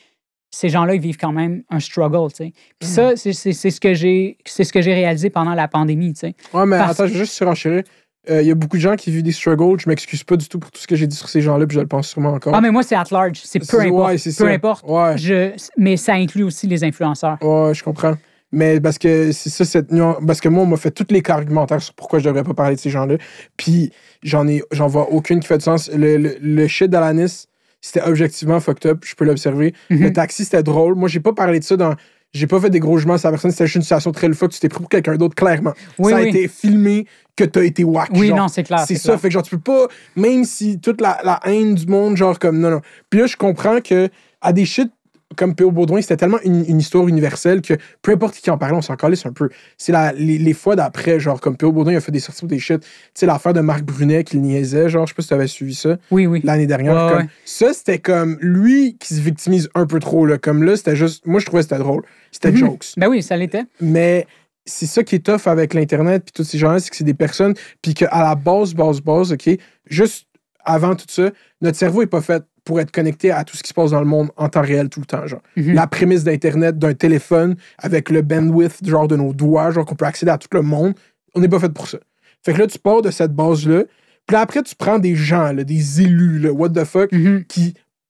[SPEAKER 3] ces gens-là, ils vivent quand même un struggle, tu sais. Puis mmh. ça, c'est, c'est, c'est, ce que j'ai, c'est ce que j'ai réalisé pendant la pandémie, tu sais.
[SPEAKER 4] Ouais, mais
[SPEAKER 3] Parce...
[SPEAKER 4] attends, je vais juste surenchérir. Il euh, y a beaucoup de gens qui vivent des struggles. Je m'excuse pas du tout pour tout ce que j'ai dit sur ces gens-là, puis je le pense sûrement encore.
[SPEAKER 3] Ah, mais moi, c'est at large. C'est peu c'est, importe. Ouais, c'est peu ça. importe.
[SPEAKER 4] Ouais.
[SPEAKER 3] Je, mais ça inclut aussi les influenceurs.
[SPEAKER 4] Ouais, je comprends. Mais parce que c'est ça, cette nuance. Parce que moi, on m'a fait tous les cas argumentaires sur pourquoi je devrais pas parler de ces gens-là. Puis j'en ai, j'en vois aucune qui fait de sens. Le, le, le shit d'Alanis, c'était objectivement fucked up. Je peux l'observer. Mm-hmm. Le taxi, c'était drôle. Moi, j'ai pas parlé de ça dans. J'ai pas fait des gros jugements sur la personne. C'était juste une situation très loufoque. Tu t'es pris pour quelqu'un d'autre, clairement.
[SPEAKER 3] Oui,
[SPEAKER 4] ça a
[SPEAKER 3] oui.
[SPEAKER 4] été filmé que t'as été whack.
[SPEAKER 3] Oui,
[SPEAKER 4] genre.
[SPEAKER 3] non, c'est clair.
[SPEAKER 4] C'est,
[SPEAKER 3] c'est
[SPEAKER 4] ça.
[SPEAKER 3] clair.
[SPEAKER 4] Fait que genre, tu peux pas. Même si toute la, la haine du monde, genre, comme. Non, non. Puis là, je comprends que à des shit comme P O Baudouin, c'était tellement une, une histoire universelle que peu importe qui en parlait, on s'en calisse un peu. C'est la, les, les fois d'après, genre, comme P O Baudouin a fait des sorties pour des shit. Tu sais, l'affaire de Marc Brunet qu'il niaisait, genre, je sais pas si tu avais suivi ça.
[SPEAKER 3] Oui, oui.
[SPEAKER 4] L'année dernière.
[SPEAKER 3] Ouais,
[SPEAKER 4] comme,
[SPEAKER 3] ouais.
[SPEAKER 4] Ça, c'était comme lui qui se victimise un peu trop, là. Comme là, c'était juste. Moi, je trouvais que c'était drôle. C'était
[SPEAKER 3] mm-hmm.
[SPEAKER 4] jokes.
[SPEAKER 3] Ben oui, ça l'était.
[SPEAKER 4] Mais c'est ça qui est tough avec l'Internet, puis tous ces gens-là, c'est que c'est des personnes, puis qu'à la base, base, base, OK, juste avant tout ça, notre cerveau est pas fait pour être connecté à tout ce qui se passe dans le monde en temps réel tout le temps, genre.
[SPEAKER 3] Mm-hmm.
[SPEAKER 4] La prémisse d'Internet, d'un téléphone, avec le bandwidth, genre, de nos doigts, genre, qu'on peut accéder à tout le monde, on n'est pas fait pour ça. Fait que là, tu pars de cette base-là, puis là, après, tu prends des gens, là, des élus, là, what the fuck,
[SPEAKER 3] mm-hmm.
[SPEAKER 4] qui,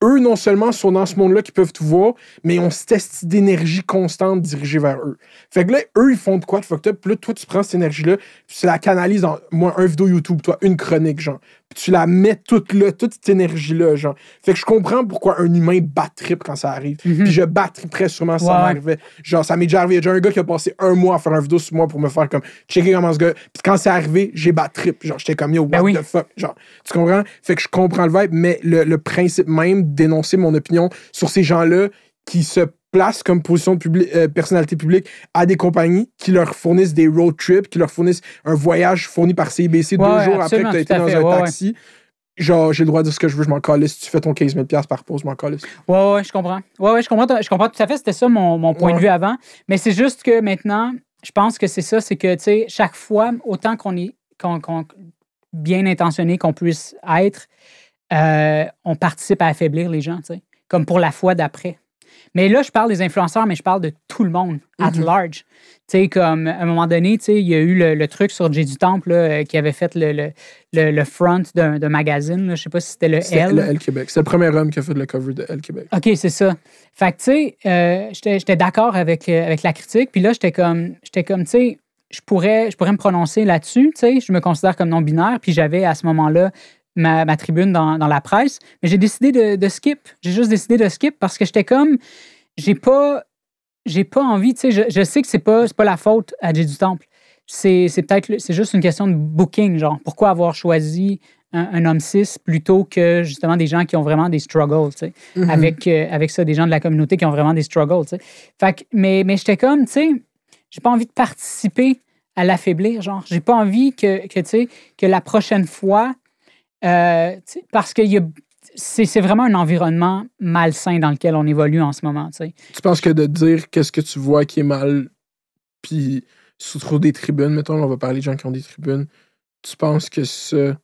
[SPEAKER 4] eux, non seulement sont dans ce monde-là qui peuvent tout voir, mais ils ont cette esti d'énergie constante dirigée vers eux. Fait que là, eux, ils font de quoi de fucked up? Puis là, toi, tu prends cette énergie-là, puis tu la canalises dans, moi, un vidéo YouTube, toi, une chronique, genre. Puis tu la mets toute là, toute cette énergie-là, genre. Fait que je comprends pourquoi un humain bat trip quand ça arrive. Mm-hmm. Puis je bat triperais sûrement si ouais. ça m'arrivait. Genre, ça m'est déjà arrivé. Il y a déjà un gars qui a passé un mois à faire une vidéo sur moi pour me faire comme checker comment ce gars. Puis quand c'est arrivé, j'ai bat trip. Genre, j'étais comme yo, what ben oui. the fuck? Genre, tu comprends? Fait que je comprends le vibe, mais le, le principe même d'énoncer mon opinion sur ces gens-là qui se placent comme position de publi- euh, personnalité publique à des compagnies qui leur fournissent des road trips, qui leur fournissent un voyage fourni par C I B C ouais, deux jours après que tu as été dans un ouais, taxi. Ouais. Genre, j'ai le droit de dire ce que je veux, je m'en calisse. Si tu fais ton quinze mille dollars par pause, je m'en calisse.
[SPEAKER 3] Ouais, ouais, je comprends. Ouais, ouais, je comprends, je comprends tout à fait. C'était ça mon, mon point ouais. de vue avant. Mais c'est juste que maintenant, je pense que c'est ça, c'est que, tu sais, chaque fois, autant qu'on est qu'on, qu'on, bien intentionné qu'on puisse être, euh, on participe à affaiblir les gens, tu sais, comme pour la fois d'après. Mais là, je parle des influenceurs, mais je parle de tout le monde, at mm-hmm. large. Tu sais, comme, à un moment donné, tu sais, il y a eu le, le truc sur Jay du Temple, là, qui avait fait le, le, le, le front d'un, d'un magazine, là. Je sais pas si c'était le
[SPEAKER 4] c'était
[SPEAKER 3] Elle.
[SPEAKER 4] le Elle Québec. C'est le premier homme qui a fait le cover de Elle Québec.
[SPEAKER 3] OK, c'est ça. Fait que, tu sais, euh, j'étais, j'étais d'accord avec, euh, avec la critique, puis là, j'étais comme, j'étais comme, tu sais, je pourrais, je pourrais me prononcer là-dessus, tu sais, je me considère comme non-binaire, puis j'avais à ce moment-là ma, ma tribune dans, dans la presse, mais j'ai décidé de, de skip. J'ai juste décidé de skip parce que j'étais comme, j'ai pas, j'ai pas envie, tu sais, je, je sais que c'est pas, c'est pas la faute à Jay du Temple. C'est, c'est peut-être, c'est juste une question de booking, genre, pourquoi avoir choisi un, un homme cis plutôt que, justement, des gens qui ont vraiment des struggles, tu sais, mm-hmm. avec, euh, avec ça, des gens de la communauté qui ont vraiment des struggles, tu sais. Fait que, mais, mais j'étais comme, tu sais, j'ai pas envie de participer à l'affaiblir, genre, j'ai pas envie que, que tu sais, que la prochaine fois, euh, parce qu'il y a C'est, c'est vraiment un environnement malsain dans lequel on évolue en ce moment. Tu sais.
[SPEAKER 4] Tu penses que de dire qu'est-ce que tu vois qui est mal, puis sous trop des tribunes, mettons, on va parler de gens qui ont des tribunes, tu penses que ça,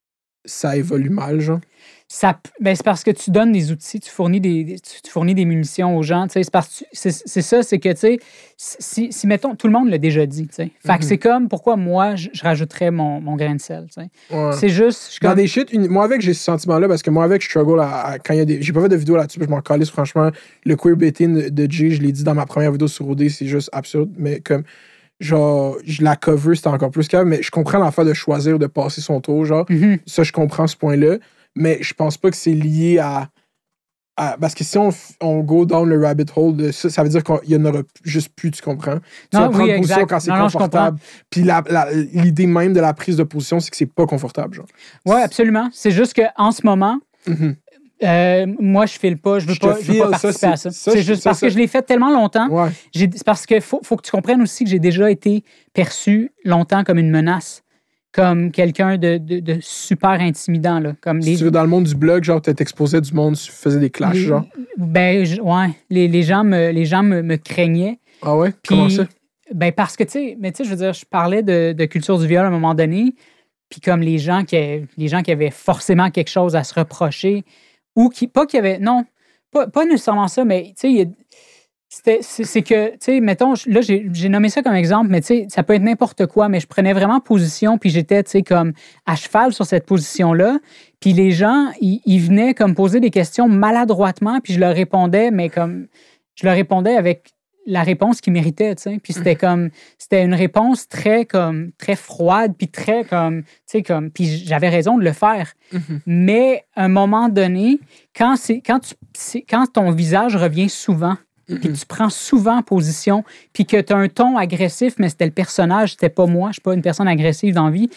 [SPEAKER 4] ça évolue mal, genre?
[SPEAKER 3] Ça, ben c'est parce que tu donnes des outils, tu fournis des, des tu fournis des munitions aux gens. C'est, parce que tu, c'est, c'est ça, c'est que, tu sais, si, si, mettons, tout le monde l'a déjà dit, tu sais. Fait mm-hmm. que c'est comme, pourquoi moi, je, je rajouterais mon, mon grain de sel, tu sais. Ouais. C'est juste...
[SPEAKER 4] Dans
[SPEAKER 3] comme...
[SPEAKER 4] des shit, une, moi avec, j'ai ce sentiment-là, parce que moi avec, je struggle à, à, quand il y a des... J'ai pas fait de vidéo là-dessus, je m'en calisse, franchement. Le queerbaiting de, de Jay, je l'ai dit dans ma première vidéo sur O D, c'est juste absurde, mais comme... Genre, je la cover, c'était encore plus calme, mais je comprends l'affaire de choisir de passer son tour, genre. Mm-hmm. Ça, je comprends ce point-là. Mais je pense pas que c'est lié à... à parce que si on, on go down le rabbit hole de ça, ça veut dire qu'il y en aura juste plus, tu comprends? Tu
[SPEAKER 3] non,
[SPEAKER 4] vas prendre
[SPEAKER 3] oui,
[SPEAKER 4] position
[SPEAKER 3] exact.
[SPEAKER 4] quand c'est
[SPEAKER 3] non,
[SPEAKER 4] confortable. Puis la, la, l'idée même de la prise de position, c'est que c'est pas confortable, genre.
[SPEAKER 3] Oui, absolument. C'est juste qu'en ce moment... Mm-hmm. Euh, moi, je file pas, je veux, je pas, je veux pas participer ça, à ça. ça c'est juste ça, parce ça. que je l'ai fait tellement longtemps. Ouais. J'ai, c'est parce qu'il faut, faut que tu comprennes aussi que j'ai déjà été perçu longtemps comme une menace, comme quelqu'un de, de, de super intimidant. Là, comme
[SPEAKER 4] si
[SPEAKER 3] les...
[SPEAKER 4] tu veux, dans le monde du blog, genre, tu t'exposais du monde, tu faisais des clashs,
[SPEAKER 3] les,
[SPEAKER 4] genre.
[SPEAKER 3] Ben, je, ouais. Les, les gens, me, les gens me, me craignaient.
[SPEAKER 4] Ah ouais? Puis, comment ça?
[SPEAKER 3] Ben, parce que, tu sais, mais tu sais, je veux dire, je parlais de, de culture du viol à un moment donné, puis comme les gens, qui, les gens qui avaient forcément quelque chose à se reprocher, ou qui, pas qu'il y avait, non, pas, pas nécessairement ça, mais tu sais, c'était, c'est, c'est que, tu sais, mettons, là, j'ai, j'ai nommé ça comme exemple, mais tu sais, ça peut être n'importe quoi, mais je prenais vraiment position, puis j'étais, tu sais, comme à cheval sur cette position-là, puis les gens, ils venaient comme poser des questions maladroitement, puis je leur répondais, mais comme, je leur répondais avec la réponse qu'ils méritaient, tu sais, puis c'était comme, c'était une réponse très, comme, très froide, puis très, comme, tu sais, comme, puis j'avais raison de le faire. Mm-hmm. Mais à un moment donné, quand, c'est, quand, tu, c'est, quand ton visage revient souvent, mm-hmm. puis tu prends souvent position, puis que tu as un ton agressif, mais c'était le personnage, c'était pas moi, je suis pas une personne agressive dans la vie,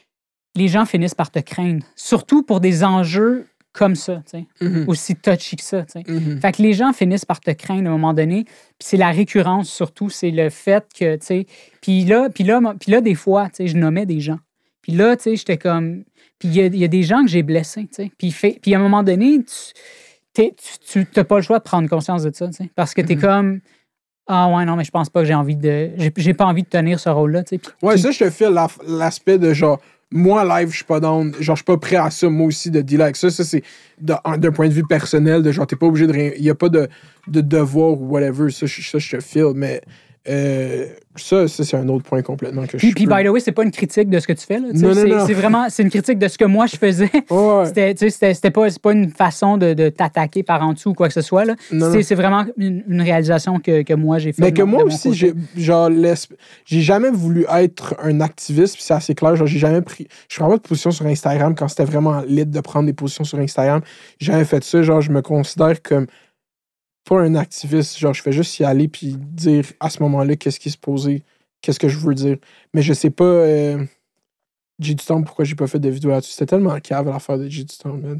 [SPEAKER 3] les gens finissent par te craindre. Surtout pour des enjeux comme ça, tu sais, mm-hmm. aussi touchy que ça, tu sais. Mm-hmm. Fait que les gens finissent par te craindre à un moment donné, puis c'est la récurrence surtout, c'est le fait que, tu sais, puis là, puis là, puis là, des fois, tu sais, je nommais des gens. Puis là, tu sais, j'étais comme, puis il y a, y a des gens que j'ai blessés, tu sais, puis, fait, puis à un moment donné, tu tu n'as pas le choix de prendre conscience de ça, tu sais, parce que t'es mm-hmm. comme, ah ouais, non, mais je pense pas que j'ai envie de, j'ai, j'ai pas envie de tenir ce rôle-là, tu sais.
[SPEAKER 4] Ouais,
[SPEAKER 3] pis,
[SPEAKER 4] ça, je te fais la, l'aspect de genre, moi, live, je suis pas down. Genre, je suis pas prêt à ça, moi aussi, de dealer avec ça. Ça, c'est de, d'un point de vue personnel, de genre, t'es pas obligé de rien. Il y a pas de, de devoir ou whatever. Ça, je, ça, je te file. Mais, Euh, ça, ça c'est un autre point complètement que
[SPEAKER 3] puis,
[SPEAKER 4] je
[SPEAKER 3] Puis,
[SPEAKER 4] peux...
[SPEAKER 3] by the way, c'est pas une critique de ce que tu fais. Là,
[SPEAKER 4] non, non,
[SPEAKER 3] c'est,
[SPEAKER 4] non.
[SPEAKER 3] c'est vraiment c'est une critique de ce que moi, je faisais.
[SPEAKER 4] Ouais.
[SPEAKER 3] C'était, c'était, c'était, pas, c'est pas une façon de, de t'attaquer par en dessous ou quoi que ce soit. Là.
[SPEAKER 4] Non,
[SPEAKER 3] c'est,
[SPEAKER 4] non.
[SPEAKER 3] c'est vraiment une, une réalisation que, que moi, j'ai faite.
[SPEAKER 4] Mais que
[SPEAKER 3] de,
[SPEAKER 4] moi
[SPEAKER 3] de mon
[SPEAKER 4] aussi,
[SPEAKER 3] côté.
[SPEAKER 4] j'ai, genre, j'ai jamais voulu être un activiste, puis c'est assez clair. Genre, j'ai jamais pris... Je prends pas de position sur Instagram quand c'était vraiment lit de prendre des positions sur Instagram. J'ai jamais fait ça. Genre, je me considère comme pas un activiste. Genre, je fais juste y aller puis dire à ce moment-là qu'est-ce qui se posait, qu'est-ce que je veux dire. Mais je sais pas... Euh... J'ai du temps, pourquoi j'ai pas fait de vidéo là-dessus. C'était tellement cave l'affaire de J'ai du temps, man.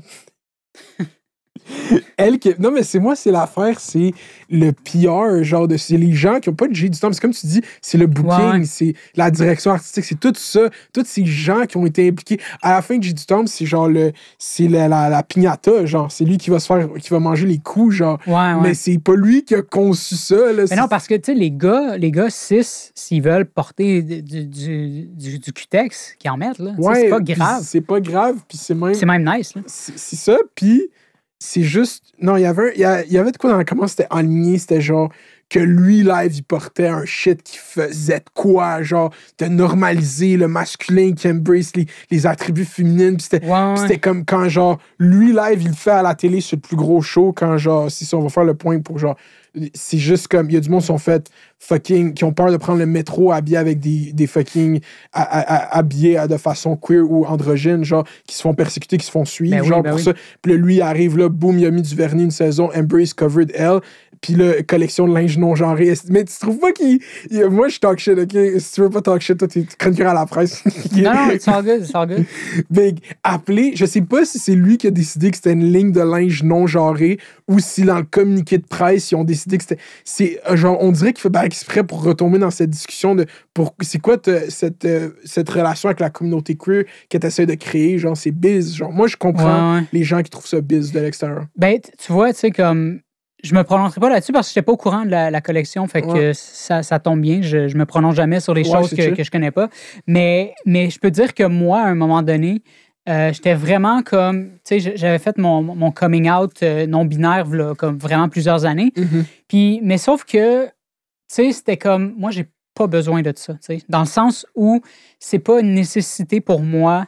[SPEAKER 4] Elle qui... Non, mais c'est moi, c'est l'affaire, c'est le P R, genre, de... c'est les gens qui ont pas de J'ai du temps. C'est comme tu dis, c'est le booking,
[SPEAKER 3] ouais.
[SPEAKER 4] c'est la direction artistique, c'est tout ça, tous ces gens qui ont été impliqués. À la fin de J'ai du temps, c'est genre le... c'est la, la, la piñata, genre, c'est lui qui va se faire, qui va manger les coups, genre.
[SPEAKER 3] Ouais, ouais.
[SPEAKER 4] Mais c'est pas lui qui a conçu ça, là.
[SPEAKER 3] Mais non, parce que, tu sais, les gars, les gars cis, s'ils veulent porter du, du, du, du cutex, qu'ils en mettent, là. Ouais, c'est pas grave.
[SPEAKER 4] C'est pas grave, puis c'est même...
[SPEAKER 3] C'est même nice, là.
[SPEAKER 4] C'est, c'est ça, puis... C'est juste... Non, il y avait, il y, a, il y avait de quoi dans la comment c'était aligné, c'était genre que lui, live, il portait un shit qui faisait de quoi, genre de normaliser le masculin qui embrace les, les attributs féminins. Puis c'était,
[SPEAKER 3] ouais, ouais.
[SPEAKER 4] c'était comme quand, genre, lui, live, il le fait à la télé sur le plus gros show, quand, genre, si ça, on va faire le point pour, genre... C'est juste comme... Il y a du monde qui sont fait fucking... qui ont peur de prendre le métro habillés avec des, des fucking... À, à, à, habillés de façon queer ou androgyne, genre, qui se font persécuter, qui se font suivre,
[SPEAKER 3] ben
[SPEAKER 4] genre,
[SPEAKER 3] oui, ben
[SPEAKER 4] pour
[SPEAKER 3] oui.
[SPEAKER 4] ça. Puis là, lui, il arrive là, boum, il a mis du vernis une saison, Embrace Covered L, puis là, collection de linge non genré. Mais tu trouves pas qu'il... il... Moi, je talk shit, OK? Si tu veux pas talk shit, toi, t'es chroniqueur à la presse.
[SPEAKER 3] Non, non, c'est all good, c'est all good.
[SPEAKER 4] Mais appelé, je sais pas si c'est lui qui a décidé que c'était une ligne de linge non genré ou si dans le communiqué de presse, ils ont décidé que c'était... C'est, genre, on dirait qu'il fait par exprès pour retomber dans cette discussion de... Pour, c'est quoi te, cette, euh, cette relation avec la communauté queer que tu essaies de créer? Genre, c'est biz. Genre, moi, je comprends
[SPEAKER 3] ouais, ouais.
[SPEAKER 4] les gens qui trouvent ça biz de l'extérieur.
[SPEAKER 3] Ben, tu vois, tu sais, comme... Je me prononcerai pas là-dessus parce que j'étais pas au courant de la, la collection, fait que
[SPEAKER 4] ouais.
[SPEAKER 3] ça, ça tombe bien. Je, je me prononce jamais sur les
[SPEAKER 4] ouais,
[SPEAKER 3] choses que, que je connais pas. Mais, mais je peux dire que moi, à un moment donné, euh, j'étais vraiment comme... Tu sais, j'avais fait mon, mon coming out euh, non-binaire, là, comme vraiment plusieurs années.
[SPEAKER 4] Mm-hmm.
[SPEAKER 3] Puis, mais sauf que, tu sais, c'était comme... Moi, j'ai pas besoin de ça, tu sais. Dans le sens où c'est pas une nécessité pour moi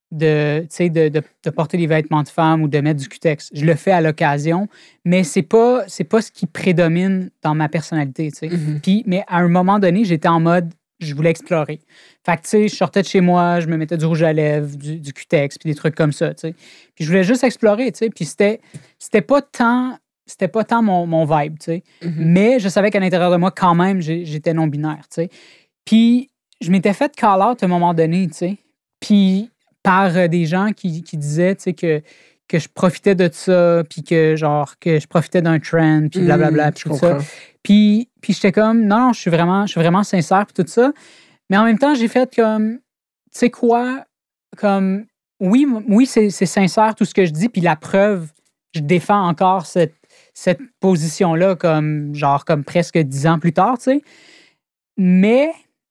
[SPEAKER 3] de, de, de, de porter des vêtements de femme ou de mettre du cutex. Je le fais à l'occasion, mais c'est pas, c'est pas ce qui prédomine dans ma personnalité, tu sais.
[SPEAKER 4] Mm-hmm.
[SPEAKER 3] Puis, mais à un moment donné, j'étais en mode, je voulais explorer. Fait que, tu sais, je sortais de chez moi, je me mettais du rouge à lèvres, du, du cutex, puis des trucs comme ça, tu sais. Puis je voulais juste explorer, tu sais. Puis c'était, c'était pas tant... C'était pas tant mon, mon vibe, tu sais.
[SPEAKER 4] Mm-hmm.
[SPEAKER 3] Mais je savais qu'à l'intérieur de moi, quand même, j'ai, j'étais non-binaire, tu sais. Puis je m'étais fait call-out à un moment donné, tu sais. Puis par euh, des gens qui, qui disaient, tu sais, que, que je profitais de ça, puis que, genre, que je profitais d'un trend, puis blablabla, puis tout ça. Puis, puis j'étais comme, non, non, je suis vraiment, je suis vraiment sincère, puis tout ça. Mais en même temps, j'ai fait comme, tu sais quoi, comme, oui, oui c'est, c'est sincère tout ce que je dis, puis la preuve, je défends encore cette cette position-là comme, genre, comme presque dix ans plus tard, tu sais. Mais,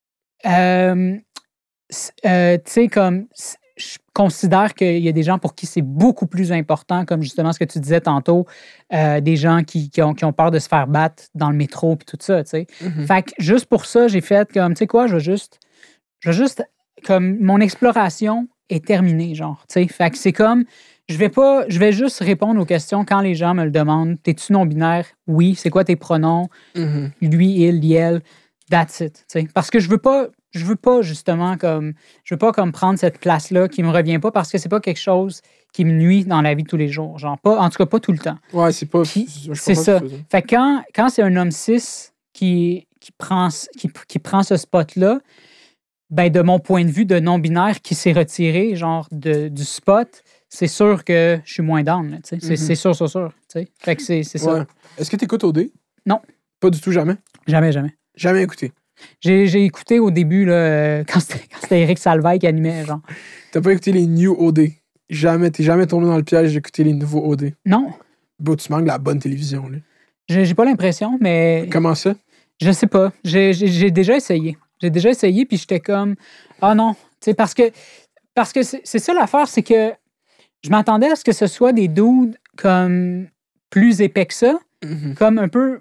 [SPEAKER 3] euh, euh, tu sais, comme, je considère qu'il y a des gens pour qui c'est beaucoup plus important, comme justement ce que tu disais tantôt, euh, des gens qui, qui, ont, qui ont peur de se faire battre dans le métro puis tout ça, tu sais.
[SPEAKER 4] Mm-hmm.
[SPEAKER 3] Fait que juste pour ça, j'ai fait comme, tu sais quoi, je vais juste, je vais juste, comme, mon exploration est terminée, genre, tu sais. Fait que c'est comme... Je vais pas, je vais juste répondre aux questions quand les gens me le demandent. T'es-tu non-binaire? Oui. C'est quoi tes pronoms?
[SPEAKER 4] Mm-hmm.
[SPEAKER 3] Lui, il, elle. That's it. T'sais. Parce que je veux pas, je veux pas justement comme, je veux pas comme prendre cette place-là qui me revient pas parce que c'est pas quelque chose qui me nuit dans la vie de tous les jours. Genre pas, en tout cas pas tout le temps.
[SPEAKER 4] Ouais, c'est pas.
[SPEAKER 3] Puis, c'est ça. Fait que quand, quand c'est un homme cis qui, qui prend, qui, qui prend ce spot-là, ben de mon point de vue de non-binaire qui s'est retiré genre de, du spot. C'est sûr que je suis moins down. Là, c'est, mm-hmm. c'est sûr, c'est sûr. T'sais. Fait que c'est, c'est ça.
[SPEAKER 4] Ouais. Est-ce que tu écoutes O D?
[SPEAKER 3] Non.
[SPEAKER 4] Pas du tout, jamais?
[SPEAKER 3] Jamais, jamais.
[SPEAKER 4] Jamais écouté?
[SPEAKER 3] J'ai, j'ai écouté au début, là, quand, c'était, quand c'était Eric Salvaille qui animait. Genre.
[SPEAKER 4] T'as pas écouté les new O D? Jamais. T'es jamais tombé dans le piège d'écouter les nouveaux O D?
[SPEAKER 3] Non.
[SPEAKER 4] Bon, tu manques de la bonne télévision. Là.
[SPEAKER 3] J'ai, j'ai pas l'impression, mais...
[SPEAKER 4] Comment ça?
[SPEAKER 3] Je sais pas. J'ai, j'ai, j'ai déjà essayé. J'ai déjà essayé, puis j'étais comme... Ah non. T'sais, parce que, parce que c'est, c'est ça l'affaire, c'est que je m'attendais à ce que ce soit des dudes comme plus épais que ça,
[SPEAKER 4] mm-hmm.
[SPEAKER 3] comme un peu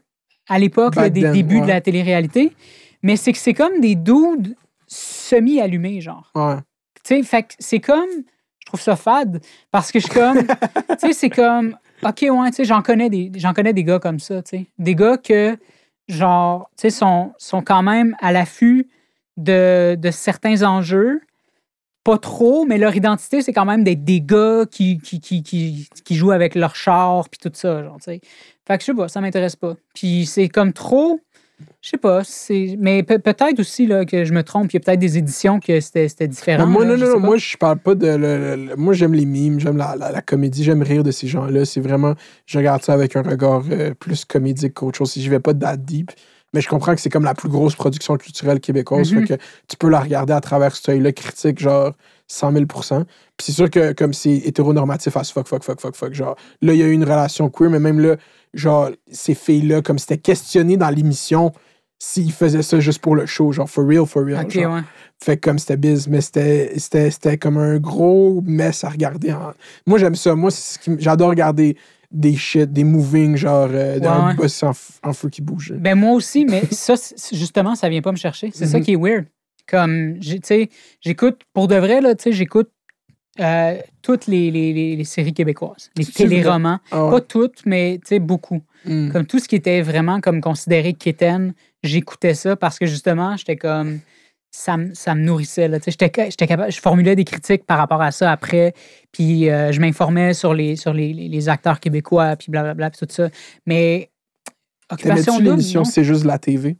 [SPEAKER 3] à l'époque là,
[SPEAKER 4] Back
[SPEAKER 3] des
[SPEAKER 4] then,
[SPEAKER 3] débuts
[SPEAKER 4] ouais.
[SPEAKER 3] de la télé-réalité. Mais c'est que c'est comme des dudes semi-allumés, genre.
[SPEAKER 4] Ouais.
[SPEAKER 3] Tu sais, fait que c'est comme... Je trouve ça fade parce que je suis comme... tu sais, c'est comme... OK, ouais, tu sais, j'en connais des, j'en connais des gars comme ça, tu sais. Des gars que, genre, tu sais, sont, sont quand même à l'affût de, de certains enjeux. Pas trop, mais leur identité, c'est quand même d'être des gars qui, qui, qui, qui, qui jouent avec leur char puis tout ça, genre, tu sais. Fait que je sais pas, ça m'intéresse pas. Puis c'est comme trop... Je sais pas, c'est... mais pe- peut-être aussi là, que je me trompe. Il y a peut-être des éditions que c'était, c'était différent.
[SPEAKER 4] Mais moi,
[SPEAKER 3] là,
[SPEAKER 4] non,
[SPEAKER 3] je
[SPEAKER 4] non,
[SPEAKER 3] sais
[SPEAKER 4] non,
[SPEAKER 3] pas.
[SPEAKER 4] moi, je parle pas de. Le, le- le- moi, j'aime les mimes, j'aime la, la, la comédie, j'aime rire de ces gens-là. C'est vraiment. Je regarde ça avec un regard euh, plus comédique qu'autre chose. Si je vais pas that deep. Mais je comprends que c'est comme la plus grosse production culturelle québécoise.
[SPEAKER 3] Mhm.
[SPEAKER 4] Fait que tu peux la regarder à travers cet œil-là critique, genre cent mille pour cent. Puis c'est sûr que comme c'est hétéronormatif à ce fuck, fuck, fuck, fuck, fuck. Genre, là, il y a eu une relation queer, mais même là, genre, ces filles-là, comme c'était questionné dans l'émission s'ils faisaient ça juste pour le show, genre for real, for real.
[SPEAKER 3] OK,
[SPEAKER 4] genre.
[SPEAKER 3] ouais.
[SPEAKER 4] Fait que comme c'était biz, mais c'était, c'était, c'était comme un gros mess à regarder. En... Moi, j'aime ça. Moi, c'est ce qui... j'adore regarder des shit, des moving, genre euh,
[SPEAKER 3] Ouais,
[SPEAKER 4] un
[SPEAKER 3] ouais.
[SPEAKER 4] boss en, f- en feu qui bouge.
[SPEAKER 3] Ben moi aussi, mais ça, c'est- justement, ça vient pas me chercher. C'est ça
[SPEAKER 4] Mhm.
[SPEAKER 3] qui est weird. Comme, j'ai- tu sais, j'écoute, pour de vrai, là, tu sais, j'écoute euh, toutes les, les, les, les séries québécoises, les
[SPEAKER 4] C'est-tu vrai?
[SPEAKER 3] téléromans.
[SPEAKER 4] Ah ouais.
[SPEAKER 3] Pas toutes, mais, tu sais, beaucoup.
[SPEAKER 4] Mm.
[SPEAKER 3] Comme tout ce qui était vraiment comme considéré quétaine, j'écoutais ça parce que justement, j'étais comme. Ça, me- ça me nourrissait. Là. Tu sais, J'étais, ca- j'étais capable, je formulais des critiques par rapport à ça après, puis euh, je m'informais sur les, sur les, les, les acteurs québécois, puis blablabla, puis tout ça. Mais Occupation
[SPEAKER 4] T'aimais-tu
[SPEAKER 3] Double,
[SPEAKER 4] l'émission
[SPEAKER 3] non?
[SPEAKER 4] C'est juste de la T V?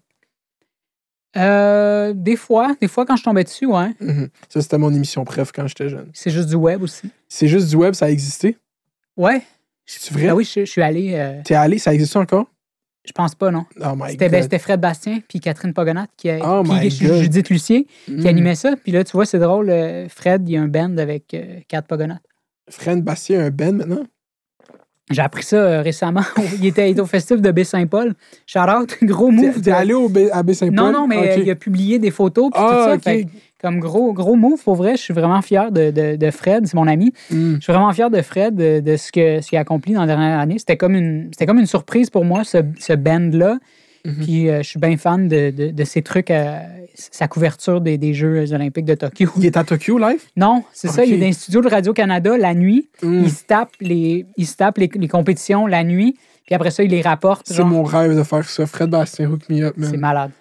[SPEAKER 3] Euh, des fois, des fois quand je tombais dessus, ouais.
[SPEAKER 4] Mhm. Ça, c'était mon émission préf quand j'étais jeune.
[SPEAKER 3] C'est juste du web aussi.
[SPEAKER 4] C'est juste du web, ça a existé?
[SPEAKER 3] Ouais.
[SPEAKER 4] C'est vrai?
[SPEAKER 3] Ah oui, je, je suis allé. euh,
[SPEAKER 4] T'es allé, ça existe encore?
[SPEAKER 3] je pense pas, non.
[SPEAKER 4] Oh my
[SPEAKER 3] C'était, ben,
[SPEAKER 4] God.
[SPEAKER 3] c'était Fred Bastien puis Catherine Pogonat qui a,
[SPEAKER 4] Oh
[SPEAKER 3] puis
[SPEAKER 4] my
[SPEAKER 3] Ju-
[SPEAKER 4] God.
[SPEAKER 3] Judith Lucier qui
[SPEAKER 4] Mm.
[SPEAKER 3] animait ça. Puis là, tu vois, c'est drôle. euh, Fred, il y a un band avec euh, Cat Pogonat.
[SPEAKER 4] Fred Bastien a un band maintenant?
[SPEAKER 3] J'ai appris ça euh, récemment. il, était, il était au festival de Baie-Saint-Paul. Shout out, gros
[SPEAKER 4] T'es,
[SPEAKER 3] move.
[SPEAKER 4] t'es
[SPEAKER 3] de-
[SPEAKER 4] allé au B- à Baie-Saint-Paul?
[SPEAKER 3] Non, non, mais
[SPEAKER 4] Ok.
[SPEAKER 3] euh, il a publié des photos puis tout
[SPEAKER 4] Ah,
[SPEAKER 3] ça.
[SPEAKER 4] ok.
[SPEAKER 3] Fait que, comme gros, gros move, pour vrai, je suis vraiment fier de, de, de Fred, c'est mon ami.
[SPEAKER 4] Mm.
[SPEAKER 3] Je suis vraiment fier de Fred, de, de ce, que, ce qu'il a accompli dans la dernière année. C'était comme une, c'était comme une surprise pour moi, ce, ce band-là.
[SPEAKER 4] Mhm.
[SPEAKER 3] Puis euh, je suis bien fan de, de, de ces trucs, euh, sa couverture des, des Jeux olympiques de Tokyo.
[SPEAKER 4] Il est à Tokyo live?
[SPEAKER 3] Non, c'est ça,
[SPEAKER 4] Ok.
[SPEAKER 3] il est dans les studios de Radio-Canada la nuit.
[SPEAKER 4] Mm.
[SPEAKER 3] Il se tape, les, il se tape les, les compétitions la nuit. Puis après ça, il les rapporte.
[SPEAKER 4] C'est
[SPEAKER 3] genre.
[SPEAKER 4] mon rêve de faire ça. Fred Bastien, hook me up, man.
[SPEAKER 3] C'est malade.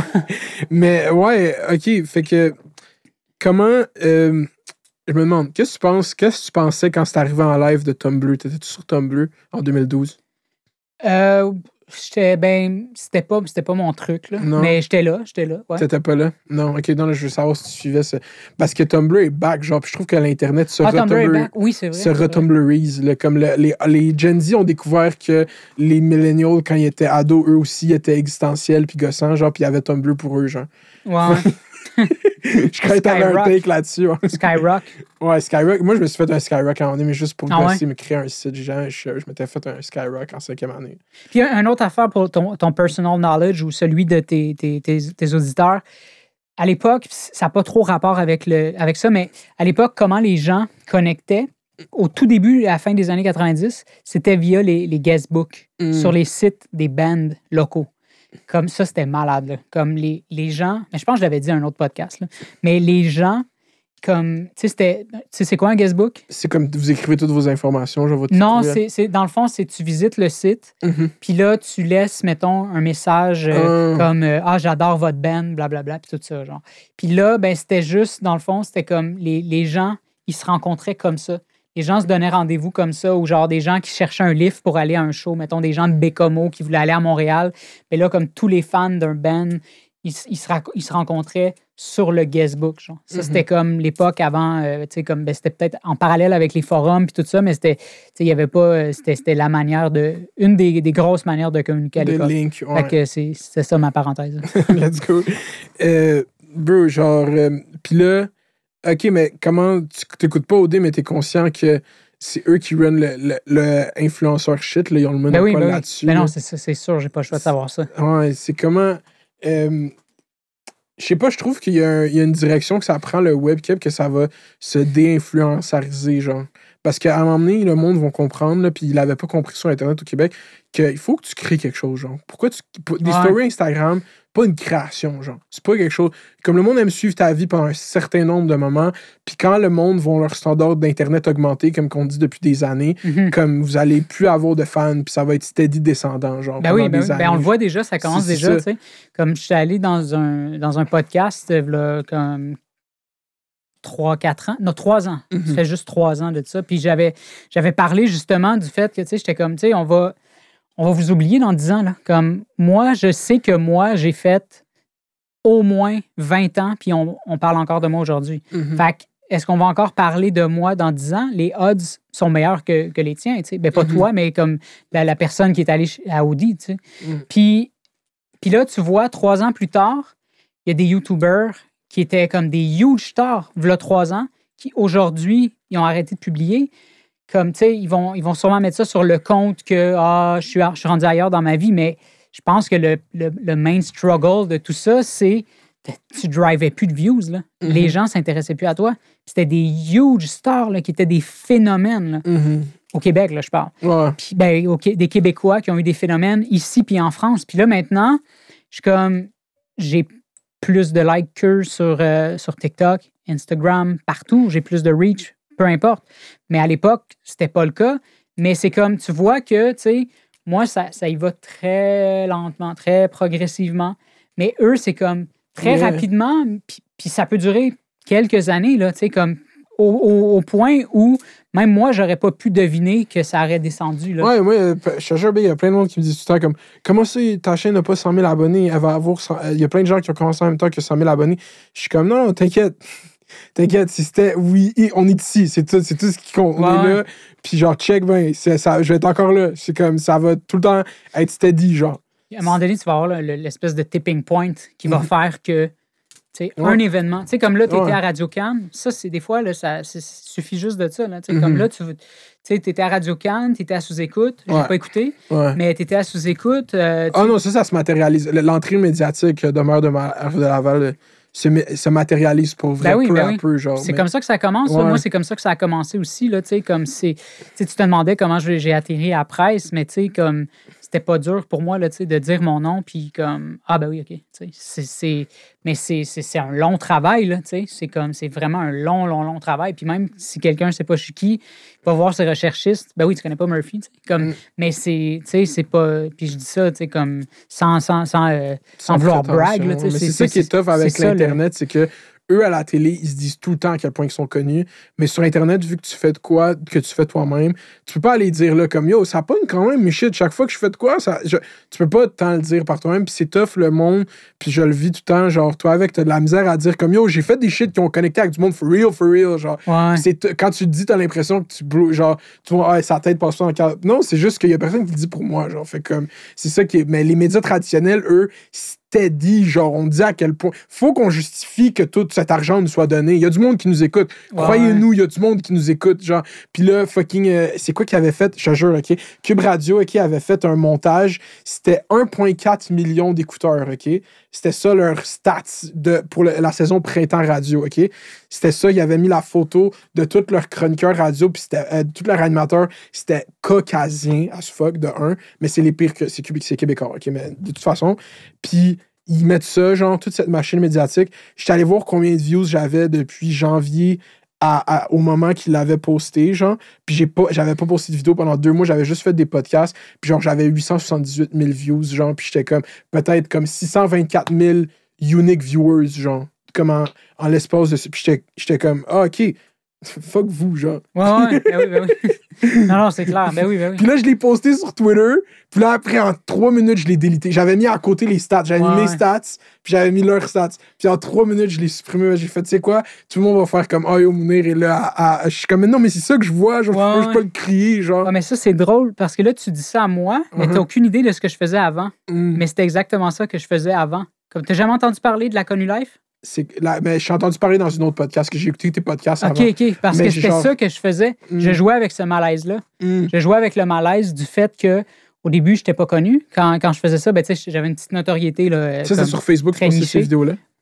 [SPEAKER 4] Mais ouais, ok, fait que comment euh, je me demande, qu'est-ce que tu penses, qu'est-ce que tu pensais quand c'est arrivé en live de Tumblr? T'étais-tu sur Tumblr en deux mille douze?
[SPEAKER 3] Euh, j'étais, ben, c'était pas, c'était pas mon truc, là.
[SPEAKER 4] Non.
[SPEAKER 3] Mais j'étais là, j'étais là. Ouais.
[SPEAKER 4] T'étais pas là? Non, ok, non, là, je veux savoir si tu suivais ça. Parce que Tumblr est back, genre, puis je trouve que l'Internet se
[SPEAKER 3] Ah, Tumblr est
[SPEAKER 4] retumblr-
[SPEAKER 3] back. Oui, c'est vrai.
[SPEAKER 4] se
[SPEAKER 3] c'est vrai.
[SPEAKER 4] retumblerise. là, Comme le- les, les Gen Z ont découvert que les millennials, quand ils étaient ados, eux aussi étaient existentiels puis gossants, genre, puis il y avait Tumblr pour eux, genre.
[SPEAKER 3] Ouais.
[SPEAKER 4] Je crois que t'avais un
[SPEAKER 3] Skyrock.
[SPEAKER 4] take là-dessus. Ouais.
[SPEAKER 3] Skyrock.
[SPEAKER 4] Ouais, Skyrock. Moi, je me suis fait un Skyrock en année, mais juste pour
[SPEAKER 3] Ah ouais?
[SPEAKER 4] gosser, me créer un site. J'ai jamais- je, je m'étais fait un Skyrock en cinquième année.
[SPEAKER 3] Puis un, un autre affaire pour ton, ton personal knowledge ou celui de tes, tes, tes, tes auditeurs. À l'époque, ça n'a pas trop rapport avec, le, avec ça, mais à l'époque, comment les gens connectaient, au tout début, à la fin des années quatre-vingt-dix, c'était via les, les guestbooks
[SPEAKER 4] Mm.
[SPEAKER 3] sur les sites des bands locaux. Comme ça, c'était malade. Là. Comme les, les gens, mais je pense que je l'avais dit à un autre podcast, là, mais les gens, comme, tu sais, c'était, tu sais, c'est quoi un guestbook?
[SPEAKER 4] C'est comme vous écrivez toutes vos informations, genre votre
[SPEAKER 3] Non,
[SPEAKER 4] courriel.
[SPEAKER 3] c'est, c'est, dans le fond, c'est tu visites le site,
[SPEAKER 4] Mhm.
[SPEAKER 3] puis là, tu laisses, mettons, un message euh,
[SPEAKER 4] Ah.
[SPEAKER 3] comme euh, Ah, j'adore votre band, blablabla, puis tout ça, genre. Puis là, ben, c'était juste, dans le fond, c'était comme les, les gens, ils se rencontraient comme ça. Les gens se donnaient rendez-vous comme ça, ou genre des gens qui cherchaient un lift pour aller à un show, mettons des gens de Bécomo qui voulaient aller à Montréal. Mais là, comme tous les fans d'un band, ils, s- ils se, rac- ils se rencontraient sur le guestbook. Genre. Ça,
[SPEAKER 4] Mhm.
[SPEAKER 3] c'était comme l'époque avant, euh, tu sais, comme ben, c'était peut-être en parallèle avec les forums puis tout ça, mais c'était, tu sais, il y avait pas, euh, c'était, c'était la manière de, une des, des grosses manières de communiquer à
[SPEAKER 4] De
[SPEAKER 3] l'époque.
[SPEAKER 4] link,
[SPEAKER 3] Fait
[SPEAKER 4] ouais.
[SPEAKER 3] que c'est, c'est ça ma parenthèse.
[SPEAKER 4] Let's go. Euh, bro, genre, euh, pis là, ok, mais comment, tu t'écoutes pas O D, mais t'es conscient que c'est eux qui run le, le, le influenceur shit, là, ils ont le
[SPEAKER 3] Ben
[SPEAKER 4] monopole
[SPEAKER 3] oui, ben oui.
[SPEAKER 4] là-dessus.
[SPEAKER 3] Ben
[SPEAKER 4] là.
[SPEAKER 3] non, c'est ça, c'est sûr, j'ai pas le choix de savoir ça.
[SPEAKER 4] Ouais, c'est comment. euh, je sais pas, je trouve qu'il y a, un, il y a une direction que ça prend le webcam, que ça va se déinfluenceriser, genre. Parce qu'à un moment donné, le monde va comprendre, là, puis il avait pas compris sur Internet au Québec, qu'il faut que tu crées quelque chose, genre. Pourquoi tu. Des
[SPEAKER 3] Ouais.
[SPEAKER 4] stories Instagram, pas une création, genre. C'est pas quelque chose. Comme le monde aime suivre ta vie pendant un certain nombre de moments, puis quand le monde va leur standard d'Internet augmenter, comme qu'on dit depuis des années,
[SPEAKER 3] Mhm.
[SPEAKER 4] comme vous allez plus avoir de fans, puis ça va être steady descendant, genre.
[SPEAKER 3] Ben oui,
[SPEAKER 4] pendant
[SPEAKER 3] ben,
[SPEAKER 4] des
[SPEAKER 3] oui. Ben,
[SPEAKER 4] années.
[SPEAKER 3] on le voit déjà, ça commence
[SPEAKER 4] C'est- c'est
[SPEAKER 3] déjà, tu
[SPEAKER 4] ça.
[SPEAKER 3] sais. Comme je suis allé dans un, dans un podcast, euh, là, comme trois, quatre ans. Non, trois ans.
[SPEAKER 4] Mhm.
[SPEAKER 3] Ça fait juste trois ans de ça. Puis j'avais, j'avais parlé justement du fait que, tu sais, j'étais comme, tu sais, on va, on va vous oublier dans dix ans, là. Comme, moi, je sais que moi, j'ai fait au moins vingt ans, puis on, on parle encore de moi aujourd'hui.
[SPEAKER 4] Mhm.
[SPEAKER 3] Fait que, est-ce qu'on va encore parler de moi dans dix ans? Les odds sont meilleurs que, que les tiens, tu sais. Ben, pas
[SPEAKER 4] Mhm.
[SPEAKER 3] toi, mais comme la, la personne qui est allée ch- à Audi, tu sais.
[SPEAKER 4] Mhm.
[SPEAKER 3] Puis, puis là, tu vois, trois ans plus tard, il y a des YouTubers qui étaient comme des huge stars, v'là trois ans, qui aujourd'hui, ils ont arrêté de publier. Comme, tu sais, ils vont, ils vont sûrement mettre ça sur le compte que ah, je suis, je suis rendu ailleurs dans ma vie, mais je pense que le, le, le main struggle de tout ça, c'est que tu drivais plus de views, là.
[SPEAKER 4] Mhm.
[SPEAKER 3] Les gens s'intéressaient plus à toi. C'était des huge stars, là, qui étaient des phénomènes, là.
[SPEAKER 4] Mhm.
[SPEAKER 3] Au Québec, là, je parle.
[SPEAKER 4] Ouais.
[SPEAKER 3] Puis, ben, au Qué- des Québécois qui ont eu des phénomènes ici puis en France. Puis là, maintenant, je suis comme, j'ai plus de likes qu'eux sur, euh, sur TikTok, Instagram, partout. J'ai plus de reach, peu importe. Mais à l'époque, c'était pas le cas. Mais c'est comme, tu vois que, tu sais, moi, ça, ça y va très lentement, très progressivement. Mais eux, c'est comme très
[SPEAKER 4] Ouais.
[SPEAKER 3] rapidement. Puis, puis ça peut durer quelques années, là, tu sais, comme au, au- au point où même moi, j'aurais pas pu deviner que ça aurait descendu, là.
[SPEAKER 4] Ouais, moi, euh, je te jure, il y a plein de monde qui me dit tout le temps comme comment ça, ta chaîne n'a pas cent mille abonnés, elle va avoir cent. Il y a plein de gens qui ont commencé en même temps que cent mille abonnés. Je suis comme non, non, t'inquiète. T'inquiète, si c'était oui, et on est ici, c'est tout, c'est tout ce qui compte. On
[SPEAKER 3] Ouais,
[SPEAKER 4] est là, puis genre, check, ben, c'est, ça, je vais être encore là. C'est comme, ça va tout le temps être steady, genre.
[SPEAKER 3] À un moment donné, tu vas avoir là, le- l'espèce de tipping point qui va
[SPEAKER 4] Mhm.
[SPEAKER 3] faire que, tu sais,
[SPEAKER 4] Ouais.
[SPEAKER 3] un événement. Tu sais, comme là, tu étais
[SPEAKER 4] Ouais.
[SPEAKER 3] à Radio-Can, ça, c'est des fois, là, ça c'est- suffit juste de ça, là. Tu sais,
[SPEAKER 4] Mhm.
[SPEAKER 3] comme là, tu tu sais, étais à Radio-Can, tu étais à sous-écoute, j'ai
[SPEAKER 4] Ouais.
[SPEAKER 3] pas écouté,
[SPEAKER 4] Ouais.
[SPEAKER 3] mais tu étais à sous-écoute. euh, tu-
[SPEAKER 4] Ah non, ça, ça se matérialise. L'entrée médiatique de Meurtre de, Ma- de Laval euh, se, mé- se matérialise pour vrai,
[SPEAKER 3] Ben oui,
[SPEAKER 4] peu
[SPEAKER 3] ben
[SPEAKER 4] à
[SPEAKER 3] oui.
[SPEAKER 4] peu, genre.
[SPEAKER 3] C'est
[SPEAKER 4] mais-
[SPEAKER 3] comme ça que ça commence. là.
[SPEAKER 4] Ouais.
[SPEAKER 3] Moi, c'est comme ça que ça a commencé aussi. Là, tu sais, comme c'est, tu sais, tu te demandais comment je- j'ai atterri à la presse, mais tu sais, comme c'était pas dur pour moi là, tu sais, de dire mon nom, puis comme ah ben oui, ok. tu sais, C'est, c'est, mais c'est, c'est, c'est un long travail. Là, tu sais, c'est, comme, c'est vraiment un long, long, long travail. Puis même si quelqu'un ne sait pas je suis qui, il va voir ses recherchistes. Ben oui, tu connais pas Murphy. tu sais, Comme,
[SPEAKER 4] Mm.
[SPEAKER 3] Mais c'est, tu sais, c'est pas. Puis je dis ça tu sais, comme sans, sans, sans, euh, sans vouloir
[SPEAKER 4] prétention,
[SPEAKER 3] brag. Là, tu sais,
[SPEAKER 4] mais c'est ça qui est tough avec
[SPEAKER 3] c'est ça, le-
[SPEAKER 4] l'Internet, c'est que eux, à la télé, ils se disent tout le temps à quel point ils sont connus. Mais sur Internet, vu que tu fais de quoi, que tu fais toi-même, tu peux pas aller dire là comme yo, ça pogne quand même, mais shit, chaque fois que je fais de quoi, ça, je- tu peux pas tant le dire par toi-même. Puis c'est tough le monde, puis je le vis tout le temps. Genre, toi, avec, t'as de la misère à dire comme yo, j'ai fait des shit qui ont connecté avec du monde for real, for real. Genre,
[SPEAKER 3] Ouais.
[SPEAKER 4] c'est t- quand tu te dis, t'as l'impression que tu blow, genre, tu vois, ah, sa tête passe pas dans le cadre. Non, c'est juste qu'il y a personne qui le dit pour moi. Genre, fait comme, c'est ça qui est. Mais les médias traditionnels, eux, steady, genre, on dit à quel point. Faut qu'on justifie que tout cet argent nous soit donné. Il y a du monde qui nous écoute.
[SPEAKER 3] Ouais.
[SPEAKER 4] Croyez-nous, il y a du monde qui nous écoute. Genre, puis là, fucking. euh, c'est quoi qu'il avait fait? Je te jure, OK? Cube Radio, OK, avait fait un montage. C'était un virgule quatre million d'écouteurs, OK? C'était ça leur stats de, pour le- la saison Printemps Radio, OK? C'était ça, ils avaient mis la photo de tous leurs chroniqueurs radio, puis c'était euh, tous leurs animateurs, c'était caucasien as fuck, de un, mais c'est les pires que. C'est, Québé- c'est québécois, OK? Mais de toute façon. Puis ils mettent ça, genre, toute cette machine médiatique. J'étais allé voir combien de views j'avais depuis janvier à, à- au moment qu'il l'avait posté, genre. Puis j'ai pas, j'avais pas posté de vidéo pendant deux mois, j'avais juste fait des podcasts. Puis genre, j'avais huit cent soixante-dix-huit mille views, genre. Puis j'étais comme, peut-être comme six cent vingt-quatre mille unique viewers, genre. Comme en, en l'espace de... Puis j'étais, j'étais comme, ah, OK, fuck vous, genre.
[SPEAKER 3] Ouais, ouais, ben oui, ben oui. Non, non, c'est clair. Ben oui, ben oui.
[SPEAKER 4] Puis là, je l'ai posté sur Twitter. Puis là, après, en trois minutes, je l'ai délité. J'avais mis à côté les stats. J'avais
[SPEAKER 3] Ouais,
[SPEAKER 4] mis mes
[SPEAKER 3] ouais.
[SPEAKER 4] stats, puis j'avais mis leurs stats. Puis en trois minutes, je l'ai supprimé. J'ai fait, tu sais quoi? Tout le monde va faire comme, oh yo, Mounir est là. à- à- Je suis comme, mais non, mais c'est ça que je vois. Genre,
[SPEAKER 3] Ouais,
[SPEAKER 4] je peux
[SPEAKER 3] ouais.
[SPEAKER 4] pas le crier, genre.
[SPEAKER 3] Ah, mais ça, c'est drôle parce que là, tu dis ça à moi, mais
[SPEAKER 4] Mhm.
[SPEAKER 3] t'as aucune idée de ce que je faisais avant.
[SPEAKER 4] Mm.
[SPEAKER 3] Mais c'était exactement ça que je faisais avant. Comme t'as jamais entendu parler de la Connu Life?
[SPEAKER 4] C'est là, mais j'ai entendu parler dans une autre podcast, que j'ai écouté tes podcasts
[SPEAKER 3] OK,
[SPEAKER 4] avant.
[SPEAKER 3] OK. Parce
[SPEAKER 4] Mais
[SPEAKER 3] que
[SPEAKER 4] j'ai
[SPEAKER 3] c'était
[SPEAKER 4] genre-
[SPEAKER 3] ça que je faisais.
[SPEAKER 4] Mm.
[SPEAKER 3] Je jouais avec ce malaise-là.
[SPEAKER 4] Mm.
[SPEAKER 3] Je jouais avec le malaise du fait que au début, je n'étais pas connu. Quand, quand je faisais ça, ben, tu sais, j'avais une petite notoriété. Là,
[SPEAKER 4] Ça, c'est
[SPEAKER 3] comme
[SPEAKER 4] sur Facebook,
[SPEAKER 3] très
[SPEAKER 4] tu postais
[SPEAKER 3] niché.
[SPEAKER 4] ces vidéos-là.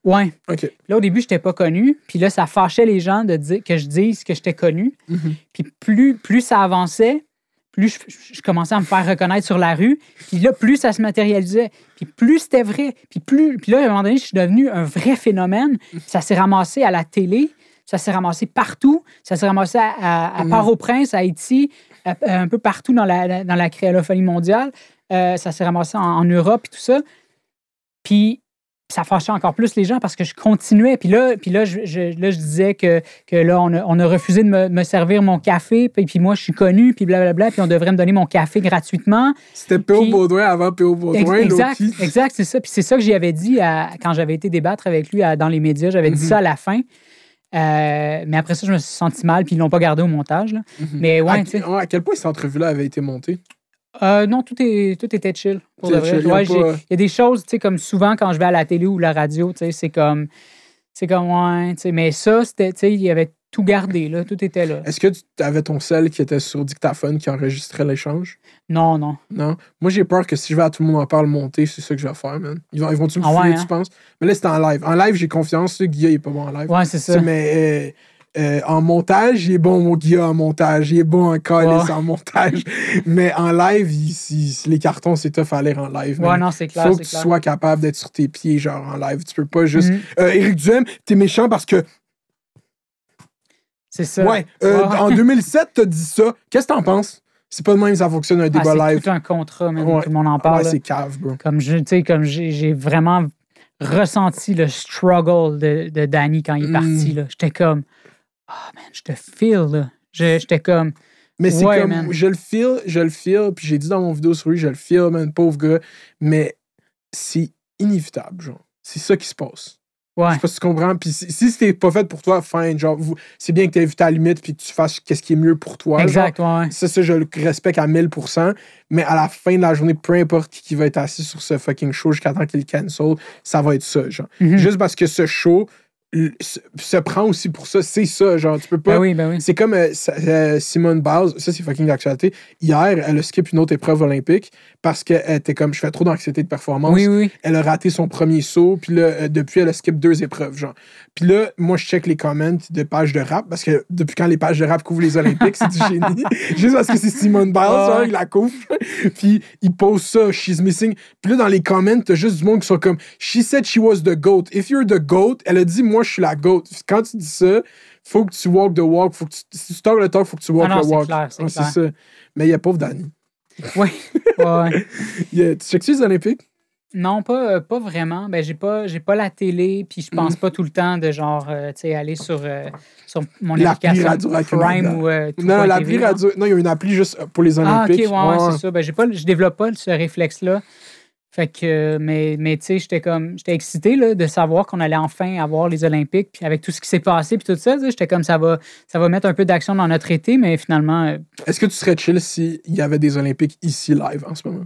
[SPEAKER 3] Ouais.
[SPEAKER 4] OK.
[SPEAKER 3] Là, au début, je n'étais pas connu. Puis là, ça fâchait les gens de dire que je dise que j'étais connu.
[SPEAKER 4] Mm-hmm.
[SPEAKER 3] Puis plus, plus ça avançait, plus je, je commençais à me faire reconnaître sur la rue. Puis là, plus ça se matérialisait. Puis plus c'était vrai. Puis, plus, puis là, à un moment donné, je suis devenu un vrai phénomène. Ça s'est ramassé à la télé. Ça s'est ramassé partout. Ça s'est ramassé à, à, à Port-au-Prince, à Haïti, à, à un peu partout dans la, dans la créolophonie mondiale. Euh, ça s'est ramassé en, en Europe et tout ça. Puis ça fâchait encore plus les gens parce que je continuais. Puis là, puis là, je, je, là, je disais que, que là, on a, on a refusé de me, me servir mon café. Puis, puis moi, je suis connu, puis blablabla. Puis on devrait me donner mon café gratuitement.
[SPEAKER 4] C'était P O
[SPEAKER 3] Puis-
[SPEAKER 4] Baudouin avant P O Baudouin.
[SPEAKER 3] Exact,
[SPEAKER 4] Loki.
[SPEAKER 3] exact, c'est ça. Puis c'est ça que j'y avais dit à- quand j'avais été débattre avec lui à- dans les médias. J'avais dit
[SPEAKER 4] Mhm.
[SPEAKER 3] ça à la fin. Euh, mais après ça, je me suis senti mal, puis ils l'ont pas gardé au montage. Là.
[SPEAKER 4] Mhm.
[SPEAKER 3] Mais
[SPEAKER 4] à,
[SPEAKER 3] ouais, tu sais.
[SPEAKER 4] ouais, à quel point cette entrevue-là avait été montée?
[SPEAKER 3] Euh, non, tout, est, tout était chill. Pour
[SPEAKER 4] C'est
[SPEAKER 3] de vrai.
[SPEAKER 4] chill, y a
[SPEAKER 3] Ouais,
[SPEAKER 4] pas-
[SPEAKER 3] j'ai- il y a des choses, tu sais, comme souvent quand je vais à la télé ou la radio, tu sais, c'est comme. C'est comme, ouais, tu sais. Mais ça, c'était, tu sais, il y avait tout gardé, là. Tout était là.
[SPEAKER 4] Est-ce que tu avais ton sel qui était sur dictaphone qui enregistrait l'échange?
[SPEAKER 3] Non, non.
[SPEAKER 4] Non. Moi, j'ai peur que si je vais à Tout le monde en parle monter, c'est ça que je vais faire, man. Ils, vont, ils vont-tu me
[SPEAKER 3] Ah ouais,
[SPEAKER 4] fouiller,
[SPEAKER 3] hein?
[SPEAKER 4] tu penses? Mais là, c'était en live. En live, j'ai confiance. Tu sais, Guilla, il est pas bon en live.
[SPEAKER 3] Ouais, c'est
[SPEAKER 4] Tu sais,
[SPEAKER 3] ça.
[SPEAKER 4] Mais euh, euh, en montage, il est bon, mon Guilla, en montage. Il est bon en calice
[SPEAKER 3] Ouais.
[SPEAKER 4] en montage. Mais en live, il- si- si les cartons, c'est tough à lire en live.
[SPEAKER 3] Ouais,
[SPEAKER 4] man.
[SPEAKER 3] non, c'est clair.
[SPEAKER 4] Faut
[SPEAKER 3] c'est
[SPEAKER 4] que tu
[SPEAKER 3] clair.
[SPEAKER 4] sois capable d'être sur tes pieds, genre en live. Tu peux pas juste.
[SPEAKER 3] Mhm.
[SPEAKER 4] Euh, Éric Duhem, t'es méchant parce que.
[SPEAKER 3] C'est ça.
[SPEAKER 4] Ouais, euh,
[SPEAKER 3] Ouais.
[SPEAKER 4] en deux mille sept, t'as dit ça. Qu'est-ce que t'en penses? C'est pas de même que ça fonctionne un
[SPEAKER 3] Ah,
[SPEAKER 4] débat
[SPEAKER 3] c'est
[SPEAKER 4] live.
[SPEAKER 3] tout un contrat, même.
[SPEAKER 4] Ouais.
[SPEAKER 3] Tout le monde en
[SPEAKER 4] Ouais,
[SPEAKER 3] parle. là.
[SPEAKER 4] c'est cave, bro.
[SPEAKER 3] Comme je, tu sais, comme j'ai, j'ai vraiment ressenti le struggle de, de Danny quand il est
[SPEAKER 4] Mm.
[SPEAKER 3] parti. Là. J'étais comme, ah, man, je te feel, là. Je- J'étais comme,
[SPEAKER 4] Mais c'est
[SPEAKER 3] Ouais,
[SPEAKER 4] comme,
[SPEAKER 3] man.
[SPEAKER 4] je le feel, je le feel, puis j'ai dit dans mon vidéo sur lui, je le feel, man, pauvre gars, mais c'est inévitable, genre. C'est ça qui se passe.
[SPEAKER 3] ouais.
[SPEAKER 4] Je sais pas si tu comprends. Puis si, si c'était pas fait pour toi, fine, genre, vous- c'est bien que t'aies vu ta limite, puis que tu fasses qu'est-ce qui est mieux pour toi.
[SPEAKER 3] Exact,
[SPEAKER 4] genre.
[SPEAKER 3] ouais.
[SPEAKER 4] Ça, ça, je le respecte à mille pour cent, mais à la fin de la journée, peu importe qui, qui va être assis sur ce fucking show jusqu'à temps qu'il cancel, ça va être ça, genre.
[SPEAKER 3] Mhm.
[SPEAKER 4] Juste parce que ce show l- se, se prend aussi pour ça, c'est ça, genre, tu peux pas...
[SPEAKER 3] Ben oui, ben oui.
[SPEAKER 4] C'est comme euh, sa- euh, Simone Biles, ça c'est fucking d'actualité. Hier, elle a skip une autre épreuve olympique parce qu'elle était comme, je fais trop d'anxiété de performance.
[SPEAKER 3] Oui, oui.
[SPEAKER 4] Elle a raté son premier saut, puis là, euh, depuis, elle a skip deux épreuves, genre. Puis là, moi, je check les comments de pages de rap, parce que depuis quand les pages de rap couvrent les Olympiques, c'est du génie. Juste parce que c'est Simone Biles,
[SPEAKER 3] Ouais.
[SPEAKER 4] genre, il la couvre. Puis il pose ça, she's missing. Puis là, dans les comments, t'as juste du monde qui sont comme, she said she was the GOAT. If you're the GOAT, elle a dit, moi, je suis la GOAT. Quand tu dis ça, faut que tu walk the walk. Faut que tu, si tu talk le talk, faut que tu walk
[SPEAKER 3] Ah non,
[SPEAKER 4] le
[SPEAKER 3] c'est
[SPEAKER 4] walk.
[SPEAKER 3] clair, c'est
[SPEAKER 4] Ah,
[SPEAKER 3] clair.
[SPEAKER 4] ça. Mais il y a pauvre Danny.
[SPEAKER 3] Oui. Ouais, ouais.
[SPEAKER 4] Il y a- tu checkes-tu les Olympiques?
[SPEAKER 3] Non, pas, euh, pas vraiment. Ben, j'ai pas, j'ai pas la télé, puis je pense
[SPEAKER 4] Mm.
[SPEAKER 3] pas tout le temps de genre, euh, tu sais, aller sur, euh, sur mon
[SPEAKER 4] L'appli
[SPEAKER 3] application
[SPEAKER 4] Radio-Canada.
[SPEAKER 3] Prime ou euh, tout
[SPEAKER 4] Non,
[SPEAKER 3] point
[SPEAKER 4] l'appli
[SPEAKER 3] T V,
[SPEAKER 4] radio. Non, il y a une appli juste pour les
[SPEAKER 3] Ah, ok,
[SPEAKER 4] Olympiques.
[SPEAKER 3] ouais, ouais, c'est ça. Ben, j'ai pas, je développe pas ce réflexe-là. Fait que, euh, mais, mais tu sais, j'étais comme, j'étais excité là, de savoir qu'on allait enfin avoir les Olympiques, puis avec tout ce qui s'est passé, puis tout ça, tu sais, j'étais comme, ça va, ça va mettre un peu d'action dans notre été, mais finalement, euh,
[SPEAKER 4] Est-ce que tu serais chill s'il y avait des Olympiques ici live en ce moment?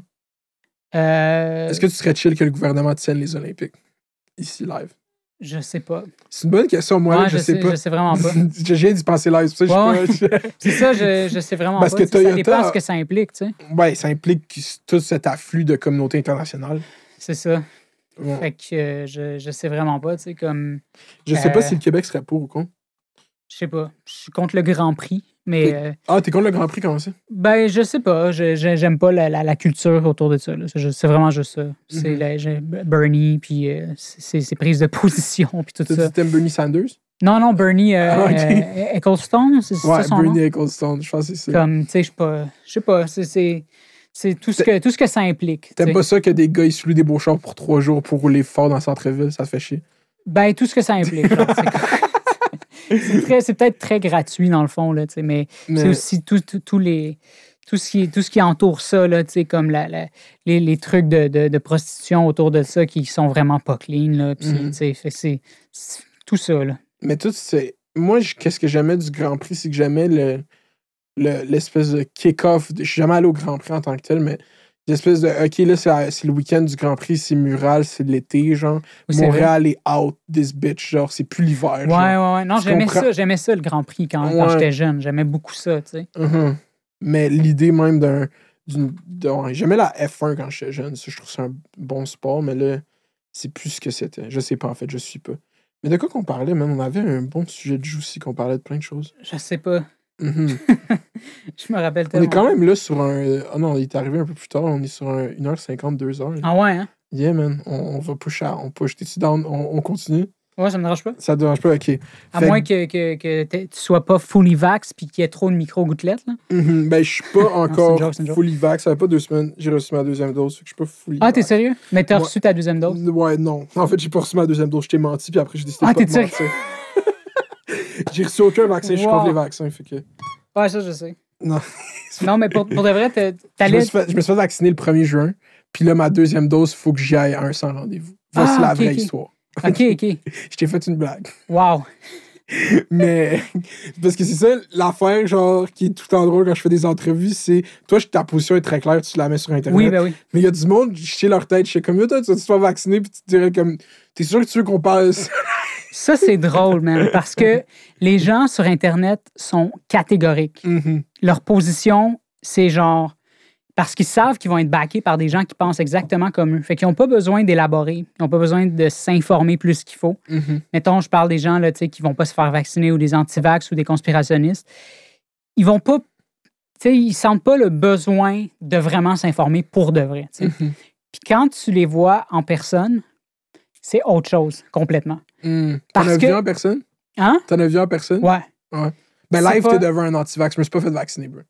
[SPEAKER 3] euh,
[SPEAKER 4] Est-ce que tu serais chill que le gouvernement tienne les Olympiques ici live?
[SPEAKER 3] je sais pas.
[SPEAKER 4] C'est une bonne question. Moi,
[SPEAKER 3] Ouais,
[SPEAKER 4] là, je, sais, pas.
[SPEAKER 3] Je sais vraiment pas.
[SPEAKER 4] je viens d'y penser live. C'est pour ça que je suis pas-
[SPEAKER 3] C'est ça, je, je sais vraiment
[SPEAKER 4] Parce
[SPEAKER 3] pas.
[SPEAKER 4] que
[SPEAKER 3] tu sais, ça
[SPEAKER 4] Toyota-
[SPEAKER 3] dépend de ce que ça implique, tu sais.
[SPEAKER 4] Ouais, ça implique que- tout cet afflux de communauté internationale.
[SPEAKER 3] C'est ça.
[SPEAKER 4] Ouais.
[SPEAKER 3] Fait que euh, je, je sais vraiment pas, tu sais, comme,
[SPEAKER 4] Je sais pas
[SPEAKER 3] Euh,
[SPEAKER 4] si le Québec serait pour ou contre.
[SPEAKER 3] je sais pas, je suis contre le Grand Prix, mais euh,
[SPEAKER 4] Ah, t'es contre le Grand Prix, comment ça?
[SPEAKER 3] ben, je sais pas, je, je- j'aime pas la, la, la culture autour de ça, là. C'est, juste- c'est vraiment juste ça. C'est
[SPEAKER 4] Mhm.
[SPEAKER 3] la- j'ai- Bernie, puis euh, ses, ses prises de position, puis tout
[SPEAKER 4] T'as
[SPEAKER 3] ça.
[SPEAKER 4] dit t'aimes Bernie Sanders?
[SPEAKER 3] Non, non, Bernie euh,
[SPEAKER 4] Ah, ok.
[SPEAKER 3] euh, Ecclestone, c'est
[SPEAKER 4] Ouais,
[SPEAKER 3] ça son
[SPEAKER 4] Bernie
[SPEAKER 3] nom?
[SPEAKER 4] Ecclestone, je pense que c'est ça.
[SPEAKER 3] Comme, tu sais, je sais pas, je sais pas, c'est... c'est c'est tout ce, que, tout ce que ça implique. tu
[SPEAKER 4] T'aimes
[SPEAKER 3] sais.
[SPEAKER 4] pas ça que des gars ils se louent des beaux chars pour trois jours pour rouler fort dans le centre-ville? Ça te fait chier.
[SPEAKER 3] Ben, tout ce que ça implique. genre, c'est comme- c'est, très- c'est peut-être très gratuit, dans le fond, là, tu sais, mais,
[SPEAKER 4] Mais-
[SPEAKER 3] c'est aussi tout, tout, tous les, tout, ce qui, tout ce qui entoure ça, là, tu sais, comme la, la- les, les trucs de, de, de prostitution autour de ça qui sont vraiment pas clean. Là, puis,
[SPEAKER 4] Mhm.
[SPEAKER 3] tu sais, fait que c'est, c'est tout ça. Là.
[SPEAKER 4] Mais tout, c'est. Moi, je- qu'est-ce que j'aimais du Grand Prix, c'est que j'aimais le, le- l'espèce de kick-off. de- Je suis jamais allé au Grand Prix en tant que tel, mais l'espèce de. OK, là, c'est, la- c'est le week-end du Grand Prix, c'est mural, c'est de l'été, genre.
[SPEAKER 3] Oui, c'est
[SPEAKER 4] Montréal est out, this bitch, genre, c'est plus l'hiver.
[SPEAKER 3] Ouais,
[SPEAKER 4] genre.
[SPEAKER 3] ouais, ouais. Non,
[SPEAKER 4] Tu
[SPEAKER 3] j'aimais
[SPEAKER 4] comprends?
[SPEAKER 3] ça, j'aimais ça, le Grand Prix, quand, quand
[SPEAKER 4] Ouais.
[SPEAKER 3] j'étais jeune. J'aimais beaucoup ça, tu sais.
[SPEAKER 4] Mhm. Mais l'idée même d'un. d'une- de- ouais, j'aimais la F un quand j'étais jeune. Ça, je trouve ça un bon sport, mais là, c'est plus ce que c'était. Je sais pas, en fait, je suis pas. Mais de quoi qu'on parlait, man? On avait un bon sujet de Juicy, qu'on parlait de plein de choses.
[SPEAKER 3] Je sais pas.
[SPEAKER 4] Mm-hmm.
[SPEAKER 3] Je me rappelle
[SPEAKER 4] On
[SPEAKER 3] tellement.
[SPEAKER 4] est quand même là sur un... Ah non, il est arrivé un peu plus tard. On est sur un une heure cinquante, deux heures.
[SPEAKER 3] Ah ouais, hein?
[SPEAKER 4] Yeah, man. On, on va push à... On push. T'es-tu down? On, on continue?
[SPEAKER 3] Ouais, ça me dérange pas.
[SPEAKER 4] Ça te dérange pas? OK.
[SPEAKER 3] À
[SPEAKER 4] Fait
[SPEAKER 3] moins que, que, que tu sois pas fully vax puis qu'il y ait trop de micro-gouttelettes, là.
[SPEAKER 4] Mm-hmm. Ben, je suis pas encore
[SPEAKER 3] une joke, c'est une joke.
[SPEAKER 4] fully vax. Ça fait pas deux semaines. J'ai reçu ma deuxième dose. Fait que je suis pas fully
[SPEAKER 3] Ah, t'es
[SPEAKER 4] vax.
[SPEAKER 3] sérieux? Mais t'as
[SPEAKER 4] Ouais.
[SPEAKER 3] reçu ta deuxième dose?
[SPEAKER 4] Ouais, non. En fait, j'ai pas reçu ma deuxième dose. Je t'ai menti, puis après, j'ai décidé
[SPEAKER 3] Ah,
[SPEAKER 4] de pas
[SPEAKER 3] t'es
[SPEAKER 4] te
[SPEAKER 3] sérieux?
[SPEAKER 4] mentir. J'ai reçu aucun vaccin. Je suis
[SPEAKER 3] Wow.
[SPEAKER 4] contre les vaccins. Fait que...
[SPEAKER 3] Ouais, ça, je sais.
[SPEAKER 4] Non.
[SPEAKER 3] Non, mais pour, pour de vrai, t'as-
[SPEAKER 4] Je me,
[SPEAKER 3] t'allais...
[SPEAKER 4] suis fait, je me suis fait vacciner le premier juin. Puis là, ma deuxième dose, il faut que j'y aille à un sans rendez-vous. Voici
[SPEAKER 3] Ah,
[SPEAKER 4] la
[SPEAKER 3] ok,
[SPEAKER 4] vraie
[SPEAKER 3] ok.
[SPEAKER 4] histoire.
[SPEAKER 3] OK, OK.
[SPEAKER 4] Je t'ai fait une blague.
[SPEAKER 3] Wow.
[SPEAKER 4] Mais parce que c'est ça, l'affaire, genre, qui est tout le temps drôle quand je fais des entrevues, c'est toi, ta position est très claire, tu la mets sur Internet.
[SPEAKER 3] Oui, ben oui.
[SPEAKER 4] Mais il y a du monde, je sais leur tête, je sais comme, yo, toi, tu vas te faire vacciner, puis tu te dirais comme, t'es sûr que tu veux qu'on parle ça?
[SPEAKER 3] Ça, c'est drôle, man, parce que les gens sur Internet sont catégoriques.
[SPEAKER 4] Mhm.
[SPEAKER 3] Leur position, c'est genre... Parce qu'ils savent qu'ils vont être backés par des gens qui pensent exactement comme eux. Fait qu'ils n'ont pas besoin d'élaborer. Ils n'ont pas besoin de s'informer plus qu'il faut.
[SPEAKER 4] Mhm.
[SPEAKER 3] Mettons, je parle des gens là, tu sais, qui ne vont pas se faire vacciner ou des anti-vax ou des conspirationnistes. Ils vont pas... Tu sais, ils sentent pas le besoin de vraiment s'informer pour de vrai. tu sais.
[SPEAKER 4] Mhm.
[SPEAKER 3] Puis quand tu les vois en personne, c'est autre chose, complètement.
[SPEAKER 4] Mhm. T'en
[SPEAKER 3] Parce
[SPEAKER 4] as
[SPEAKER 3] que-
[SPEAKER 4] vu en personne?
[SPEAKER 3] Hein?
[SPEAKER 4] T'en as vu en personne?
[SPEAKER 3] Ouais.
[SPEAKER 4] Ben,
[SPEAKER 3] C'est
[SPEAKER 4] live,
[SPEAKER 3] pas-
[SPEAKER 4] t'es devant un anti-vax. Je me suis pas fait vacciner, bro.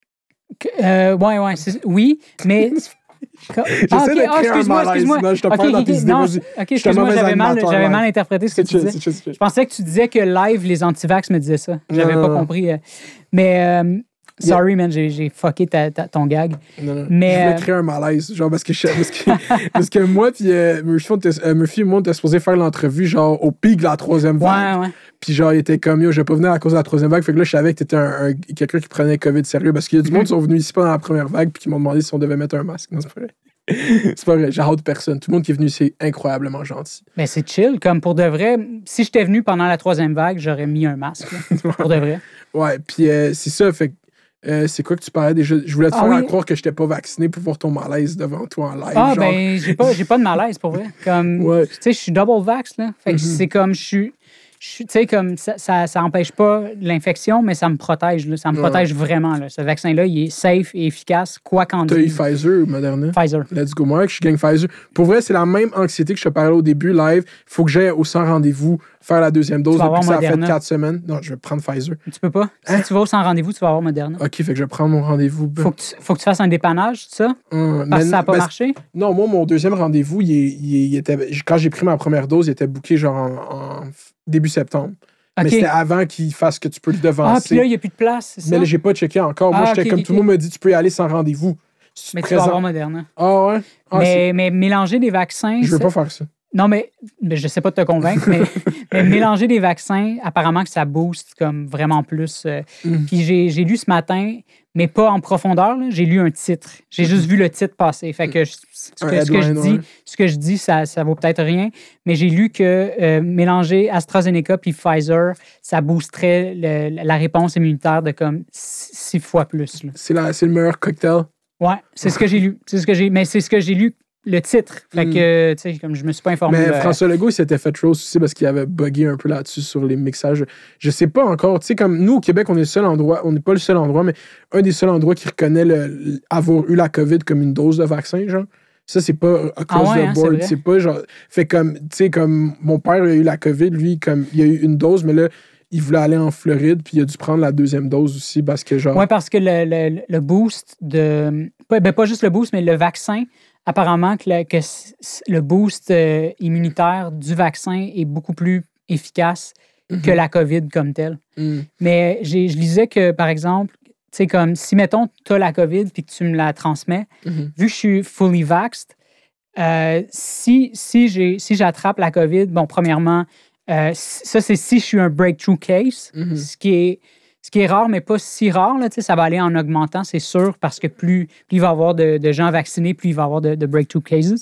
[SPEAKER 3] Que- euh, ouais, ouais. c'est- Oui, mais. Ah,
[SPEAKER 4] J'essaie
[SPEAKER 3] ok,
[SPEAKER 4] de
[SPEAKER 3] ah,
[SPEAKER 4] créer un
[SPEAKER 3] excuse-moi,
[SPEAKER 4] malaise,
[SPEAKER 3] excuse-moi.
[SPEAKER 4] sinon je te
[SPEAKER 3] Ok,
[SPEAKER 4] parle dans
[SPEAKER 3] ok,
[SPEAKER 4] tes idées,
[SPEAKER 3] non,
[SPEAKER 4] vas-y.
[SPEAKER 3] ok,
[SPEAKER 4] Je suis un
[SPEAKER 3] excuse-moi,
[SPEAKER 4] mauvais
[SPEAKER 3] j'avais mal,
[SPEAKER 4] animateur,
[SPEAKER 3] j'avais
[SPEAKER 4] live.
[SPEAKER 3] mal interprété ce que
[SPEAKER 4] C'est
[SPEAKER 3] tu
[SPEAKER 4] chill,
[SPEAKER 3] disais.
[SPEAKER 4] c'est chill, c'est chill.
[SPEAKER 3] Je pensais que tu disais que live, les anti-vax me disaient ça. J'avais
[SPEAKER 4] Non,
[SPEAKER 3] pas
[SPEAKER 4] non, non.
[SPEAKER 3] compris. euh, Mais, euh, sorry, man, j'ai j'ai fucké ta, ta- ton gag.
[SPEAKER 4] Non, non.
[SPEAKER 3] Mais,
[SPEAKER 4] Je voulais
[SPEAKER 3] euh,
[SPEAKER 4] créer un malaise. Genre, parce que, je- parce que, parce que moi, puis euh, Murphy, on était- euh, Murphy et moi, on était supposés faire l'entrevue, genre, au pic de la troisième vague.
[SPEAKER 3] Ouais, ouais.
[SPEAKER 4] Puis, genre, il était comme, yo, je vais pas venir à cause de la troisième vague. Fait que là, je savais que t'étais un, un- quelqu'un qui prenait COVID sérieux. Parce qu'il y a du monde qui sont venus ici pendant la première vague, puis qui m'ont demandé si on devait mettre un masque. Non, c'est pas vrai. C'est pas vrai. J'ai hâte personne. Tout le monde qui est venu, c'est incroyablement gentil.
[SPEAKER 3] Mais c'est chill. Comme pour de vrai, si j'étais venu pendant la troisième vague, j'aurais mis un masque. là, pour de vrai.
[SPEAKER 4] Ouais, puis euh, c'est ça. Fait que, euh, c'est quoi que tu parlais déjà? Je voulais te
[SPEAKER 3] Ah
[SPEAKER 4] faire
[SPEAKER 3] oui.
[SPEAKER 4] à croire que j'étais pas vacciné pour voir ton malaise devant toi en live.
[SPEAKER 3] Ah,
[SPEAKER 4] genre.
[SPEAKER 3] ben, j'ai pas, j'ai pas de malaise pour vrai. Comme,
[SPEAKER 4] Ouais.
[SPEAKER 3] tu sais, je suis double vax, là. Fait que
[SPEAKER 4] Mhm.
[SPEAKER 3] c'est comme, je suis. je suis- Tu sais, comme, ça, ça, ça empêche pas l'infection, mais ça me protège, là. Ça me
[SPEAKER 4] Ouais.
[SPEAKER 3] protège vraiment, là. Ce vaccin-là, il est safe et efficace, quoi qu'en
[SPEAKER 4] T'as eu
[SPEAKER 3] dise.
[SPEAKER 4] Pfizer ou Moderna?
[SPEAKER 3] Pfizer.
[SPEAKER 4] Let's go, moi, que je gagne Pfizer. Pour vrai, c'est la même anxiété que je te parlais au début, live. Faut que j'aille au sans rendez-vous faire la deuxième dose
[SPEAKER 3] vas
[SPEAKER 4] depuis
[SPEAKER 3] avoir
[SPEAKER 4] que ça a fait
[SPEAKER 3] Moderna.
[SPEAKER 4] quatre semaines. Non, je vais prendre Pfizer.
[SPEAKER 3] Tu peux pas.
[SPEAKER 4] Hein?
[SPEAKER 3] Si tu vas au sans rendez-vous, tu vas avoir Moderna.
[SPEAKER 4] OK, fait que je vais prendre mon rendez-vous.
[SPEAKER 3] Faut que, tu, faut que tu fasses un dépannage, ça,
[SPEAKER 4] Hum,
[SPEAKER 3] parce que
[SPEAKER 4] mais-
[SPEAKER 3] ça n'a pas
[SPEAKER 4] ben,
[SPEAKER 3] marché.
[SPEAKER 4] Non, moi, mon deuxième rendez-vous, il, est- il est- il était, quand j'ai pris ma première dose, il était booké genre en, en début septembre. Mais
[SPEAKER 3] OK.
[SPEAKER 4] c'était avant qu'il fasse que tu peux le
[SPEAKER 3] Ah,
[SPEAKER 4] devancer.
[SPEAKER 3] puis là, il n'y a plus de place, c'est ça?
[SPEAKER 4] mais là, j'ai pas checké encore. Moi,
[SPEAKER 3] Ah,
[SPEAKER 4] j'étais
[SPEAKER 3] ok,
[SPEAKER 4] comme
[SPEAKER 3] ok,
[SPEAKER 4] tout le
[SPEAKER 3] ok.
[SPEAKER 4] monde me dit, tu peux y aller sans rendez-vous. Si
[SPEAKER 3] mais
[SPEAKER 4] te
[SPEAKER 3] tu vas
[SPEAKER 4] présentes-
[SPEAKER 3] avoir Moderna.
[SPEAKER 4] Ah ouais? Ah,
[SPEAKER 3] mais, mais mélanger des vaccins...
[SPEAKER 4] c'est- je veux
[SPEAKER 3] c'est-
[SPEAKER 4] pas faire ça.
[SPEAKER 3] Non, mais, mais je sais pas de te convaincre, mais, mais mélanger des vaccins, apparemment que ça booste comme vraiment plus. euh,
[SPEAKER 4] Mhm.
[SPEAKER 3] Puis j'ai, j'ai lu ce matin, mais pas en profondeur, là, j'ai lu un titre. J'ai juste vu le titre passer. Fait que je- ce
[SPEAKER 4] Un
[SPEAKER 3] que, ce que je
[SPEAKER 4] headline,
[SPEAKER 3] dis,
[SPEAKER 4] ouais.
[SPEAKER 3] ce que je dis, ça, ça vaut peut-être rien, mais j'ai lu que euh, mélanger AstraZeneca puis Pfizer, ça boosterait le- la réponse immunitaire de comme six, six fois plus. Là.
[SPEAKER 4] C'est la- c'est le meilleur cocktail.
[SPEAKER 3] Ouais, c'est ce que j'ai lu. C'est ce que j'ai, mais c'est ce que j'ai lu, le titre. Fait
[SPEAKER 4] Mm.
[SPEAKER 3] que, tu sais, comme je me suis pas informé.
[SPEAKER 4] Mais
[SPEAKER 3] là,
[SPEAKER 4] François Legault, il s'était fait roast aussi parce qu'il avait bugué un peu là-dessus sur les mixages. Je sais pas encore. Tu sais, comme nous, au Québec, on est le seul endroit, on n'est pas le seul endroit, mais un des seuls endroits qui reconnaît le- l- avoir eu la COVID comme une dose de vaccin, genre. Ça, c'est pas across
[SPEAKER 3] Ah ouais,
[SPEAKER 4] the
[SPEAKER 3] hein, c'est
[SPEAKER 4] board.
[SPEAKER 3] vrai.
[SPEAKER 4] C'est pas genre. Fait comme, tu sais, comme mon père a eu la COVID, lui, comme, il a eu une dose, mais là, il voulait aller en Floride, puis il a dû prendre la deuxième dose aussi parce que, genre.
[SPEAKER 3] Oui, parce que le, le- le boost de. Pas, ben, pas juste le boost, mais le vaccin, apparemment que le, que c- c- le boost euh, immunitaire du vaccin est beaucoup plus efficace
[SPEAKER 4] Mhm.
[SPEAKER 3] que la COVID comme telle.
[SPEAKER 4] Mm.
[SPEAKER 3] Mais j'ai- je lisais que, par exemple, tu sais, comme si, mettons, tu as la COVID puis que tu me la transmets,
[SPEAKER 4] Mhm.
[SPEAKER 3] vu que je suis fully vaxxed, euh, si, si, j'ai, si j'attrape la COVID, bon, premièrement, euh, ça, c'est si je suis un breakthrough case,
[SPEAKER 4] Mhm.
[SPEAKER 3] ce qui est. Ce qui est rare, mais pas si rare, là, tu sais, ça va aller en augmentant, c'est sûr, parce que plus, plus il va y avoir de, de gens vaccinés, plus il va y avoir de, de breakthrough cases.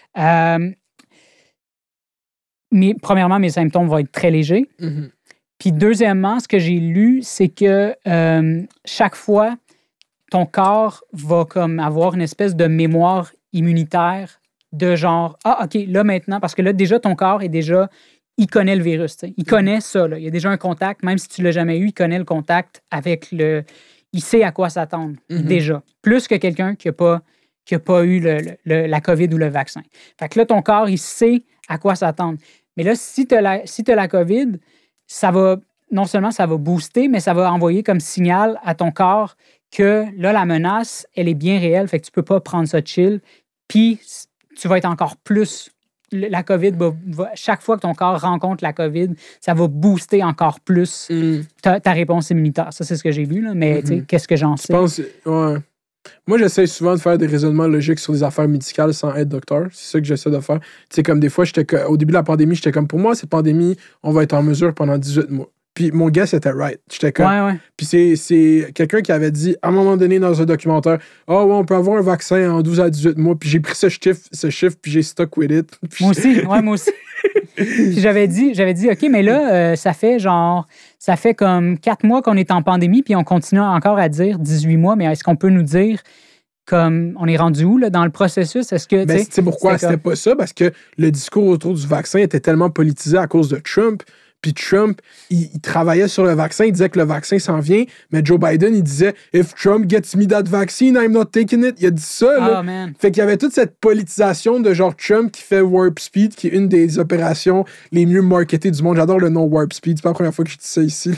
[SPEAKER 3] Euh, mais, premièrement, mes symptômes vont être très légers.
[SPEAKER 4] Mhm.
[SPEAKER 3] Puis deuxièmement, ce que j'ai lu, c'est que euh, chaque fois, ton corps va comme avoir une espèce de mémoire immunitaire de genre, ah, OK, là maintenant, parce que là, déjà, ton corps est déjà, il connaît le virus, t'sais. Il connaît ça, là. Il y a déjà un contact, même si tu l'as jamais eu, il connaît le contact avec le... Il sait à quoi s'attendre, mm-hmm. déjà. Plus que quelqu'un qui n'a pas, qui a pas eu le, le, la COVID ou le vaccin. Fait que là, ton corps, il sait à quoi s'attendre. Mais là, si tu as la, si t'as la COVID, ça va, non seulement ça va booster, mais ça va envoyer comme signal à ton corps que là, la menace, elle est bien réelle, fait que tu peux pas prendre ça chill. Puis, tu vas être encore plus... La COVID, va, va, chaque fois que ton corps rencontre la COVID, ça va booster encore plus mm. ta, ta réponse immunitaire. Ça, c'est ce que j'ai vu, là, mais mm-hmm. qu'est-ce que j'en sais?
[SPEAKER 4] Je pense, ouais. Moi, j'essaie souvent de faire des raisonnements logiques sur des affaires médicales sans être docteur. C'est ça que j'essaie de faire. Tu sais, comme des fois, j'étais au début de la pandémie, j'étais comme, pour moi, cette pandémie, on va être en mesure pendant dix-huit mois. Puis mon guess était right. J'étais comme.
[SPEAKER 3] Ouais, ouais.
[SPEAKER 4] Puis c'est, c'est quelqu'un qui avait dit, à un moment donné, dans un documentaire, « Oh, ouais, on peut avoir un vaccin en douze à dix-huit mois. » Puis j'ai pris ce chiffre, ce chiffre puis j'ai stuck with it. Puis
[SPEAKER 3] moi aussi, ouais, moi aussi. Puis j'avais dit, j'avais dit, OK, mais là, euh, ça fait genre, ça fait comme quatre mois qu'on est en pandémie, puis on continue encore à dire dix-huit mois, mais est-ce qu'on peut nous dire, comme, on est rendu où, là, dans le processus? Est-ce que,
[SPEAKER 4] ben, tu sais pourquoi c'était comme... pas ça? Parce que le discours autour du vaccin était tellement politisé à cause de Trump. Puis Trump, il, il travaillait sur le vaccin, il disait que le vaccin s'en vient, mais Joe Biden, il disait « If Trump gets me that vaccine, I'm not taking it ». Il a dit ça, là.
[SPEAKER 3] Oh, man.
[SPEAKER 4] Fait qu'il y avait toute cette politisation de genre Trump qui fait Warp Speed, qui est une des opérations les mieux marketées du monde. J'adore le nom Warp Speed, c'est pas la première fois que je dis ça ici.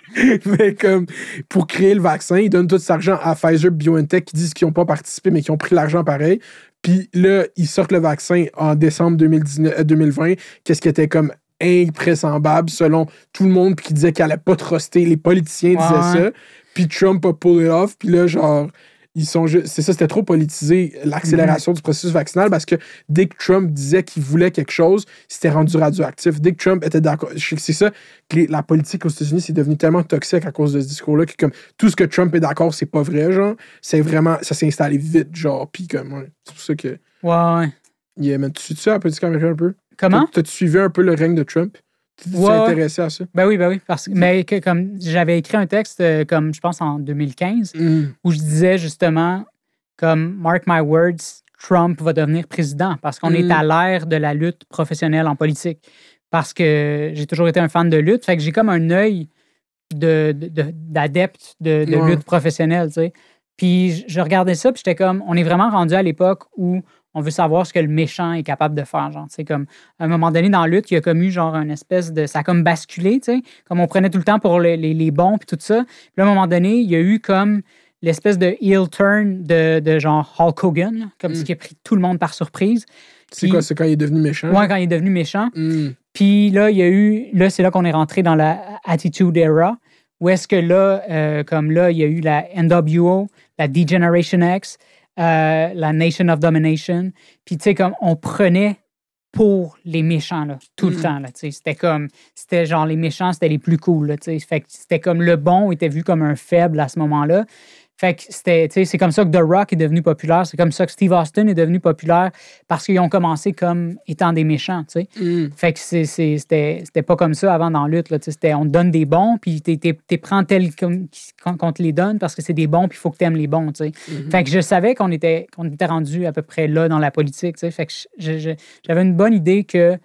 [SPEAKER 4] Mais comme, pour créer le vaccin, il donne tout cet argent à Pfizer, BioNTech, qui disent qu'ils n'ont pas participé, mais qui ont pris l'argent pareil. Puis là, ils sortent le vaccin en décembre deux mille dix-neuf, deux mille vingt, qu'est-ce qui était comme impressionnable selon tout le monde, puis qui disait qu'elle allait pas truster. Les politiciens
[SPEAKER 3] ouais,
[SPEAKER 4] disaient
[SPEAKER 3] ouais.
[SPEAKER 4] ça. Puis Trump a pull it off. Puis là, genre, ils sont juste... C'est ça, c'était trop politisé, l'accélération mm-hmm. du processus vaccinal, parce que dès que Trump disait qu'il voulait quelque chose, c'était rendu radioactif. Dès que Trump était d'accord... C'est ça, que les, la politique aux États-Unis, c'est devenu tellement toxique à cause de ce discours-là que comme tout ce que Trump est d'accord, c'est pas vrai, genre. C'est vraiment... Ça s'est installé vite, genre. Puis comme... Ouais, c'est pour ça que...
[SPEAKER 3] Ouais, ouais.
[SPEAKER 4] Yeah, mais tu suis ça, la politique américaine un peu?
[SPEAKER 3] Comment?
[SPEAKER 4] T'as-tu suivi un peu le règne de Trump? Tu t'es
[SPEAKER 3] ouais.
[SPEAKER 4] intéressé à ça?
[SPEAKER 3] Ben oui, ben oui. Parce que, mais que, comme j'avais écrit un texte, euh, comme je pense en deux mille quinze, mm. où je disais justement, comme mark my words, Trump va devenir président parce qu'on mm. est à l'ère de la lutte professionnelle en politique. Parce que j'ai toujours été un fan de lutte, fait que j'ai comme un œil de, de, de, d'adepte de, de ouais. lutte professionnelle, tu sais. Puis je regardais ça, puis j'étais comme, on est vraiment rendu à l'époque où on veut savoir ce que le méchant est capable de faire. Genre, c'est comme, à un moment donné, dans la lutte, il y a comme eu genre une espèce de... Ça a comme basculé, tu sais, comme on prenait tout le temps pour les, les, les bons puis tout ça. Puis là, à un moment donné, il y a eu comme l'espèce de heel turn de, de genre Hulk Hogan, là, comme mm. ce qui a pris tout le monde par surprise.
[SPEAKER 4] C'est puis, quoi? C'est quand il est devenu méchant?
[SPEAKER 3] Ouais, quand il est devenu méchant.
[SPEAKER 4] Mm.
[SPEAKER 3] Puis là, il y a eu... Là, c'est là qu'on est rentré dans la Attitude Era, où est-ce que là, euh, comme là, il y a eu la N W O, la D-Generation X, Euh, la Nation of Domination. Puis, tu sais, comme on prenait pour les méchants, là, tout mm. le temps, là, tu sais. C'était comme, c'était genre les méchants, c'était les plus cool, là, tu sais. Fait que c'était comme le bon était vu comme un faible à ce moment-là. Fait que c'était, tu sais, c'est comme ça que The Rock est devenu populaire. C'est comme ça que Steve Austin est devenu populaire parce qu'ils ont commencé comme étant des méchants, tu sais.
[SPEAKER 4] Mm.
[SPEAKER 3] Fait que c'est, c'est, c'était, c'était pas comme ça avant dans la lutte, là, tu sais. C'était, on te donne des bons, puis t'es, t'es, t'es prends tel comme, qu'on te les donne parce que c'est des bons, puis il faut que t'aimes les bons, tu sais. Mm-hmm. Fait que je savais qu'on était, qu'on était rendu à peu près là dans la politique, tu sais. Fait que je, je, j'avais une bonne idée que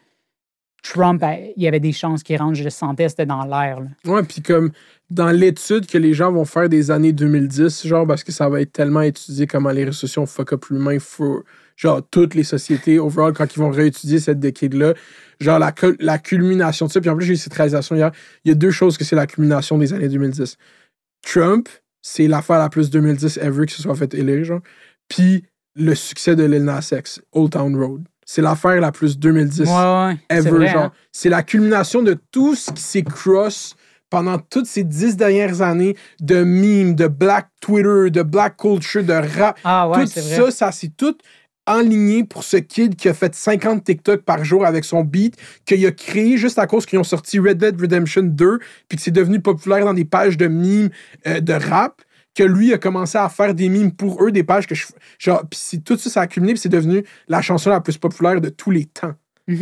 [SPEAKER 3] Trump, il y avait des chances qu'il rentre, je le sentais, c'était dans l'air, là.
[SPEAKER 4] Ouais, puis comme dans l'étude que les gens vont faire des années deux mille dix, genre, parce que ça va être tellement étudié comment les réseaux sociaux fuck up l'humain, for, genre, toutes les sociétés, overall, quand ils vont réétudier cette décade-là, genre, la, la culmination de ça, puis en plus, j'ai eu cette réalisation hier, il y a deux choses que c'est la culmination des années deux mille dix. Trump, c'est l'affaire la plus deux mille dix ever qui se soit fait élire, genre, puis le succès de Lil Nas X, Old Town Road. C'est l'affaire la plus deux mille dix
[SPEAKER 3] ouais, ouais,
[SPEAKER 4] ever,
[SPEAKER 3] c'est vrai,
[SPEAKER 4] genre.
[SPEAKER 3] hein?
[SPEAKER 4] C'est la culmination de tout ce qui s'est cross pendant toutes ces dix dernières années de memes, de black Twitter, de black culture, de rap.
[SPEAKER 3] Ah ouais,
[SPEAKER 4] tout
[SPEAKER 3] c'est
[SPEAKER 4] ça,
[SPEAKER 3] vrai.
[SPEAKER 4] ça c'est tout enligné pour ce kid qui a fait cinquante TikTok par jour avec son beat, qu'il a créé juste à cause qu'ils ont sorti Red Dead Redemption deux, puis que c'est devenu populaire dans des pages de memes euh, de rap, que lui a commencé à faire des memes pour eux, des pages que je... Genre, puis tout ça, ça a accumulé, puis c'est devenu la chanson la plus populaire de tous les temps.
[SPEAKER 3] Mm-hmm.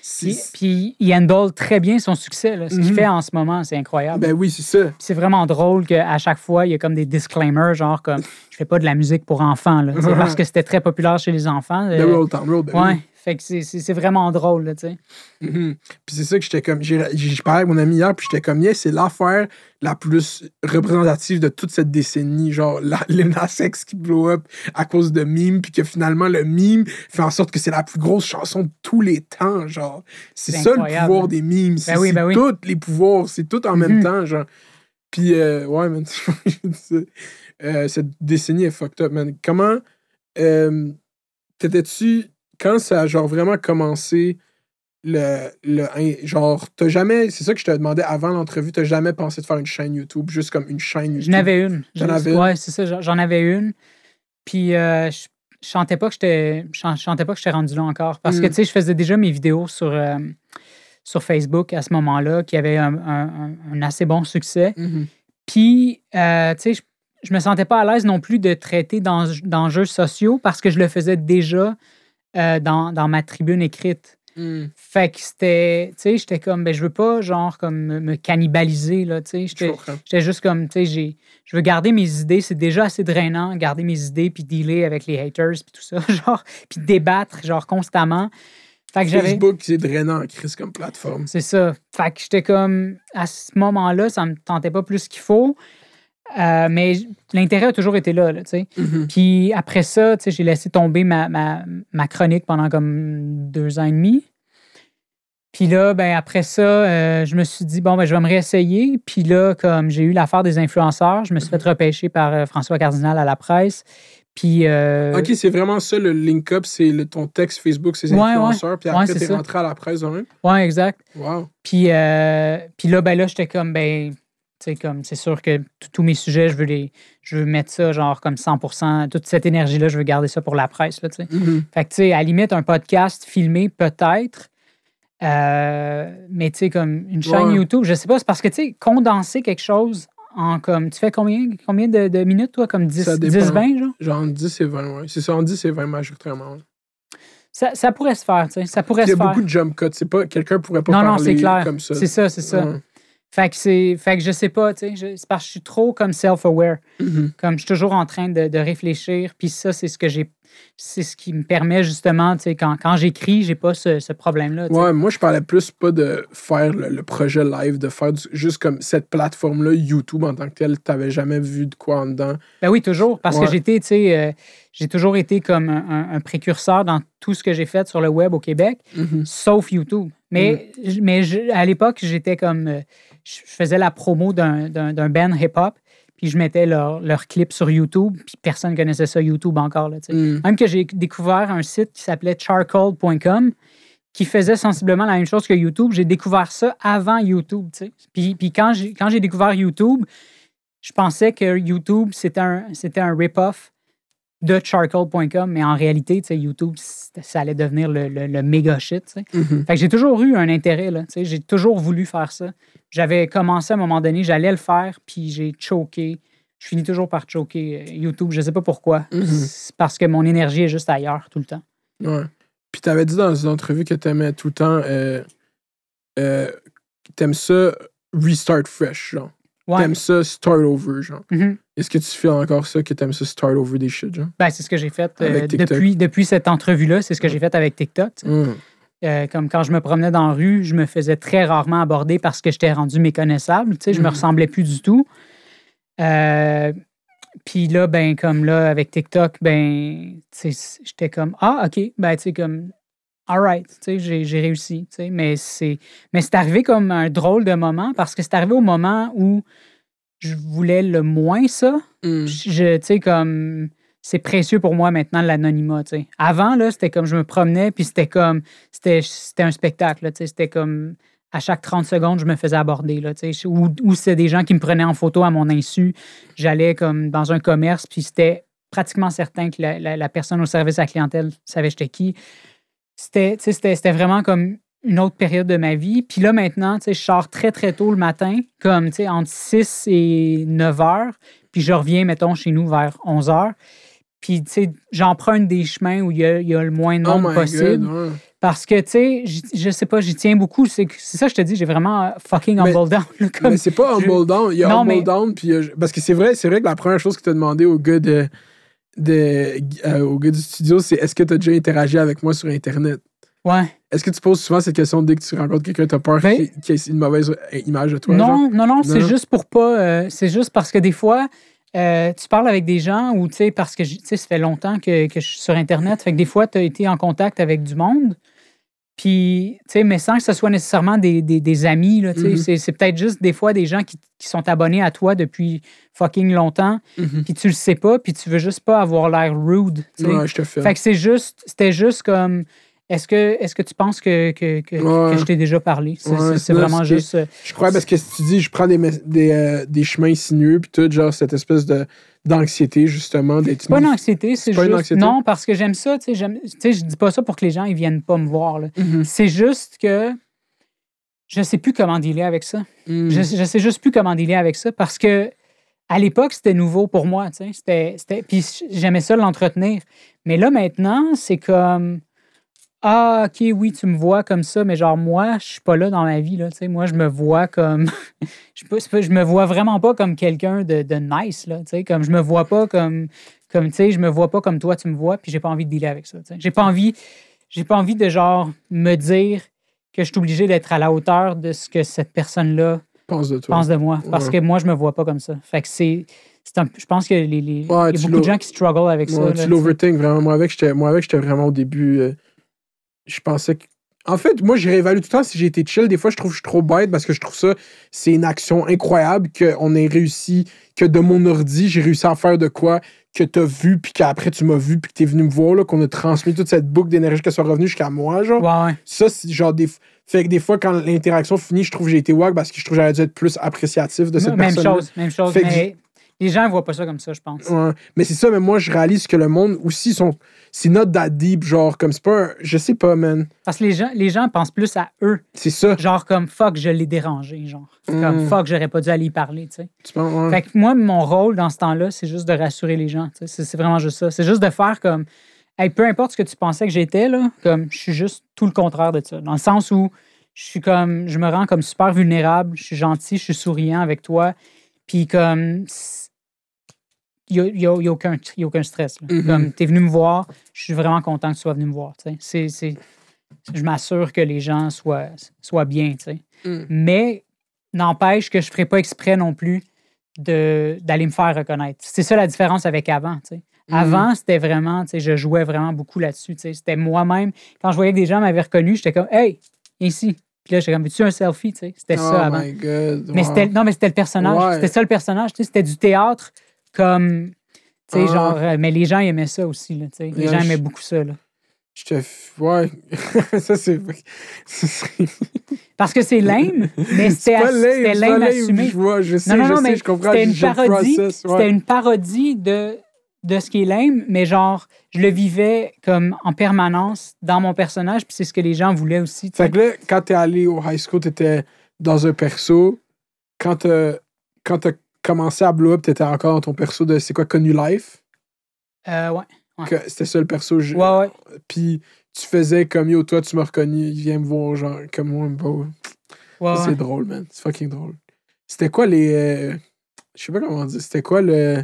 [SPEAKER 4] C'est-
[SPEAKER 3] Puis, puis il handle très bien son succès. Là. Ce qu'il
[SPEAKER 4] Mhm.
[SPEAKER 3] fait en ce moment, c'est incroyable.
[SPEAKER 4] Ben oui, c'est ça.
[SPEAKER 3] Puis c'est vraiment drôle qu'à chaque fois, il y a comme des disclaimers, genre comme je fais pas de la musique pour enfants, là, tu sais, parce que c'était très populaire chez les enfants.
[SPEAKER 4] Ben
[SPEAKER 3] Euh,
[SPEAKER 4] oui, Old Town Road, ben
[SPEAKER 3] ouais,
[SPEAKER 4] oui.
[SPEAKER 3] fait que c'est- c'est c'est vraiment drôle, là, tu sais.
[SPEAKER 4] Mhm. Puis c'est ça que j'étais comme. j'ai- j'ai- Je parlais avec mon ami hier, puis j'étais comme, yeah, c'est l'affaire la plus représentative de toute cette décennie. Genre, la, Lil Nas X qui blow up à cause de meme, puis que finalement, le meme fait en sorte que c'est la plus grosse chanson de tous les temps. Genre, c'est
[SPEAKER 3] C'est
[SPEAKER 4] ça le
[SPEAKER 3] incroyable.
[SPEAKER 4] pouvoir des memes. C'est
[SPEAKER 3] Ben oui,
[SPEAKER 4] c'est
[SPEAKER 3] ben oui.
[SPEAKER 4] tous les pouvoirs, c'est tout en même
[SPEAKER 3] Mhm.
[SPEAKER 4] temps. Genre. Puis, euh, ouais, man. c'est- euh, cette décennie est fucked up, man. Comment. Euh, T'étais-tu. Quand ça a genre vraiment commencé, le, le genre, t'as jamais. C'est ça que je te demandais avant l'entrevue, t'as jamais pensé de faire une chaîne YouTube, juste comme une chaîne YouTube?
[SPEAKER 3] J'en avais une.
[SPEAKER 4] T'en
[SPEAKER 3] Je-
[SPEAKER 4] avais une?
[SPEAKER 3] Ouais, c'est ça, j'en- j'en avais une. Puis euh, je je chantais pas que j'étais je chan- je chantais pas que j'étais rendu là encore. Parce que,
[SPEAKER 4] Mm.
[SPEAKER 3] tu sais, je faisais déjà mes vidéos sur, euh, sur Facebook à ce moment-là, qui avaient un, un- un- un assez bon succès.
[SPEAKER 4] Mhm.
[SPEAKER 3] Puis, euh, tu sais, je, je me sentais pas à l'aise non plus de traiter d'en- d'enjeux sociaux parce que je le faisais déjà euh, dans, dans ma tribune écrite.
[SPEAKER 4] Mm.
[SPEAKER 3] Fait que c'était, tu sais, j'étais comme, ben, je veux pas, genre, comme me, me cannibaliser, là, tu sais.
[SPEAKER 4] Je
[SPEAKER 3] J'étais
[SPEAKER 4] comprends.
[SPEAKER 3] j'étais juste comme, tu sais, j'ai- je veux garder mes idées. C'est déjà assez drainant, garder mes idées, puis dealer avec les haters, puis tout ça, genre, puis débattre, genre, constamment. Fait que j'avais.
[SPEAKER 4] Facebook, c'est drainant en crise comme plateforme.
[SPEAKER 3] C'est ça. Fait que j'étais comme, à ce moment-là, ça me tentait pas plus qu'il faut. Euh, mais j- l'intérêt a toujours été là, là, tu sais.
[SPEAKER 4] Mhm.
[SPEAKER 3] Puis après ça, tu sais, j'ai laissé tomber ma, ma, ma chronique pendant comme deux ans et demi. Puis là, ben après ça, euh, je me suis dit, bon, ben je vais me réessayer. Puis là, comme j'ai eu l'affaire des influenceurs, je me suis fait repêcher par euh, François Cardinal à la presse. Puis. euh,
[SPEAKER 4] Ok, c'est vraiment ça le link-up, c'est le- ton texte Facebook, ses
[SPEAKER 3] Ouais, ouais.
[SPEAKER 4] influenceurs, puis
[SPEAKER 3] Ouais,
[SPEAKER 4] après
[SPEAKER 3] c'est
[SPEAKER 4] t'es
[SPEAKER 3] ça.
[SPEAKER 4] rentré à la presse de même.
[SPEAKER 3] Ouais, exact.
[SPEAKER 4] Wow.
[SPEAKER 3] Puis, euh, puis là, ben là, j'étais comme, ben, tu sais, comme, c'est sûr que t- tous mes sujets, je veux les, je veux mettre ça, genre, comme cent pour cent, toute cette énergie-là, je veux garder ça pour la presse, là, tu sais.
[SPEAKER 4] Mhm.
[SPEAKER 3] Fait que, tu sais, à la limite, un podcast filmé, peut-être, euh, mais, tu sais, comme une chaîne
[SPEAKER 4] Ouais.
[SPEAKER 3] YouTube, je sais pas, c'est parce que, tu sais, condenser quelque chose en, comme, tu fais combien, combien de, de minutes, toi, comme dix,
[SPEAKER 4] Ça dépend.
[SPEAKER 3] dix vingt, genre?
[SPEAKER 4] Genre entre dix et vingt, ouais. C'est ça, entre dix et vingt majoritairement. ouais.
[SPEAKER 3] Ça, ça pourrait se faire, tu sais, ça pourrait
[SPEAKER 4] Il y
[SPEAKER 3] se
[SPEAKER 4] a
[SPEAKER 3] faire.
[SPEAKER 4] beaucoup de jump cuts, c'est pas, quelqu'un pourrait pas
[SPEAKER 3] Non, non,
[SPEAKER 4] parler
[SPEAKER 3] c'est clair.
[SPEAKER 4] comme ça.
[SPEAKER 3] C'est ça, c'est ça.
[SPEAKER 4] Ouais.
[SPEAKER 3] Fait que c'est. Fait que je sais pas, tu sais. je- C'est parce que je suis trop comme self-aware.
[SPEAKER 4] Mhm.
[SPEAKER 3] Comme je suis toujours en train de, de réfléchir. Puis ça, c'est ce que j'ai. C'est ce qui me permet justement, tu sais, quand, quand j'écris, j'ai pas ce, ce problème-là. tu sais.
[SPEAKER 4] Ouais, moi, je parlais plus pas de faire le, le projet live, de faire du- juste comme cette plateforme-là, YouTube en tant que telle, t'avais jamais vu de quoi en dedans.
[SPEAKER 3] Ben oui, toujours. Parce
[SPEAKER 4] Ouais.
[SPEAKER 3] que j'étais, tu sais, euh, j'ai toujours été comme un, un- un précurseur dans tout ce que j'ai fait sur le web au Québec,
[SPEAKER 4] Mhm.
[SPEAKER 3] sauf YouTube. Mais, j- mais je- à l'époque, j'étais comme. euh, je faisais la promo d'un, d'un, d'un band hip-hop, puis je mettais leur, leur clip sur YouTube, puis personne ne connaissait ça, YouTube encore. Là, tu sais.
[SPEAKER 4] Mhm.
[SPEAKER 3] Même que j'ai découvert un site qui s'appelait charcoal point com qui faisait sensiblement la même chose que YouTube. J'ai découvert ça avant YouTube. tu sais. Puis, puis quand, j'ai, quand j'ai découvert YouTube, je pensais que YouTube, c'était un, c'était un rip-off de charcoal point com, mais en réalité, tu sais, YouTube, c'était- ça allait devenir le, le- le méga shit. tu sais.
[SPEAKER 4] Mhm.
[SPEAKER 3] Fait que j'ai toujours eu un intérêt. Là, tu sais. J'ai toujours voulu faire ça. J'avais commencé à un moment donné, j'allais le faire, puis j'ai choqué. Je finis toujours par choquer euh, YouTube. Je sais pas pourquoi.
[SPEAKER 4] Mhm.
[SPEAKER 3] C'est parce que mon énergie est juste ailleurs tout le temps.
[SPEAKER 4] Ouais. Puis t'avais dit dans une entrevue que t'aimais tout le temps, euh, euh, t'aimes ça restart fresh, genre.
[SPEAKER 3] Ouais.
[SPEAKER 4] T'aimes ça start over, genre.
[SPEAKER 3] Mhm.
[SPEAKER 4] Est-ce que tu fais encore ça, que t'aimes ça start over des shit, genre?
[SPEAKER 3] Ben, c'est ce que j'ai fait euh,
[SPEAKER 4] Avec TikTok.
[SPEAKER 3] depuis, depuis cette entrevue-là. C'est ce que j'ai fait avec TikTok. tu sais.
[SPEAKER 4] Mhm.
[SPEAKER 3] Euh, comme quand je me promenais dans la rue, je me faisais très rarement aborder parce que j'étais rendu méconnaissable. Tu sais, je me
[SPEAKER 4] Mhm.
[SPEAKER 3] ressemblais plus du tout. Euh, Puis là, ben, comme là, avec TikTok, ben, tu sais, j'étais comme, ah, OK, ben, tu sais, comme, all right, tu sais, j'ai j'ai réussi, tu sais, mais c'est mais c'est arrivé comme un drôle de moment parce que c'est arrivé au moment où je voulais le moins ça.
[SPEAKER 4] Mhm.
[SPEAKER 3] Je, tu sais, comme, c'est précieux pour moi maintenant l'anonymat, tu sais. Avant, là, c'était comme je me promenais, puis c'était comme, c'était c'était un spectacle, là, tu sais, c'était comme, à chaque trente secondes, je me faisais aborder, là, tu sais, ou, ou c'est des gens qui me prenaient en photo à mon insu. J'allais comme dans un commerce, puis c'était pratiquement certain que la, la- la personne au service à la clientèle savait j'étais qui. C'était, tu sais, c'était, c'était vraiment comme une autre période de ma vie. Puis là, maintenant, tu sais, je sors très, très tôt le matin, comme, tu sais, entre six et neuf heures, puis je reviens, mettons, chez nous vers onze heures. Puis, tu sais, j'emprunte des chemins où il y a, il y a le moins de
[SPEAKER 4] Oh
[SPEAKER 3] monde
[SPEAKER 4] my
[SPEAKER 3] possible.
[SPEAKER 4] God, ouais.
[SPEAKER 3] Parce que, tu sais, j- je sais pas, j'y tiens beaucoup. C'est, que- c'est ça que je te dis, j'ai vraiment fucking
[SPEAKER 4] Mais-
[SPEAKER 3] humble down. là, comme-
[SPEAKER 4] Mais c'est pas
[SPEAKER 3] je-
[SPEAKER 4] humble down. Il y a
[SPEAKER 3] Non,
[SPEAKER 4] humble
[SPEAKER 3] mais-
[SPEAKER 4] down. Puis, euh, parce que c'est vrai, c'est vrai que la première chose que tu as demandé au gars, de, de, euh, au gars du studio, c'est est-ce que tu as déjà interagi avec moi sur Internet?
[SPEAKER 3] Ouais.
[SPEAKER 4] Est-ce que tu poses souvent cette question dès que tu rencontres quelqu'un, tu as peur
[SPEAKER 3] Ben-
[SPEAKER 4] qu'il qu'il ait une mauvaise euh, image de toi? genre?
[SPEAKER 3] Non, non, non, c'est
[SPEAKER 4] Non.
[SPEAKER 3] juste pour pas. euh, c'est juste parce que des fois, euh, tu parles avec des gens ou, tu sais, parce que, tu sais, ça fait longtemps que, que je suis sur Internet. Fait que des fois, tu as été en contact avec du monde. Puis, tu sais, mais sans que ce soit nécessairement des, des, des amis, là, tu sais.
[SPEAKER 4] Mhm.
[SPEAKER 3] C'est, c'est peut-être juste des fois des gens qui, qui sont abonnés à toi depuis fucking longtemps.
[SPEAKER 4] Mhm.
[SPEAKER 3] Puis tu le sais pas, puis tu veux juste pas avoir l'air rude, tu sais.
[SPEAKER 4] Ouais, je te fais.
[SPEAKER 3] Fait que c'est juste, c'était juste comme, est-ce que, est-ce que tu penses que, que, que,
[SPEAKER 4] Ouais.
[SPEAKER 3] que je t'ai déjà parlé? C'est,
[SPEAKER 4] Ouais,
[SPEAKER 3] c'est- c'est
[SPEAKER 4] non,
[SPEAKER 3] vraiment
[SPEAKER 4] c'est-
[SPEAKER 3] juste. euh,
[SPEAKER 4] Je crois parce que si tu dis je prends des, mes- des, euh, des chemins sinueux, puis tout, genre cette espèce de, d'anxiété, justement, d'être.
[SPEAKER 3] C'est pas une anxiété, c'est
[SPEAKER 4] C'est pas
[SPEAKER 3] juste.
[SPEAKER 4] une anxiété?
[SPEAKER 3] Non, parce que j'aime ça, tu sais. j'aime- Tu sais, je dis pas ça pour que les gens ils viennent pas me voir, là.
[SPEAKER 4] Mhm.
[SPEAKER 3] C'est juste que je sais plus comment dealer avec ça.
[SPEAKER 4] Mhm.
[SPEAKER 3] Je, je sais juste plus comment dealer avec ça parce que à l'époque, c'était nouveau pour moi, tu sais. C'était, c'était, puis j'aimais ça l'entretenir. Mais là, maintenant, c'est comme ah, OK, oui, tu me vois comme ça, mais genre, moi, je suis pas là dans ma vie, là, tu sais. Moi, je me vois comme... je, sais pas, c'est pas- je me vois vraiment pas comme quelqu'un de, de nice, là, tu sais. Comme, je me vois pas comme... comme tu sais, je me vois pas comme toi, tu me vois, puis j'ai pas envie de dealer avec ça, tu sais. J'ai pas envie... J'ai pas envie de, genre, me dire que je suis obligé d'être à la hauteur de ce que cette personne-là
[SPEAKER 4] Pense de toi.
[SPEAKER 3] pense de moi. Parce
[SPEAKER 4] Ouais.
[SPEAKER 3] que moi, je me vois pas comme ça. Fait que c'est... c'est un- je pense que les, les- il y a
[SPEAKER 4] tu
[SPEAKER 3] beaucoup de
[SPEAKER 4] l'as-
[SPEAKER 3] gens qui struggle avec ça.
[SPEAKER 4] Ouais,
[SPEAKER 3] là,
[SPEAKER 4] tu
[SPEAKER 3] tu sais.
[SPEAKER 4] l'overthink vraiment. Moi, avec, j'étais, moi, avec, j'étais vraiment au début. euh, je pensais que. En fait, moi, je réévalue tout le temps si j'ai été chill. Des fois, je trouve que je suis trop bête parce que je trouve ça, c'est une action incroyable qu'on ait réussi, que de mon ordi, j'ai réussi à faire de quoi que t'as vu, puis qu'après, tu m'as vu, puis que t'es venu me voir, là, qu'on a transmis toute cette boucle d'énergie qu'elle soit revenue jusqu'à moi, genre.
[SPEAKER 3] Ouais, ouais.
[SPEAKER 4] Ça, c'est genre des. Fait que des fois, quand l'interaction finit, je trouve que j'ai été wack parce que je trouve que j'aurais dû être plus appréciatif de cette
[SPEAKER 3] Même
[SPEAKER 4] personne.
[SPEAKER 3] chose, même chose.
[SPEAKER 4] Fait que
[SPEAKER 3] Mais les gens ne voient pas ça comme ça, je pense.
[SPEAKER 4] Ouais. Mais c'est ça, mais moi, je réalise que le monde aussi, sont... c'est not that deep, genre, comme c'est pas un... Je sais pas, man.
[SPEAKER 3] Parce que les gens, les gens pensent plus à eux.
[SPEAKER 4] C'est ça.
[SPEAKER 3] Genre comme fuck, je l'ai dérangé. Genre. Comme
[SPEAKER 4] Mm.
[SPEAKER 3] fuck, j'aurais pas dû aller y parler. Tu sais.
[SPEAKER 4] Tu penses, ouais.
[SPEAKER 3] Fait que moi, mon rôle dans ce temps-là, c'est juste de rassurer les gens. Tu sais. C'est, c'est vraiment juste ça. C'est juste de faire comme hey, peu importe ce que tu pensais que j'étais, là, comme je suis juste tout le contraire de ça. Dans le sens où je suis comme je me rends comme super vulnérable, je suis gentil, je suis souriant avec toi. Puis comme il n'y a, y a- y a aucun, y a aucun stress. Là.
[SPEAKER 4] Mhm.
[SPEAKER 3] Comme tu es venu me voir, je suis vraiment content que tu sois venu me voir. Tu sais. C'est, c'est, je m'assure que les gens soient, soient bien. Tu sais.
[SPEAKER 4] Mm.
[SPEAKER 3] Mais n'empêche que je ne ferai pas exprès non plus de, d'aller me faire reconnaître. C'est ça la différence avec avant. Tu sais.
[SPEAKER 4] Mhm.
[SPEAKER 3] Avant, c'était vraiment, tu sais, je jouais vraiment beaucoup là-dessus. Tu sais. C'était moi-même. Quand je voyais que des gens m'avaient reconnu, j'étais comme hey, viens ici. Puis là, j'étais comme veux-tu un selfie? Tu sais. C'était
[SPEAKER 4] Oh
[SPEAKER 3] ça avant.
[SPEAKER 4] my God.
[SPEAKER 3] Mais
[SPEAKER 4] wow.
[SPEAKER 3] c'était, non, mais c'était le personnage.
[SPEAKER 4] Ouais.
[SPEAKER 3] C'était ça le personnage. Tu sais, c'était du théâtre comme. Tu sais,
[SPEAKER 4] Ah.
[SPEAKER 3] genre. euh, mais les gens aimaient ça aussi. Là, tu sais. Les
[SPEAKER 4] Yeah,
[SPEAKER 3] gens
[SPEAKER 4] je-
[SPEAKER 3] aimaient beaucoup ça. Là.
[SPEAKER 4] Je te... f- Ouais. ça, c'est... c'est...
[SPEAKER 3] Parce que c'est lame, mais
[SPEAKER 4] C'est
[SPEAKER 3] c'était,
[SPEAKER 4] pas
[SPEAKER 3] ass-
[SPEAKER 4] lame,
[SPEAKER 3] c'était
[SPEAKER 4] c'est
[SPEAKER 3] lame
[SPEAKER 4] pas lame.
[SPEAKER 3] assumé.
[SPEAKER 4] Je vois, je sais,
[SPEAKER 3] Non, non,
[SPEAKER 4] je
[SPEAKER 3] non,
[SPEAKER 4] sais,
[SPEAKER 3] mais
[SPEAKER 4] je comprends.
[SPEAKER 3] c'était une
[SPEAKER 4] je le
[SPEAKER 3] parodie.
[SPEAKER 4] process, ouais.
[SPEAKER 3] C'était une parodie de, de ce qui est lame, mais genre, je le vivais comme en permanence dans mon personnage, puis c'est ce que les gens voulaient aussi. tu sais.
[SPEAKER 4] Fait que là, quand t'es allé au high school, t'étais dans un perso. Quand t'as, quand t'as commencé à blow up, t'étais encore dans ton perso de, c'est quoi, Connu Life?
[SPEAKER 3] Euh, ouais. Ouais.
[SPEAKER 4] Que c'était ça le perso. je-
[SPEAKER 3] Ouais, ouais.
[SPEAKER 4] Puis tu faisais comme yo, toi, tu m'as reconnu, il vient me voir, genre, comme moi, beau.
[SPEAKER 3] ouais,
[SPEAKER 4] Ça,
[SPEAKER 3] ouais.
[SPEAKER 4] c'est drôle, man. C'est fucking drôle. C'était quoi les. euh, Je sais pas comment dire. C'était quoi le.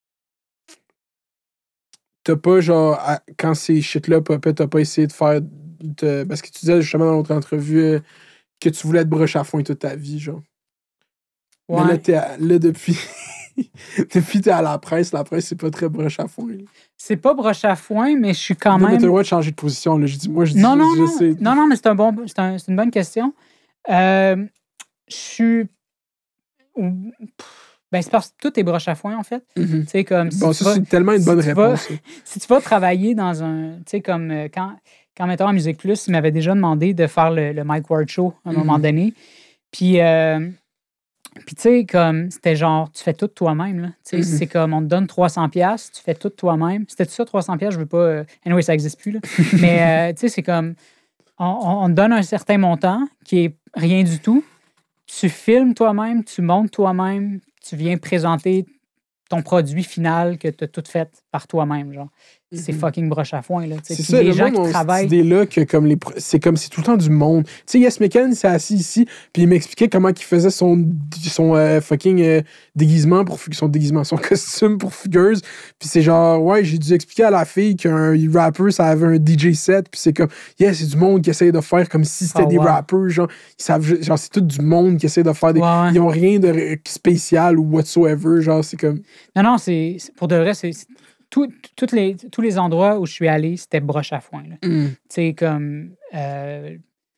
[SPEAKER 4] T'as pas, genre, à- quand ces shit-là popait, t'as pas essayé de faire. de- Parce que tu disais justement dans l'autre entrevue euh, que tu voulais être broche à foin toute ta vie, genre. Mais là,
[SPEAKER 3] Ouais.
[SPEAKER 4] t'es à- là, depuis. depuis t'es à la presse, la presse, c'est pas très broche à foin. là.
[SPEAKER 3] C'est pas broche à foin, mais je suis quand
[SPEAKER 4] Non, mais
[SPEAKER 3] même.
[SPEAKER 4] t'as le droit de changer de position, là. Je dis, moi, je dis,
[SPEAKER 3] Non, non,
[SPEAKER 4] je,
[SPEAKER 3] non.
[SPEAKER 4] sais.
[SPEAKER 3] Non, non, mais c'est, un bon, c'est, un- c'est une bonne question. Euh, je suis. Ben, c'est parce que tout est broche à foin, en fait.
[SPEAKER 4] Mhm.
[SPEAKER 3] Tu sais, comme. si
[SPEAKER 4] Bon,
[SPEAKER 3] tu
[SPEAKER 4] ça,
[SPEAKER 3] vas-
[SPEAKER 4] c'est tellement une
[SPEAKER 3] si
[SPEAKER 4] bonne
[SPEAKER 3] tu vas-
[SPEAKER 4] réponse. ça.
[SPEAKER 3] si tu vas travailler dans un. Tu sais, comme euh, quand, quand, mettons, à Musique Plus, ils m'avaient déjà demandé de faire le, le Mike Ward Show à un
[SPEAKER 4] Mhm.
[SPEAKER 3] moment donné. Puis, euh, puis tu sais, comme, c'était genre, tu fais tout toi-même, là. Tu sais,
[SPEAKER 4] Mhm.
[SPEAKER 3] c'est comme, on te donne trois cents piastres, tu fais tout toi-même. C'était ça, trois cents piastres, je veux pas. Euh, anyway, ça n'existe plus, là. Mais, euh, tu sais, c'est comme, on, on, on te donne un certain montant qui est rien du tout. Tu filmes toi-même, tu montes toi-même, tu viens présenter ton produit final que tu as tout fait par toi-même, genre. C'est
[SPEAKER 4] Mhm.
[SPEAKER 3] fucking broche à foin, là.
[SPEAKER 4] C'est
[SPEAKER 3] Puis
[SPEAKER 4] ça,
[SPEAKER 3] les
[SPEAKER 4] le
[SPEAKER 3] gens
[SPEAKER 4] monde
[SPEAKER 3] qui
[SPEAKER 4] ont
[SPEAKER 3] travaillent...
[SPEAKER 4] cette idée-là que comme les, pro- c'est comme c'est tout le temps du monde. Tu sais, Yes McCann, il s'est assis ici, puis il m'expliquait comment il faisait son, son euh, fucking euh, déguisement pour son déguisement, son costume pour Fugueuse. Puis c'est genre, ouais, j'ai dû expliquer à la fille qu'un rapper, ça avait un D J set, puis c'est comme, yeah, c'est du monde qui essaie de faire comme si c'était
[SPEAKER 3] Oh,
[SPEAKER 4] des
[SPEAKER 3] wow.
[SPEAKER 4] rappers, genre, ils savent, ju- genre, c'est tout du monde qui essaie de faire des.
[SPEAKER 3] Ouais, ouais.
[SPEAKER 4] Ils ont rien de r- spécial ou whatsoever, genre, c'est comme.
[SPEAKER 3] Non, non, c'est, c'est- pour de vrai, c'est, c'est- tout- toutes les, tous les endroits où je suis allé, c'était broche à foin, là.
[SPEAKER 4] Mm.
[SPEAKER 3] Tu sais, comme... Euh,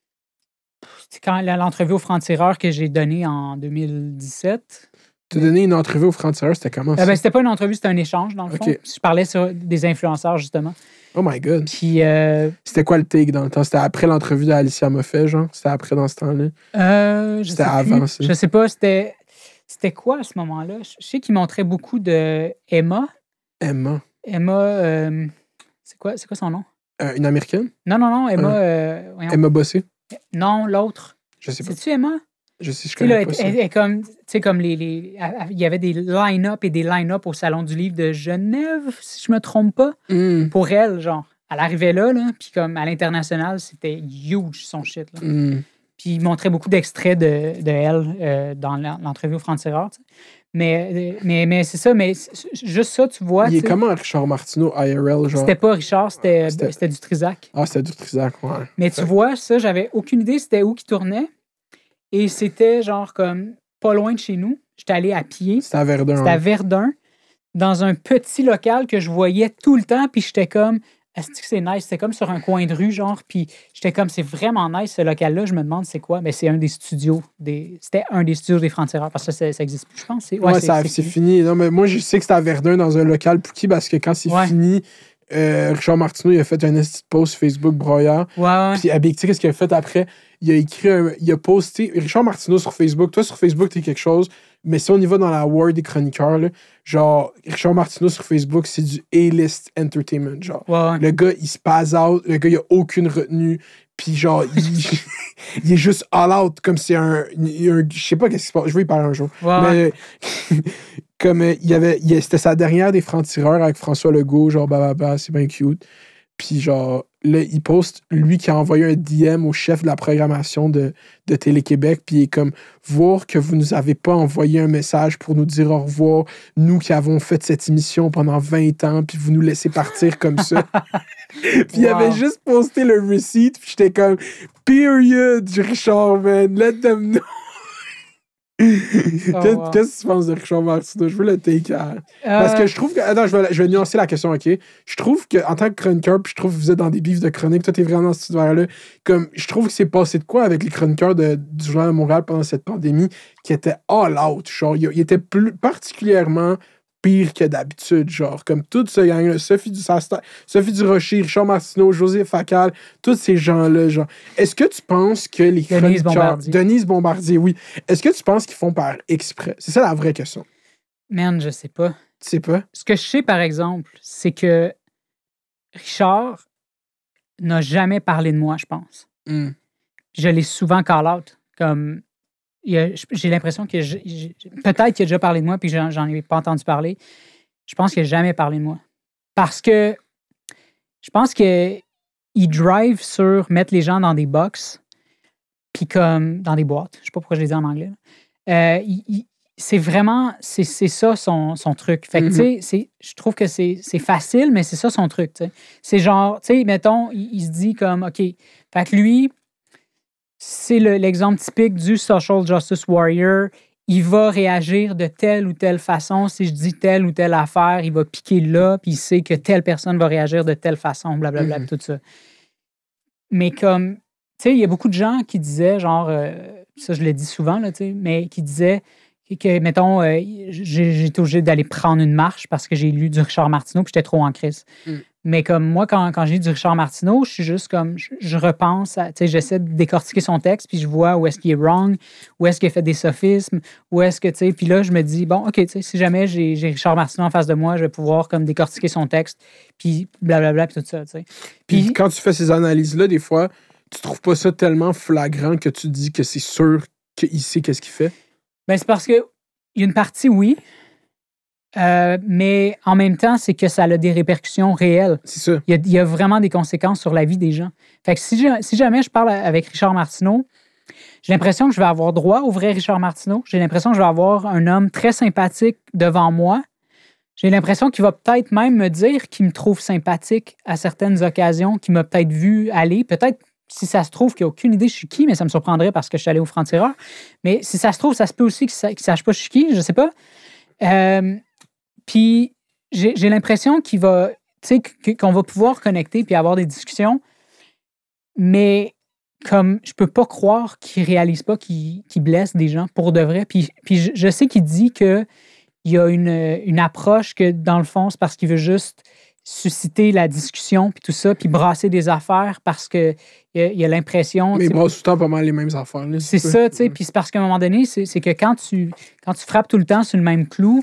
[SPEAKER 3] c'est quand la- l'entrevue au franc-tireur que j'ai donnée en deux mille dix-sept...
[SPEAKER 4] T'as donné une entrevue au franc-tireur, c'était comment
[SPEAKER 3] Euh,
[SPEAKER 4] ça?
[SPEAKER 3] ben, c'était pas une entrevue, c'était un échange, dans le fond.
[SPEAKER 4] Ok.
[SPEAKER 3] Je parlais sur des influenceurs, justement.
[SPEAKER 4] Oh my god.
[SPEAKER 3] Puis, euh,
[SPEAKER 4] C'était quoi le take dans le temps? C'était après l'entrevue d'Alicia Moffett, genre? C'était après dans ce temps-là?
[SPEAKER 3] euh, je
[SPEAKER 4] C'était
[SPEAKER 3] sais
[SPEAKER 4] avant,
[SPEAKER 3] plus.
[SPEAKER 4] ça.
[SPEAKER 3] Je sais pas, c'était... C'était quoi à ce moment-là? Je je sais qu'ils montraient beaucoup de Emma.
[SPEAKER 4] Emma.
[SPEAKER 3] Emma... euh, c'est quoi, c'est quoi son nom?
[SPEAKER 4] Euh, une américaine?
[SPEAKER 3] Non, non, non, Emma...
[SPEAKER 4] Euh,
[SPEAKER 3] euh, voyons.
[SPEAKER 4] Emma Bossé?
[SPEAKER 3] Non, l'autre.
[SPEAKER 4] Je sais pas.
[SPEAKER 3] C'est-tu Emma?
[SPEAKER 4] Je sais, je
[SPEAKER 3] Tu sais, là,
[SPEAKER 4] connais
[SPEAKER 3] elle,
[SPEAKER 4] pas ça.
[SPEAKER 3] elle- elle est comme, tu sais, comme les, les- il y avait des line-up et des line-up au Salon du Livre de Genève, si je me trompe pas,
[SPEAKER 4] Mm,
[SPEAKER 3] pour elle, genre. Elle arrivait là, là, puis comme à l'international, c'était huge, son shit, là.
[SPEAKER 4] mm.
[SPEAKER 3] Puis il montrait beaucoup d'extraits de, de elle euh, dans l'en- l'entrevue au franc-tireur, tu sais. Mais, euh, mais, mais c'est ça, mais c'est- c'est- juste ça, tu vois,
[SPEAKER 4] Il est
[SPEAKER 3] tu sais,
[SPEAKER 4] comment Richard Martineau, I R L, genre?
[SPEAKER 3] c'était pas Richard, c'était
[SPEAKER 4] C'était-
[SPEAKER 3] c'était du Trisac.
[SPEAKER 4] Ah, c'était du Trisac, ouais.
[SPEAKER 3] Mais tu
[SPEAKER 4] Fait-
[SPEAKER 3] vois, ça, j'avais aucune idée c'était où qui tournait. Et c'était genre comme pas loin de chez nous. J'étais allé à pied.
[SPEAKER 4] C'était à Verdun.
[SPEAKER 3] C'était à
[SPEAKER 4] hein.
[SPEAKER 3] Verdun, dans un petit local que je voyais tout le temps. Puis j'étais comme, est-ce que c'est nice? C'était comme sur un coin de rue, genre. Puis j'étais comme, c'est vraiment nice ce local-là. Je me demande c'est quoi. Mais c'est un des studios. Des... C'était un des studios des francs-tireurs parce que ça, ça existe plus, je pense. C'est-
[SPEAKER 4] Ouais,
[SPEAKER 3] ouais,
[SPEAKER 4] ça- c'est fini. Non, mais moi, je sais que c'était à Verdun, dans un local Pouki, parce que quand c'est
[SPEAKER 3] Ouais.
[SPEAKER 4] fini, euh, Richard Martineau, il a fait un petit post Facebook broyard.
[SPEAKER 3] Ouais, ouais.
[SPEAKER 4] Puis, Abby, tu sais, qu'est-ce qu'il a fait après? Il a écrit, un- il a posté, Richard Martineau sur Facebook. Toi, sur Facebook, t'es quelque chose, mais si on y va dans la Word des chroniqueurs, là, genre, Richard Martineau sur Facebook, c'est du A-list entertainment. Genre,
[SPEAKER 3] Ouais, ouais.
[SPEAKER 4] le gars, il se passe out, le gars, il a aucune retenue, puis genre, il, il est juste all out, comme c'est un, il- un- je sais pas qu'est-ce qui se passe, je vais y parler un jour.
[SPEAKER 3] Ouais,
[SPEAKER 4] mais, comme euh, il y avait, il y a- c'était sa dernière des francs-tireurs avec François Legault, genre, bah, bah, bah, c'est bien cute. Puis genre, là, il poste, lui qui a envoyé un D M au chef de la programmation de, de Télé-Québec, puis il est comme, voir que vous nous avez pas envoyé un message pour nous dire au revoir, nous qui avons fait cette émission pendant vingt ans, puis vous nous laissez partir comme ça. Puis il
[SPEAKER 3] Wow.
[SPEAKER 4] avait juste posté le receipt, puis j'étais comme, period, Richard, man, let them know. Qu'est-
[SPEAKER 3] wow.
[SPEAKER 4] Qu'est-ce que tu penses de Richard Martineau? Je veux le take. à- Parce
[SPEAKER 3] Euh,
[SPEAKER 4] que je trouve que. Attends, je vais, je vais nuancer la question, OK? Je trouve qu'en tant que chroniqueur, puis je trouve que vous êtes dans des bifs de chronique, toi, t'es vraiment dans cet univers-là. Comme, je trouve que c'est passé de quoi avec les chroniqueurs de, du Journal de Montréal pendant cette pandémie qui étaient all out. Genre, ils étaient plus, particulièrement pire que d'habitude. Genre, comme toute ce gang-là, Sophie du Sasta, Sophie Durocher, Richard Martineau, José Facal, tous ces gens-là, genre. Est-ce que tu penses que les
[SPEAKER 3] Denise
[SPEAKER 4] chroniqueurs.
[SPEAKER 3] Bombardier.
[SPEAKER 4] Denise Bombardier, oui. Est-ce que tu penses qu'ils font par exprès? C'est ça la vraie question.
[SPEAKER 3] Man, je sais pas.
[SPEAKER 4] Tu sais pas?
[SPEAKER 3] Ce que je sais, par exemple, c'est que Richard n'a jamais parlé de moi, je pense.
[SPEAKER 4] Mm.
[SPEAKER 3] Je l'ai souvent call out. Comme, il y a- j'ai l'impression que je- j'ai- peut-être qu'il a déjà parlé de moi puis j'en, j'en ai pas entendu parler. Je pense qu'il n'a jamais parlé de moi. Parce que je pense que il drive sur mettre les gens dans des box puis comme dans des boîtes. Je sais pas pourquoi je l'ai dit en anglais. Euh, il- il- c'est vraiment, c'est, c'est ça son, son truc. Fait que,
[SPEAKER 4] Mhm.
[SPEAKER 3] tu sais, c'est- je trouve que c'est, c'est facile, mais c'est ça son truc, tu sais. C'est genre, tu sais, mettons, il, il se dit comme, OK, fait que lui, c'est le- l'exemple typique du social justice warrior. Il va réagir de telle ou telle façon. Si je dis telle ou telle affaire, il va piquer là, puis il sait que telle personne va réagir de telle façon, blablabla,
[SPEAKER 4] Mhm.
[SPEAKER 3] tout ça. Mais comme, tu sais, il y a beaucoup de gens qui disaient, genre, euh, ça je le dis souvent, là, tu sais, mais qui disaient que, mettons, euh, j'ai, j'ai été obligé d'aller prendre une marche parce que j'ai lu du Richard Martineau puis j'étais trop en crise.
[SPEAKER 4] Mm.
[SPEAKER 3] Mais comme moi, quand, quand j'ai lu du Richard Martineau, je suis juste comme, je, je repense, à, tu sais, j'essaie de décortiquer son texte puis je vois où est-ce qu'il est wrong, où est-ce qu'il a fait des sophismes, où est-ce que, tu sais, puis là, je me dis, bon, OK, tu sais, si jamais j'ai, j'ai Richard Martineau en face de moi, je vais pouvoir comme décortiquer son texte puis blablabla puis tout ça, tu sais.
[SPEAKER 4] Puis
[SPEAKER 3] Puis-
[SPEAKER 4] quand tu fais ces analyses-là, des fois, tu trouves pas ça tellement flagrant que tu dis que c'est sûr qu'il sait qu'est-ce qu'il fait?
[SPEAKER 3] Ben, c'est parce que il y a une partie, oui. Euh, mais en même temps, c'est que ça a des répercussions réelles.
[SPEAKER 4] C'est ça.
[SPEAKER 3] Il y, a, il y a vraiment des conséquences sur la vie des gens. Fait que si, je, si jamais je parle avec Richard Martineau, j'ai l'impression que je vais avoir droit au vrai Richard Martineau. J'ai l'impression que je vais avoir un homme très sympathique devant moi. J'ai l'impression qu'il va peut-être même me dire qu'il me trouve sympathique à certaines occasions, qu'il m'a peut-être vu aller. Peut-être, si ça se trouve, qu'il n'a aucune idée je suis qui, mais ça me surprendrait parce que je suis allé au franc-tireur. Mais si ça se trouve, ça se peut aussi qu'il ne sache pas je suis qui, je ne sais pas. Euh, Puis j'ai, j'ai l'impression qu'il va, tu sais, qu'on va pouvoir connecter puis avoir des discussions, mais comme je peux pas croire qu'il réalise pas qu'il, qu'il blesse des gens pour de vrai. Puis, puis je, je sais qu'il dit que il y a une, une approche que, dans le fond, c'est parce qu'il veut juste susciter la discussion puis tout ça, puis brasser des affaires parce que il a, il a l'impression...
[SPEAKER 4] Mais il brasse tout le temps pas mal les mêmes affaires. Là,
[SPEAKER 3] c'est ça, tu sais. Puis c'est parce qu'à un moment donné, c'est, c'est que quand tu, quand tu frappes tout le temps sur le même clou,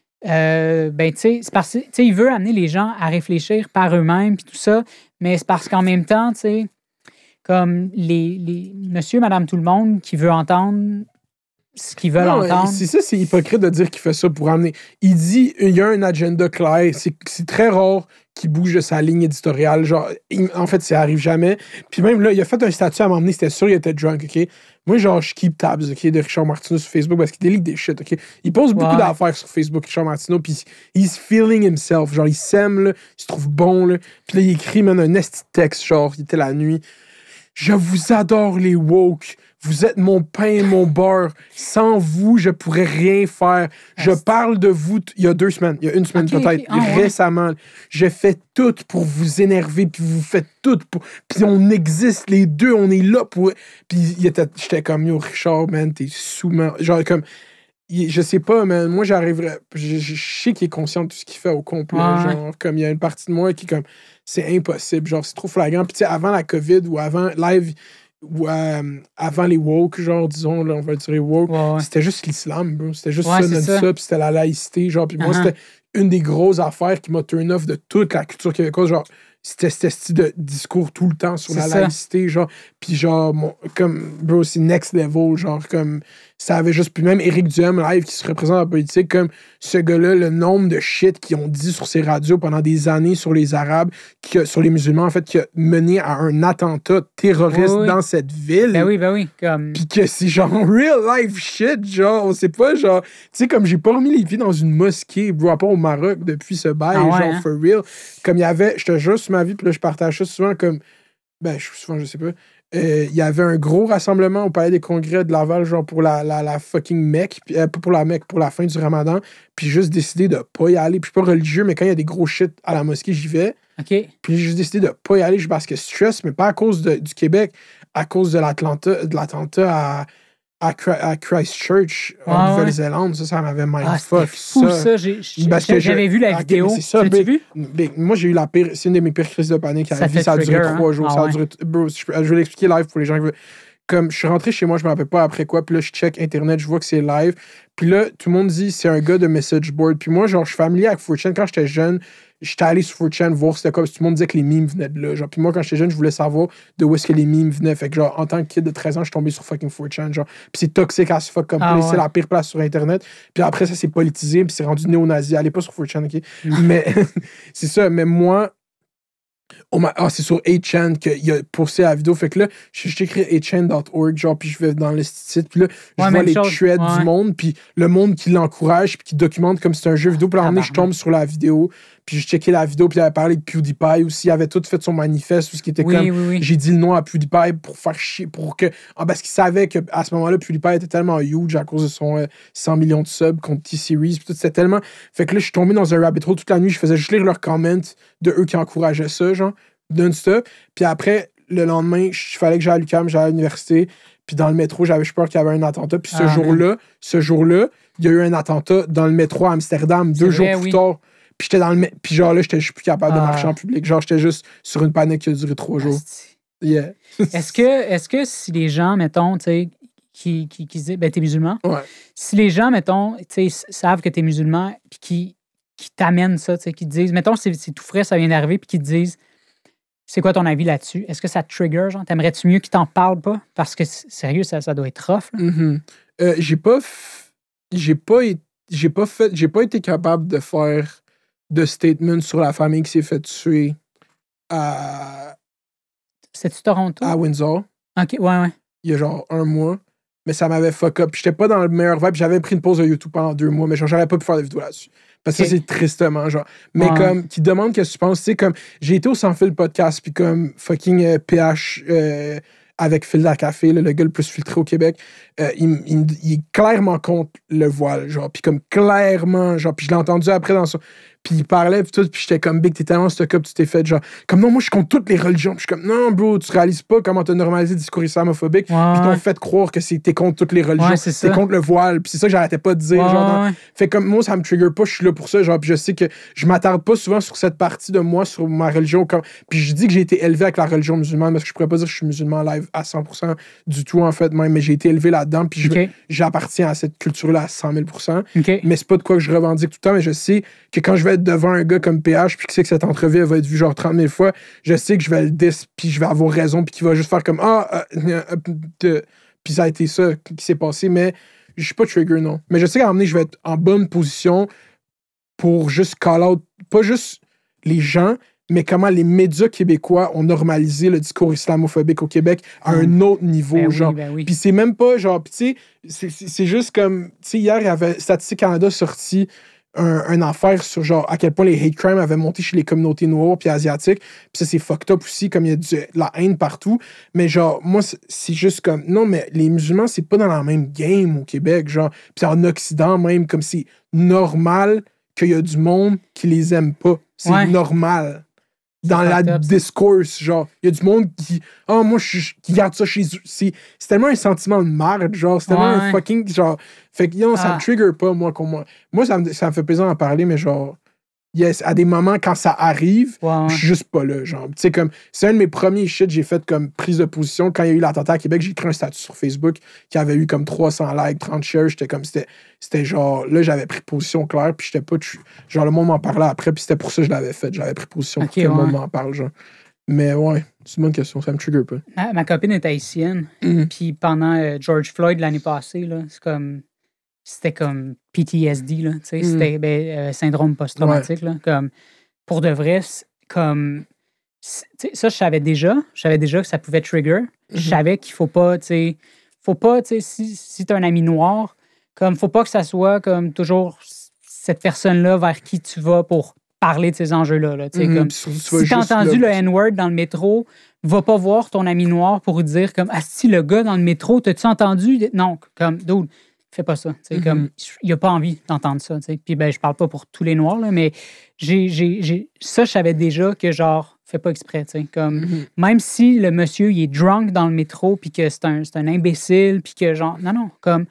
[SPEAKER 3] Euh, ben, tu sais, c'est parce que il veut amener les gens à réfléchir par eux-mêmes puis tout ça, mais c'est parce qu'en même temps, tu sais, comme les, les monsieur, madame, tout le monde qui veut entendre ce qu'ils veulent
[SPEAKER 4] non,
[SPEAKER 3] entendre.
[SPEAKER 4] C'est ça, c'est hypocrite de dire qu'il fait ça pour amener. Il dit, il y a un agenda clair. C'est, c'est très rare qu'il bouge de sa ligne éditoriale. Genre, il, en fait, ça arrive jamais. Puis même là, il a fait un statut à m'emmener, c'était sûr qu'il était drunk, OK? Moi, genre, je keep tabs, OK, de Richard Martineau sur Facebook parce qu'il délite des shit, OK? Il pose beaucoup
[SPEAKER 3] ouais.
[SPEAKER 4] d'affaires sur Facebook, Richard Martineau, puis he's feeling himself. Genre, il s'aime, là, il se trouve bon, là. Puis là, il écrit, man, un esti texte, genre, il était la nuit. Je vous adore, les woke. Vous êtes mon pain et mon beurre. Sans vous, je pourrais rien faire. Je parle de vous t- il y a deux semaines, il y a une semaine
[SPEAKER 3] okay,
[SPEAKER 4] peut-être,
[SPEAKER 3] okay. Oh,
[SPEAKER 4] récemment. Ouais. Je fais tout pour vous énerver, puis vous faites tout pour... Puis on existe, les deux, on est là pour... Puis il était... j'étais comme, yo, Richard, man, t'es sous... Man. Genre, comme... Il... Je sais pas, man, moi, j'arriverais... Je, je, je sais qu'il est conscient de tout ce qu'il fait au complet. Ouais. Genre, comme, il y a une partie de moi qui, comme... C'est impossible. Genre, c'est trop flagrant. Puis, tu sais, avant la COVID ou avant live... ou euh, avant les woke, genre, disons, là, on va dire les woke, ouais, ouais. C'était juste l'islam, bro. C'était juste ouais, ça, non-stop, puis c'était la laïcité, genre. Puis uh-huh. Moi, c'était une des grosses affaires qui m'a turn off de toute la culture québécoise, genre, c'était ce style de discours tout le temps sur c'est la ça. Laïcité, genre. Puis genre, mon, comme, bro, c'est next level, genre, comme, ça avait juste... Puis même Éric Duhem, live, qui se représente en politique, comme, ce gars-là, le nombre de shit qu'ils ont dit sur ses radios pendant des années sur les Arabes, qui a, sur les musulmans, en fait, qui a mené à un attentat terroriste oui, oui. dans cette ville.
[SPEAKER 3] Ben oui, ben oui, comme...
[SPEAKER 4] Puis que c'est genre real life shit, genre, on sait pas, genre... Tu sais, comme j'ai pas remis les pieds dans une mosquée, bro, à part au Maroc, depuis ce bail, ah ouais, genre, hein? For real. Comme il y avait... Je te jure, sur ma vie, puis là, je partage ça souvent comme... Ben, souvent, je sais pas. Il euh, y avait un gros rassemblement au Palais des Congrès de Laval, genre pour la, la, la fucking Mecque, puis, euh, pas pour la Mecque, pour la fin du Ramadan, puis juste décidé de pas y aller. Puis je suis pas religieux, mais quand il y a des gros shit à la mosquée, j'y vais.
[SPEAKER 3] OK.
[SPEAKER 4] Puis j'ai juste décidé de pas y aller parce que stress, mais pas à cause de, du Québec, à cause de l'Atlanta, de l'attentat à, à, à Christchurch, en ah, Nouvelle-Zélande. Ouais. Ça, ça m'avait mindfuck.
[SPEAKER 3] Ah, fou, ça. ça. J'ai, j'ai, j'avais vu la vidéo.
[SPEAKER 4] Okay, c'est ça,
[SPEAKER 3] L'as-tu vu?
[SPEAKER 4] Ben, moi, j'ai eu la pire... C'est une de mes pires crises de panique. Ça, vie, ça a duré hein? trois jours. Ah, ça a duré... Ouais. Bro, je, je vais l'expliquer live pour les gens qui veulent... Comme, je suis rentré chez moi, je me rappelle pas après quoi, puis là, je check Internet, je vois que c'est live. Puis là, tout le monde dit c'est un gars de message board. Puis moi, genre, je suis familier avec four chan. Quand j'étais jeune, j'étais allé sur four chan voir c'était quoi. Tout le monde disait que les memes venaient de là. Genre, puis moi, quand j'étais jeune, je voulais savoir de où est-ce que les memes venaient. Fait que, genre, en tant que kid de treize ans, je suis tombé sur fucking four chan. Genre, puis c'est toxique as fuck comme ah, ouais. C'est la pire place sur Internet. Puis après, ça s'est politisé, puis c'est rendu néo-nazi. Allez pas sur four chan, OK? Mais c'est ça. Mais moi, Oh my, ah, c'est sur eight chan qu'il a posté la vidéo. Fait que là, j'écris eight chan dot org, genre, puis je vais dans le site, puis là, je ouais, vois les chose. threads ouais. du monde, puis le monde qui l'encourage, puis qui documente comme si c'était un jeu vidéo. Puis là, ah, bah, je tombe sur la vidéo, puis je checkais la vidéo, puis il avait parlé de PewDiePie aussi. Il avait tout fait son manifeste, tout ce qui était oui, comme. Oui, oui. J'ai dit le nom à PewDiePie pour faire chier, pour que. Ah, parce qu'il savait qu'à ce moment-là, PewDiePie était tellement huge à cause de son euh, cent millions de subs contre T-Series, puis tout, c'était tellement. Fait que là, je suis tombé dans un rabbit hole toute la nuit, je faisais juste lire leurs comments de eux qui encourageaient ça, genre. Non-stop. Puis après, le lendemain, il fallait que j'aille à l'U Q A M, j'allais à l'université. Puis dans le métro, j'avais peur qu'il y avait un attentat. Puis ce ah, jour-là, ce jour-là, il y a eu un attentat dans le métro à Amsterdam, deux vrai, jours plus oui. tard. Puis j'étais dans le mé- Puis genre là, j'étais plus capable ah. de marcher en public. Genre, j'étais juste sur une panique qui a duré trois jours. Yeah.
[SPEAKER 3] est-ce que, est-ce que si les gens, mettons, tu sais, qui, qui, qui disent, ben, t'es musulman.
[SPEAKER 4] Ouais.
[SPEAKER 3] Si les gens, mettons, tu sais, savent que t'es musulman, puis qui, qui t'amènent ça, tu sais, qui te disent, mettons, c'est, c'est tout frais, ça vient d'arriver, puis qui te disent, c'est quoi ton avis là-dessus? Est-ce que ça te trigger, genre? T'aimerais-tu mieux qu'ils t'en parlent pas? Parce que, sérieux, ça, ça doit être rough, là.
[SPEAKER 4] Mm-hmm. Euh, j'ai pas... F... J'ai pas été... j'ai pas fait, j'ai pas été capable de faire de statement sur la famille qui s'est fait tuer à,
[SPEAKER 3] C'est-tu Toronto?
[SPEAKER 4] à Windsor.
[SPEAKER 3] OK, ouais, ouais.
[SPEAKER 4] Il y a genre un mois. Mais ça m'avait fuck up. J'étais pas dans le meilleur vibe. J'avais pris une pause de YouTube pendant deux mois, mais genre, j'aurais pas pu faire de vidéo là-dessus. Parce que
[SPEAKER 3] Okay.
[SPEAKER 4] ça, c'est tristement, genre. Mais
[SPEAKER 3] Ouais.
[SPEAKER 4] comme, qui demande qu'est-ce que tu penses, tu sais, comme, j'ai été au Sans Fil podcast, puis comme, fucking euh, P H euh, avec Phil à café, là, le gars le plus filtré au Québec, euh, il, il, il est clairement contre le voile, genre. Puis comme, clairement, genre, puis je l'ai entendu après dans son. Puis il parlait, puis tout, puis j'étais comme, Big, t'es tellement stuck up, tu t'es fait, genre, comme, non, moi, je suis contre toutes les religions. Puis je suis comme, non, bro, tu réalises pas comment t'as normalisé le discours islamophobique,
[SPEAKER 3] Ouais,
[SPEAKER 4] puis t'ont
[SPEAKER 3] ouais.
[SPEAKER 4] fait croire que c'est, t'es contre toutes les religions,
[SPEAKER 3] Ouais, c'est
[SPEAKER 4] t'es
[SPEAKER 3] ça.
[SPEAKER 4] contre le voile, puis c'est ça que j'arrêtais pas de dire,
[SPEAKER 3] Ouais,
[SPEAKER 4] genre, dans-
[SPEAKER 3] ouais.
[SPEAKER 4] fait comme, moi, ça me trigger pas, je suis là pour ça, genre, puis je sais que je m'attarde pas souvent sur cette partie de moi, sur ma religion, comme, puis je dis que j'ai été élevé avec la religion musulmane, parce que je pourrais pas dire que je suis musulman live à cent pour cent du tout, en fait, même, mais j'ai été élevé là-dedans, puis je-
[SPEAKER 3] OK.
[SPEAKER 4] j'appartiens à cette culture-là à cent mille pour cent.
[SPEAKER 3] OK.
[SPEAKER 4] Mais c'est pas de quoi que je revendique tout le temps, mais je sais que quand je vais être devant un gars comme P H, puis que c'est que cette entrevue elle va être vue genre trente mille fois, je sais que je vais le dis, puis je vais avoir raison, puis qu'il va juste faire comme Ah, euh, euh, euh, puis ça a été ça qui s'est passé, mais je suis pas trigger, non. Mais je sais qu'à un moment donné, je vais être en bonne position pour juste call out, pas juste les gens, mais comment les médias québécois ont normalisé le discours islamophobique au Québec à un autre niveau,
[SPEAKER 3] Ben oui,
[SPEAKER 4] genre.
[SPEAKER 3] ben oui.
[SPEAKER 4] Puis c'est même pas genre, puis tu sais, c'est- c'est c'est juste comme, tu sais, hier, il y avait Statistique Canada sorti un, un affaire sur genre à quel point les hate crimes avaient monté chez les communautés noires puis asiatiques. Puis ça, c'est fucked up aussi, comme il y a du- de la haine partout. Mais genre, moi, c'est- c'est juste comme, non, mais les musulmans, c'est pas dans la même game au Québec, genre. Puis en Occident même, comme c'est normal qu'il y a du monde qui les aime pas. C'est
[SPEAKER 3] Ouais.
[SPEAKER 4] normal. Dans
[SPEAKER 3] C'est
[SPEAKER 4] la
[SPEAKER 3] fucked up, ça.
[SPEAKER 4] discourse, genre, il y a du monde qui, ah, moi, je suis- qui garde ça chez eux. C'est c'est tellement un sentiment de marde, genre, c'est tellement
[SPEAKER 3] Ouais.
[SPEAKER 4] un fucking, genre, fait que, non, ça
[SPEAKER 3] Ah.
[SPEAKER 4] me trigger pas, moi, qu'on moi. Moi, ça me, ça me fait plaisir d'en parler, mais genre, yes, à des moments, quand ça arrive,
[SPEAKER 3] Ouais, ouais.
[SPEAKER 4] je suis juste pas là, genre, tu sais, comme, c'est un de mes premiers shit que j'ai fait comme prise de position. Quand il y a eu l'attentat à Québec, j'ai écrit un statut sur Facebook qui avait eu comme trois cents likes, trente shares, j'étais comme, c'était, c'était genre, là, j'avais pris position claire, puis j'étais pas, tr- genre, le monde m'en parlait après, puis c'était pour ça que je l'avais fait, j'avais pris position
[SPEAKER 3] Ok,
[SPEAKER 4] pour que le
[SPEAKER 3] ouais.
[SPEAKER 4] monde m'en parle, genre. Mais ouais, c'est une bonne question, ça me trigger pas.
[SPEAKER 3] Ma, ma copine est haïtienne.
[SPEAKER 4] Mhm.
[SPEAKER 3] Puis pendant euh, George Floyd l'année passée, là, c'est comme. C'était comme P T S D, là. Tu sais,
[SPEAKER 4] Mhm.
[SPEAKER 3] c'était ben, euh, syndrome post-traumatique, là. Comme. Pour de vrai, c'est comme. c'est- tu sais, ça, je savais déjà. Je savais déjà que ça pouvait trigger. Je
[SPEAKER 4] Mhm.
[SPEAKER 3] savais qu'il faut pas, tu sais. Faut pas, tu sais, si, si t'as un ami noir, comme, faut pas que ça soit comme toujours cette personne-là vers qui tu vas pour parler de ces enjeux-là, là. Tu sais,
[SPEAKER 4] Mhm,
[SPEAKER 3] comme.
[SPEAKER 4] puis surtout, tu vas
[SPEAKER 3] Si t'as
[SPEAKER 4] juste
[SPEAKER 3] entendu
[SPEAKER 4] là-
[SPEAKER 3] le N-word dans le métro, va pas voir ton ami noir pour lui dire comme ah si le gars dans le métro, t'as-tu entendu? Non, comme dude, fais pas ça. Tu sais,
[SPEAKER 4] Mhm.
[SPEAKER 3] comme il a pas envie d'entendre ça. Tu sais. Puis ben je parle pas pour tous les noirs là, mais j'ai, j'ai, j'ai ça je savais déjà que genre fais pas exprès. Tu sais, comme
[SPEAKER 4] Mhm.
[SPEAKER 3] même si le monsieur il est drunk dans le métro puis que c'est un c'est un imbécile puis que genre non non comme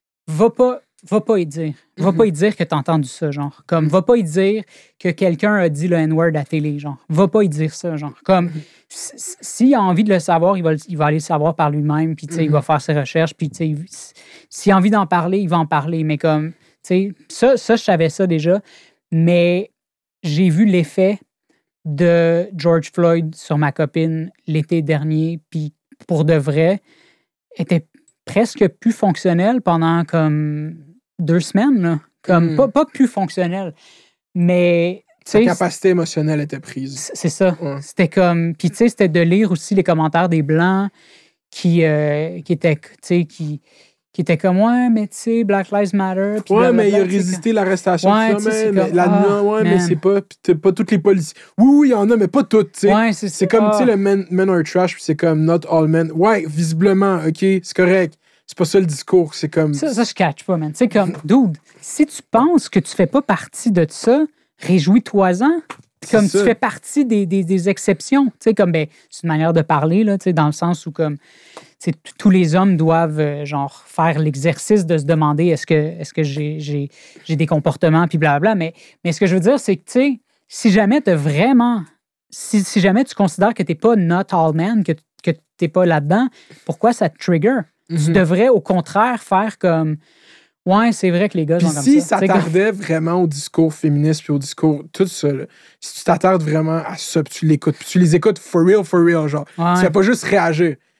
[SPEAKER 3] va pas va pas y dire. Va
[SPEAKER 4] Mhm.
[SPEAKER 3] pas y dire que t'as entendu ça, genre. Comme, va pas y dire que quelqu'un a dit le N-word à télé, genre. Va pas y dire ça, genre. Comme, s- s- s'il a envie de le savoir, il va, le- il va aller le savoir par lui-même, puis, tu sais, il va faire ses recherches, puis, tu sais, il- s'il a envie d'en parler, il va en parler. Mais comme, tu sais, ça, ça, je savais ça déjà, mais j'ai vu l'effet de George Floyd sur ma copine l'été dernier, puis pour de vrai, était presque plus fonctionnel pendant comme deux semaines, là. Comme,
[SPEAKER 4] Mm.
[SPEAKER 3] pas, pas plus fonctionnel, mais, tu
[SPEAKER 4] Sa
[SPEAKER 3] sais,
[SPEAKER 4] capacité émotionnelle était prise.
[SPEAKER 3] c'est c'est ça.
[SPEAKER 4] Ouais.
[SPEAKER 3] C'était comme, puis tu sais, c'était de lire aussi les commentaires des Blancs qui, euh, qui étaient, tu sais, qui, qui étaient comme, ouais, mais tu sais, Black Lives Matter. puis
[SPEAKER 4] Ouais, mais il a
[SPEAKER 3] blablabla, tu sais,
[SPEAKER 4] résisté l'arrestation.
[SPEAKER 3] Ouais,
[SPEAKER 4] tout ça,
[SPEAKER 3] tu sais,
[SPEAKER 4] mais,
[SPEAKER 3] c'est
[SPEAKER 4] mais
[SPEAKER 3] comme,
[SPEAKER 4] la
[SPEAKER 3] ah,
[SPEAKER 4] nuance, ouais, mais
[SPEAKER 3] man.
[SPEAKER 4] c'est pas, pis t'as pas tous les policiers. Oui, oui, il y en a, mais pas toutes, tu sais.
[SPEAKER 3] Ouais, c'est
[SPEAKER 4] C'est
[SPEAKER 3] ça.
[SPEAKER 4] comme, tu sais, le men, men are trash, puis c'est comme not all men. Ouais, visiblement, OK, c'est correct. C'est pas ça le discours, c'est comme...
[SPEAKER 3] Ça, ça, je catch pas, man. Tu sais, comme, dude, si tu penses que tu fais pas partie de ça, réjouis-toi-en. Comme
[SPEAKER 4] C'est
[SPEAKER 3] tu
[SPEAKER 4] ça.
[SPEAKER 3] fais partie des, des, des exceptions. Tu sais, comme, ben, c'est une manière de parler, là, tu sais, dans le sens où, comme, tu sais, t- tous les hommes doivent, euh, genre, faire l'exercice de se demander est-ce que, est-ce que j'ai, j'ai, j'ai des comportements, puis blablabla. Mais, mais ce que je veux dire, c'est que, tu sais, si jamais tu vraiment. Si, si jamais tu considères que tu n'es pas not all man, que, que tu n'es pas là-dedans, pourquoi ça te trigger? Tu
[SPEAKER 4] Mhm.
[SPEAKER 3] devrais, au contraire, faire comme. Ouais, c'est vrai que les gars
[SPEAKER 4] Puis
[SPEAKER 3] sont comme
[SPEAKER 4] si
[SPEAKER 3] ça.
[SPEAKER 4] ça
[SPEAKER 3] Tu sais, comme-
[SPEAKER 4] t'attardait vraiment au discours féministe puis au discours, tout ça, là, si tu t'attardes vraiment à ça, puis tu l'écoutes, puis tu les écoutes for real, for real, genre,
[SPEAKER 3] Ouais.
[SPEAKER 4] tu fais pas juste réagir.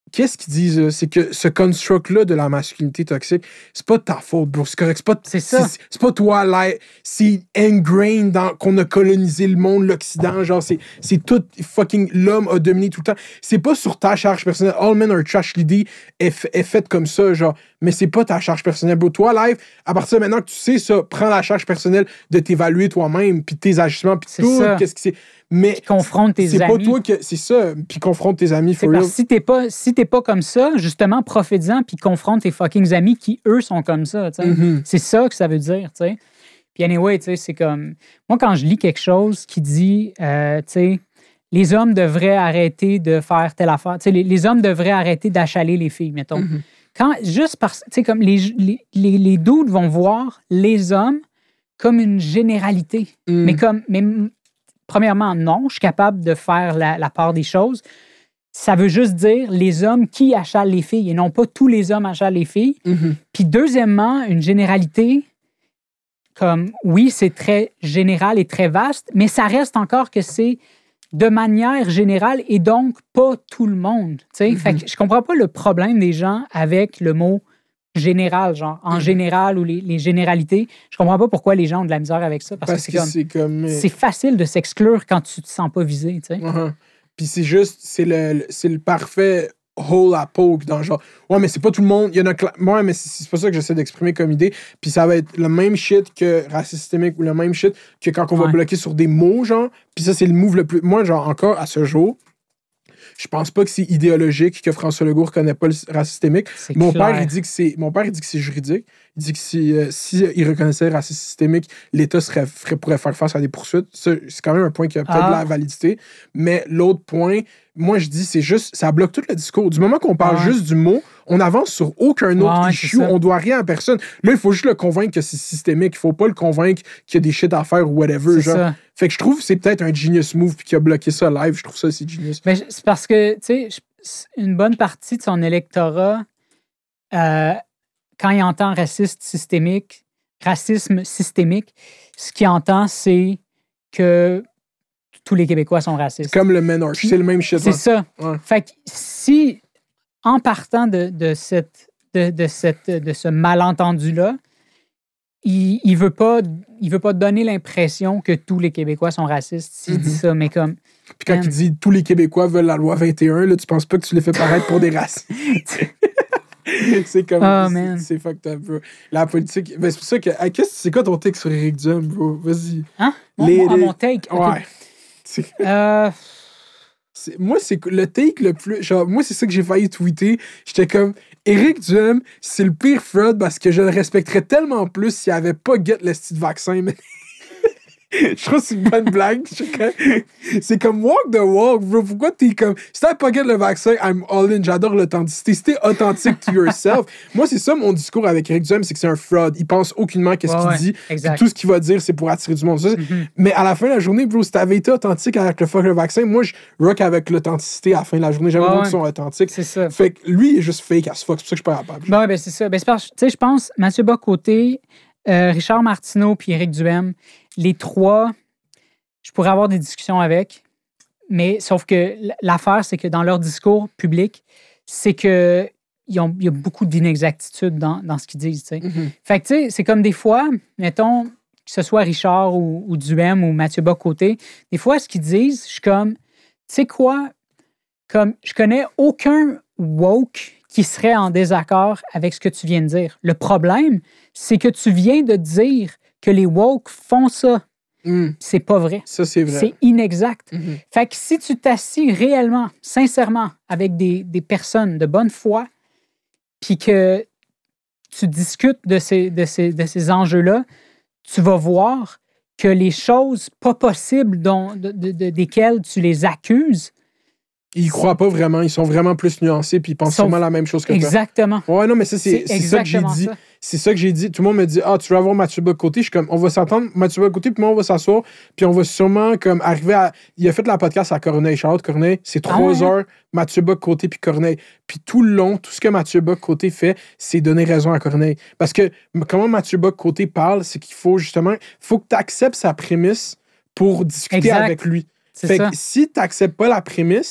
[SPEAKER 4] qu'est-ce qu'ils disent, là? C'est que ce construct-là de la masculinité toxique, c'est pas de ta faute, bro. C'est correct. C'est pas,
[SPEAKER 3] C'est ça.
[SPEAKER 4] C'est, c'est pas toi, là. C'est ingrained dans qu'on a colonisé le monde, l'Occident. Genre, c'est, c'est tout fucking... L'homme a dominé tout le temps. C'est pas sur ta charge personnelle. All men are trash. L'idée est, f- est faite comme ça, genre. Mais c'est pas ta charge personnelle, bro. Toi, live, à partir de maintenant que tu sais ça, prends la charge personnelle de t'évaluer toi-même, puis tes agissements, puis
[SPEAKER 3] C'est
[SPEAKER 4] tout.
[SPEAKER 3] ça.
[SPEAKER 4] Qu'est-ce que c'est... Mais
[SPEAKER 3] Puis confronte tes
[SPEAKER 4] c'est
[SPEAKER 3] amis.
[SPEAKER 4] pas toi que... C'est ça. Puis confronte tes amis,
[SPEAKER 3] C'est
[SPEAKER 4] for
[SPEAKER 3] parce
[SPEAKER 4] real.
[SPEAKER 3] que si t'es pas, si t'es pas comme ça, justement, profite-en puis confronte tes fucking amis qui, eux, sont comme ça. tu sais.
[SPEAKER 4] Mhm.
[SPEAKER 3] C'est ça que ça veut dire. tu sais. Puis anyway, tu sais, c'est comme... Moi, quand je lis quelque chose qui dit, euh, tu sais, les hommes devraient arrêter de faire telle affaire, tu sais, les, les hommes devraient arrêter d'achaler les filles, mettons.
[SPEAKER 4] Mhm.
[SPEAKER 3] Quand, juste parce... Tu sais, comme les, les, les, les dudes vont voir les hommes comme une généralité.
[SPEAKER 4] Mm.
[SPEAKER 3] Mais comme... Mais, premièrement, non, je suis capable de faire la, la part des choses. Ça veut juste dire les hommes qui achalent les filles et non pas tous les hommes achalent les filles.
[SPEAKER 4] Mhm.
[SPEAKER 3] Puis deuxièmement, une généralité, comme oui, c'est très général et très vaste, mais ça reste encore que c'est de manière générale et donc pas tout le monde. tu sais.
[SPEAKER 4] Mhm.
[SPEAKER 3] Fait que je comprends pas le problème des gens avec le mot général, genre en
[SPEAKER 4] Mhm.
[SPEAKER 3] général ou les, les généralités. Je comprends pas pourquoi les gens ont de la misère avec ça parce,
[SPEAKER 4] Parce
[SPEAKER 3] que
[SPEAKER 4] que
[SPEAKER 3] c'est comme
[SPEAKER 4] c'est comme...
[SPEAKER 3] c'est facile de s'exclure quand tu te sens pas visé, tu sais.
[SPEAKER 4] Uh-huh. Puis c'est juste, c'est le, le- c'est le parfait hole à poke dans genre, ouais, mais c'est pas tout le monde. Il y en a. cla- Ouais, mais c'est, c'est pas ça que j'essaie d'exprimer comme idée. Puis ça va être le même shit que racisme systémique ou le même shit que quand on va
[SPEAKER 3] Ouais.
[SPEAKER 4] bloquer sur des mots, genre. Puis ça, c'est le move le plus. Moi, genre, encore à ce jour, je pense pas que c'est idéologique que François Legault reconnaît pas le racisme systémique.
[SPEAKER 3] C'est
[SPEAKER 4] Mon
[SPEAKER 3] clair.
[SPEAKER 4] père, il dit que c'est, mon père, il dit que c'est juridique. Il dit que si, euh, si il reconnaissait le racisme systémique, l'État serait, ferait- pourrait faire face à des poursuites. Ça, c'est quand même un point qui a peut-être
[SPEAKER 3] Ah.
[SPEAKER 4] de la validité. Mais l'autre point, moi, je dis, c'est juste, ça bloque tout le discours. Du moment qu'on parle
[SPEAKER 3] Ouais.
[SPEAKER 4] juste du mot, on avance sur aucun autre
[SPEAKER 3] Ouais, c'est
[SPEAKER 4] issue.
[SPEAKER 3] ça.
[SPEAKER 4] On doit rien à personne. Là, il faut juste le convaincre que c'est systémique. Il faut pas le convaincre qu'il y a des shit à faire ou whatever.
[SPEAKER 3] C'est
[SPEAKER 4] Genre.
[SPEAKER 3] ça.
[SPEAKER 4] Fait que je trouve que c'est peut-être un genius move puis qui a bloqué ça live. Je trouve ça, c'est genius.
[SPEAKER 3] Ben, c'est parce que, tu sais, je- c'est une bonne partie de son électorat, euh, quand il entend raciste systémique, racisme systémique, ce qu'il entend, c'est que tous les Québécois sont racistes.
[SPEAKER 4] Comme le Menarche. C'est le même shit.
[SPEAKER 3] C'est
[SPEAKER 4] hein.
[SPEAKER 3] ça.
[SPEAKER 4] Ouais.
[SPEAKER 3] Fait que si, en partant de, de, cette, de, de, cette, de ce malentendu-là, il, il veut pas il veut pas donner l'impression que tous les Québécois sont racistes s'il
[SPEAKER 4] Mhm.
[SPEAKER 3] dit ça, mais comme...
[SPEAKER 4] Puis quand
[SPEAKER 3] Man.
[SPEAKER 4] il dit tous les Québécois veulent la loi vingt et un, là, tu penses pas que tu les fais paraître pour des racistes. C'est comme.
[SPEAKER 3] Oh,
[SPEAKER 4] c'est-
[SPEAKER 3] man.
[SPEAKER 4] C'est fucked up, bro. La politique. Ben, c'est pour ça que. ah, qu'est-ce, c'est quoi ton take sur Éric Duhem, bro? Vas-y.
[SPEAKER 3] Hein? Mon,
[SPEAKER 4] Les-
[SPEAKER 3] mon- ah,
[SPEAKER 4] les-
[SPEAKER 3] mon take. ok.
[SPEAKER 4] Ouais. C'est-
[SPEAKER 3] Euh,
[SPEAKER 4] c'est- moi, c'est le take le plus. Genre, moi, c'est ça que j'ai failli tweeter. J'étais comme. Éric Duhem, c'est le pire fraud parce que je le respecterais tellement plus s'il avait pas get le style vaccin. Mais... Je trouve que c'est une bonne blague. Je suis comme- C'est comme walk the walk, bro. Pourquoi t'es comme. Si t'as pas get le vaccin, I'm all in. J'adore l'authenticité. Si t'es authentique to yourself. Moi, c'est ça mon discours avec Éric Duhem, c'est que c'est un fraud. Il pense aucunement qu'est-ce
[SPEAKER 3] Ouais,
[SPEAKER 4] qu'il
[SPEAKER 3] ouais,
[SPEAKER 4] dit.
[SPEAKER 3] exact.
[SPEAKER 4] Puis tout ce qu'il va dire, c'est pour attirer du monde. Ça, c'est-
[SPEAKER 3] Mhm.
[SPEAKER 4] Mais à la fin de la journée, bro, si t'avais été authentique avec le fuck le vaccin, moi, je rock avec l'authenticité à la fin de la journée. J'aime
[SPEAKER 3] Ouais,
[SPEAKER 4] beaucoup
[SPEAKER 3] ouais.
[SPEAKER 4] qu'ils sont authentiques.
[SPEAKER 3] c'est ça.
[SPEAKER 4] Fait que lui, il est juste fake as fuck. C'est pour ça que je suis pas capable.
[SPEAKER 3] Bon, ben c'est ça. Ben, c'est parce- tu sais, je pense, Mathieu Bock-Côté, euh, Richard Martineau puis Éric Duhem, les trois, je pourrais avoir des discussions avec, mais sauf que l- l'affaire, c'est que dans leur discours public, c'est que ils ont- il y a beaucoup d'inexactitudes dans, dans ce qu'ils disent, tu sais.
[SPEAKER 4] Mhm.
[SPEAKER 3] Fait que, tu sais, c'est comme des fois, mettons, que ce soit Richard ou, ou Duhem ou Mathieu Bock-Côté, des fois, ce qu'ils disent, je suis comme, tu sais quoi, comme, je connais aucun woke qui serait en désaccord avec ce que tu viens de dire. Le problème, c'est que tu viens de dire que les woke font ça.
[SPEAKER 4] Mm.
[SPEAKER 3] C'est pas vrai.
[SPEAKER 4] Ça, c'est vrai.
[SPEAKER 3] C'est inexact.
[SPEAKER 4] Mhm.
[SPEAKER 3] Fait que si tu t'assis réellement, sincèrement, avec des, des personnes de bonne foi, puis que tu discutes de ces, de ces, de ces enjeux-là, tu vas voir que les choses pas possibles dont, de, de- de- desquelles tu les accuses,
[SPEAKER 4] Ils croient pas vraiment. Ils sont vraiment plus nuancés puis ils pensent
[SPEAKER 3] Sont-
[SPEAKER 4] sûrement la même chose que toi.
[SPEAKER 3] exactement.
[SPEAKER 4] Ouais, non, mais ça, c'est, c'est ça que j'ai
[SPEAKER 3] exactement
[SPEAKER 4] dit.
[SPEAKER 3] ça.
[SPEAKER 4] C'est ça que j'ai dit. Tout le monde me dit, ah, tu vas avoir Mathieu Bock-Côté. Je suis comme, on va s'entendre, Mathieu Bock-Côté, puis moi, on va s'asseoir, puis on va sûrement comme arriver à. Il a fait la podcast à Corneille. Charlotte Corneille, c'est
[SPEAKER 3] Ah
[SPEAKER 4] trois
[SPEAKER 3] ouais, hein?
[SPEAKER 4] heures, Mathieu Bock-Côté, puis Corneille. Puis tout le long, tout ce que Mathieu Bock-Côté fait, c'est donner raison à Corneille. Parce que m- comment Mathieu Bock-Côté parle, c'est qu'il faut justement, faut que tu acceptes sa prémisse pour discuter
[SPEAKER 3] Exact.
[SPEAKER 4] avec lui.
[SPEAKER 3] C'est
[SPEAKER 4] Fait
[SPEAKER 3] ça.
[SPEAKER 4] que si tu n'acceptes pas la prémisse,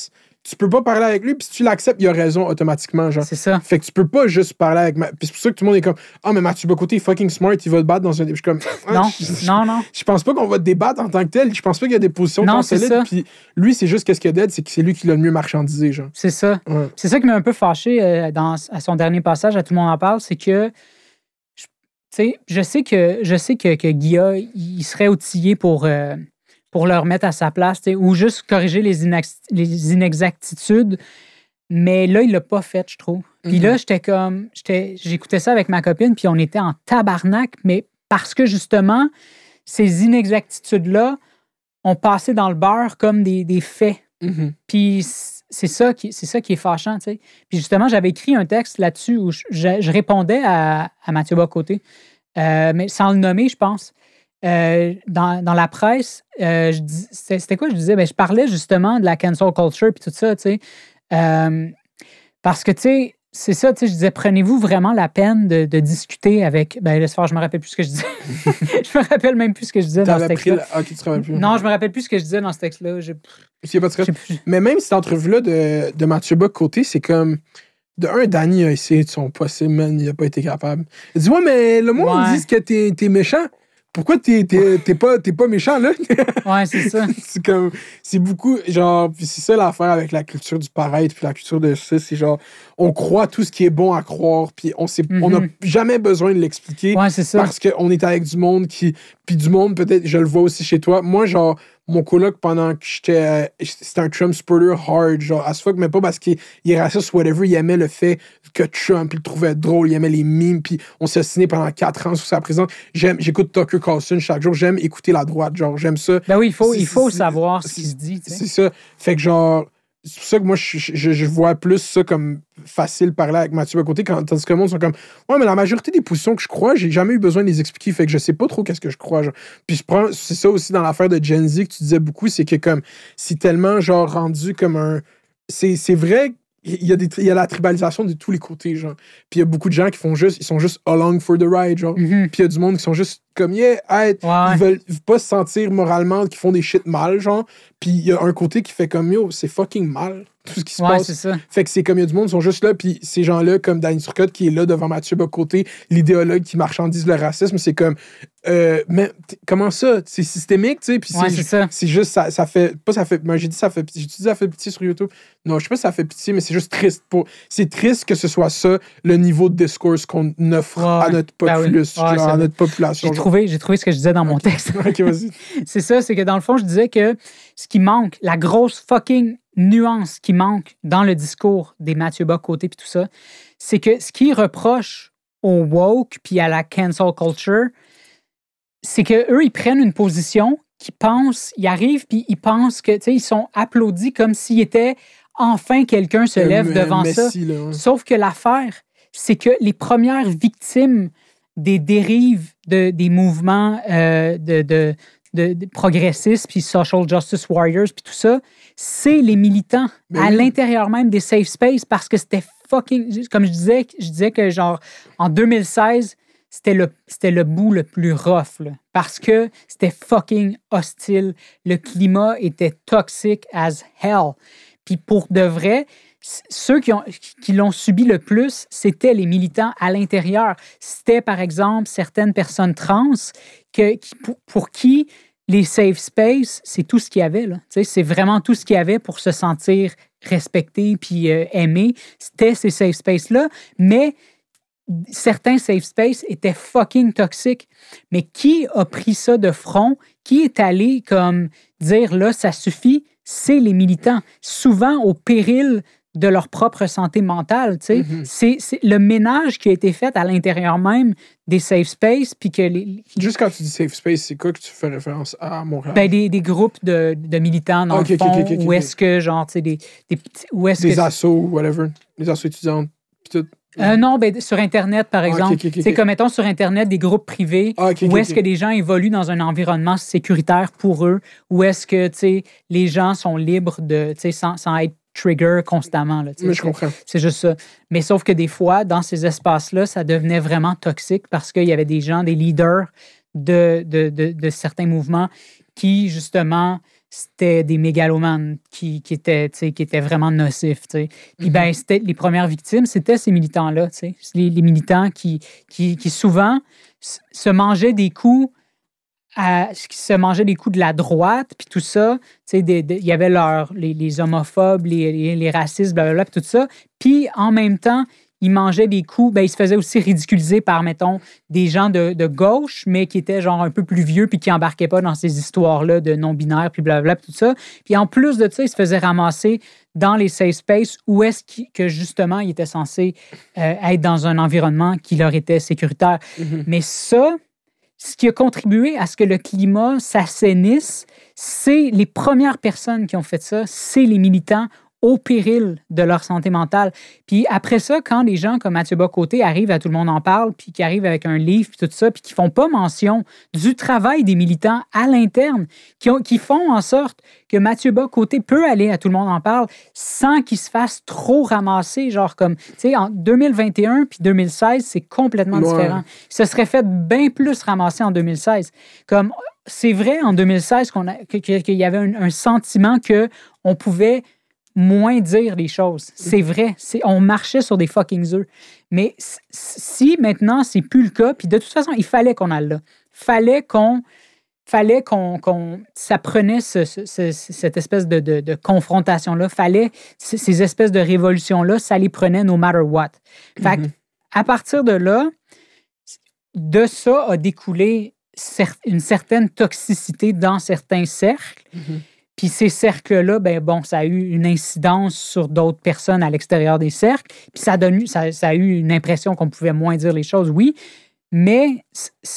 [SPEAKER 4] tu peux pas parler avec lui, puis si tu l'acceptes, il a raison automatiquement, genre.
[SPEAKER 3] C'est ça.
[SPEAKER 4] Fait que tu peux pas juste parler avec... Ma... Puis c'est pour ça que tout le monde est comme, ah, mais Mathieu Bocoté est fucking smart, il va te battre dans un... Je suis comme, ah,
[SPEAKER 3] Non,
[SPEAKER 4] je,
[SPEAKER 3] non, non.
[SPEAKER 4] Je pense pas qu'on va te débattre en tant que tel. Je pense pas qu'il y a des positions
[SPEAKER 3] Non,
[SPEAKER 4] tant
[SPEAKER 3] c'est
[SPEAKER 4] solides.
[SPEAKER 3] ça.
[SPEAKER 4] Puis lui, c'est juste qu'est-ce qu'il y a d'aide, c'est que c'est lui qui l'a le mieux marchandisé, genre.
[SPEAKER 3] C'est ça.
[SPEAKER 4] Ouais.
[SPEAKER 3] C'est ça qui m'a un peu fâché euh, dans, à son dernier passage, à Tout le monde en parle, c'est que je, tu sais, je sais que je sais que, que Guilla, il serait outillé pour, euh, pour le remettre à sa place, tu sais, ou juste corriger les, inex- les inexactitudes. Mais là, il l'a pas fait, je trouve. Puis
[SPEAKER 4] Mhm.
[SPEAKER 3] là, j'étais comme. J'étais, j'écoutais ça avec ma copine, puis on était en tabarnak, mais parce que justement, ces inexactitudes-là ont passé dans le beurre comme des, des faits.
[SPEAKER 4] Mhm.
[SPEAKER 3] Puis c'est ça qui, c'est ça qui est fâchant, tu sais. Puis justement, j'avais écrit un texte là-dessus où je, je- je répondais à, à Mathieu Bocoté, euh, mais sans le nommer, je pense. Euh, dans, dans la presse, euh, je dis- c'était, c'était quoi je disais? Ben, je parlais justement de la cancel culture puis tout ça, tu sais. Euh, parce que, tu sais, c'est ça, tu sais, je disais, prenez-vous vraiment la peine de, de discuter avec... Ben, laisse faire, je me rappelle plus ce que je disais. Je me rappelle même plus ce que je disais dans ce
[SPEAKER 4] T'avais pris...
[SPEAKER 3] texte-là.
[SPEAKER 4] la- Ok, tu te rappelles plus.
[SPEAKER 3] Non, je me rappelle plus ce que je disais dans ce texte-là. J'ai-
[SPEAKER 4] S'il y a pas de stress.
[SPEAKER 3] j'ai plus-
[SPEAKER 4] Mais même cette entrevue-là de, de Mathieu Bocoté, c'est comme... De un, Danny a essayé de son possible, man, il a pas été capable. Il dit, ouais, mais le monde,
[SPEAKER 3] Ouais.
[SPEAKER 4] ils disent que t'es, t'es méchant. Pourquoi t'es, t'es, t'es, pas, t'es pas méchant, là?
[SPEAKER 3] Ouais, c'est ça.
[SPEAKER 4] c'est comme... C'est beaucoup... Genre... Puis c'est ça l'affaire avec la culture du paraître, puis la culture de ça, c'est genre... On croit tout ce qui est bon à croire, puis on sait, on n'a
[SPEAKER 3] Mhm.
[SPEAKER 4] jamais besoin de l'expliquer.
[SPEAKER 3] Ouais, c'est ça.
[SPEAKER 4] Parce qu'on est avec du monde qui... Puis du monde, peut-être, je le vois aussi chez toi. Moi, genre, mon coloc, pendant que j'étais... euh, C'était un Trump supporter hard, genre, as fuck, mais pas parce qu'il il est raciste ou whatever. Il aimait le fait que Trump, il le trouvait drôle, il aimait les memes, puis on s'est assassiné pendant quatre ans sous sa présence. J'aime, j'écoute Tucker Carlson chaque jour. J'aime écouter la droite, genre, j'aime ça.
[SPEAKER 3] Ben oui, il faut,
[SPEAKER 4] C'est-
[SPEAKER 3] il faut
[SPEAKER 4] c'est-
[SPEAKER 3] savoir ce
[SPEAKER 4] c'est-
[SPEAKER 3] qui se dit, tu sais.
[SPEAKER 4] C'est ça. Fait que genre, c'est pour ça que moi, je, je, je vois plus ça comme facile parler avec Mathieu Bocoté, quand, tandis que le monde sont comme, ouais, mais la majorité des positions que je crois, j'ai jamais eu besoin de les expliquer, fait que je sais pas trop qu'est-ce que je crois. Genre. Puis je prends, c'est ça aussi dans l'affaire de Gen Z que tu disais beaucoup, c'est que comme, c'est tellement genre rendu comme un. C'est, c'est vrai. Il y, a des, il y a la tribalisation de tous les côtés, genre. Puis il y a beaucoup de gens qui font juste, ils sont juste along for the ride, genre.
[SPEAKER 3] Mhm.
[SPEAKER 4] Puis il y a du monde qui sont juste comme, yeah, hey,
[SPEAKER 3] Ouais.
[SPEAKER 4] ils veulent pas se sentir moralement, qui font des shit mal, genre. Puis il y a un côté qui fait comme, yo, c'est fucking mal, tout ce qui se
[SPEAKER 3] Ouais,
[SPEAKER 4] passe.
[SPEAKER 3] c'est ça.
[SPEAKER 4] Fait que c'est comme, il y a du monde qui sont juste là, puis ces gens-là, comme Danny Turcotte, qui est là devant Mathieu Bocoté, l'idéologue qui marchandise le racisme, c'est comme, euh, mais t- comment ça? C'est systémique, tu sais, puis
[SPEAKER 3] Ouais,
[SPEAKER 4] c'est,
[SPEAKER 3] c'est ça.
[SPEAKER 4] c'est juste, ça, ça fait, pas ça fait, moi j'ai dit ça fait pitié, j'ai dit ça fait pitié sur YouTube. Non, je sais pas si ça fait pitié, mais c'est juste triste. Pour, c'est triste que ce soit ça, le niveau de discours qu'on offre
[SPEAKER 3] Ouais,
[SPEAKER 4] à notre
[SPEAKER 3] ben oui.
[SPEAKER 4] populace,
[SPEAKER 3] Ouais,
[SPEAKER 4] genre,
[SPEAKER 3] c'est
[SPEAKER 4] à
[SPEAKER 3] vrai.
[SPEAKER 4] notre population.
[SPEAKER 3] J'ai
[SPEAKER 4] genre.
[SPEAKER 3] trouvé, j'ai trouvé ce que je disais dans mon texte.
[SPEAKER 4] Ok, vas-y.
[SPEAKER 3] C'est ça, c'est que dans le fond, je disais que ce qui manque, la grosse fucking nuance qui manque dans le discours des Mathieu Bocoté puis tout ça, c'est que ce qui reproche au woke puis à la cancel culture, c'est que eux ils prennent une position qui pensent, ils arrivent puis ils pensent que, tu sais, ils sont applaudis comme s'il était enfin quelqu'un se lève
[SPEAKER 4] Euh,
[SPEAKER 3] devant
[SPEAKER 4] Messi,
[SPEAKER 3] ça.
[SPEAKER 4] là, ouais.
[SPEAKER 3] Sauf que l'affaire, c'est que les premières victimes des dérives de, des mouvements euh, de, de, de, de progressistes, puis social justice warriors, puis tout ça, c'est les militants
[SPEAKER 4] Ben
[SPEAKER 3] à
[SPEAKER 4] oui.
[SPEAKER 3] l'intérieur même des safe spaces parce que c'était fucking... Comme je disais, je disais que genre en deux mille seize, c'était le, c'était le bout le plus rough, là, parce que c'était fucking hostile. Le climat était toxique as hell. Puis pour de vrai, c- ceux qui, ont, qui l'ont subi le plus, c'était les militants à l'intérieur. C'était, par exemple, certaines personnes trans que, qui- pour, pour qui les safe spaces, c'est tout ce qu'il y avait. Là. Tu sais, c'est vraiment tout ce qu'il y avait pour se sentir respecté puis euh, aimé. C'était ces safe spaces-là. Mais certains safe spaces étaient fucking toxiques. Mais qui a pris ça de front? Qui est allé comme dire là, ça suffit? C'est les militants, souvent au péril de leur propre santé mentale. Tu sais.
[SPEAKER 4] Mhm.
[SPEAKER 3] c'est, c'est le ménage qui a été fait à l'intérieur même des safe spaces, puis que les,
[SPEAKER 4] Juste quand tu dis safe space, c'est quoi que tu fais référence à Montréal?
[SPEAKER 3] ben, des, des groupes de, de militants, dans
[SPEAKER 4] Ok,
[SPEAKER 3] le
[SPEAKER 4] ok,
[SPEAKER 3] fond,
[SPEAKER 4] ok, ok,
[SPEAKER 3] où
[SPEAKER 4] ok.
[SPEAKER 3] est-ce que, genre, tu sais, des, des petits... Où est-ce
[SPEAKER 4] Des
[SPEAKER 3] que...
[SPEAKER 4] assos, whatever. Des assos étudiantes, pis tout.
[SPEAKER 3] Euh, non, ben, sur Internet, par
[SPEAKER 4] Ah, ok,
[SPEAKER 3] exemple.
[SPEAKER 4] ok, ok,
[SPEAKER 3] Tu sais,
[SPEAKER 4] ok.
[SPEAKER 3] comme mettons sur Internet, des groupes privés,
[SPEAKER 4] Ah, ok, ok,
[SPEAKER 3] où est-ce
[SPEAKER 4] ok.
[SPEAKER 3] que les gens évoluent dans un environnement sécuritaire pour eux, où est-ce que, tu sais, les gens sont libres de, tu sais, sans, sans être trigger constamment, là, tu sais.
[SPEAKER 4] Mais je comprends.
[SPEAKER 3] C'est juste ça. Mais sauf que des fois, dans ces espaces-là, ça devenait vraiment toxique parce qu'il y avait des gens, des leaders de, de, de, de certains mouvements qui, justement, c'était des mégalomanes qui, qui, étaient, qui étaient vraiment nocifs. T'sais. Puis, mm-hmm. ben, c'était, les premières victimes, c'était ces militants-là. Les, les militants qui, qui, qui souvent se mangeaient des coups, à, qui se mangeaient des coups de la droite, puis tout ça. Il y avait leur, les, les homophobes, les, les, les racistes, blablabla, puis tout ça. Puis, en même temps, ils mangeaient des coups, ben, ils se faisaient aussi ridiculiser par, mettons, des gens de, de gauche, mais qui étaient genre un peu plus vieux puis qui embarquaient pas dans ces histoires-là de non-binaires, puis blablabla, puis tout ça. Puis en plus de ça, ils se faisaient ramasser dans les safe spaces où est-ce qu', que, justement, ils étaient censés euh, être dans un environnement qui leur était sécuritaire. Mm-hmm. Mais ça, ce qui a contribué à ce que le climat s'assainisse, c'est les premières personnes qui ont fait ça, c'est les militants au péril de leur santé mentale. Puis après ça, quand des gens comme Mathieu Bock-Côté arrivent à Tout le monde en parle, puis qui arrivent avec un livre, puis tout ça, puis qui font pas mention du travail des militants à l'interne, qui, ont, qui font en sorte que Mathieu Bock-Côté peut aller à Tout le monde en parle sans qu'il se fasse trop ramasser, genre comme, tu sais, en deux mille vingt et un puis deux mille seize, c'est complètement ouais. différent. Il se serait fait bien plus ramasser en deux mille seize. Comme, c'est vrai, en deux mille seize, qu'on a, qu'il y avait un, un sentiment qu'on pouvait moins dire les choses. C'est vrai. C'est, on marchait sur des fucking œufs. Mais si maintenant, c'est plus le cas, puis de toute façon, il fallait qu'on aille là. Fallait qu'on... Fallait qu'on... qu'on ça prenait ce, ce, ce, cette espèce de, de, de confrontation-là. Fallait... Ces espèces de révolutions-là, ça les prenait no matter what. Fait mm-hmm. à partir de là, de ça a découlé cer- une certaine toxicité dans certains cercles. Mm-hmm. Puis ces cercles-là, ben bon, ça a eu une incidence sur d'autres personnes à l'extérieur des cercles. Puis ça a, donné, ça, ça a eu une impression qu'on pouvait moins dire les choses, oui. Mais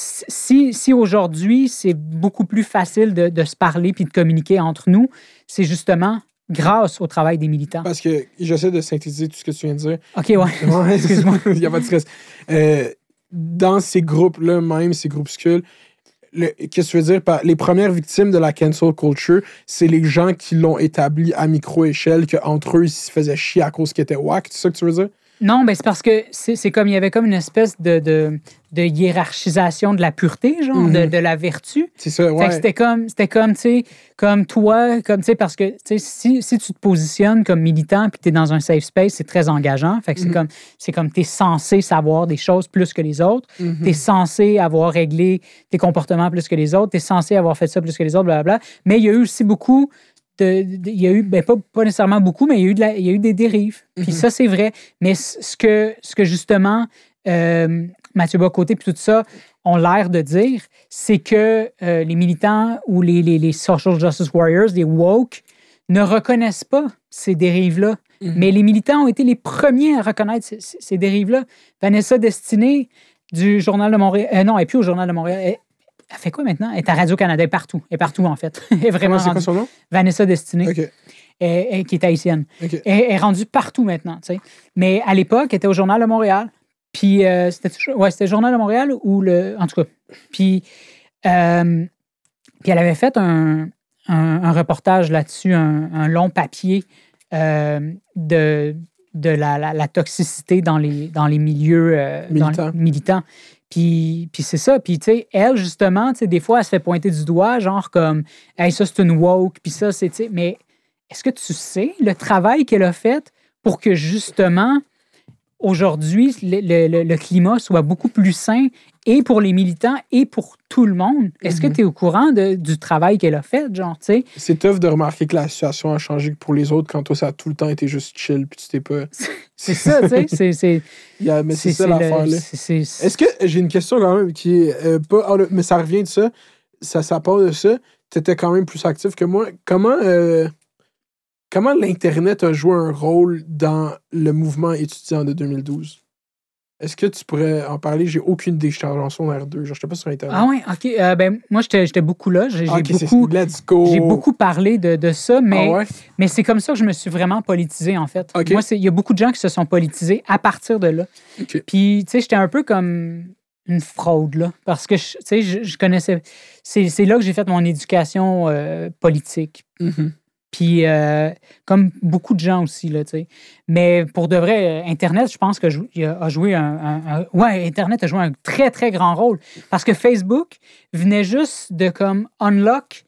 [SPEAKER 3] si, si aujourd'hui, c'est beaucoup plus facile de, de se parler puis de communiquer entre nous, c'est justement grâce au travail des militants.
[SPEAKER 4] Parce que j'essaie de synthétiser tout ce que tu viens de dire.
[SPEAKER 3] OK, ouais. ouais
[SPEAKER 4] excuse-moi. Il n'y a pas de stress. Euh, dans ces groupes-là, même ces groupuscules, Le, qu'est-ce que tu veux dire par les premières victimes de la cancel culture, c'est les gens qui l'ont établi à micro-échelle, qu'entre eux, ils se faisaient chier à cause qu'ils étaient wack, c'est ça que tu veux dire?
[SPEAKER 3] Non, ben c'est parce que c'est, c'est comme il y avait comme une espèce de, de, de hiérarchisation de la pureté, genre, mm-hmm. de, de la vertu.
[SPEAKER 4] C'est ça, ouais.
[SPEAKER 3] Fait que c'était comme, c'était comme, tu sais, comme toi, comme, tu sais, parce que, tu sais, si, si tu te positionnes comme militant puis tu es dans un safe space, c'est très engageant. Fait que mm-hmm. c'est comme, c'est comme tu es censé savoir des choses plus que les autres. Mm-hmm. Tu es censé avoir réglé tes comportements plus que les autres. Tu es censé avoir fait ça plus que les autres, blablabla. Mais il y a eu aussi beaucoup... De, de, il y a eu, ben pas, pas nécessairement beaucoup, mais il y a eu, de la, il y a eu des dérives. Puis mm-hmm. ça, c'est vrai. Mais ce que, ce que justement, euh, Mathieu Bock-Côté puis tout ça ont l'air de dire, c'est que euh, les militants ou les, les, les social justice warriors, les woke, ne reconnaissent pas ces dérives-là. Mm-hmm. Mais les militants ont été les premiers à reconnaître ces, ces, ces dérives-là. Vanessa Destinée du Journal de Montréal... Euh, non, elle n'est plus au Journal de Montréal. Elle, Elle fait quoi maintenant? Elle est à Radio-Canada, elle est partout. Elle est partout, en fait. Elle est vraiment
[SPEAKER 4] c'est quoi son nom?
[SPEAKER 3] Vanessa Destinée,
[SPEAKER 4] okay.
[SPEAKER 3] elle, elle, qui est haïtienne.
[SPEAKER 4] Okay.
[SPEAKER 3] Elle, elle est rendue partout maintenant, tu sais. Mais à l'époque, elle était au Journal de Montréal. Puis, euh, c'était, ouais, c'était le Journal de Montréal ou le... En tout cas. Puis, euh, puis elle avait fait un, un, un reportage là-dessus, un, un long papier euh, de, de la, la, la toxicité dans les, dans les milieux euh,
[SPEAKER 4] militants.
[SPEAKER 3] Dans les, militants. Puis, puis c'est ça. Puis, tu sais, elle, justement, tu sais, des fois, elle se fait pointer du doigt, genre comme, hey, ça, c'est une woke, puis ça, c'est, tu sais, mais est-ce que tu sais le travail qu'elle a fait pour que, justement, aujourd'hui, le, le, le climat soit beaucoup plus sain et pour les militants et pour tout le monde? Est-ce mm-hmm. que tu es au courant de, du travail qu'elle a fait, genre, tu sais?
[SPEAKER 4] C'est tough de remarquer que la situation a changé pour les autres quand toi, ça a tout le temps été juste chill, puis tu t'es pas...
[SPEAKER 3] C'est ça, tu sais, c'est... c'est...
[SPEAKER 4] Yeah, mais c'est,
[SPEAKER 3] c'est
[SPEAKER 4] ça
[SPEAKER 3] c'est
[SPEAKER 4] l'affaire-là.
[SPEAKER 3] C'est, c'est, c'est...
[SPEAKER 4] Est-ce que... J'ai une question quand même qui est euh, pas... Oh, mais ça revient de ça. Ça, ça part de ça. T'étais quand même plus actif que moi. Comment... Euh, comment l'Internet a joué un rôle dans le mouvement étudiant de deux mille douze? Est-ce que tu pourrais en parler? J'ai aucune idée. J'étais en secondaire deux. Genre, j'étais pas sur Internet.
[SPEAKER 3] Ah oui, OK. Euh, ben, moi, j'étais, j'étais beaucoup là. J'ai,
[SPEAKER 4] okay,
[SPEAKER 3] j'ai, beaucoup,
[SPEAKER 4] let's go.
[SPEAKER 3] j'ai beaucoup parlé de, de ça, mais,
[SPEAKER 4] ah ouais?
[SPEAKER 3] mais c'est comme ça que je me suis vraiment politisé, en fait.
[SPEAKER 4] Okay.
[SPEAKER 3] Moi, il y a beaucoup de gens qui se sont politisés à partir de là.
[SPEAKER 4] Okay.
[SPEAKER 3] Puis, tu sais, j'étais un peu comme une fraude, là, parce que, tu sais, je, je connaissais... C'est, c'est là que j'ai fait mon éducation euh, politique.
[SPEAKER 4] Mm-hmm.
[SPEAKER 3] Puis, euh, comme beaucoup de gens aussi, là, tu sais. Mais pour de vrai, Internet, je pense que il a joué un, un, un... Ouais, Internet a joué un très, très grand rôle. Parce que Facebook venait juste de, comme, unlock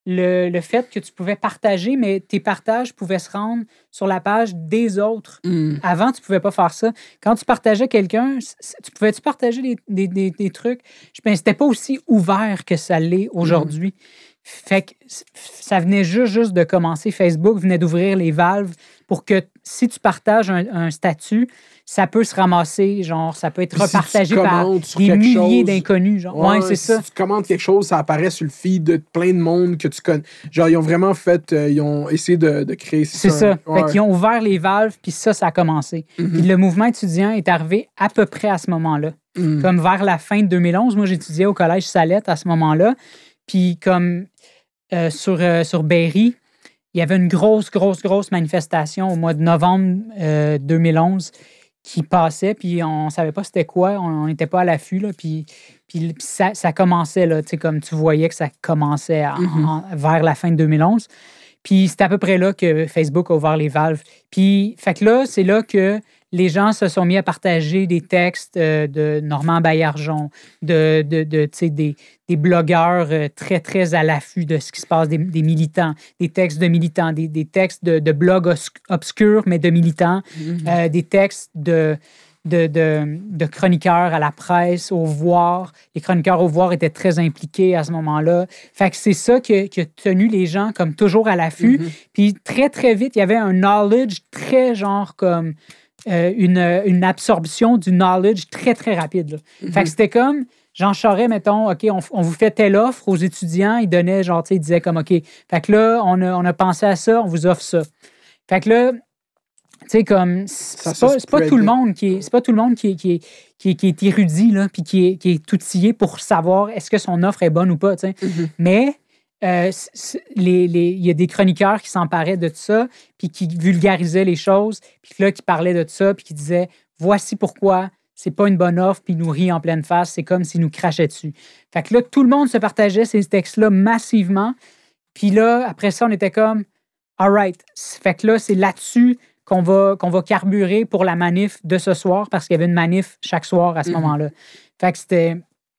[SPEAKER 3] le, le fait que tu pouvais partager, mais tes partages pouvaient se rendre sur la page des autres.
[SPEAKER 4] Mm.
[SPEAKER 3] Avant, tu ne pouvais pas faire ça. Quand tu partageais quelqu'un, tu pouvais-tu partager des, des, des, des trucs? Je pense que c'était pas aussi ouvert que ça l'est aujourd'hui. Mm. Fait que ça venait juste, juste de commencer. Facebook venait d'ouvrir les valves pour que si tu partages un, un statut, ça peut se ramasser, genre, ça peut être
[SPEAKER 4] Puis
[SPEAKER 3] repartagé
[SPEAKER 4] si
[SPEAKER 3] par des milliers chose, d'inconnus. Genre. Ouais, ouais, c'est
[SPEAKER 4] si
[SPEAKER 3] ça.
[SPEAKER 4] Si tu commandes quelque chose, ça apparaît sur le feed de plein de monde que tu connais. Genre, ils ont vraiment fait, euh, ils ont essayé de, de créer ça.
[SPEAKER 3] C'est ça.
[SPEAKER 4] Ouais.
[SPEAKER 3] Fait qu'ils ont ouvert les valves, puis ça, ça a commencé. Mm-hmm. Puis le mouvement étudiant est arrivé à peu près à ce moment-là. Mm. Comme vers la fin de deux mille onze, moi, j'étudiais au collège Salette à ce moment-là. Puis comme euh, sur, euh, sur Berry, il y avait une grosse, grosse, grosse manifestation au mois de novembre euh, deux mille onze qui passait, puis on ne savait pas c'était quoi, on n'était pas à l'affût, là, puis, puis, puis ça, ça commençait, là, comme tu voyais que ça commençait à, mm-hmm. en, vers la fin de deux mille onze. Puis c'est à peu près là que Facebook a ouvert les valves. Puis, fait que là, c'est là que les gens se sont mis à partager des textes euh, de Normand Baillargeon, de, de, de, tu sais, des, des blogueurs euh, très, très à l'affût de ce qui se passe, des, des militants, des textes de militants, des, des textes de, de blogs os- obscurs, mais de militants, mm-hmm. euh, des textes de, de, de, de chroniqueurs à la presse, au Voir. Les chroniqueurs au Voir étaient très impliqués à ce moment-là. Fait que c'est ça qui a, qui a tenu les gens comme toujours à l'affût. Mm-hmm. Puis très, très vite, il y avait un knowledge très genre comme... Euh, une, une absorption du knowledge très, très rapide. Là. Mm-hmm. Fait que c'était comme, Jean Charest, mettons, OK, on, on vous fait telle offre aux étudiants, il donnait, genre, tu sais, il disait comme, OK, fait que là, on a, on a pensé à ça, on vous offre ça. Fait que là, tu sais, comme, c'est, c'est, pas, c'est pas tout le monde qui est, c'est pas tout le monde qui est, qui est, qui est, qui est érudit, là, puis qui est, qui est outillé pour savoir est-ce que son offre est bonne ou pas, tu sais. Mm-hmm. Mais... Euh, les, les, il y a des chroniqueurs qui s'emparaient de ça, puis qui vulgarisaient les choses, puis là, qui parlaient de ça, puis qui disaient « Voici pourquoi c'est pas une bonne offre », puis ils nous rient en pleine face, c'est comme s'ils nous crachaient dessus. Fait que là, tout le monde se partageait ces textes-là massivement, puis là, après ça, on était comme « All right ». Fait que là, c'est là-dessus qu'on va, qu'on va carburer pour la manif de ce soir, parce qu'il y avait une manif chaque soir à ce mm-hmm. moment-là. Fait que c'était...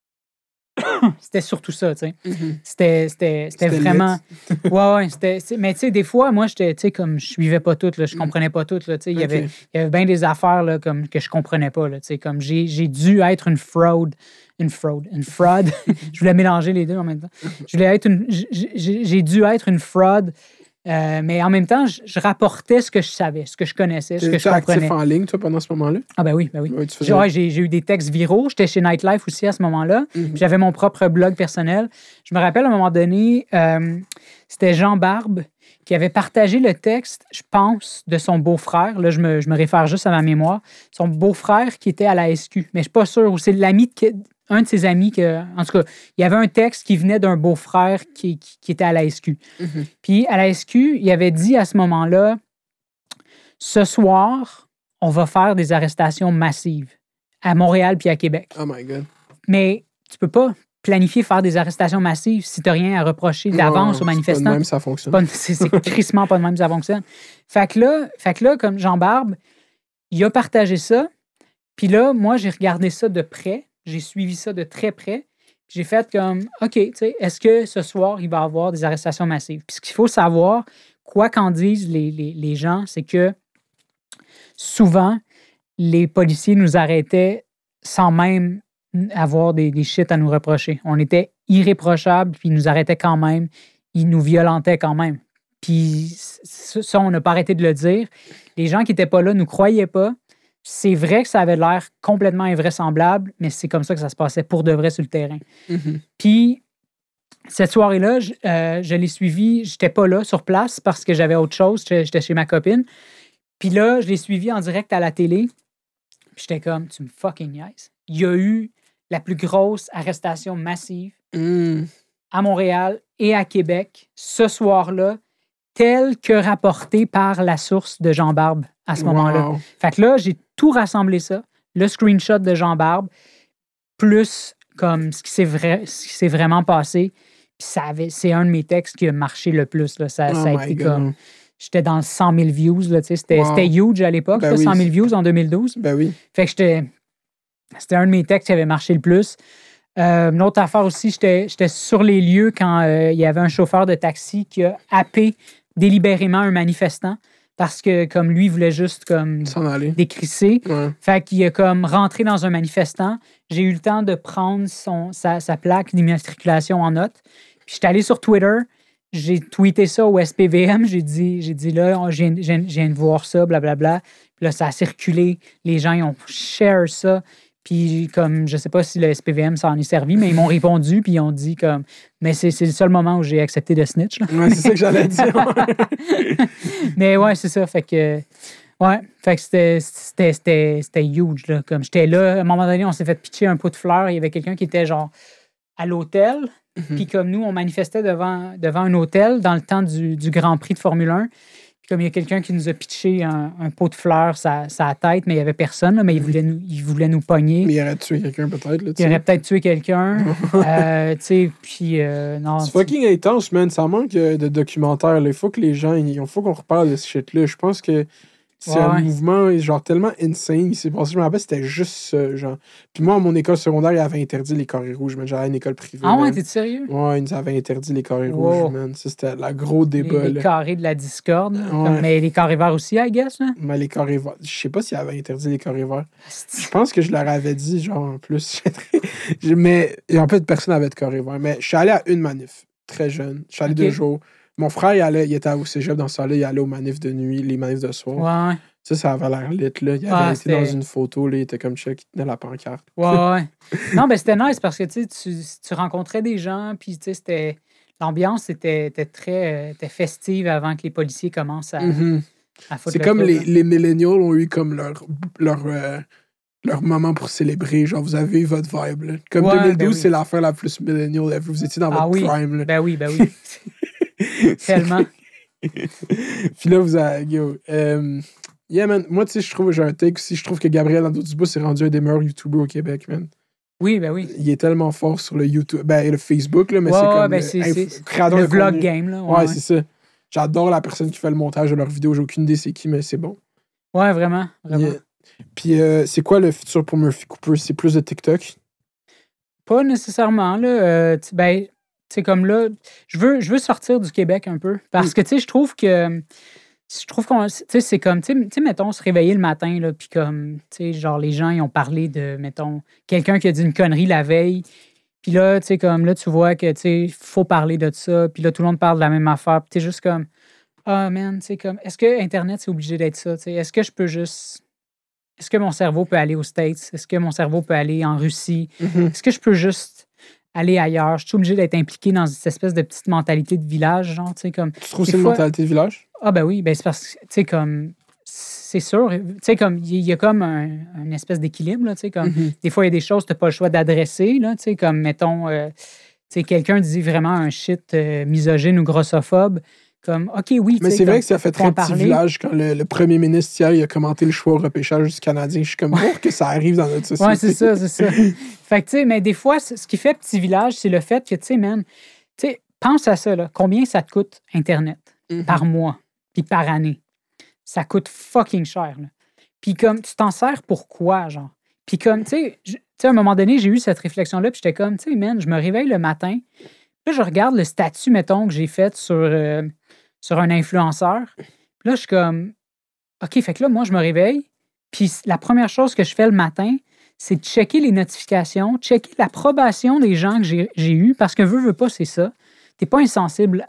[SPEAKER 3] c'était surtout ça, tu sais. Mm-hmm. C'était, c'était, c'était, c'était vraiment... ouais, ouais, c'était... Mais tu sais, des fois, moi, j'étais, tu sais, comme je suivais pas tout, là, je comprenais pas tout, là, tu sais. Il y avait, il y avait bien des affaires, là, comme que je comprenais pas, là, tu sais. Comme j'ai, j'ai dû être une fraude. Une fraude. Une fraude. Je voulais mélanger les deux en même temps. Je voulais être une... J'ai, j'ai dû être une fraude. Euh, mais en même temps, je, je rapportais ce que je savais, ce que je connaissais, ce que je comprenais.
[SPEAKER 4] Tu étais actif en ligne, toi, pendant ce moment-là?
[SPEAKER 3] Ah ben oui, ben oui.
[SPEAKER 4] Ouais,
[SPEAKER 3] j'ai, ouais, j'ai, j'ai eu des textes viraux. J'étais chez Nightlife aussi à ce moment-là. Mm-hmm. J'avais mon propre blog personnel. Je me rappelle, à un moment donné, euh, c'était Jean Barbe qui avait partagé le texte, je pense, de son beau-frère. Là, je me, je me réfère juste à ma mémoire. Son beau-frère qui était à la S Q. Mais je ne suis pas sûr. Ou c'est l'ami de... un de ses amis, que, en tout cas, il y avait un texte qui venait d'un beau-frère qui, qui, qui était à la S Q. Mm-hmm. Puis à la S Q, il avait dit à ce moment-là, « Ce soir, on va faire des arrestations massives à Montréal puis à Québec. »
[SPEAKER 4] Oh my God.
[SPEAKER 3] Mais tu peux pas planifier faire des arrestations massives si tu n'as rien à reprocher d'avance non, aux manifestants. C'est
[SPEAKER 4] pas de même, ça fonctionne.
[SPEAKER 3] Pas, c'est, c'est crissement pas de même, ça fonctionne. Fait que là, fait que là, comme Jean Barbe, il a partagé ça. Puis là, moi, j'ai regardé ça de près. J'ai suivi ça de très près. J'ai fait comme, OK, tu sais, est-ce que ce soir, il va y avoir des arrestations massives? Puis ce qu'il faut savoir, quoi qu'en disent les, les, les gens, c'est que souvent, les policiers nous arrêtaient sans même avoir des, des shit à nous reprocher. On était irréprochables, puis ils nous arrêtaient quand même. Ils nous violentaient quand même. Puis ça, on n'a pas arrêté de le dire. Les gens qui n'étaient pas là ne nous croyaient pas. C'est vrai que ça avait l'air complètement invraisemblable, mais c'est comme ça que ça se passait pour de vrai sur le terrain. Mm-hmm. Puis, cette soirée-là, je, euh, je l'ai suivi. Je n'étais pas là sur place parce que j'avais autre chose. J'étais chez ma copine. Puis là, je l'ai suivi en direct à la télé. Puis j'étais comme, tu me fucking niaises. Il y a eu la plus grosse arrestation massive mm. à Montréal et à Québec ce soir-là, tel que rapporté par la source de Jean Barbe à ce wow. moment-là. Fait que là, j'ai tout rassemblé ça, le screenshot de Jean Barbe, plus comme ce qui s'est, vrai, ce qui s'est vraiment passé. Puis ça avait, c'est un de mes textes qui a marché le plus. Là. Ça,
[SPEAKER 4] oh
[SPEAKER 3] ça a été
[SPEAKER 4] God.
[SPEAKER 3] comme... J'étais dans cent mille views. Là, c'était, wow. c'était huge à l'époque, ben là, oui. cent mille views en deux mille douze.
[SPEAKER 4] Ben oui.
[SPEAKER 3] Fait que j'étais... C'était un de mes textes qui avait marché le plus. Euh, une autre affaire aussi, j'étais, j'étais sur les lieux quand euh, il y avait un chauffeur de taxi qui a happé délibérément un manifestant parce que comme lui voulait juste comme
[SPEAKER 4] S'en aller.
[SPEAKER 3] décrisser.
[SPEAKER 4] Ouais.
[SPEAKER 3] Fait qu'il a comme rentré dans un manifestant. J'ai eu le temps de prendre son, sa, sa plaque d'immatriculation en note. Puis j'étais allé sur Twitter. J'ai tweeté ça au S P V M. J'ai dit, j'ai dit là, je viens, je viens- je viens de voir ça, blablabla. Puis là, ça a circulé. Les gens, ils ont share ça. Puis comme, je sais pas si le S P V M s'en est servi, mais ils m'ont répondu. Puis ils ont dit comme, mais c'est, c'est le seul moment où j'ai accepté de snitch. Là.
[SPEAKER 4] Ouais, c'est ça que j'allais dire.
[SPEAKER 3] Mais ouais, c'est ça. Fait que, ouais, fait que c'était, c'était, c'était, c'était huge. Là. Comme j'étais là, à un moment donné, on s'est fait pitcher un pot de fleurs. Il y avait quelqu'un qui était genre à l'hôtel. Puis comme nous, on manifestait devant, devant un hôtel dans le temps du, du Grand Prix de Formule un. Puis comme il y a quelqu'un qui nous a pitché un, un pot de fleurs sa, sa tête, mais il n'y avait personne, là, mais il voulait nous, il voulait nous pogner.
[SPEAKER 4] Mais il aurait tué quelqu'un peut-être. Là, tu
[SPEAKER 3] Il aurait
[SPEAKER 4] sais.
[SPEAKER 3] peut-être tué quelqu'un. euh, tu sais, puis euh, non.
[SPEAKER 4] C'est fucking intense, man. Ça manque euh, de documentaires. là. Il faut que les gens, il faut qu'on reparle de ce shit-là. Je pense que c'est
[SPEAKER 3] Ouais,
[SPEAKER 4] un
[SPEAKER 3] ouais.
[SPEAKER 4] mouvement genre tellement insane. Il s'est passé, je me rappelle, c'était juste ça. Genre. Puis moi, à mon école secondaire, il avait interdit les carrés rouges. man. J'allais à une école privée.
[SPEAKER 3] Ah ouais,
[SPEAKER 4] man.
[SPEAKER 3] t'es sérieux?
[SPEAKER 4] Ouais, ils nous avaient interdit les carrés
[SPEAKER 3] Wow.
[SPEAKER 4] rouges, man. Ça, c'était la gros
[SPEAKER 3] Les,
[SPEAKER 4] débat.
[SPEAKER 3] les
[SPEAKER 4] là.
[SPEAKER 3] carrés de la discorde. là.
[SPEAKER 4] Ouais.
[SPEAKER 3] Comme- mais les carrés verts aussi, I guess. Là.
[SPEAKER 4] Mais les carrés verts. Je sais pas s'ils avaient interdit les carrés verts. Je pense que je leur avais dit, genre, en plus. Je- mais en fait, personne n'avait de carré vert. Mais je suis allé à une manif, très jeune. Je suis allé
[SPEAKER 3] Ok.
[SPEAKER 4] deux jours. Mon frère, il, allait, il était au cégep dans ce temps-là. Il allait aux manifs de nuit, les manifs de soir.
[SPEAKER 3] Ouais,
[SPEAKER 4] Ça, ça avait l'air lit, là. Il avait
[SPEAKER 3] Ah,
[SPEAKER 4] été dans
[SPEAKER 3] c'était-
[SPEAKER 4] une photo, là. Il était comme ça, qui tenait la pancarte.
[SPEAKER 3] ouais, ouais. Non, mais c'était nice parce que tu, sais, tu tu rencontrais des gens, puis tu sais, c'était. L'ambiance était, était très euh, était festive avant que les policiers commencent à,
[SPEAKER 4] Mhm.
[SPEAKER 3] à foutre
[SPEAKER 4] C'est
[SPEAKER 3] le
[SPEAKER 4] comme
[SPEAKER 3] trouble,
[SPEAKER 4] les,
[SPEAKER 3] là.
[SPEAKER 4] les millennials ont eu comme leur, leur, euh, leur moment pour célébrer. Genre, vous avez eu votre vibe, là. Comme
[SPEAKER 3] Ouais,
[SPEAKER 4] deux mille douze,
[SPEAKER 3] ben oui.
[SPEAKER 4] c'est l'affaire la plus millennial ever. Vous étiez dans
[SPEAKER 3] Ah
[SPEAKER 4] votre
[SPEAKER 3] oui.
[SPEAKER 4] prime, là.
[SPEAKER 3] Ben oui, ben oui. Tellement.
[SPEAKER 4] Puis là, vous avez. Yo, euh, yeah, man. Moi, tu sais, je trouve, j'ai un take aussi. Je trouve que Gabriel Nadeau-Dubois s'est rendu un des meilleurs YouTubers au Québec, man.
[SPEAKER 3] Oui, ben oui.
[SPEAKER 4] Il est tellement fort sur le YouTube. Ben, le Facebook, là, mais
[SPEAKER 3] Ouais,
[SPEAKER 4] c'est
[SPEAKER 3] ouais,
[SPEAKER 4] comme.
[SPEAKER 3] ben
[SPEAKER 4] le
[SPEAKER 3] c'est,
[SPEAKER 4] inf-
[SPEAKER 3] c'est
[SPEAKER 4] créateur
[SPEAKER 3] le
[SPEAKER 4] de
[SPEAKER 3] vlog
[SPEAKER 4] contenu.
[SPEAKER 3] game, là.
[SPEAKER 4] Ouais,
[SPEAKER 3] Ouais,
[SPEAKER 4] c'est ça. J'adore la personne qui fait le montage de leurs vidéos. J'ai aucune idée c'est qui, mais c'est bon.
[SPEAKER 3] ouais, vraiment. vraiment.
[SPEAKER 4] Yeah. Puis, euh, c'est quoi le futur pour Murphy Cooper? C'est plus de TikTok?
[SPEAKER 3] Pas nécessairement, là. Euh, tu- ben, c'est comme là, je veux, je veux sortir du Québec un peu. Parce
[SPEAKER 4] Mm.
[SPEAKER 3] que, tu sais, je trouve que. Je trouve qu'on. Tu sais, c'est comme. Tu sais- tu sais, mettons, se réveiller le matin, là, puis comme. Tu sais, genre, les gens, ils ont parlé de, mettons, quelqu'un qui a dit une connerie la veille. Puis là, tu sais, comme là, tu vois que, tu sais, faut parler de ça. Puis là, tout le monde parle de la même affaire. Puis t'es juste comme. Ah, man, tu sais, comme. Est-ce que Internet, c'est obligé d'être ça? Tu sais, est-ce que je peux juste. Est-ce que mon cerveau peut aller aux States? Est-ce que mon cerveau peut aller en Russie?
[SPEAKER 4] Mhm.
[SPEAKER 3] Est-ce que je peux juste aller ailleurs? Je suis obligé d'être impliqué dans cette espèce de petite mentalité de village, genre, tu sais, comme.
[SPEAKER 4] Tu trouves que
[SPEAKER 3] Des
[SPEAKER 4] c'est une
[SPEAKER 3] fois-
[SPEAKER 4] mentalité de village?
[SPEAKER 3] Ah, ben oui, ben c'est parce que, tu sais, comme. C'est sûr, tu sais, comme. Il y a comme un, une espèce d'équilibre, là, tu sais, comme.
[SPEAKER 4] Mhm.
[SPEAKER 3] Des fois, il y a des choses que tu n'as pas le choix d'adresser, là, tu sais, comme, mettons. euh, tu sais, quelqu'un dit vraiment un shit euh, misogyne ou grossophobe. Comme, OK, oui, tu
[SPEAKER 4] Mais
[SPEAKER 3] sais,
[SPEAKER 4] c'est vrai
[SPEAKER 3] comme,
[SPEAKER 4] que ça fait
[SPEAKER 3] faut en
[SPEAKER 4] très petit
[SPEAKER 3] parler.
[SPEAKER 4] village quand le, le premier ministre hier il a commenté le choix au repêchage du Canadien. Je suis comme pour que ça arrive dans notre société.
[SPEAKER 3] Ouais, c'est ça, c'est ça. Fait que, tu sais, mais des fois, c- ce qui fait petit village, c'est le fait que, tu sais, man, tu sais, pense à ça, là. Combien ça te coûte Internet
[SPEAKER 4] Mhm.
[SPEAKER 3] par mois, puis par année? Ça coûte fucking cher, là. Puis comme, tu t'en sers pour quoi, genre? Puis comme, tu sais, je- tu sais, à un moment donné, j'ai eu cette réflexion-là, puis j'étais comme, tu sais, man, je me réveille le matin, là, je regarde le statut, mettons, que j'ai fait sur, euh, sur un influenceur. Puis là, je suis comme, OK, fait que là, moi, je me réveille, puis la première chose que je fais le matin, c'est de checker les notifications, checker l'approbation des gens que j'ai j'ai eus, parce que veux, veux pas, c'est ça. T'es pas insensible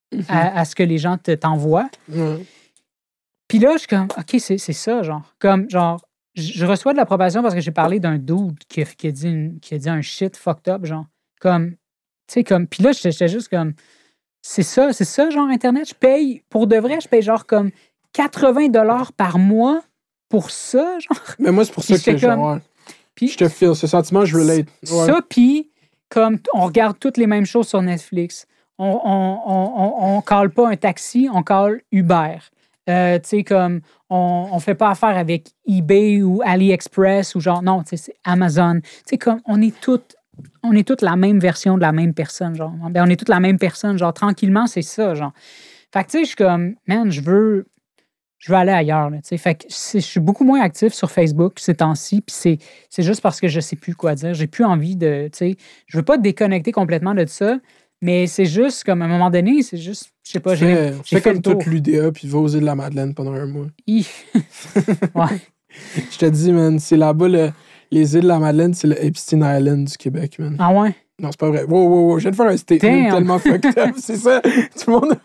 [SPEAKER 3] à, à ce que les gens te- t'envoient.
[SPEAKER 4] Ouais.
[SPEAKER 3] Puis là, je suis comme, OK, c'est c'est ça, genre. Comme, genre, je je reçois de l'approbation parce que j'ai parlé d'un dude qui a, qui, a dit une- qui a dit un shit fucked up, genre. Comme, tu sais, comme. Puis là, j'étais j'étais juste comme, c'est ça, c'est ça, genre, Internet. Je paye, pour de vrai, je paye genre comme quatre-vingts dollars par mois pour ça, genre.
[SPEAKER 4] Mais moi, c'est pour ça
[SPEAKER 3] Puis
[SPEAKER 4] que
[SPEAKER 3] j'étais
[SPEAKER 4] genre,
[SPEAKER 3] comme-
[SPEAKER 4] ouais.
[SPEAKER 3] Puis
[SPEAKER 4] Je te file. Ce sentiment, je relate. Ouais.
[SPEAKER 3] ça, puis comme on regarde toutes les mêmes choses sur Netflix. On on, on, on, on cale pas un taxi, on cale Uber. Euh, tu sais, comme on, on fait pas affaire avec eBay ou AliExpress ou genre, non, tu sais, c'est Amazon. Tu sais, comme on est toutes, on est toutes la même version de la même personne, genre. Ben, on est toutes la même personne, genre, tranquillement, c'est ça, genre. Fait que, tu sais, je suis comme, man, je veux, je veux aller ailleurs. Là, fait que je suis beaucoup moins actif sur Facebook ces temps-ci, puis c'est, c'est juste parce que je sais plus quoi dire. J'ai plus envie de... Je veux pas déconnecter complètement de ça, mais c'est juste comme à un moment donné, c'est juste, je sais pas, j'ai,
[SPEAKER 4] fais,
[SPEAKER 3] j'ai
[SPEAKER 4] fais
[SPEAKER 3] fait
[SPEAKER 4] comme
[SPEAKER 3] le tour.
[SPEAKER 4] toute l'U D A, puis va aux îles de la Madeleine pendant un mois.
[SPEAKER 3] ouais.
[SPEAKER 4] Je te dis, man, c'est là-bas, le, les îles de la Madeleine, c'est le Epstein Island du Québec, man.
[SPEAKER 3] Ah ouais?
[SPEAKER 4] Non, c'est pas vrai. Wow, wow, wow, je viens de faire un statement
[SPEAKER 3] Damn.
[SPEAKER 4] tellement fucked up. C'est ça, tout le monde...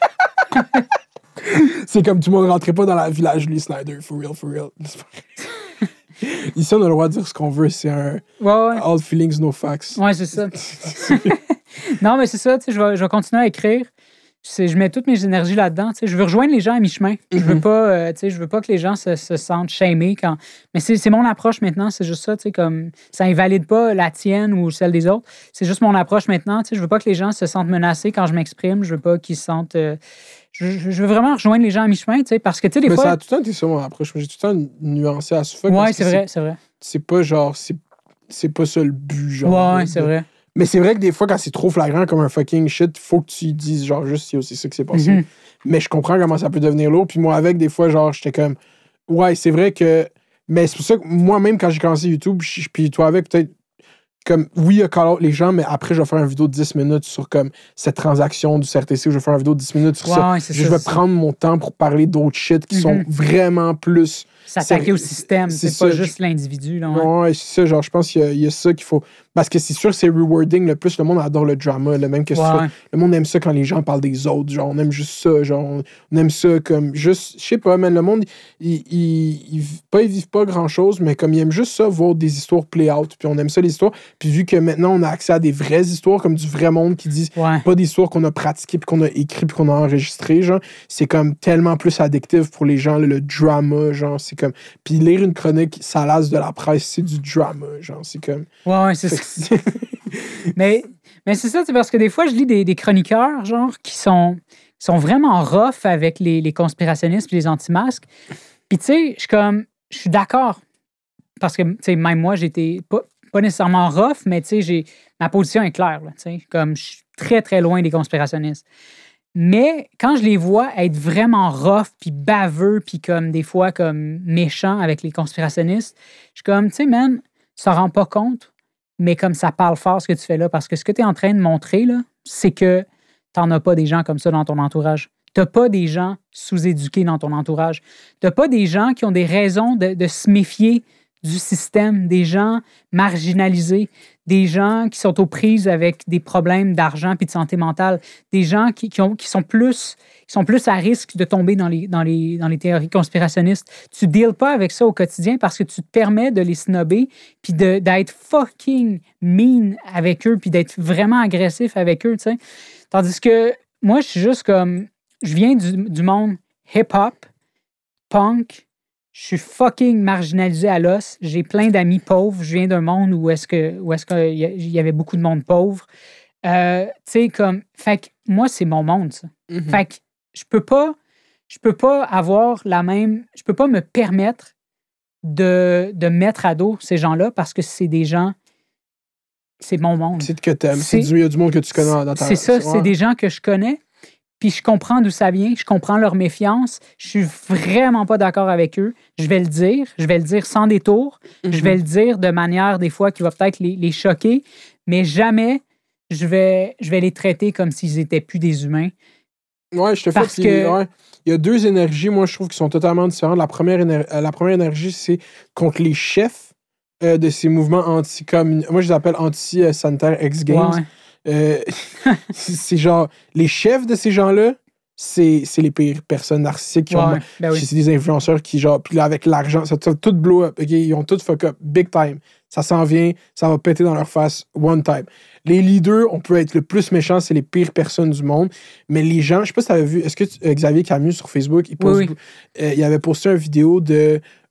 [SPEAKER 4] C'est comme tout le monde rentrait pas dans la village Lee Snyder, for real, for real. Ici, on a le droit de dire ce qu'on veut, c'est un
[SPEAKER 3] ouais, ouais.
[SPEAKER 4] all feelings, no facts.
[SPEAKER 3] Ouais, c'est ça. Non, mais c'est ça, tu sais, je vais, je vais continuer à écrire. Je, je mets toutes mes énergies là-dedans. Tu sais, je veux rejoindre les gens à mi-chemin. Je veux
[SPEAKER 4] Mm-hmm.
[SPEAKER 3] pas, euh, tu sais, je veux pas que les gens se, se sentent shamés quand. Mais c'est, c'est mon approche maintenant. C'est juste ça, tu sais, comme ça invalide pas la tienne ou celle des autres. C'est juste mon approche maintenant. Tu sais, je veux pas que les gens se sentent menacés quand je m'exprime. Je veux pas qu'ils se sentent. Euh, je, je veux vraiment rejoindre les gens à mi-chemin, tu sais, parce que tu sais des
[SPEAKER 4] Mais
[SPEAKER 3] fois.
[SPEAKER 4] ça a tout le temps été ça, mon approche. J'ai tout le temps nuancé à ce fuck.
[SPEAKER 3] Ouais,
[SPEAKER 4] parce
[SPEAKER 3] c'est
[SPEAKER 4] que
[SPEAKER 3] vrai, c'est vrai.
[SPEAKER 4] C'est pas genre, c'est, c'est pas ça le but, genre.
[SPEAKER 3] Ouais,
[SPEAKER 4] de-
[SPEAKER 3] c'est vrai.
[SPEAKER 4] Mais c'est vrai que des fois, quand c'est trop flagrant comme un fucking shit, faut que tu dises, genre, juste, c'est aussi ça que c'est passé.
[SPEAKER 3] Mhm.
[SPEAKER 4] Mais je comprends comment ça peut devenir lourd. Puis moi, avec, des fois, genre, j'étais comme, ouais, c'est vrai que. Mais c'est pour ça que moi-même, quand j'ai commencé YouTube, je- puis toi avec, peut-être, comme, oui, call out les gens, mais après, je vais faire une vidéo de dix minutes sur, comme, cette transaction du C R T C, ou je vais faire une vidéo de dix minutes sur
[SPEAKER 3] Ouais,
[SPEAKER 4] ça.
[SPEAKER 3] ouais, c'est
[SPEAKER 4] je
[SPEAKER 3] ça,
[SPEAKER 4] vais
[SPEAKER 3] c'est ça.
[SPEAKER 4] prendre mon temps pour parler d'autres shit qui sont
[SPEAKER 3] Mhm.
[SPEAKER 4] vraiment plus.
[SPEAKER 3] S'attaquer
[SPEAKER 4] c'est-
[SPEAKER 3] au système,
[SPEAKER 4] c'est
[SPEAKER 3] c'est, pas
[SPEAKER 4] ça,
[SPEAKER 3] juste l'individu. Là, ouais.
[SPEAKER 4] Ouais, c'est ça, genre, je pense qu'il y a, il y a ça qu'il faut. Parce que c'est sûr que c'est rewarding. Le plus, le monde adore le drama. Là, même que ce
[SPEAKER 3] Ouais.
[SPEAKER 4] soit- le monde aime ça quand les gens parlent des autres. Genre, on aime juste ça. Genre, on, on aime ça comme juste. Je sais pas, man. Le monde, ils, ils, ils, pas, ils vivent pas grand chose, mais comme ils aiment juste ça, voir des histoires play out. Puis on aime ça, les histoires. Puis vu que maintenant, on a accès à des vraies histoires, comme du vrai monde qui disent
[SPEAKER 3] Ouais.
[SPEAKER 4] pas des histoires qu'on a pratiquées, puis qu'on a écrites, puis qu'on a enregistrées, genre, c'est comme tellement plus addictif pour les gens, là, le drama, genre, c'est comme. Puis lire une chronique salace de la presse, c'est du drama, genre, c'est comme.
[SPEAKER 3] Ouais, ouais, c'est
[SPEAKER 4] Fait
[SPEAKER 3] ça.
[SPEAKER 4] que c'est-
[SPEAKER 3] Mais, mais c'est ça, c'est parce que des fois, je lis des, des chroniqueurs, genre, qui sont, qui sont vraiment rough avec les, les conspirationnistes et les anti-masques. Puis, tu sais, je suis comme, je suis d'accord. Parce que, tu sais, même moi, j'étais pas, pas nécessairement rough, mais, tu sais, j'ai, ma position est claire, là, tu sais. Comme, je suis très, très loin des conspirationnistes. Mais quand je les vois être vraiment rough, puis baveux, puis comme des fois comme méchants avec les conspirationnistes, je suis comme, tu sais, man, ça rend pas compte, mais comme ça parle fort ce que tu fais là, parce que ce que tu es en train de montrer, là, c'est que t'en as pas des gens comme ça dans ton entourage. T'as pas des gens sous-éduqués dans ton entourage. T'as pas des gens qui ont des raisons de, de se méfier du système, des gens marginalisés, des gens qui sont aux prises avec des problèmes d'argent puis de santé mentale, des gens qui, qui, ont, qui, sont, plus, qui sont plus à risque de tomber dans les, dans les, dans les théories conspirationnistes. Tu ne deals pas avec ça au quotidien parce que tu te permets de les snobber puis de, d'être fucking mean avec eux puis d'être vraiment agressif avec eux, tu sais. Tandis que moi, je suis juste comme... Je viens du, du monde hip-hop, punk. Je suis fucking marginalisé à l'os. J'ai plein d'amis pauvres. Je viens d'un monde où est-ce que où est-ce qu'il y avait beaucoup de monde pauvre. Euh, tu sais, comme... Fait que moi, c'est mon monde, ça.
[SPEAKER 4] Mhm.
[SPEAKER 3] Fait que je peux pas... Je peux pas avoir la même... Je peux pas me permettre de, de mettre à dos ces gens-là parce que c'est des gens... C'est mon monde.
[SPEAKER 4] C'est que t'aimes.
[SPEAKER 3] C'est-
[SPEAKER 4] C'est du, il y a du monde que tu connais dans ta
[SPEAKER 3] C'est ça,
[SPEAKER 4] ouais.
[SPEAKER 3] c'est des gens que je connais. Puis je comprends d'où ça vient, je comprends leur méfiance. Je suis vraiment pas d'accord avec eux. Je vais le dire, je vais le dire sans détour.
[SPEAKER 4] Mhm.
[SPEAKER 3] Je vais le dire de manière, des fois, qui va peut-être les, les choquer, mais jamais je vais, je vais les traiter comme s'ils étaient plus des humains.
[SPEAKER 4] Ouais, je te fais.
[SPEAKER 3] Parce
[SPEAKER 4] puis,
[SPEAKER 3] que-
[SPEAKER 4] ouais. Il y a deux énergies, moi, je trouve, qui sont totalement différentes. La première, éner- euh, la première énergie, c'est contre les chefs euh, de ces mouvements anti comme moi, je les appelle anti-sanitaire X-Games.
[SPEAKER 3] Ouais, ouais.
[SPEAKER 4] Euh, c'est c'est genre, les chefs de ces gens-là, c'est c'est les pires personnes narcissiques qui
[SPEAKER 3] Ouais,
[SPEAKER 4] ont.
[SPEAKER 3] ouais. Ben oui.
[SPEAKER 4] C'est des influenceurs qui, genre, puis là, avec l'argent, ça ça tout blow up. ok? Ils ont tout fuck up, big time. Ça s'en vient, ça va péter dans leur face, one time. Les leaders, on peut être le plus méchant, c'est les pires personnes du monde. Mais les gens, je sais pas si tu avais vu, est-ce que tu- euh, Xavier Camus sur Facebook, il, pose-
[SPEAKER 3] Oui, oui.
[SPEAKER 4] euh, il avait posté une vidéo de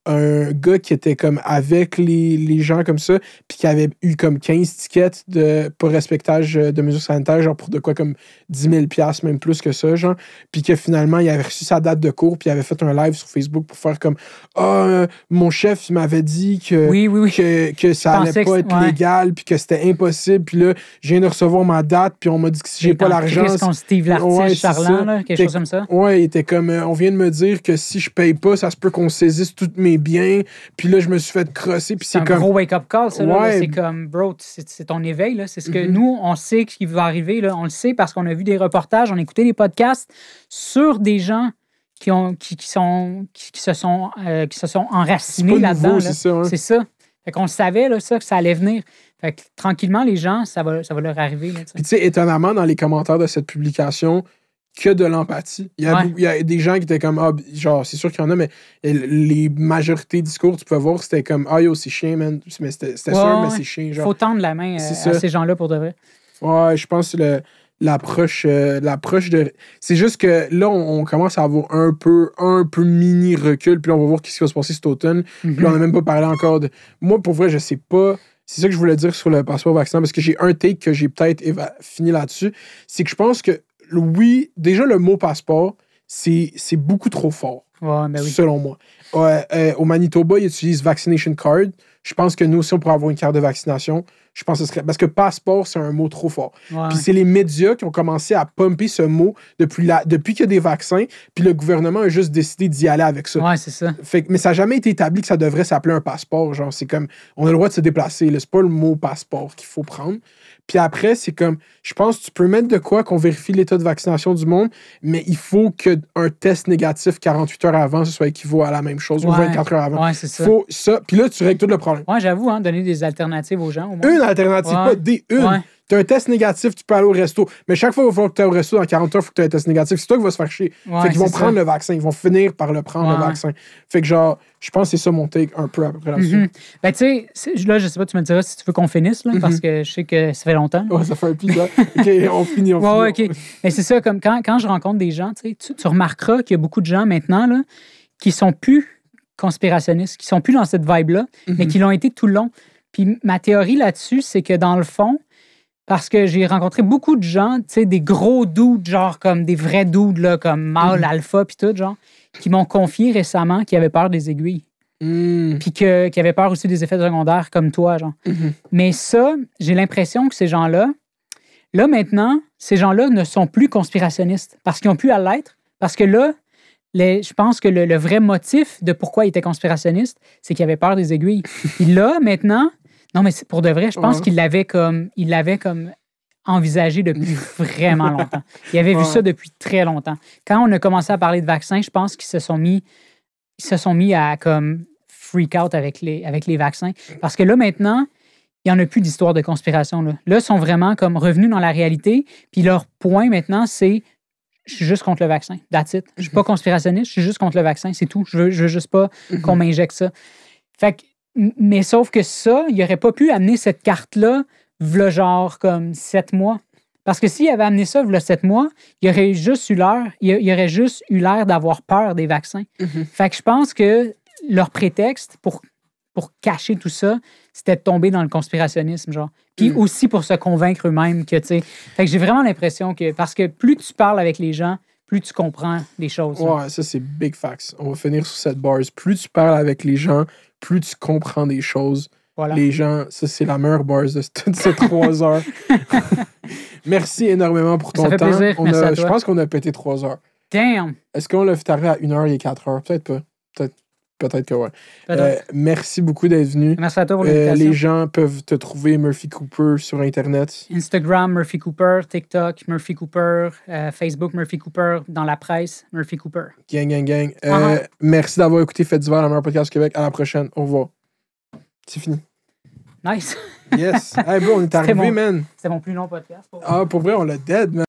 [SPEAKER 4] un gars qui était comme avec les, les gens comme ça, puis qui avait eu comme quinze tickets de pas respectage de mesures sanitaires, genre pour de quoi comme dix mille dollars, même plus que ça, genre. Puis que finalement, il avait reçu sa date de cours, puis il avait fait un live sur Facebook pour faire comme ah, euh, mon chef, il m'avait dit que,
[SPEAKER 3] Oui, oui, oui.
[SPEAKER 4] que, que ça allait
[SPEAKER 3] pensais
[SPEAKER 4] pas
[SPEAKER 3] que-
[SPEAKER 4] être
[SPEAKER 3] ouais.
[SPEAKER 4] légal, puis que c'était impossible. Puis là, je viens de recevoir ma date, puis on m'a dit que si j'ai pas l'argent.
[SPEAKER 3] Chris contre Steve Lartigue,
[SPEAKER 4] Ouais, c'est
[SPEAKER 3] Charland,
[SPEAKER 4] ça.
[SPEAKER 3] là, quelque
[SPEAKER 4] T'es-
[SPEAKER 3] chose comme ça.
[SPEAKER 4] Ouais, il était comme, euh, on vient de me dire que si je paye pas, ça se peut qu'on saisisse tous mes biens. Puis là, je me suis fait crosser. Puis
[SPEAKER 3] C'est
[SPEAKER 4] c'est
[SPEAKER 3] un
[SPEAKER 4] comme.
[SPEAKER 3] gros wake-up call, ça. là,
[SPEAKER 4] Ouais.
[SPEAKER 3] là. C'est comme, bro, c'est c'est ton éveil. là. C'est ce que
[SPEAKER 4] Mhm.
[SPEAKER 3] nous, on sait ce qui va arriver. Là. On le sait parce qu'on a vu des reportages, on a écouté des podcasts sur des gens qui, ont, qui, qui, sont, qui, qui se, sont, euh, qui se sont
[SPEAKER 4] C'est
[SPEAKER 3] enracinés
[SPEAKER 4] pas
[SPEAKER 3] là-dedans.
[SPEAKER 4] nouveau,
[SPEAKER 3] là.
[SPEAKER 4] c'est ça. Hein?
[SPEAKER 3] C'est ça. Fait qu'on le savait, là, ça, que ça allait venir. Fait que tranquillement, les gens, ça va, ça va leur arriver. Là, tu sais.
[SPEAKER 4] Puis tu sais, étonnamment, dans les commentaires de cette publication, que de l'empathie. Il y, a,
[SPEAKER 3] Ouais.
[SPEAKER 4] beaucoup- il y a des gens qui étaient comme, ah, genre, c'est sûr qu'il y en a, mais les majorités discours, tu peux voir, c'était comme, ah yo, c'est chien, man. Mais c'était c'était
[SPEAKER 3] Ouais,
[SPEAKER 4] sûr, mais
[SPEAKER 3] ouais.
[SPEAKER 4] c'est chien,
[SPEAKER 3] Il
[SPEAKER 4] genre.
[SPEAKER 3] faut tendre la main euh,
[SPEAKER 4] C'est
[SPEAKER 3] à
[SPEAKER 4] ça.
[SPEAKER 3] ces gens-là pour de vrai.
[SPEAKER 4] Ouais, je pense que le- l'approche euh, l'approche de. C'est juste que là, on, on commence à avoir un peu, un peu mini recul, puis là, on va voir ce qui va se passer cet automne. Puis là, on n'a même pas parlé encore de. Moi, pour vrai, je sais pas. C'est ça que je voulais dire sur le passeport vaccinal, parce que j'ai un take que j'ai peut-être éva- fini là-dessus. C'est que je pense que, oui, déjà, le mot passeport, c'est c'est beaucoup trop fort,
[SPEAKER 3] Ouais, ben oui.
[SPEAKER 4] selon moi. Ouais, euh, au Manitoba, ils utilisent Vaccination Card. Je pense que nous aussi, on pourrait avoir une carte de vaccination. Je pense que ce serait. Parce que passeport, c'est un mot trop fort.
[SPEAKER 3] Ouais.
[SPEAKER 4] Puis c'est les médias qui ont commencé à pumper ce mot depuis, la, depuis qu'il y a des vaccins, puis le gouvernement a juste décidé d'y aller avec ça.
[SPEAKER 3] Ouais, c'est ça.
[SPEAKER 4] Fait que- mais ça n'a jamais été établi que ça devrait s'appeler un passeport. Genre, c'est comme, on a le droit de se déplacer. là. C'est pas le mot passeport qu'il faut prendre. Puis après, c'est comme, je pense que tu peux mettre de quoi qu'on vérifie l'état de vaccination du monde, mais il faut qu'un test négatif quarante-huit heures avant, ce soit équivaut à la même chose, ou
[SPEAKER 3] Ouais.
[SPEAKER 4] vingt-quatre heures avant.
[SPEAKER 3] Ouais, c'est ça.
[SPEAKER 4] Faut ça. Puis là, tu règles tout le problème.
[SPEAKER 3] Ouais, j'avoue, hein, donner des alternatives aux gens. Au moins.
[SPEAKER 4] Une alternative,
[SPEAKER 3] Ouais.
[SPEAKER 4] pas des une.
[SPEAKER 3] Ouais.
[SPEAKER 4] Tu as un test négatif, tu peux aller au resto. Mais chaque fois qu'il va falloir que tu ailles au resto dans quarante heures, il faut que tu aies un test négatif. C'est toi qui vas se faire chier.
[SPEAKER 3] Ouais,
[SPEAKER 4] fait qu'ils vont
[SPEAKER 3] c'est
[SPEAKER 4] prendre
[SPEAKER 3] ça.
[SPEAKER 4] le vaccin. Ils vont finir par le prendre,
[SPEAKER 3] Ouais.
[SPEAKER 4] le vaccin. Fait que genre, je pense que c'est ça mon take un peu à peu près là-dessus.
[SPEAKER 3] Mhm. Ben, tu sais, c'est- là, je sais pas, tu me diras si tu veux qu'on finisse, là, parce que je sais que ça fait longtemps.
[SPEAKER 4] Ouais, ça fait un épisode. OK, on finit, on
[SPEAKER 3] Ouais, ouais,
[SPEAKER 4] finit.
[SPEAKER 3] OK. Mais c'est ça, comme quand, quand je rencontre des gens, tu sais, tu, tu remarqueras qu'il y a beaucoup de gens maintenant là, qui sont plus conspirationnistes, qui sont plus dans cette vibe-là, mais qui l'ont été tout le long. Puis ma théorie là-dessus, c'est que dans le fond, parce que j'ai rencontré beaucoup de gens, tu sais, des gros dudes, genre comme des vrais dudes, là, comme mâle, alpha, puis tout, genre, qui m'ont confié récemment qu'ils avaient peur des aiguilles.
[SPEAKER 4] Mm.
[SPEAKER 3] Puis que- qui avaient peur aussi des effets secondaires comme toi, genre.
[SPEAKER 4] Mhm.
[SPEAKER 3] Mais ça, j'ai l'impression que ces gens-là, là maintenant, ces gens-là ne sont plus conspirationnistes parce qu'ils n'ont plus à l'être. Parce que là, les- je pense que le, le vrai motif de pourquoi ils étaient conspirationnistes, c'est qu'ils avaient peur des aiguilles. Puis là, maintenant, non, mais c'est pour de vrai, je pense
[SPEAKER 4] Ouais.
[SPEAKER 3] qu'ils l'avaient comme, ils l'avaient comme envisagé depuis vraiment longtemps. Ils avaient vu
[SPEAKER 4] Ouais.
[SPEAKER 3] ça depuis très longtemps. Quand on a commencé à parler de vaccins, je pense qu'ils se sont mis, ils se sont mis à comme freak out avec les, avec les vaccins. Parce que là, maintenant, il n'y en a plus d'histoire de conspiration. Là. là, ils sont vraiment comme revenus dans la réalité. Puis leur point maintenant, c'est je suis juste contre le vaccin. That's it. Je suis pas conspirationniste, je suis juste contre le vaccin. C'est tout. Je veux, je veux juste pas qu'on m'injecte ça. Fait que, m- mais sauf que ça, il n'aurait pas pu amener cette carte-là, v'là genre comme sept mois. Parce que s'il avait amené ça, v'là sept mois, il aurait juste eu l'air, il il aurait juste eu l'air d'avoir peur des vaccins. Fait que je pense que leur prétexte pour, pour cacher tout ça, c'était de tomber dans le conspirationnisme, genre. Puis
[SPEAKER 4] Mm.
[SPEAKER 3] aussi pour se convaincre eux-mêmes que, tu sais... Fait que j'ai vraiment l'impression que... Parce que plus tu parles avec les gens, plus tu comprends les choses. là.
[SPEAKER 4] Ouais, ça, c'est big facts. On va finir sur cette bars. Plus tu parles avec les gens, plus tu comprends des choses.
[SPEAKER 3] Voilà.
[SPEAKER 4] Les gens, ça, c'est la meilleure bars de toutes ces trois heures. Merci énormément pour ton
[SPEAKER 3] Ça fait
[SPEAKER 4] temps.
[SPEAKER 3] plaisir.
[SPEAKER 4] On
[SPEAKER 3] Merci
[SPEAKER 4] a-
[SPEAKER 3] à
[SPEAKER 4] Je
[SPEAKER 3] toi.
[SPEAKER 4] pense qu'on a pété trois heures.
[SPEAKER 3] Damn!
[SPEAKER 4] Est-ce qu'on l'a fait arriver à une heure et quatre heures? Peut-être pas. Peut-être peut-être que ouais.
[SPEAKER 3] Peut-être.
[SPEAKER 4] Euh, merci beaucoup d'être venu.
[SPEAKER 3] Merci à toi pour
[SPEAKER 4] Euh,
[SPEAKER 3] l'invitation.
[SPEAKER 4] les gens peuvent te trouver Murphy Cooper sur Internet.
[SPEAKER 3] Instagram, Murphy Cooper. TikTok, Murphy Cooper. euh, Facebook, Murphy Cooper. Dans la presse, Murphy Cooper.
[SPEAKER 4] Gang, gang, gang. Euh,
[SPEAKER 3] Uh-huh.
[SPEAKER 4] Merci d'avoir écouté Faites d'hiver, la meilleure podcast du Québec. À la prochaine. Au revoir. C'est fini.
[SPEAKER 3] Nice!
[SPEAKER 4] Yes. Hey, bro, on est arrivé,
[SPEAKER 3] bon.
[SPEAKER 4] man.
[SPEAKER 3] C'était mon plus long podcast. Pour...
[SPEAKER 4] Ah, pour vrai, on l'a dead, man.